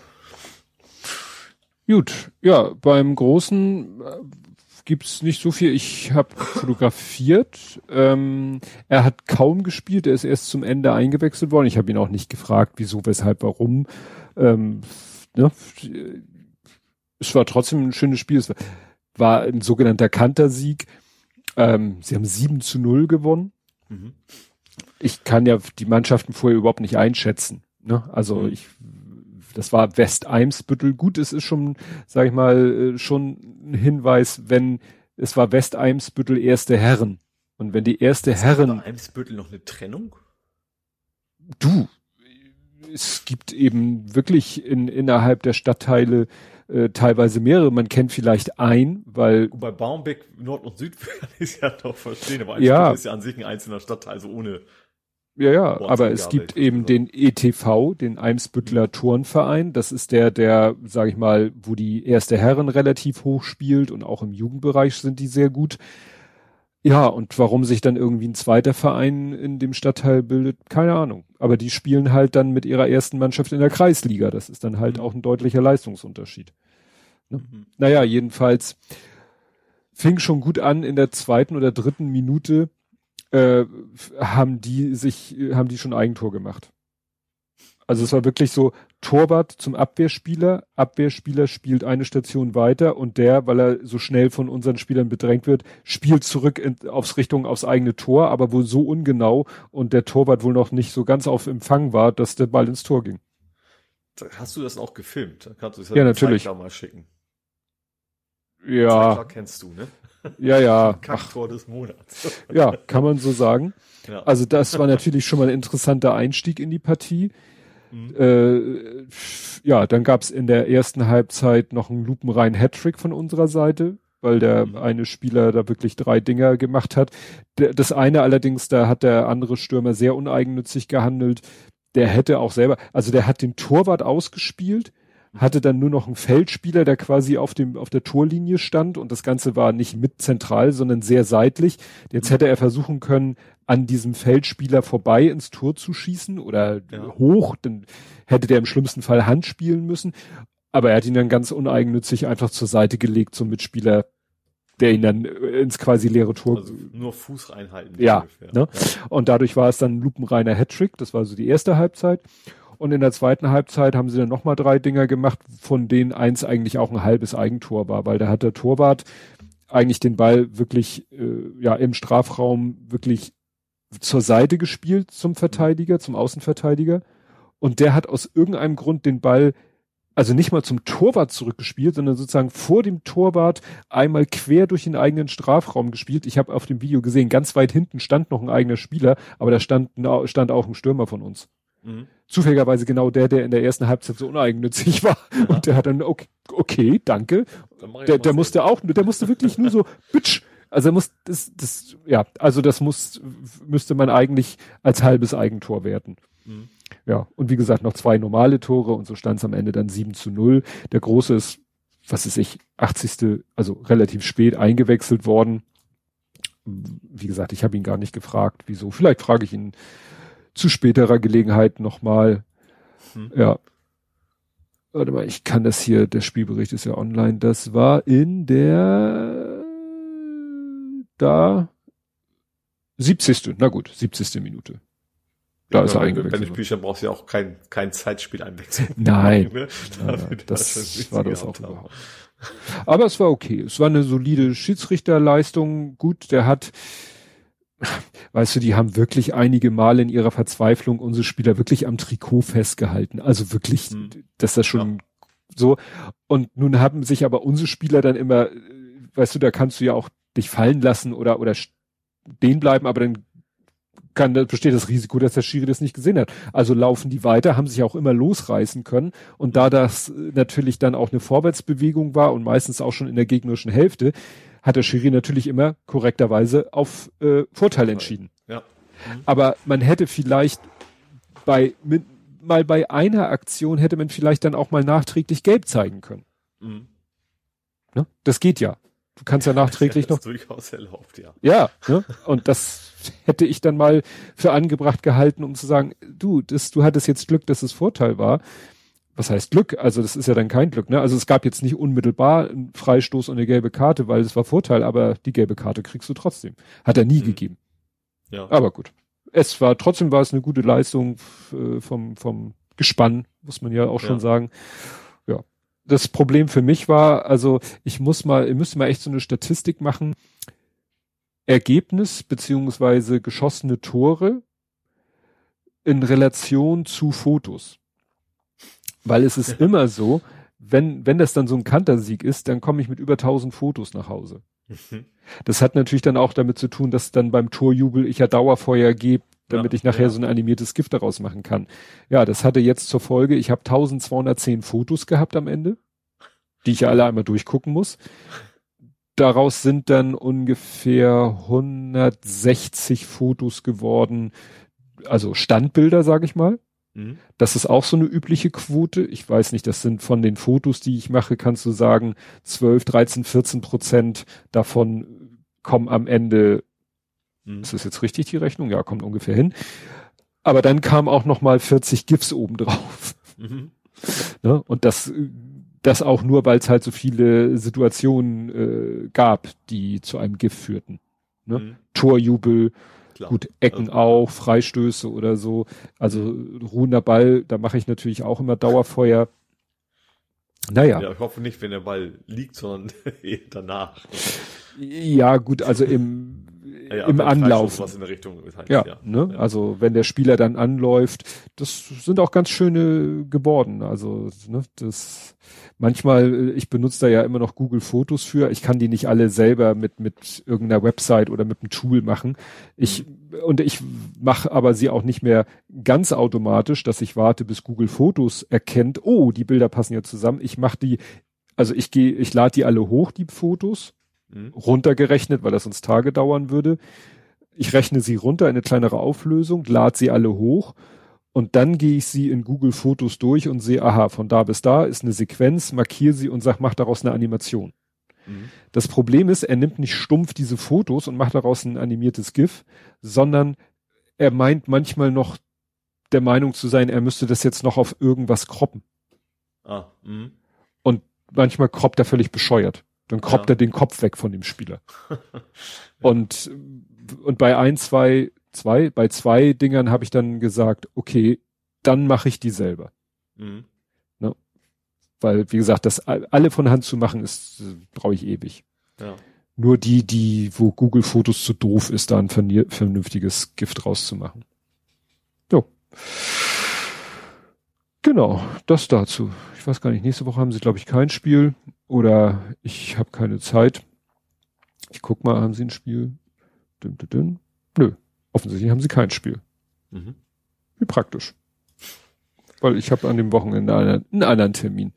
Gut, ja, beim Großen gibt's nicht so viel. Ich habe fotografiert. Er hat kaum gespielt. Er ist erst zum Ende eingewechselt worden. Ich habe ihn auch nicht gefragt, wieso, weshalb, warum. Es war trotzdem ein schönes Spiel. Es war ein sogenannter Kantersieg. Sie haben 7-0 gewonnen. Mhm. Ich kann ja die Mannschaften vorher überhaupt nicht einschätzen. Ne? Also das war West-Eimsbüttel. Gut, es ist schon, sag ich mal, schon ein Hinweis, wenn es war West-Eimsbüttel erste Herren. Und wenn die erste Herren... Ist Eimsbüttel noch eine Trennung? Es gibt eben wirklich innerhalb der Stadtteile teilweise mehrere. Man kennt vielleicht weil... Bei Barmbek, Nord- und Süd kann ich es ja doch verstehen, aber Eimsbüttel ist ja an sich ein einzelner Stadtteil, also ohne... Ja, aber es gibt eben den ETV, den Eimsbüttler Turnverein. Das ist der, sag ich mal, wo die erste Herren relativ hoch spielt und auch im Jugendbereich sind die sehr gut. Ja, und warum sich dann irgendwie ein zweiter Verein in dem Stadtteil bildet, keine Ahnung. Aber die spielen halt dann mit ihrer ersten Mannschaft in der Kreisliga. Das ist dann halt auch ein deutlicher Leistungsunterschied. Ne? Naja, jedenfalls fing schon gut an in der 2. oder 3. Minute. Haben die schon Eigentor gemacht. Also es war wirklich so, Torwart zum Abwehrspieler spielt eine Station weiter und weil er so schnell von unseren Spielern bedrängt wird, spielt zurück aufs eigene Tor, aber wohl so ungenau und der Torwart wohl noch nicht so ganz auf Empfang war, dass der Ball ins Tor ging. Hast du das auch gefilmt? Dann kannst du es ja natürlich mal schicken. Ja. Kennst du, ne? Ja. Kacktor des Monats. Ja, kann man so sagen. Ja. Also das war natürlich schon mal ein interessanter Einstieg in die Partie. Dann gab's in der ersten Halbzeit noch einen lupenreinen Hattrick von unserer Seite, weil der eine Spieler da wirklich 3 Dinger gemacht hat. Das eine allerdings, da hat der andere Stürmer sehr uneigennützig gehandelt. Der hätte auch selber, also der hat den Torwart ausgespielt, hatte dann nur noch einen Feldspieler, der quasi auf der Torlinie stand und das Ganze war nicht mit zentral, sondern sehr seitlich. Jetzt hätte er versuchen können, an diesem Feldspieler vorbei ins Tor zu schießen oder hoch, dann hätte der im schlimmsten Fall Hand spielen müssen. Aber er hat ihn dann ganz uneigennützig einfach zur Seite gelegt zum Mitspieler, der ihn dann ins quasi leere Tor... Also nur Fuß reinhalten. Ja, ne? Ja. Und dadurch war es dann ein lupenreiner Hattrick, das war so die erste Halbzeit. Und in der zweiten Halbzeit haben sie dann nochmal 3 Dinger gemacht, von denen eins eigentlich auch ein halbes Eigentor war, weil da hat der Torwart eigentlich den Ball wirklich im Strafraum wirklich zur Seite gespielt zum Verteidiger, zum Außenverteidiger. Und der hat aus irgendeinem Grund den Ball also nicht mal zum Torwart zurückgespielt, sondern sozusagen vor dem Torwart einmal quer durch den eigenen Strafraum gespielt. Ich habe auf dem Video gesehen, ganz weit hinten stand noch ein eigener Spieler, aber da stand auch ein Stürmer von uns. Zufälligerweise genau der in der ersten Halbzeit so uneigennützig war. Ja. Und der hat dann, okay, danke. Der musste wirklich nur so, bitch. Also das müsste man eigentlich als halbes Eigentor werten. Ja, und wie gesagt, noch 2 normale Tore und so stand es am Ende dann 7-0. Der Große ist, 80. also relativ spät eingewechselt worden. Wie gesagt, ich habe ihn gar nicht gefragt, wieso. Vielleicht frage ich ihn zu späterer Gelegenheit nochmal. Ja. Warte mal, ich kann das hier, der Spielbericht ist ja online. Das war in der 70. Na gut, 70. Minute. Da ist er eingewechselt. Wenn du spielst, dann brauchst du ja auch kein Zeitspiel einwechseln. Nein. Das war das auch überhaupt. Aber es war okay. Es war eine solide Schiedsrichterleistung. Gut, der hat weißt du, die haben wirklich einige Male in ihrer Verzweiflung unsere Spieler wirklich am Trikot festgehalten. Also wirklich, dass das schon so. Und nun haben sich aber unsere Spieler dann immer, weißt du, da kannst du ja auch dich fallen lassen oder stehen bleiben, aber dann besteht das Risiko, dass der Schiri das nicht gesehen hat. Also laufen die weiter, haben sich auch immer losreißen können. Und da das natürlich dann auch eine Vorwärtsbewegung war und meistens auch schon in der gegnerischen Hälfte, hat der Schiri natürlich immer korrekterweise auf Vorteil entschieden. Ja. Aber man hätte vielleicht bei einer Aktion hätte man vielleicht dann auch mal nachträglich gelb zeigen können. Ne? Das geht ja. Du kannst ja nachträglich noch. Das ist durchaus erlaubt, ja. Ja, ne? Und das hätte ich dann mal für angebracht gehalten, um zu sagen, du hattest jetzt Glück, dass es Vorteil war. Was heißt Glück? Also das ist ja dann kein Glück, ne? Also es gab jetzt nicht unmittelbar einen Freistoß und eine gelbe Karte, weil es war Vorteil, aber die gelbe Karte kriegst du trotzdem. Hat er nie gegeben. Ja. Aber gut. Trotzdem war es eine gute Leistung vom Gespann, muss man ja auch schon sagen. Ja. Das Problem für mich war, also ihr müsst mal echt so eine Statistik machen. Ergebnis beziehungsweise geschossene Tore in Relation zu Fotos. Weil es ist immer so, wenn das dann so ein Kantersieg ist, dann komme ich mit über 1000 Fotos nach Hause. Das hat natürlich dann auch damit zu tun, dass dann beim Torjubel ich ja Dauerfeuer gebe, damit ich nachher so ein animiertes Gift daraus machen kann. Ja, das hatte jetzt zur Folge, ich habe 1210 Fotos gehabt am Ende, die ich ja alle einmal durchgucken muss. Daraus sind dann ungefähr 160 Fotos geworden, also Standbilder, sage ich mal. Das ist auch so eine übliche Quote. Ich weiß nicht, das sind von den Fotos, die ich mache, kannst du sagen, 12, 13, 14% davon kommen am Ende. Ist das jetzt richtig, die Rechnung? Ja, kommt ungefähr hin. Aber dann kam auch noch mal 40 GIFs obendrauf. Ne? Und das auch nur, weil es halt so viele Situationen gab, die zu einem GIF führten. Ne? Torjubel, klar. Gut, Ecken auch, Freistöße oder so. Also ruhender Ball, da mache ich natürlich auch immer Dauerfeuer. Naja. Ja, ich hoffe nicht, wenn der Ball liegt, sondern danach. Ja, gut, also im Anlauf. Was in der Richtung ist halt, ne? Ja. Also wenn der Spieler dann anläuft, das sind auch ganz schöne geworden. Also, ne, das manchmal, ich benutze da ja immer noch Google Fotos für. Ich kann die nicht alle selber mit irgendeiner Website oder mit einem Tool machen. Ich mache aber sie auch nicht mehr ganz automatisch, dass ich warte, bis Google Fotos erkennt, oh, die Bilder passen ja zusammen. Ich lade die alle hoch, die Fotos. Runtergerechnet, weil das uns Tage dauern würde. Ich rechne sie runter in eine kleinere Auflösung, lade sie alle hoch und dann gehe ich sie in Google Fotos durch und sehe, aha, von da bis da ist eine Sequenz, markiere sie und mach daraus eine Animation. Das Problem ist, er nimmt nicht stumpf diese Fotos und macht daraus ein animiertes GIF, sondern er meint manchmal noch der Meinung zu sein, er müsste das jetzt noch auf irgendwas croppen. Und manchmal croppt er völlig bescheuert. Dann croppt er den Kopf weg von dem Spieler. Und bei bei zwei Dingern habe ich dann gesagt, okay, dann mache ich die selber. Ne? Weil, wie gesagt, das alle von Hand zu machen, brauche ich ewig. Ja. Nur wo Google Fotos zu doof ist, da ein vernünftiges Gift rauszumachen. Jo. Genau, das dazu. Ich weiß gar nicht, nächste Woche haben sie, glaube ich, kein Spiel. Oder ich habe keine Zeit. Ich guck mal, haben sie ein Spiel? Nö, offensichtlich haben sie kein Spiel. Wie praktisch. Weil ich habe an dem Wochenende einen anderen Termin.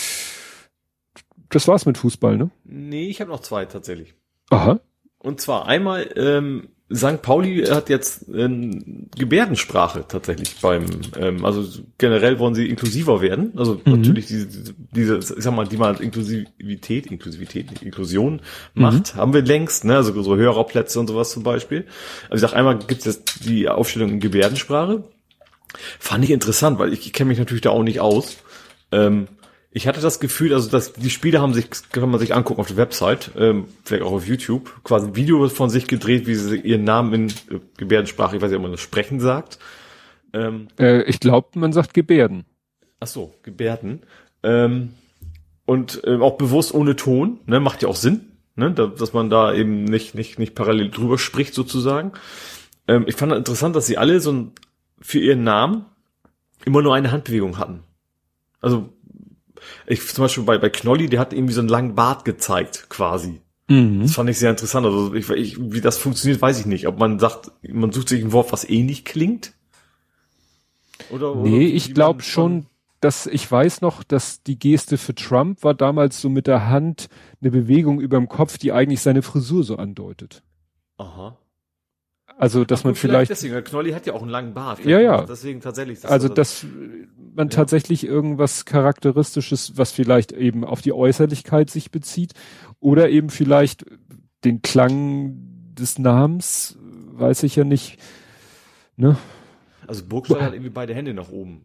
Das war's mit Fußball, ne? Nee, ich habe noch zwei tatsächlich. Aha. Und zwar einmal, St. Pauli hat jetzt Gebärdensprache tatsächlich also generell wollen sie inklusiver werden. Also natürlich diese, ich sag mal, die mal Inklusion macht, haben wir längst, ne? Also so Hörerplätze und sowas zum Beispiel. Also ich sag einmal, gibt's jetzt die Aufstellung in Gebärdensprache. Fand ich interessant, weil ich kenne mich natürlich da auch nicht aus. Ich hatte das Gefühl, also dass die Spieler kann man sich angucken auf der Website, vielleicht auch auf YouTube, quasi Videos von sich gedreht, wie sie ihren Namen in Gebärdensprache, ich weiß nicht, ob man das Sprechen sagt. Ich glaube, man sagt Gebärden. Ach so, Gebärden. Und auch bewusst ohne Ton, ne, macht ja auch Sinn. ne, dass man da eben nicht parallel drüber spricht sozusagen. Ich fand interessant, dass sie alle für ihren Namen immer nur eine Handbewegung hatten. Also zum Beispiel bei Knolli, der hat irgendwie so einen langen Bart gezeigt, quasi. Mhm. Das fand ich sehr interessant. Also wie das funktioniert, weiß ich nicht. Ob man sagt, man sucht sich ein Wort, was ähnlich klingt? Oder ich glaube schon, ich weiß noch, dass die Geste für Trump war damals so mit der Hand eine Bewegung überm Kopf, die eigentlich seine Frisur so andeutet. Aha. Also, dass man vielleicht deswegen, Knolli hat ja auch einen langen Bart. Ja. Deswegen tatsächlich. Dass man tatsächlich irgendwas Charakteristisches, was vielleicht eben auf die Äußerlichkeit sich bezieht oder eben vielleicht den Klang des Namens, weiß ich ja nicht, ne? Also Burgstall hat irgendwie beide Hände nach oben.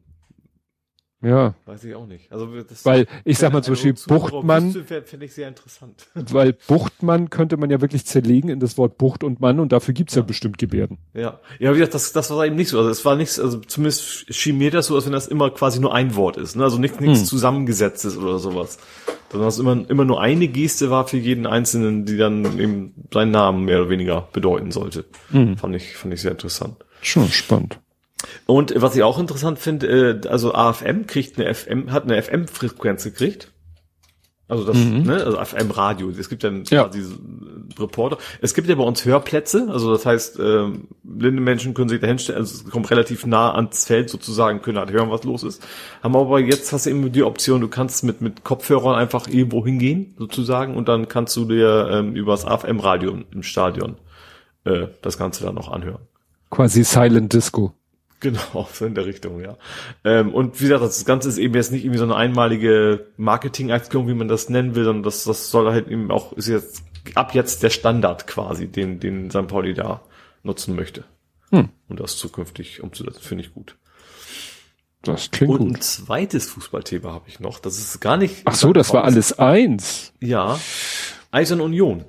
Ja. Weiß ich auch nicht. Also weil, ich sag mal zum Beispiel Buchtmann, finde ich sehr interessant. Weil Buchtmann könnte man ja wirklich zerlegen in das Wort Bucht und Mann und dafür gibt's ja bestimmt Gebärden. Ja, wie gesagt, das war eben nicht so. Also es war nichts, also zumindest schien mir das so, als wenn das immer quasi nur ein Wort ist, ne? Also nichts Zusammengesetztes oder sowas. Sondern dass immer nur eine Geste war für jeden Einzelnen, die dann eben seinen Namen mehr oder weniger bedeuten sollte. Fand ich sehr interessant. Schon spannend. Und was ich auch interessant finde, also AFM hat eine FM-Frequenz gekriegt. Also also FM-Radio. Es gibt dann quasi Reporter. Es gibt ja bei uns Hörplätze. Also das heißt, blinde Menschen können sich da hinstellen. Also es kommt relativ nah ans Feld sozusagen, können halt hören, was los ist. Haben aber jetzt hast du eben die Option, du kannst mit Kopfhörern einfach irgendwo hingehen sozusagen und dann kannst du dir über das AFM-Radio im Stadion das Ganze dann noch anhören. Quasi Silent Disco. Genau, so in der Richtung, ja. Und wie gesagt, das Ganze ist eben jetzt nicht irgendwie so eine einmalige Marketingaktion, wie man das nennen will, sondern das soll halt eben auch, ist jetzt ab jetzt der Standard quasi, den St. Pauli da nutzen möchte. Und das zukünftig umzusetzen, finde ich gut. Das klingt gut. Und ein zweites Fußballthema habe ich noch, das ist gar nicht... Ach so, das war alles eins. Ja, Eisern Union.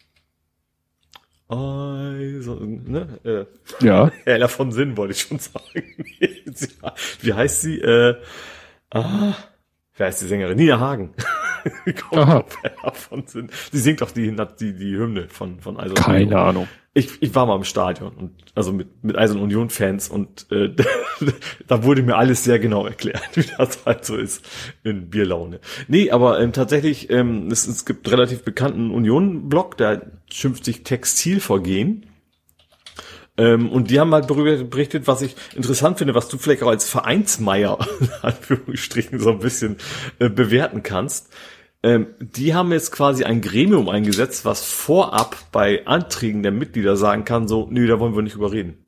Ja. Ella von Sinn wollte ich schon sagen. Wie heißt sie? Wer heißt die Sängerin? Nina Hagen. Ella von Sinn. Sie singt doch die Hymne von Eisern Keine Union. Ahnung. Ich war mal im Stadion und also mit Eisern Union Fans und da wurde mir alles sehr genau erklärt, wie das halt so ist in Bierlaune. Nee, aber tatsächlich, es gibt relativ bekannten Union-Blog, der schimpft sich Textilvergehen. Und die haben halt berichtet, was ich interessant finde, was du vielleicht auch als Vereinsmeier in Anführungsstrichen so ein bisschen bewerten kannst. Die haben jetzt quasi ein Gremium eingesetzt, was vorab bei Anträgen der Mitglieder sagen kann, so, nö, da wollen wir nicht überreden.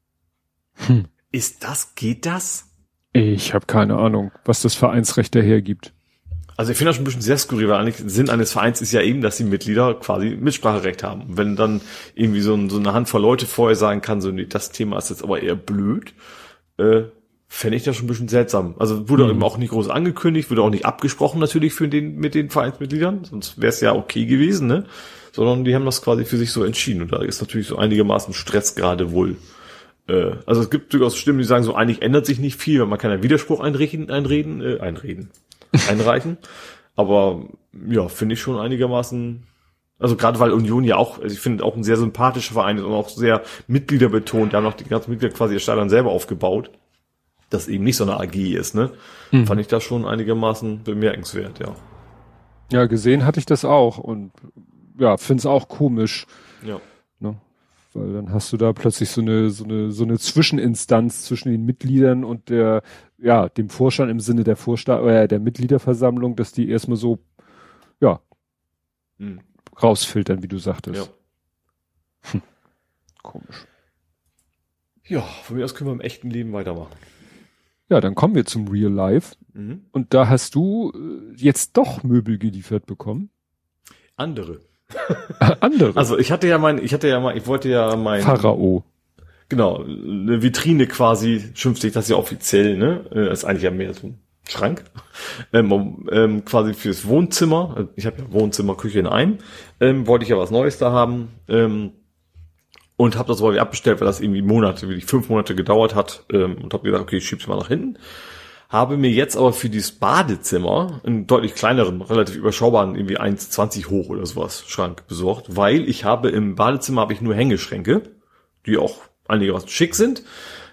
Geht das? Ich habe keine Ahnung, was das Vereinsrecht dahergibt. Also ich finde das schon ein bisschen sehr skurril, weil eigentlich Sinn eines Vereins ist ja eben, dass die Mitglieder quasi Mitspracherecht haben. Und wenn dann irgendwie so eine Handvoll Leute vorher sagen kann, so, nee, das Thema ist jetzt aber eher blöd, fände ich das schon ein bisschen seltsam. Also wurde eben auch nicht groß angekündigt, wurde auch nicht abgesprochen natürlich mit den Vereinsmitgliedern, sonst wäre es ja okay gewesen, ne? Sondern die haben das quasi für sich so entschieden. Und da ist natürlich so einigermaßen Stress gerade wohl. Also es gibt durchaus Stimmen, die sagen so, eigentlich ändert sich nicht viel, weil man kann einen Widerspruch einreichen. Aber ja, finde ich schon einigermaßen, also gerade weil Union ja auch, also ich finde auch ein sehr sympathischer Verein ist und auch sehr mitgliederbetont, die haben auch die ganzen Mitglieder quasi das Stadion selber aufgebaut, dass eben nicht so eine AG ist, ne? Fand ich das schon einigermaßen bemerkenswert, ja. Ja, gesehen hatte ich das auch und ja, finde es auch komisch. Ja. Ne? Weil dann hast du da plötzlich so eine Zwischeninstanz zwischen den Mitgliedern und dem Vorstand im Sinne der Mitgliederversammlung, dass die erstmal so, rausfiltern, wie du sagtest. Ja. Komisch. Ja, von mir aus können wir im echten Leben weitermachen. Ja, dann kommen wir zum Real Life. Und da hast du jetzt doch Möbel geliefert bekommen. Andere. Also ich wollte ja mein Pharao. Genau, eine Vitrine quasi, schimpft sich das ja offiziell, ne? Das ist eigentlich ja mehr so ein Schrank. Quasi fürs Wohnzimmer. Ich habe ja Wohnzimmer, Küche in einem. Wollte ich ja was Neues da haben. Und habe das aber abbestellt, weil das irgendwie wirklich 5 Monate gedauert hat. Und habe gesagt, okay, ich schieb's mal nach hinten. Habe mir jetzt aber für dieses Badezimmer einen deutlich kleineren, relativ überschaubaren, irgendwie 1,20 hoch oder sowas Schrank besorgt, weil ich habe im Badezimmer nur Hängeschränke, die auch einigermaßen schick sind,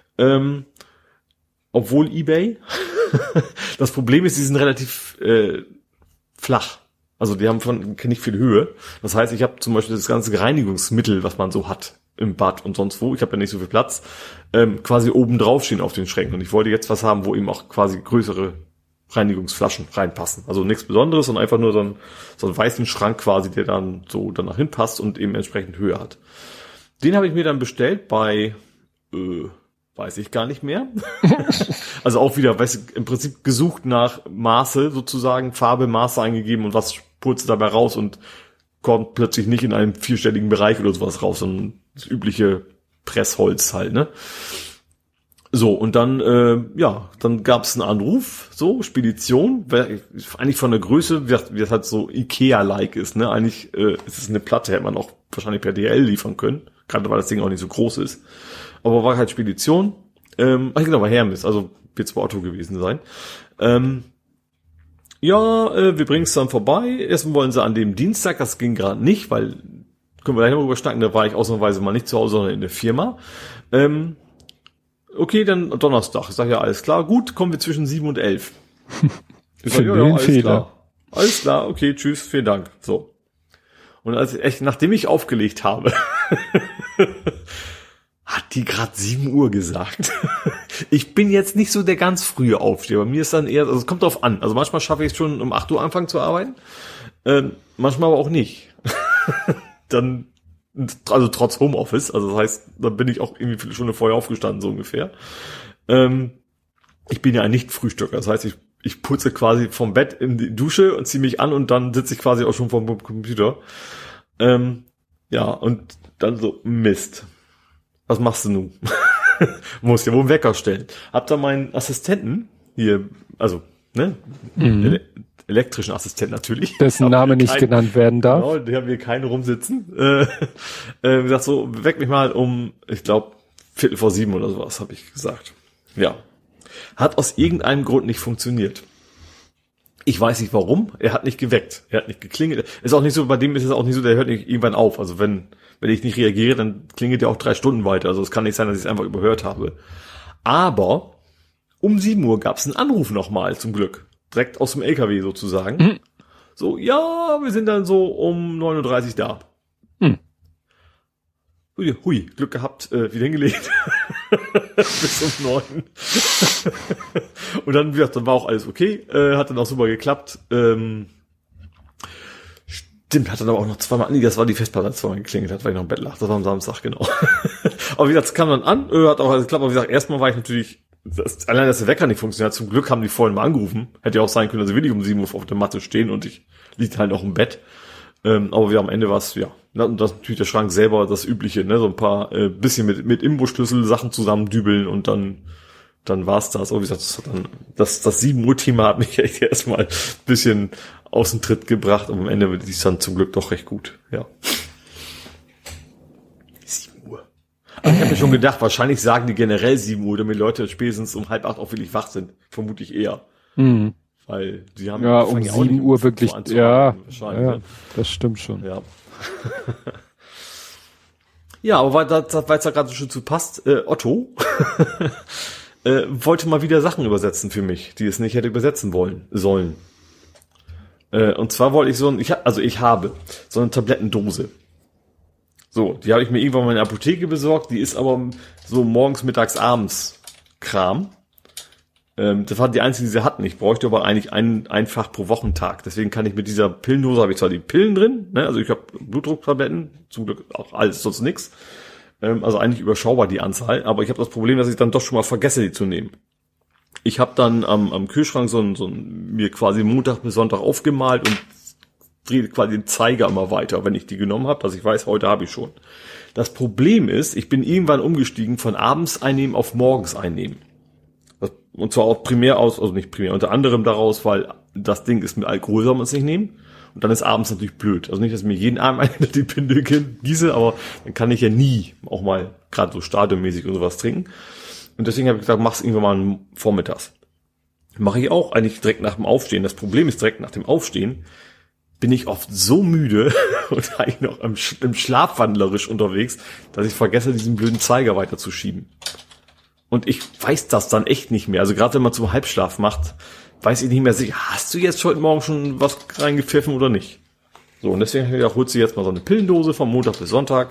obwohl eBay. Das Problem ist, die sind relativ flach. Also die haben nicht viel Höhe. Das heißt, ich habe zum Beispiel das ganze Reinigungsmittel, was man so hat im Bad und sonst wo, ich habe ja nicht so viel Platz, quasi oben drauf stehen auf den Schränken. Und ich wollte jetzt was haben, wo eben auch quasi größere Reinigungsflaschen reinpassen. Also nichts Besonderes, sondern einfach nur so einen weißen Schrank quasi, der dann so danach hinpasst und eben entsprechend Höhe hat. Den habe ich mir dann bestellt bei, weiß ich gar nicht mehr. Also auch wieder, im Prinzip gesucht nach Maße sozusagen, Farbe, Maße eingegeben und was purzt dabei raus und kommt plötzlich nicht in einem 4-stelligen Bereich oder sowas raus, sondern das übliche Pressholz halt, ne? So, und dann, dann gab's einen Anruf, so, Spedition, eigentlich von der Größe, wie das halt so Ikea-like ist, ne? Eigentlich ist es eine Platte, hätte man auch wahrscheinlich per DHL liefern können, gerade weil das Ding auch nicht so groß ist. Aber war halt Spedition, genau, war Hermes, also wird zwar Otto gewesen sein. Wir bringen es dann vorbei. Erstmal wollen sie an dem Dienstag, das ging gerade nicht, weil, können wir gleich noch überschnacken, da war ich ausnahmsweise mal nicht zu Hause, sondern in der Firma. Okay, dann Donnerstag. Ich sage ja, alles klar, gut, kommen wir zwischen 7 und 11. Ich sage, ja, alles Fehler. Klar. Alles klar, okay, tschüss, vielen Dank. So. Und nachdem ich aufgelegt habe, hat die gerade 7 Uhr gesagt. Ich bin jetzt nicht so der ganz frühe Aufsteher. Bei mir ist dann eher, also es kommt drauf an. Also manchmal schaffe ich es schon um 8 Uhr anfangen zu arbeiten. Manchmal aber auch nicht. Dann, also trotz Homeoffice. Also das heißt, dann bin ich auch irgendwie eine Stunde vorher aufgestanden, so ungefähr. Ich bin ja ein Nicht-Frühstücker. Das heißt, ich putze quasi vom Bett in die Dusche und ziehe mich an und dann sitze ich quasi auch schon vor dem Computer. Und dann so, Mist. Was machst du nun? Muss ja wohl einen Wecker stellen. Hab da meinen Assistenten hier, also, ne? Elektrischen Assistenten natürlich. Dessen Name nicht genannt werden darf. Genau, die haben hier keinen rumsitzen. Gesagt so, weck mich mal um, ich glaube, 6:45 oder sowas, habe ich gesagt. Ja. Hat aus irgendeinem Grund nicht funktioniert. Ich weiß nicht warum. Er hat nicht geweckt. Er hat nicht geklingelt. Ist auch nicht so, bei dem ist es auch nicht so, der hört nicht irgendwann auf. Also wenn ich nicht reagiere, dann klingelt er auch 3 Stunden weiter. Also es kann nicht sein, dass ich es einfach überhört habe. Aber um 7 Uhr gab es einen Anruf nochmal, zum Glück. Direkt aus dem LKW sozusagen. So, ja, wir sind dann so um 9:30 Uhr da. Hui, Glück gehabt, wieder hingelegt. Bis um 9. Und dann war auch alles okay. Hat dann auch super geklappt. Stimmt, hat dann aber auch noch zweimal, das war die Festplatte, das zweimal geklingelt hat, weil ich noch im Bett lag. Das war am Samstag, genau. Aber wie gesagt, es kam dann an, hat auch alles geklappt. Aber wie gesagt, erstmal war ich natürlich, allein, dass der Wecker nicht funktioniert hat. Zum Glück haben die vorhin mal angerufen. Hätte ja auch sein können, dass sie wirklich um 7 Uhr auf der Matte stehen und ich liege halt noch im Bett. Aber am Ende war es, ja, und das natürlich der Schrank selber, das Übliche, ne, so ein paar, bisschen mit Imbusschlüssel Sachen zusammendübeln und dann war's das. Aber wie gesagt, das 7 Uhr Thema hat mich echt erstmal ein bisschen aus dem Tritt gebracht, und am Ende ist es dann zum Glück doch recht gut, ja. 7 Uhr. Aber ich habe mir schon gedacht, wahrscheinlich sagen die generell 7 Uhr, damit Leute spätestens um 7:30 auch wirklich wach sind. Vermutlich eher. Weil die haben ja um 7 Uhr wirklich, ja, ne? Das stimmt schon. Ja. Ja, aber weil es da gerade so schön zu passt, Otto wollte mal wieder Sachen übersetzen für mich, die es nicht hätte übersetzen sollen. Und zwar wollte ich ich habe so eine Tablettendose. So, die habe ich mir irgendwann mal in der Apotheke besorgt, die ist aber so morgens, mittags, abends Kram. Das war die einzige, die sie hatten. Ich bräuchte aber eigentlich ein Fach pro Wochentag. Deswegen kann ich mit dieser Pillendose, habe ich zwar die Pillen drin, ne? Also ich habe Blutdrucktabletten, zum Glück auch alles, sonst nix. Also eigentlich überschaubar die Anzahl, aber ich habe das Problem, dass ich dann doch schon mal vergesse, die zu nehmen. Ich habe dann am Kühlschrank so ein mir quasi Montag bis Sonntag aufgemalt und drehe quasi den Zeiger immer weiter, wenn ich die genommen habe, dass ich weiß, heute habe ich schon. Das Problem ist, ich bin irgendwann umgestiegen von abends einnehmen auf morgens einnehmen. Und zwar auch unter anderem daraus, weil das Ding ist mit Alkohol, soll man es nicht nehmen. Und dann ist abends natürlich blöd. Also nicht, dass ich mir jeden Abend die Pinde gieße, aber dann kann ich ja nie auch mal gerade so stadionmäßig und sowas trinken. Und deswegen habe ich gesagt, mach's irgendwann mal vormittags. Mache ich auch eigentlich direkt nach dem Aufstehen. Das Problem ist, direkt nach dem Aufstehen bin ich oft so müde und eigentlich noch im Schlafwandlerisch unterwegs, dass ich vergesse, diesen blöden Zeiger weiterzuschieben. Und ich weiß das dann echt nicht mehr. Also gerade wenn man zum Halbschlaf macht, weiß ich nicht mehr sicher, hast du jetzt heute Morgen schon was reingepfiffen oder nicht? So, und deswegen holst du jetzt mal so eine Pillendose vom Montag bis Sonntag.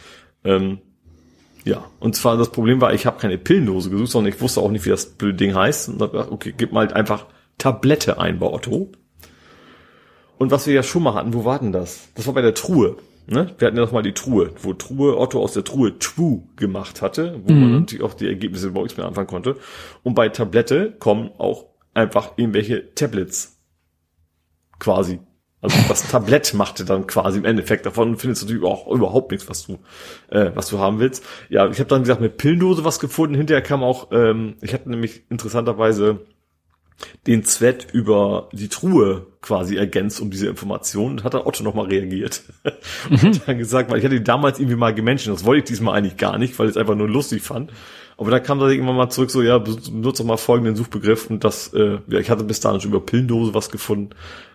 Ja, und zwar das Problem war, ich habe keine Pillendose gesucht, sondern ich wusste auch nicht, wie das blöde Ding heißt. Und dann dachte ich, okay, gib mal halt einfach Tablette ein bei Otto. Und was wir ja schon mal hatten, wo war denn das? Das war bei der Truhe. Ne? Wir hatten ja noch mal die Truhe, wo Otto aus der Truhe True gemacht hatte, wo man natürlich auch die Ergebnisse bei uns mehr anfangen konnte. Und bei Tablette kommen auch einfach irgendwelche Tablets quasi. Also das Tablett machte dann quasi im Endeffekt davon, findest du natürlich auch überhaupt nichts, was du haben willst. Ja, ich habe dann, wie gesagt, mit Pillendose was gefunden. Hinterher kam auch, ich hatte nämlich interessanterweise den Thread über die Truhe quasi ergänzt um diese Informationen und hat dann Otto nochmal reagiert. Und hat dann gesagt, weil ich hatte ihn damals irgendwie mal gemenschen, das wollte ich diesmal eigentlich gar nicht, weil ich es einfach nur lustig fand. Aber dann kam da irgendwann mal zurück, so, ja, benutze doch mal folgenden Suchbegriff und das, ja, ich hatte bis dahin schon über Pillendose was gefunden.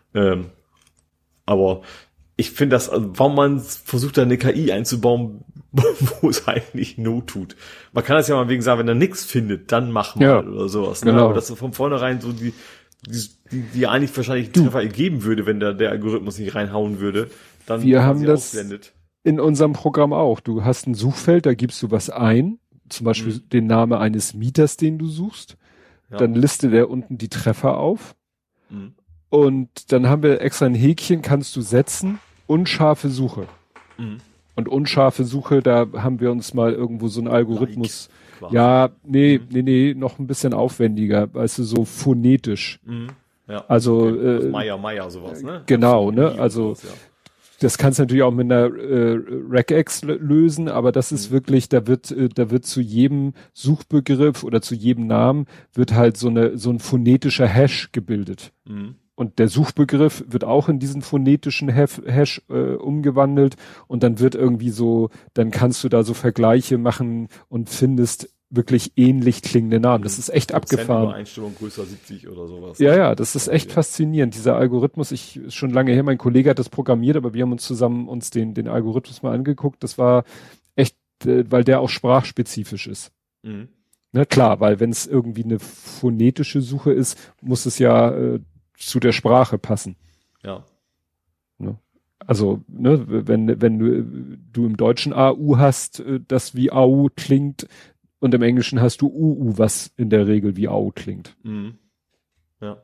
Aber ich finde das, also, warum man versucht, da eine KI einzubauen, wo es eigentlich Not tut. Man kann das ja mal wegen sagen, wenn er nichts findet, dann mach mal oder sowas. Ne? Genau. Aber dass du von vornherein so die eigentlich wahrscheinlich Treffer ergeben würde, wenn der Algorithmus nicht reinhauen würde, dann wir haben das ausblendet. In unserem Programm auch. Du hast ein Suchfeld, da gibst du was ein, zum Beispiel den Namen eines Mieters, den du suchst. Ja. Dann listet er unten die Treffer auf. Und dann haben wir extra ein Häkchen, kannst du setzen, unscharfe Suche. Und unscharfe Suche, da haben wir uns mal irgendwo so einen Algorithmus, noch ein bisschen aufwendiger, weißt du, so phonetisch. Ja. Also, Meier, sowas, ne? Genau, ne, also, das kannst du natürlich auch mit einer Regex lösen, aber das ist wirklich, da wird zu jedem Suchbegriff oder zu jedem Namen wird halt so ein phonetischer Hash gebildet. Und der Suchbegriff wird auch in diesen phonetischen Hash umgewandelt und dann wird irgendwie so, dann kannst du da so Vergleiche machen und findest wirklich ähnlich klingende Namen. Das ist echt abgefahren. Übereinstimmung größer 70 oder sowas. Ja, das ist echt faszinierend. Dieser Algorithmus, ist schon lange her, mein Kollege hat das programmiert, aber wir haben uns zusammen den Algorithmus mal angeguckt. Das war echt, weil der auch sprachspezifisch ist. Ne, klar, weil wenn es irgendwie eine phonetische Suche ist, muss es ja zu der Sprache passen. Ja. Ne? Also, ne, wenn du im Deutschen AU hast, das wie AU klingt, und im Englischen hast du UU, was in der Regel wie AU klingt. Ja.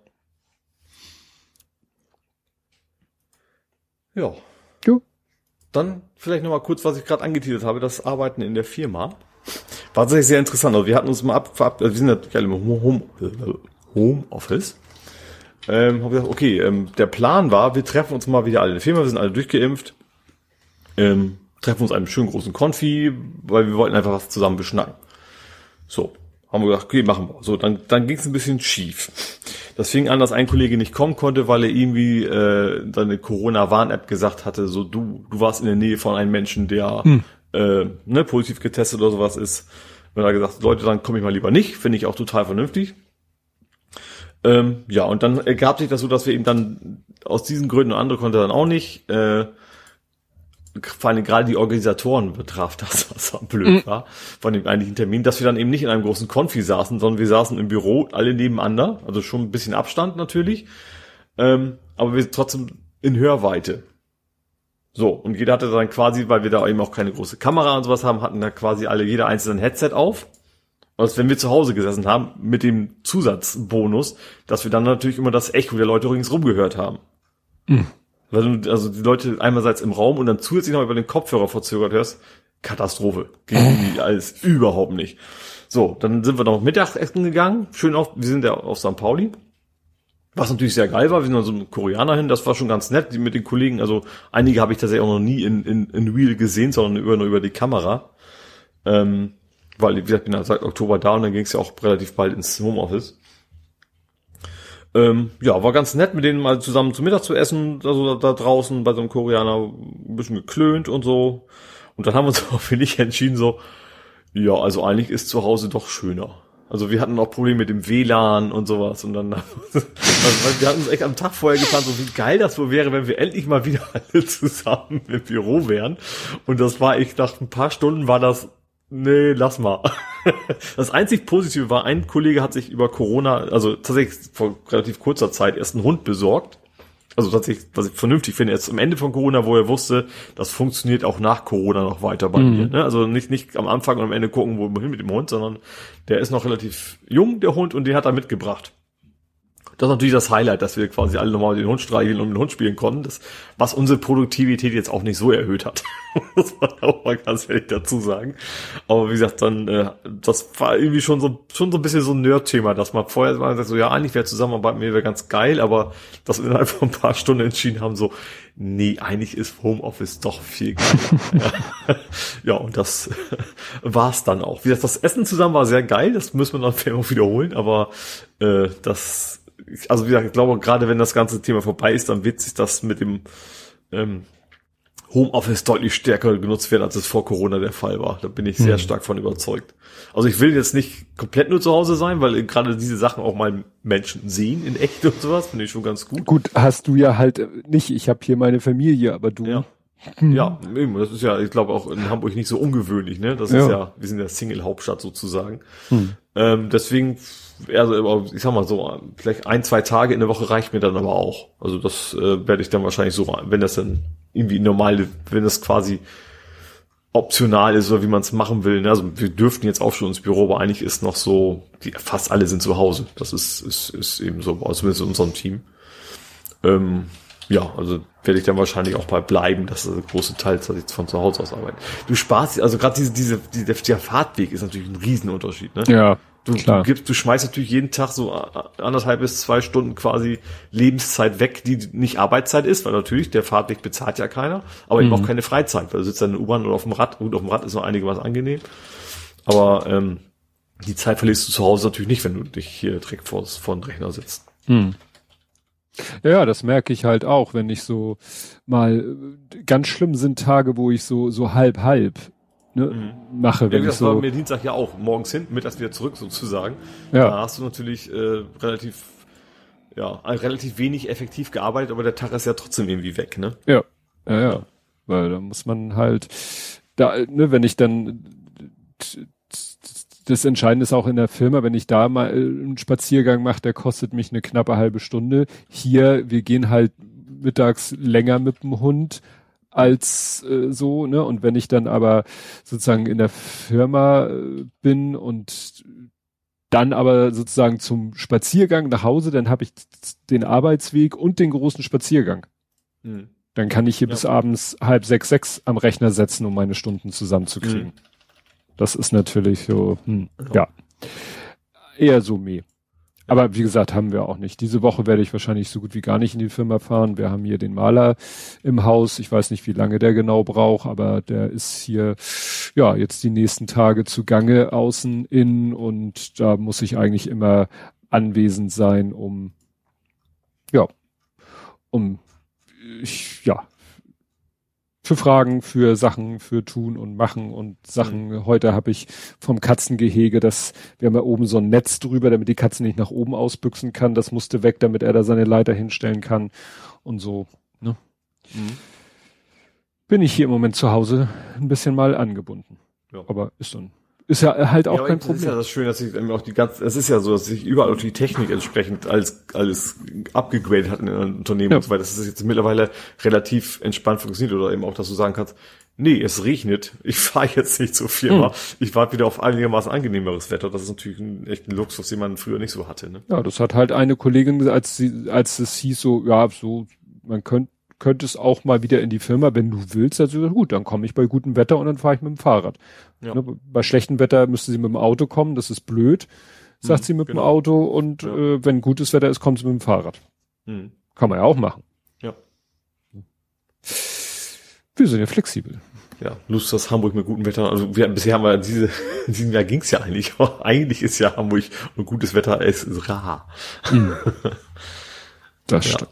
Ja. Jo. Dann vielleicht noch mal kurz, was ich gerade angeteasert habe, das Arbeiten in der Firma. War tatsächlich sehr interessant. Also wir hatten uns mal wir sind natürlich alle im Homeoffice. Hab gesagt, okay, der Plan war, wir treffen uns mal wieder alle in der Firma, wir sind alle durchgeimpft, treffen uns einem schönen großen Konfi, weil wir wollten einfach was zusammen beschnacken. So, haben wir gedacht, okay, machen wir. So, dann ging es ein bisschen schief. Das fing an, dass ein Kollege nicht kommen konnte, weil er irgendwie seine Corona-Warn-App gesagt hatte, so du warst in der Nähe von einem Menschen, der positiv getestet oder sowas ist. Und er hat gesagt, Leute, dann komme ich mal lieber nicht, finde ich auch total vernünftig. Ja, und dann ergab sich das so, dass wir eben dann aus diesen Gründen, und andere konnte dann auch nicht, vor allem gerade die Organisatoren betraf das, was so blöd war, von dem eigentlichen Termin, dass wir dann eben nicht in einem großen Konfi saßen, sondern wir saßen im Büro, alle nebeneinander, also schon ein bisschen Abstand natürlich, aber wir trotzdem in Hörweite. So, und jeder hatte dann quasi, weil wir da eben auch keine große Kamera und sowas haben, hatten da quasi jeder einzelne Headset auf. Als wenn wir zu Hause gesessen haben, mit dem Zusatzbonus, dass wir dann natürlich immer das Echo der Leute ringsrum gehört haben. Weil du also die Leute einerseits im Raum und dann zusätzlich noch über den Kopfhörer verzögert hörst, Katastrophe. Geht irgendwie alles überhaupt nicht. So, dann sind wir noch Mittagessen gegangen. Wir sind ja auf St. Pauli. Was natürlich sehr geil war, wir sind dann so ein Koreaner hin, das war schon ganz nett, die mit den Kollegen, also einige habe ich tatsächlich auch noch nie in Real gesehen, sondern nur über die Kamera. Weil, wie gesagt, ich bin ja seit Oktober da und dann ging es ja auch relativ bald ins Homeoffice. Ja, war ganz nett, mit denen mal zusammen zu Mittag zu essen, also da draußen bei so einem Koreaner ein bisschen geklönt und so. Und dann haben wir uns auch für nicht entschieden, so, ja, also eigentlich ist zu Hause doch schöner. Also wir hatten auch Probleme mit dem WLAN und sowas und dann, also wir hatten uns echt am Tag vorher geplant, so wie geil das wohl wäre, wenn wir endlich mal wieder alle zusammen im Büro wären. Und das war, ich nach ein paar Stunden war das, nee, lass mal. Das einzig Positive war, ein Kollege hat sich über Corona, also tatsächlich vor relativ kurzer Zeit erst einen Hund besorgt. Also tatsächlich, was ich vernünftig finde, jetzt am Ende von Corona, wo er wusste, das funktioniert auch nach Corona noch weiter bei mir. Ne? Also nicht am Anfang und am Ende gucken, wo wir hin mit dem Hund, sondern der ist noch relativ jung, der Hund, und den hat er mitgebracht. Das ist natürlich das Highlight, dass wir quasi alle nochmal den Hund streicheln und mit dem Hund spielen konnten, das, was unsere Produktivität jetzt auch nicht so erhöht hat. Muss man auch mal ganz ehrlich dazu sagen. Aber wie gesagt, dann, das war irgendwie schon so ein bisschen so ein Nerd-Thema, dass man vorher war, so, ja, eigentlich wäre Zusammenarbeit mit mir wäre ganz geil, aber dass wir innerhalb von ein paar Stunden entschieden haben, so, nee, eigentlich ist Homeoffice doch viel geiler. Ja, und das war's dann auch. Wie gesagt, das Essen zusammen war sehr geil, das müssen wir dann vielleicht auch wiederholen, aber also wie gesagt, ich glaube, gerade wenn das ganze Thema vorbei ist, dann wird sich das mit dem Homeoffice deutlich stärker genutzt werden, als es vor Corona der Fall war. Da bin ich sehr stark von überzeugt. Also ich will jetzt nicht komplett nur zu Hause sein, weil gerade diese Sachen auch mal Menschen sehen in echt und sowas, finde ich schon ganz gut. Gut, hast du ja halt nicht. Ich habe hier meine Familie, aber du... Ja. Ja, eben, das ist ja, ich glaube auch in Hamburg nicht so ungewöhnlich, ne? Das ist ja, wir sind ja Single-Hauptstadt sozusagen. Deswegen, also ich sag mal so, vielleicht 1-2 Tage in der Woche reicht mir dann aber auch. Also das werde ich dann wahrscheinlich so, wenn das dann irgendwie wenn das quasi optional ist oder wie man es machen will. Ne? Also wir dürften jetzt auch schon ins Büro, aber eigentlich ist noch so, fast alle sind zu Hause. Das ist eben so, zumindest in unserem Team. Ja, also werde ich dann wahrscheinlich auch bei bleiben, dass der große Teil jetzt von zu Hause aus arbeiten. Du sparst, also gerade der Fahrtweg ist natürlich ein Riesenunterschied, ne? Ja, du schmeißt natürlich jeden Tag so 1,5 bis 2 Stunden quasi Lebenszeit weg, die nicht Arbeitszeit ist, weil natürlich der Fahrtweg bezahlt ja keiner, aber eben auch keine Freizeit, weil du sitzt dann in der U-Bahn oder auf dem Rad. Gut, auf dem Rad ist noch einigermaßen angenehm, aber die Zeit verlierst du zu Hause natürlich nicht, wenn du dich hier direkt vor den Rechner sitzt. Ja, das merke ich halt auch, wenn ich so mal, ganz schlimm sind Tage, wo ich so halb mache, wenn das war mir Dienstag ja auch, morgens hin, mittags wieder zurück sozusagen. Ja. Da hast du natürlich relativ wenig effektiv gearbeitet, aber der Tag ist ja trotzdem irgendwie weg, ne? Ja. Weil da muss man halt, wenn ich dann, das Entscheidende ist auch in der Firma, wenn ich da mal einen Spaziergang mache, der kostet mich eine knappe halbe Stunde. Hier, wir gehen halt mittags länger mit dem Hund als so, ne? Und wenn ich dann aber sozusagen in der Firma bin und dann aber sozusagen zum Spaziergang nach Hause, dann habe ich den Arbeitsweg und den großen Spaziergang. Dann kann ich hier bis abends 5:30, 6 am Rechner setzen, um meine Stunden zusammenzukriegen. Das ist natürlich so, eher so meh. Aber wie gesagt, haben wir auch nicht. Diese Woche werde ich wahrscheinlich so gut wie gar nicht in die Firma fahren. Wir haben hier den Maler im Haus. Ich weiß nicht, wie lange der genau braucht, aber der ist hier, jetzt die nächsten Tage zugange, außen, innen, und da muss ich eigentlich immer anwesend sein, für Fragen, für Sachen, für tun und machen und Sachen. Heute habe ich vom Katzengehege, wir haben ja oben so ein Netz drüber, damit die Katze nicht nach oben ausbüchsen kann. Das musste weg, damit er da seine Leiter hinstellen kann und so. Ne? Bin ich hier im Moment zu Hause ein bisschen mal angebunden. Ja. Aber ist ja halt auch kein Problem. Das ist ja das Schöne, dass sich auch es ist ja so, dass sich überall auch die Technik entsprechend alles abgegradet hat in einem Unternehmen und so weiter. Das ist jetzt mittlerweile relativ entspannt funktioniert, oder eben auch, dass du sagen kannst, nee, es regnet, ich fahre jetzt nicht zur Firma, ich warte wieder auf einigermaßen angenehmeres Wetter. Das ist natürlich echt ein Luxus, den man früher nicht so hatte. Ne? Ja, das hat halt eine Kollegin gesagt, als es hieß man könnte es auch mal wieder in die Firma, wenn du willst. Also gut, dann komme ich bei gutem Wetter und dann fahre ich mit dem Fahrrad. Ja. Ne, bei schlechtem Wetter müsste sie mit dem Auto kommen, das ist blöd, sagt sie mit dem Auto, und wenn gutes Wetter ist, kommt sie mit dem Fahrrad. Kann man ja auch machen. Ja. Wir sind ja flexibel. Ja, Lust, dass Hamburg mit gutem Wetter, also bisher haben wir in diesem Jahr ging's ja eigentlich, aber eigentlich ist ja Hamburg und gutes Wetter ist rar. Das stimmt.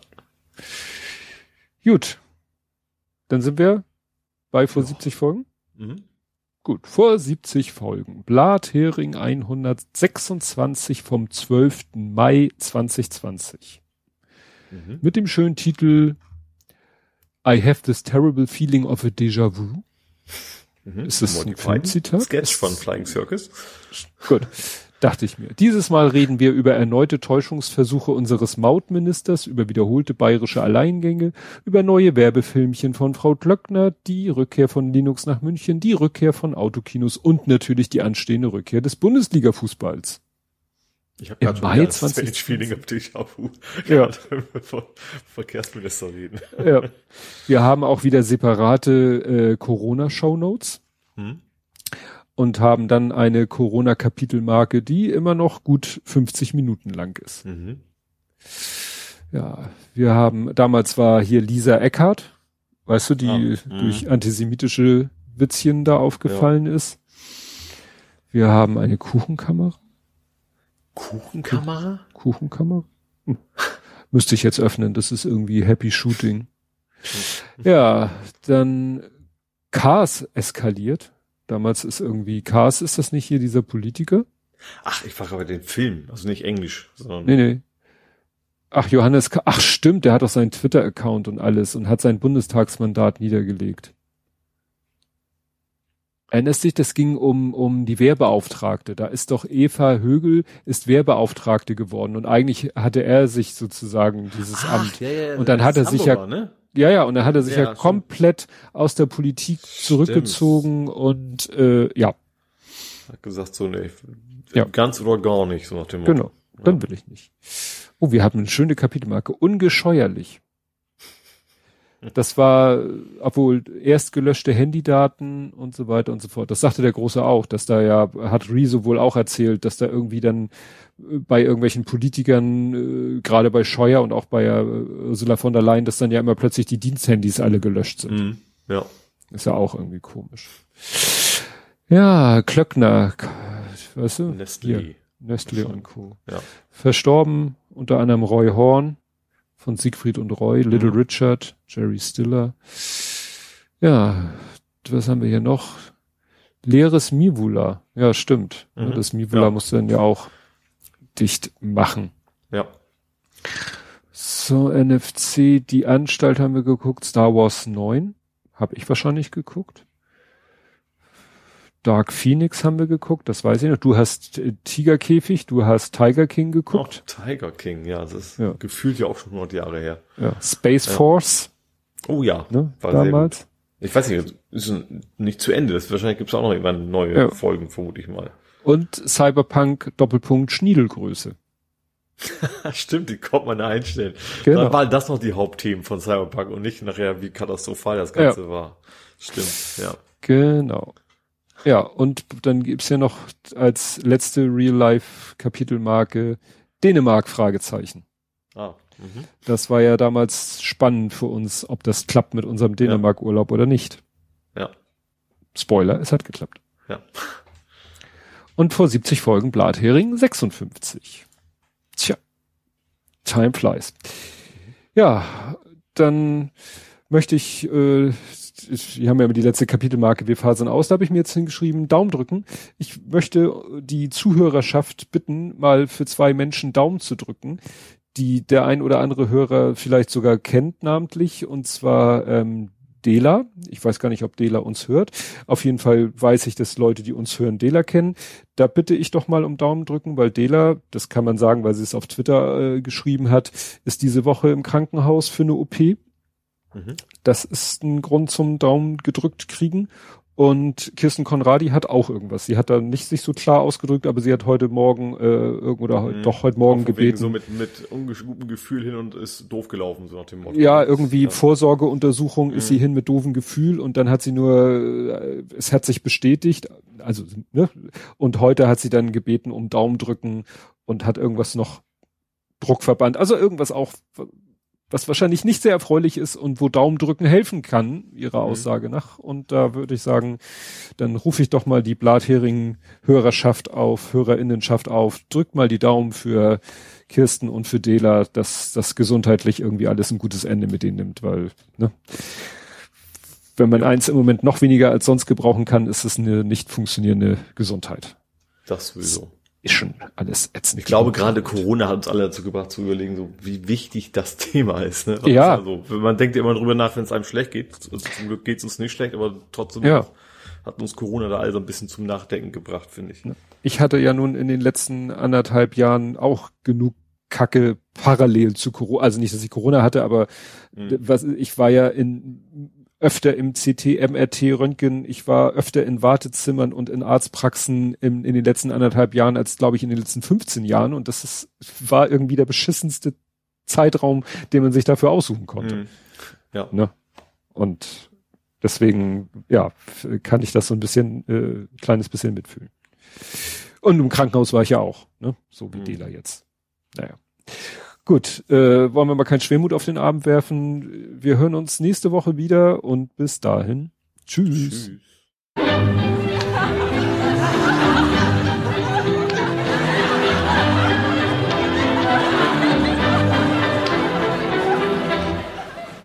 Gut. Dann sind wir bei vor 70 Folgen. Gut, vor 70 Folgen. Blathering 126 vom 12. Mai 2020. Mit dem schönen Titel I have this terrible feeling of a déjà vu. Ist das ein Filmzitat? Sketch von Flying Circus. Gut, dachte ich mir. Dieses Mal reden wir über erneute Täuschungsversuche unseres Mautministers, über wiederholte bayerische Alleingänge, über neue Werbefilmchen von Frau Klöckner, die Rückkehr von Linux nach München, die Rückkehr von Autokinos und natürlich die anstehende Rückkehr des Bundesliga-Fußballs. Ich habe gerade schon wieder das Feeling auf Déjà-vu. Ja. Von Verkehrsminister reden. Ja. Wir haben auch wieder separate Corona-Shownotes. Und haben dann eine Corona-Kapitelmarke, die immer noch gut 50 Minuten lang ist. Ja, wir haben, damals war hier Lisa Eckhardt, weißt du, die durch antisemitische Witzchen da aufgefallen ist. Wir haben eine Kuchenkamera. Kuchenkamera? Müsste ich jetzt öffnen, das ist irgendwie Happy Shooting. Ja, dann Cars eskaliert. Damals ist irgendwie Cars, ist das nicht hier dieser Politiker? Ach, ich frage aber den Film, also nicht Englisch, sondern... Nee. Ach, Johannes Cars, ach stimmt, der hat auch seinen Twitter-Account und alles und hat sein Bundestagsmandat niedergelegt. Erinnerst dich, das ging um die Wehrbeauftragte. Da ist doch Eva Högel ist Wehrbeauftragte geworden und eigentlich hatte er sich sozusagen dieses Amt. Ja, und dann hat er sich Hamburger, ne? Ja, und dann hat er sich ja komplett aus der Politik zurückgezogen und ja. Hat gesagt so, ne, ganz oder gar nicht, so nach dem Motto. Genau, dann will ich nicht. Oh, wir hatten eine schöne Kapitelmarke, ungescheuerlich. Das war, obwohl erst gelöschte Handydaten und so weiter und so fort. Das sagte der Große auch, dass da ja, hat Rezo wohl auch erzählt, dass da irgendwie dann bei irgendwelchen Politikern, gerade bei Scheuer und auch bei Ursula von der Leyen, dass dann ja immer plötzlich die Diensthandys alle gelöscht sind. Ja. Ist ja auch irgendwie komisch. Ja, Klöckner, weißt du? Nestlé und Co. Ja. Verstorben, unter anderem Roy Horn von Siegfried und Roy, Little Richard, Jerry Stiller. Ja, was haben wir hier noch? Leeres Mivula. Ja, stimmt. Das Mivula musste dann ja auch dicht machen. Ja. So, NFC, die Anstalt haben wir geguckt. Star Wars 9 habe ich wahrscheinlich geguckt. Dark Phoenix haben wir geguckt, das weiß ich noch. Du hast Tigerkäfig, du hast Tiger King geguckt. Oh, Tiger King, ja, das ist gefühlt ja auch schon 100 Jahre her. Ja, Space Force. Oh ja, ne, war damals. Sehr gut. Ich weiß nicht, ist nicht zu Ende. Wahrscheinlich gibt es auch noch irgendwann neue Folgen, vermute ich mal. Und Cyberpunk Doppelpunkt Schniedelgröße. Stimmt, die konnte man einstellen. Genau. Dann waren das noch die Hauptthemen von Cyberpunk und nicht nachher, wie katastrophal das Ganze war. Stimmt, ja. Genau. Ja, und dann gibt's ja noch als letzte Real-Life-Kapitelmarke Dänemark, Fragezeichen. Das war ja damals spannend für uns, ob das klappt mit unserem Dänemark-Urlaub oder nicht. Ja. Spoiler, es hat geklappt. Ja. Und vor 70 Folgen Blathering 56. Tja, time flies. Ja, dann möchte ich, wir haben ja die letzte Kapitelmarke, wir fasern aus, da habe ich mir jetzt hingeschrieben, Daumen drücken. Ich möchte die Zuhörerschaft bitten, mal für 2 Menschen Daumen zu drücken, die der ein oder andere Hörer vielleicht sogar kennt namentlich, und zwar Dela. Ich weiß gar nicht, ob Dela uns hört. Auf jeden Fall weiß ich, dass Leute, die uns hören, Dela kennen. Da bitte ich doch mal um Daumen drücken, weil Dela, das kann man sagen, weil sie es auf Twitter geschrieben hat, ist diese Woche im Krankenhaus für eine OP. Das ist ein Grund zum Daumen gedrückt kriegen. Und Kirsten Conradi hat auch irgendwas. Sie hat da nicht sich so klar ausgedrückt, aber sie hat heute Morgen heute Morgen gebeten. So mit ungutem Gefühl hin und ist doof gelaufen, so nach dem Motto. Ja, irgendwie Vorsorgeuntersuchung ist sie hin mit doofem Gefühl und dann hat sie nur, es hat sich bestätigt, also, ne, und heute hat sie dann gebeten um Daumen drücken und hat irgendwas noch Druckverband, also irgendwas auch, was wahrscheinlich nicht sehr erfreulich ist und wo Daumendrücken helfen kann, ihrer Aussage nach. Und da würde ich sagen, dann rufe ich doch mal die Blathering-Hörerinnenschaft auf, drückt mal die Daumen für Kirsten und für Dela, dass das gesundheitlich irgendwie alles ein gutes Ende mit denen nimmt, weil, ne, wenn man eins im Moment noch weniger als sonst gebrauchen kann, ist es eine nicht funktionierende Gesundheit. Das sowieso. Ist schon alles ätzend. Ich glaube, gerade Corona hat uns alle dazu gebracht, zu überlegen, so wie wichtig das Thema ist. Ne? Ja. Also, man denkt ja immer drüber nach, wenn es einem schlecht geht. Also, zum Glück geht es uns nicht schlecht, aber trotzdem hat uns Corona da also ein bisschen zum Nachdenken gebracht, finde ich. Ich hatte ja nun in den letzten 1,5 Jahren auch genug Kacke parallel zu Corona. Also nicht, dass ich Corona hatte, aber ich war ja öfter im CT, MRT, Röntgen, ich war öfter in Wartezimmern und in Arztpraxen in den letzten 1,5 Jahren als, glaube ich, in den letzten 15 Jahren und war irgendwie der beschissenste Zeitraum, den man sich dafür aussuchen konnte. Ja. Ne? Und deswegen, kann ich das so ein bisschen, kleines bisschen mitfühlen. Und im Krankenhaus war ich ja auch, ne? So wie Dela jetzt. Naja. Gut, wollen wir mal keinen Schwermut auf den Abend werfen. Wir hören uns nächste Woche wieder und bis dahin. Tschüss.